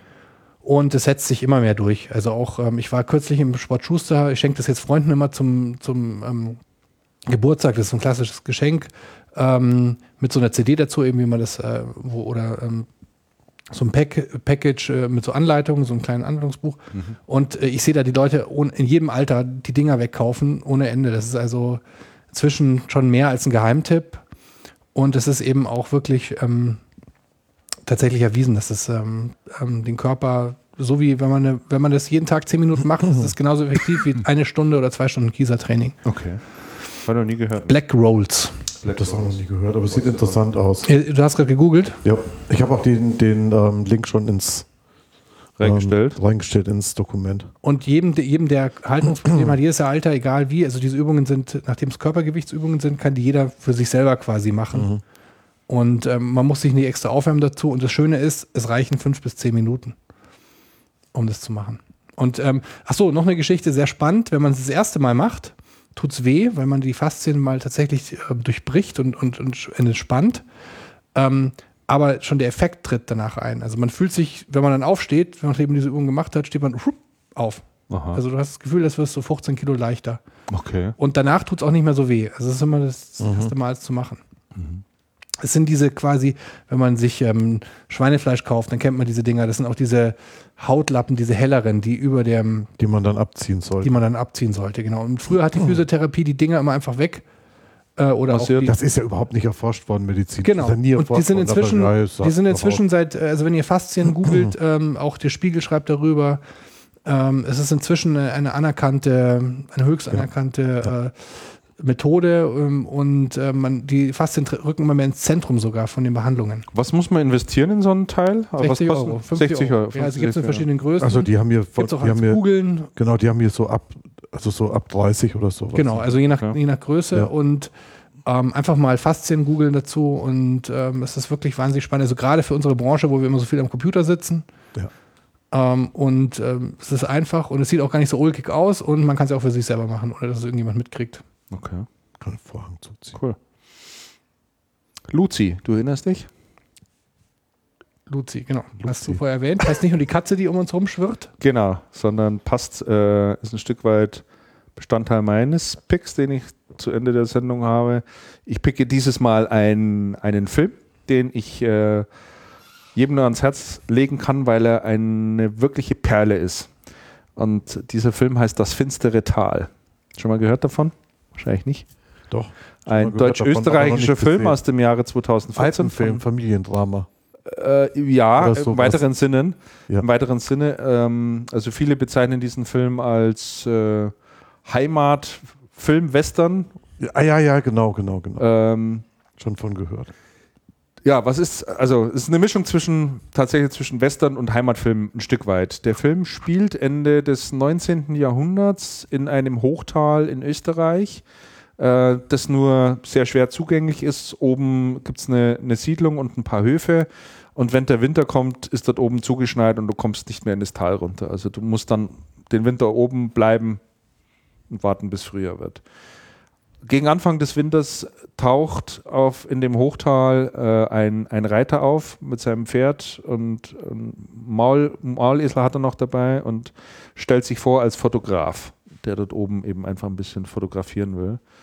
Und es setzt sich immer mehr durch. Also auch, ähm, ich war kürzlich im Sport Schuster, ich schenke das jetzt Freunden immer zum, zum ähm, Geburtstag, das ist so ein klassisches Geschenk, ähm, mit so einer C D dazu, eben wie man das, äh, wo, oder ähm, so ein Pack, Package äh, mit so Anleitungen, so einem kleinen Anleitungsbuch. Mhm. Und äh, ich sehe da die Leute ohne, in jedem Alter die Dinger wegkaufen, ohne Ende. Das ist also inzwischen schon mehr als ein Geheimtipp. Und es ist eben auch wirklich ähm, tatsächlich erwiesen, dass es ähm, ähm, den Körper, so wie wenn man, eine, wenn man das jeden Tag zehn Minuten macht, ist es genauso effektiv wie eine Stunde oder zwei Stunden Kiesertraining. Okay. War noch nie gehört. Black Rolls. Ich habe das auch noch nie gehört, aber es sieht interessant aus. Du hast gerade gegoogelt? Ja, ich habe auch den, den ähm, Link schon ins Reingestellt. Ähm, reingestellt ins Dokument. Und jedem, jedem der Haltungsprobleme hat, jedes Alter, egal wie, also diese Übungen sind, nachdem es Körpergewichtsübungen sind, kann die jeder für sich selber quasi machen. Mhm. Und ähm, man muss sich nicht extra aufwärmen dazu. Und das Schöne ist, es reichen fünf bis zehn Minuten, um das zu machen. Und ähm, ach so, noch eine Geschichte, sehr spannend, wenn man es das erste Mal macht, tut es weh, weil man die Faszien mal tatsächlich äh, durchbricht und, und, und entspannt. Ähm, aber schon der Effekt tritt danach ein. Also man fühlt sich, wenn man dann aufsteht, wenn man eben diese Übung gemacht hat, steht man hup, auf. Aha. Also du hast das Gefühl, das wirst du fünfzehn Kilo leichter. Okay. Und danach tut es auch nicht mehr so weh. Also es ist immer das mhm. erste Mal, es zu machen. Mhm. Es sind diese quasi, wenn man sich ähm, Schweinefleisch kauft, dann kennt man diese Dinger. Das sind auch diese Hautlappen, diese helleren, die über dem... Die man dann abziehen sollte. Die man dann abziehen sollte, genau. Und früher hat die Physiotherapie die Dinger immer einfach weg. Äh, oder auch die, das ist ja überhaupt nicht erforscht worden, Medizin. Genau. Und die sind inzwischen, die sind inzwischen seit, also wenn ihr Faszien googelt, ähm, auch der Spiegel schreibt darüber, ähm, es ist inzwischen eine, eine anerkannte, eine höchst anerkannte ja. äh, Methode ähm, und äh, man, die Faszien rücken immer mehr ins Zentrum sogar von den Behandlungen. Was muss man investieren in so einen Teil? sechzig Was Euro. sechzig Euro. Ja, also gibt es in verschiedenen Größen. Also die haben hier, Gibt's auch die haben hier Kugeln. Genau, die haben hier so ab, also so ab dreißig oder so. Genau, also je nach, ja. je nach Größe ja. und ähm, einfach mal Faszien googeln dazu und ähm, es ist wirklich wahnsinnig spannend. Also gerade für unsere Branche, wo wir immer so viel am Computer sitzen. Ja. Ähm, und ähm, es ist einfach und es sieht auch gar nicht so ulkig aus und man kann es ja auch für sich selber machen, ohne dass es irgendjemand mitkriegt. Okay. Kann Vorhang zuziehen. Cool. Luzi, du erinnerst dich? Luzi, genau. Luzi. Hast du vorher erwähnt. Heißt nicht nur die Katze, die um uns rumschwirrt. Genau, sondern passt, äh, ist ein Stück weit Bestandteil meines Picks, den ich zu Ende der Sendung habe. Ich picke dieses Mal ein, einen Film, den ich äh, jedem nur ans Herz legen kann, weil er eine wirkliche Perle ist. Und dieser Film heißt Das finstere Tal. Schon mal gehört davon? Wahrscheinlich nicht. Doch. Ein deutsch-österreichischer Film gesehen. aus dem Jahre zweitausendvierzehn. Film, Familiendrama. Äh, ja, Oder sowas. im weiteren Sinne. Ja. Im weiteren Sinne. Ähm, also viele bezeichnen diesen Film als äh, Heimatfilm, Western. Ja, ja, ja, genau, genau, genau. Ähm, Schon von gehört. ja, was ist, also es ist eine Mischung zwischen, tatsächlich zwischen Western und Heimatfilm ein Stück weit. Der Film spielt Ende des neunzehnten Jahrhunderts in einem Hochtal in Österreich, äh, das nur sehr schwer zugänglich ist. Oben gibt es eine, eine Siedlung und ein paar Höfe und wenn der Winter kommt, ist dort oben zugeschneit und du kommst nicht mehr in das Tal runter. Also du musst dann den Winter oben bleiben und warten, bis Frühjahr wird. Gegen Anfang des Winters taucht auf in dem Hochtal äh, ein, ein Reiter auf mit seinem Pferd und ein Maul, Maulesel hat er noch dabei und stellt sich vor als Fotograf, der dort oben eben einfach ein bisschen fotografieren will.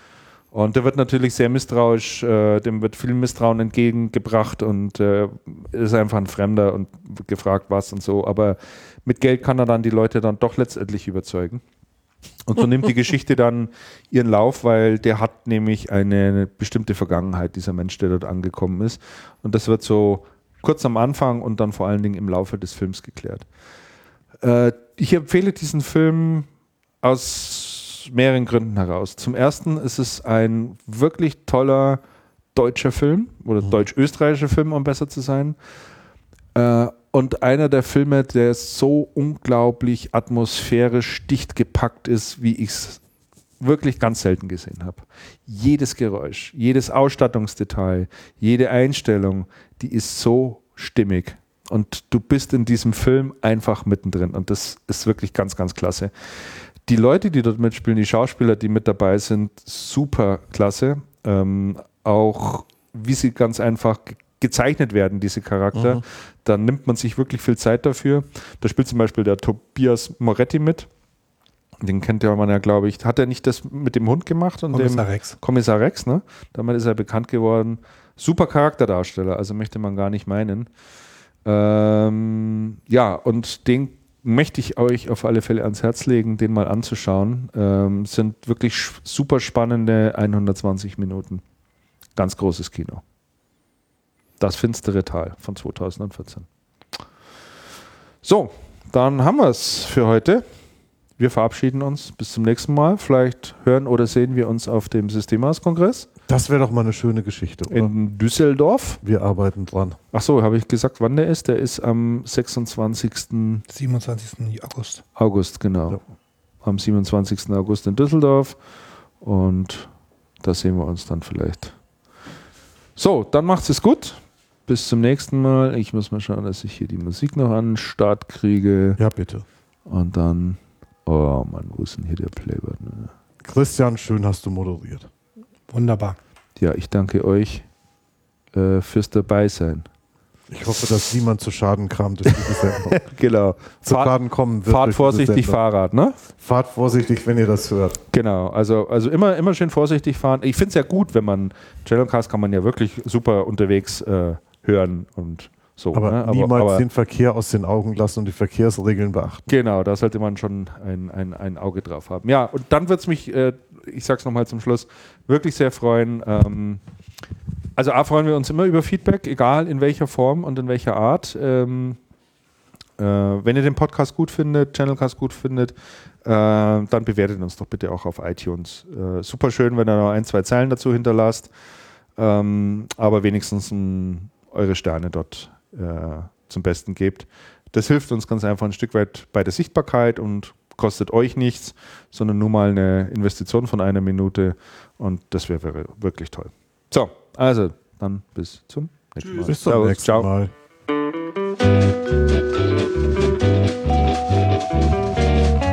Und der wird natürlich sehr misstrauisch, äh, dem wird viel Misstrauen entgegengebracht und äh, ist einfach ein Fremder und wird gefragt, was und so. Aber mit Geld kann er dann die Leute dann doch letztendlich überzeugen. Und so nimmt die Geschichte dann ihren Lauf, weil der hat nämlich eine bestimmte Vergangenheit, dieser Mensch, der dort angekommen ist. Und das wird so kurz am Anfang und dann vor allen Dingen im Laufe des Films geklärt. Äh, ich empfehle diesen Film aus mehreren Gründen heraus. Zum ersten ist es ein wirklich toller deutscher Film oder mhm. deutsch-österreichischer Film, um besser zu sein. Äh, und einer der Filme, der so unglaublich atmosphärisch dicht gepackt ist, wie ich es wirklich ganz selten gesehen habe. Jedes Geräusch, jedes Ausstattungsdetail, jede Einstellung, die ist so stimmig. Und du bist in diesem Film einfach mittendrin. Und das ist wirklich ganz, ganz klasse. Die Leute, die dort mitspielen, die Schauspieler, die mit dabei sind, super klasse. Ähm, auch wie sie ganz einfach ge gezeichnet werden, diese Charakter. Mhm. Da nimmt man sich wirklich viel Zeit dafür. Da spielt zum Beispiel der Tobias Moretti mit. Den kennt ja man ja, glaube ich. Hat er nicht das mit dem Hund gemacht? Und Kommissar dem Rex. Kommissar Rex, ne? Damit ist er bekannt geworden. Super Charakterdarsteller, also möchte man gar nicht meinen. Ähm, ja, und den möchte ich euch auf alle Fälle ans Herz legen, den mal anzuschauen. Ähm, sind wirklich super spannende hundertzwanzig Minuten. Ganz großes Kino. Das finstere Tal von zweitausendvierzehn. So, dann haben wir es für heute. Wir verabschieden uns. Bis zum nächsten Mal. Vielleicht hören oder sehen wir uns auf dem Systemhaus-Kongress. Das wäre doch mal eine schöne Geschichte, oder? In Düsseldorf. Wir arbeiten dran. Ach so, habe ich gesagt, wann der ist? Der ist am sechsundzwanzigsten siebenundzwanzigsten August. August, genau. Ja. Am siebenundzwanzigsten August in Düsseldorf. Und da sehen wir uns dann vielleicht. So, dann macht's es gut. Bis zum nächsten Mal. Ich muss mal schauen, dass ich hier die Musik noch an den Start kriege. Ja, bitte. Und dann, oh Mann, wo ist denn hier der Playbutton? Christian, schön hast du moderiert. Wunderbar. Ja, ich danke euch äh, fürs Dabeisein. Ich hoffe, dass niemand zu Schaden kam durch diese Sendung. Genau. Zu Fahr Schaden kommen wird. Fahrt vorsichtig Fahrrad, ne? Fahrt vorsichtig, wenn ihr das hört. Genau, also, also immer, immer schön vorsichtig fahren. Ich finde es ja gut, wenn man, Channelcast kann man ja wirklich super unterwegs äh, hören und so. Aber ne? niemals aber, aber, den Verkehr aus den Augen lassen und die Verkehrsregeln beachten. Genau, da sollte man schon ein, ein, ein Auge drauf haben. Ja, und dann wird es mich, äh, ich sag's nochmal zum Schluss, wirklich sehr freuen. Ähm, also A, freuen wir uns immer über Feedback, egal in welcher Form und in welcher Art. Ähm, äh, wenn ihr den Podcast gut findet, Channelcast gut findet, äh, dann bewertet uns doch bitte auch auf iTunes. Äh, super schön, wenn ihr noch ein, zwei Zeilen dazu hinterlasst, ähm, aber wenigstens m, eure Sterne dort äh, zum Besten gebt. Das hilft uns ganz einfach ein Stück weit bei der Sichtbarkeit und kostet euch nichts, sondern nur mal eine Investition von einer Minute und das wäre wär wirklich toll. So, also dann bis zum nächsten Mal. Bis zum Servus. nächsten Ciao. Mal.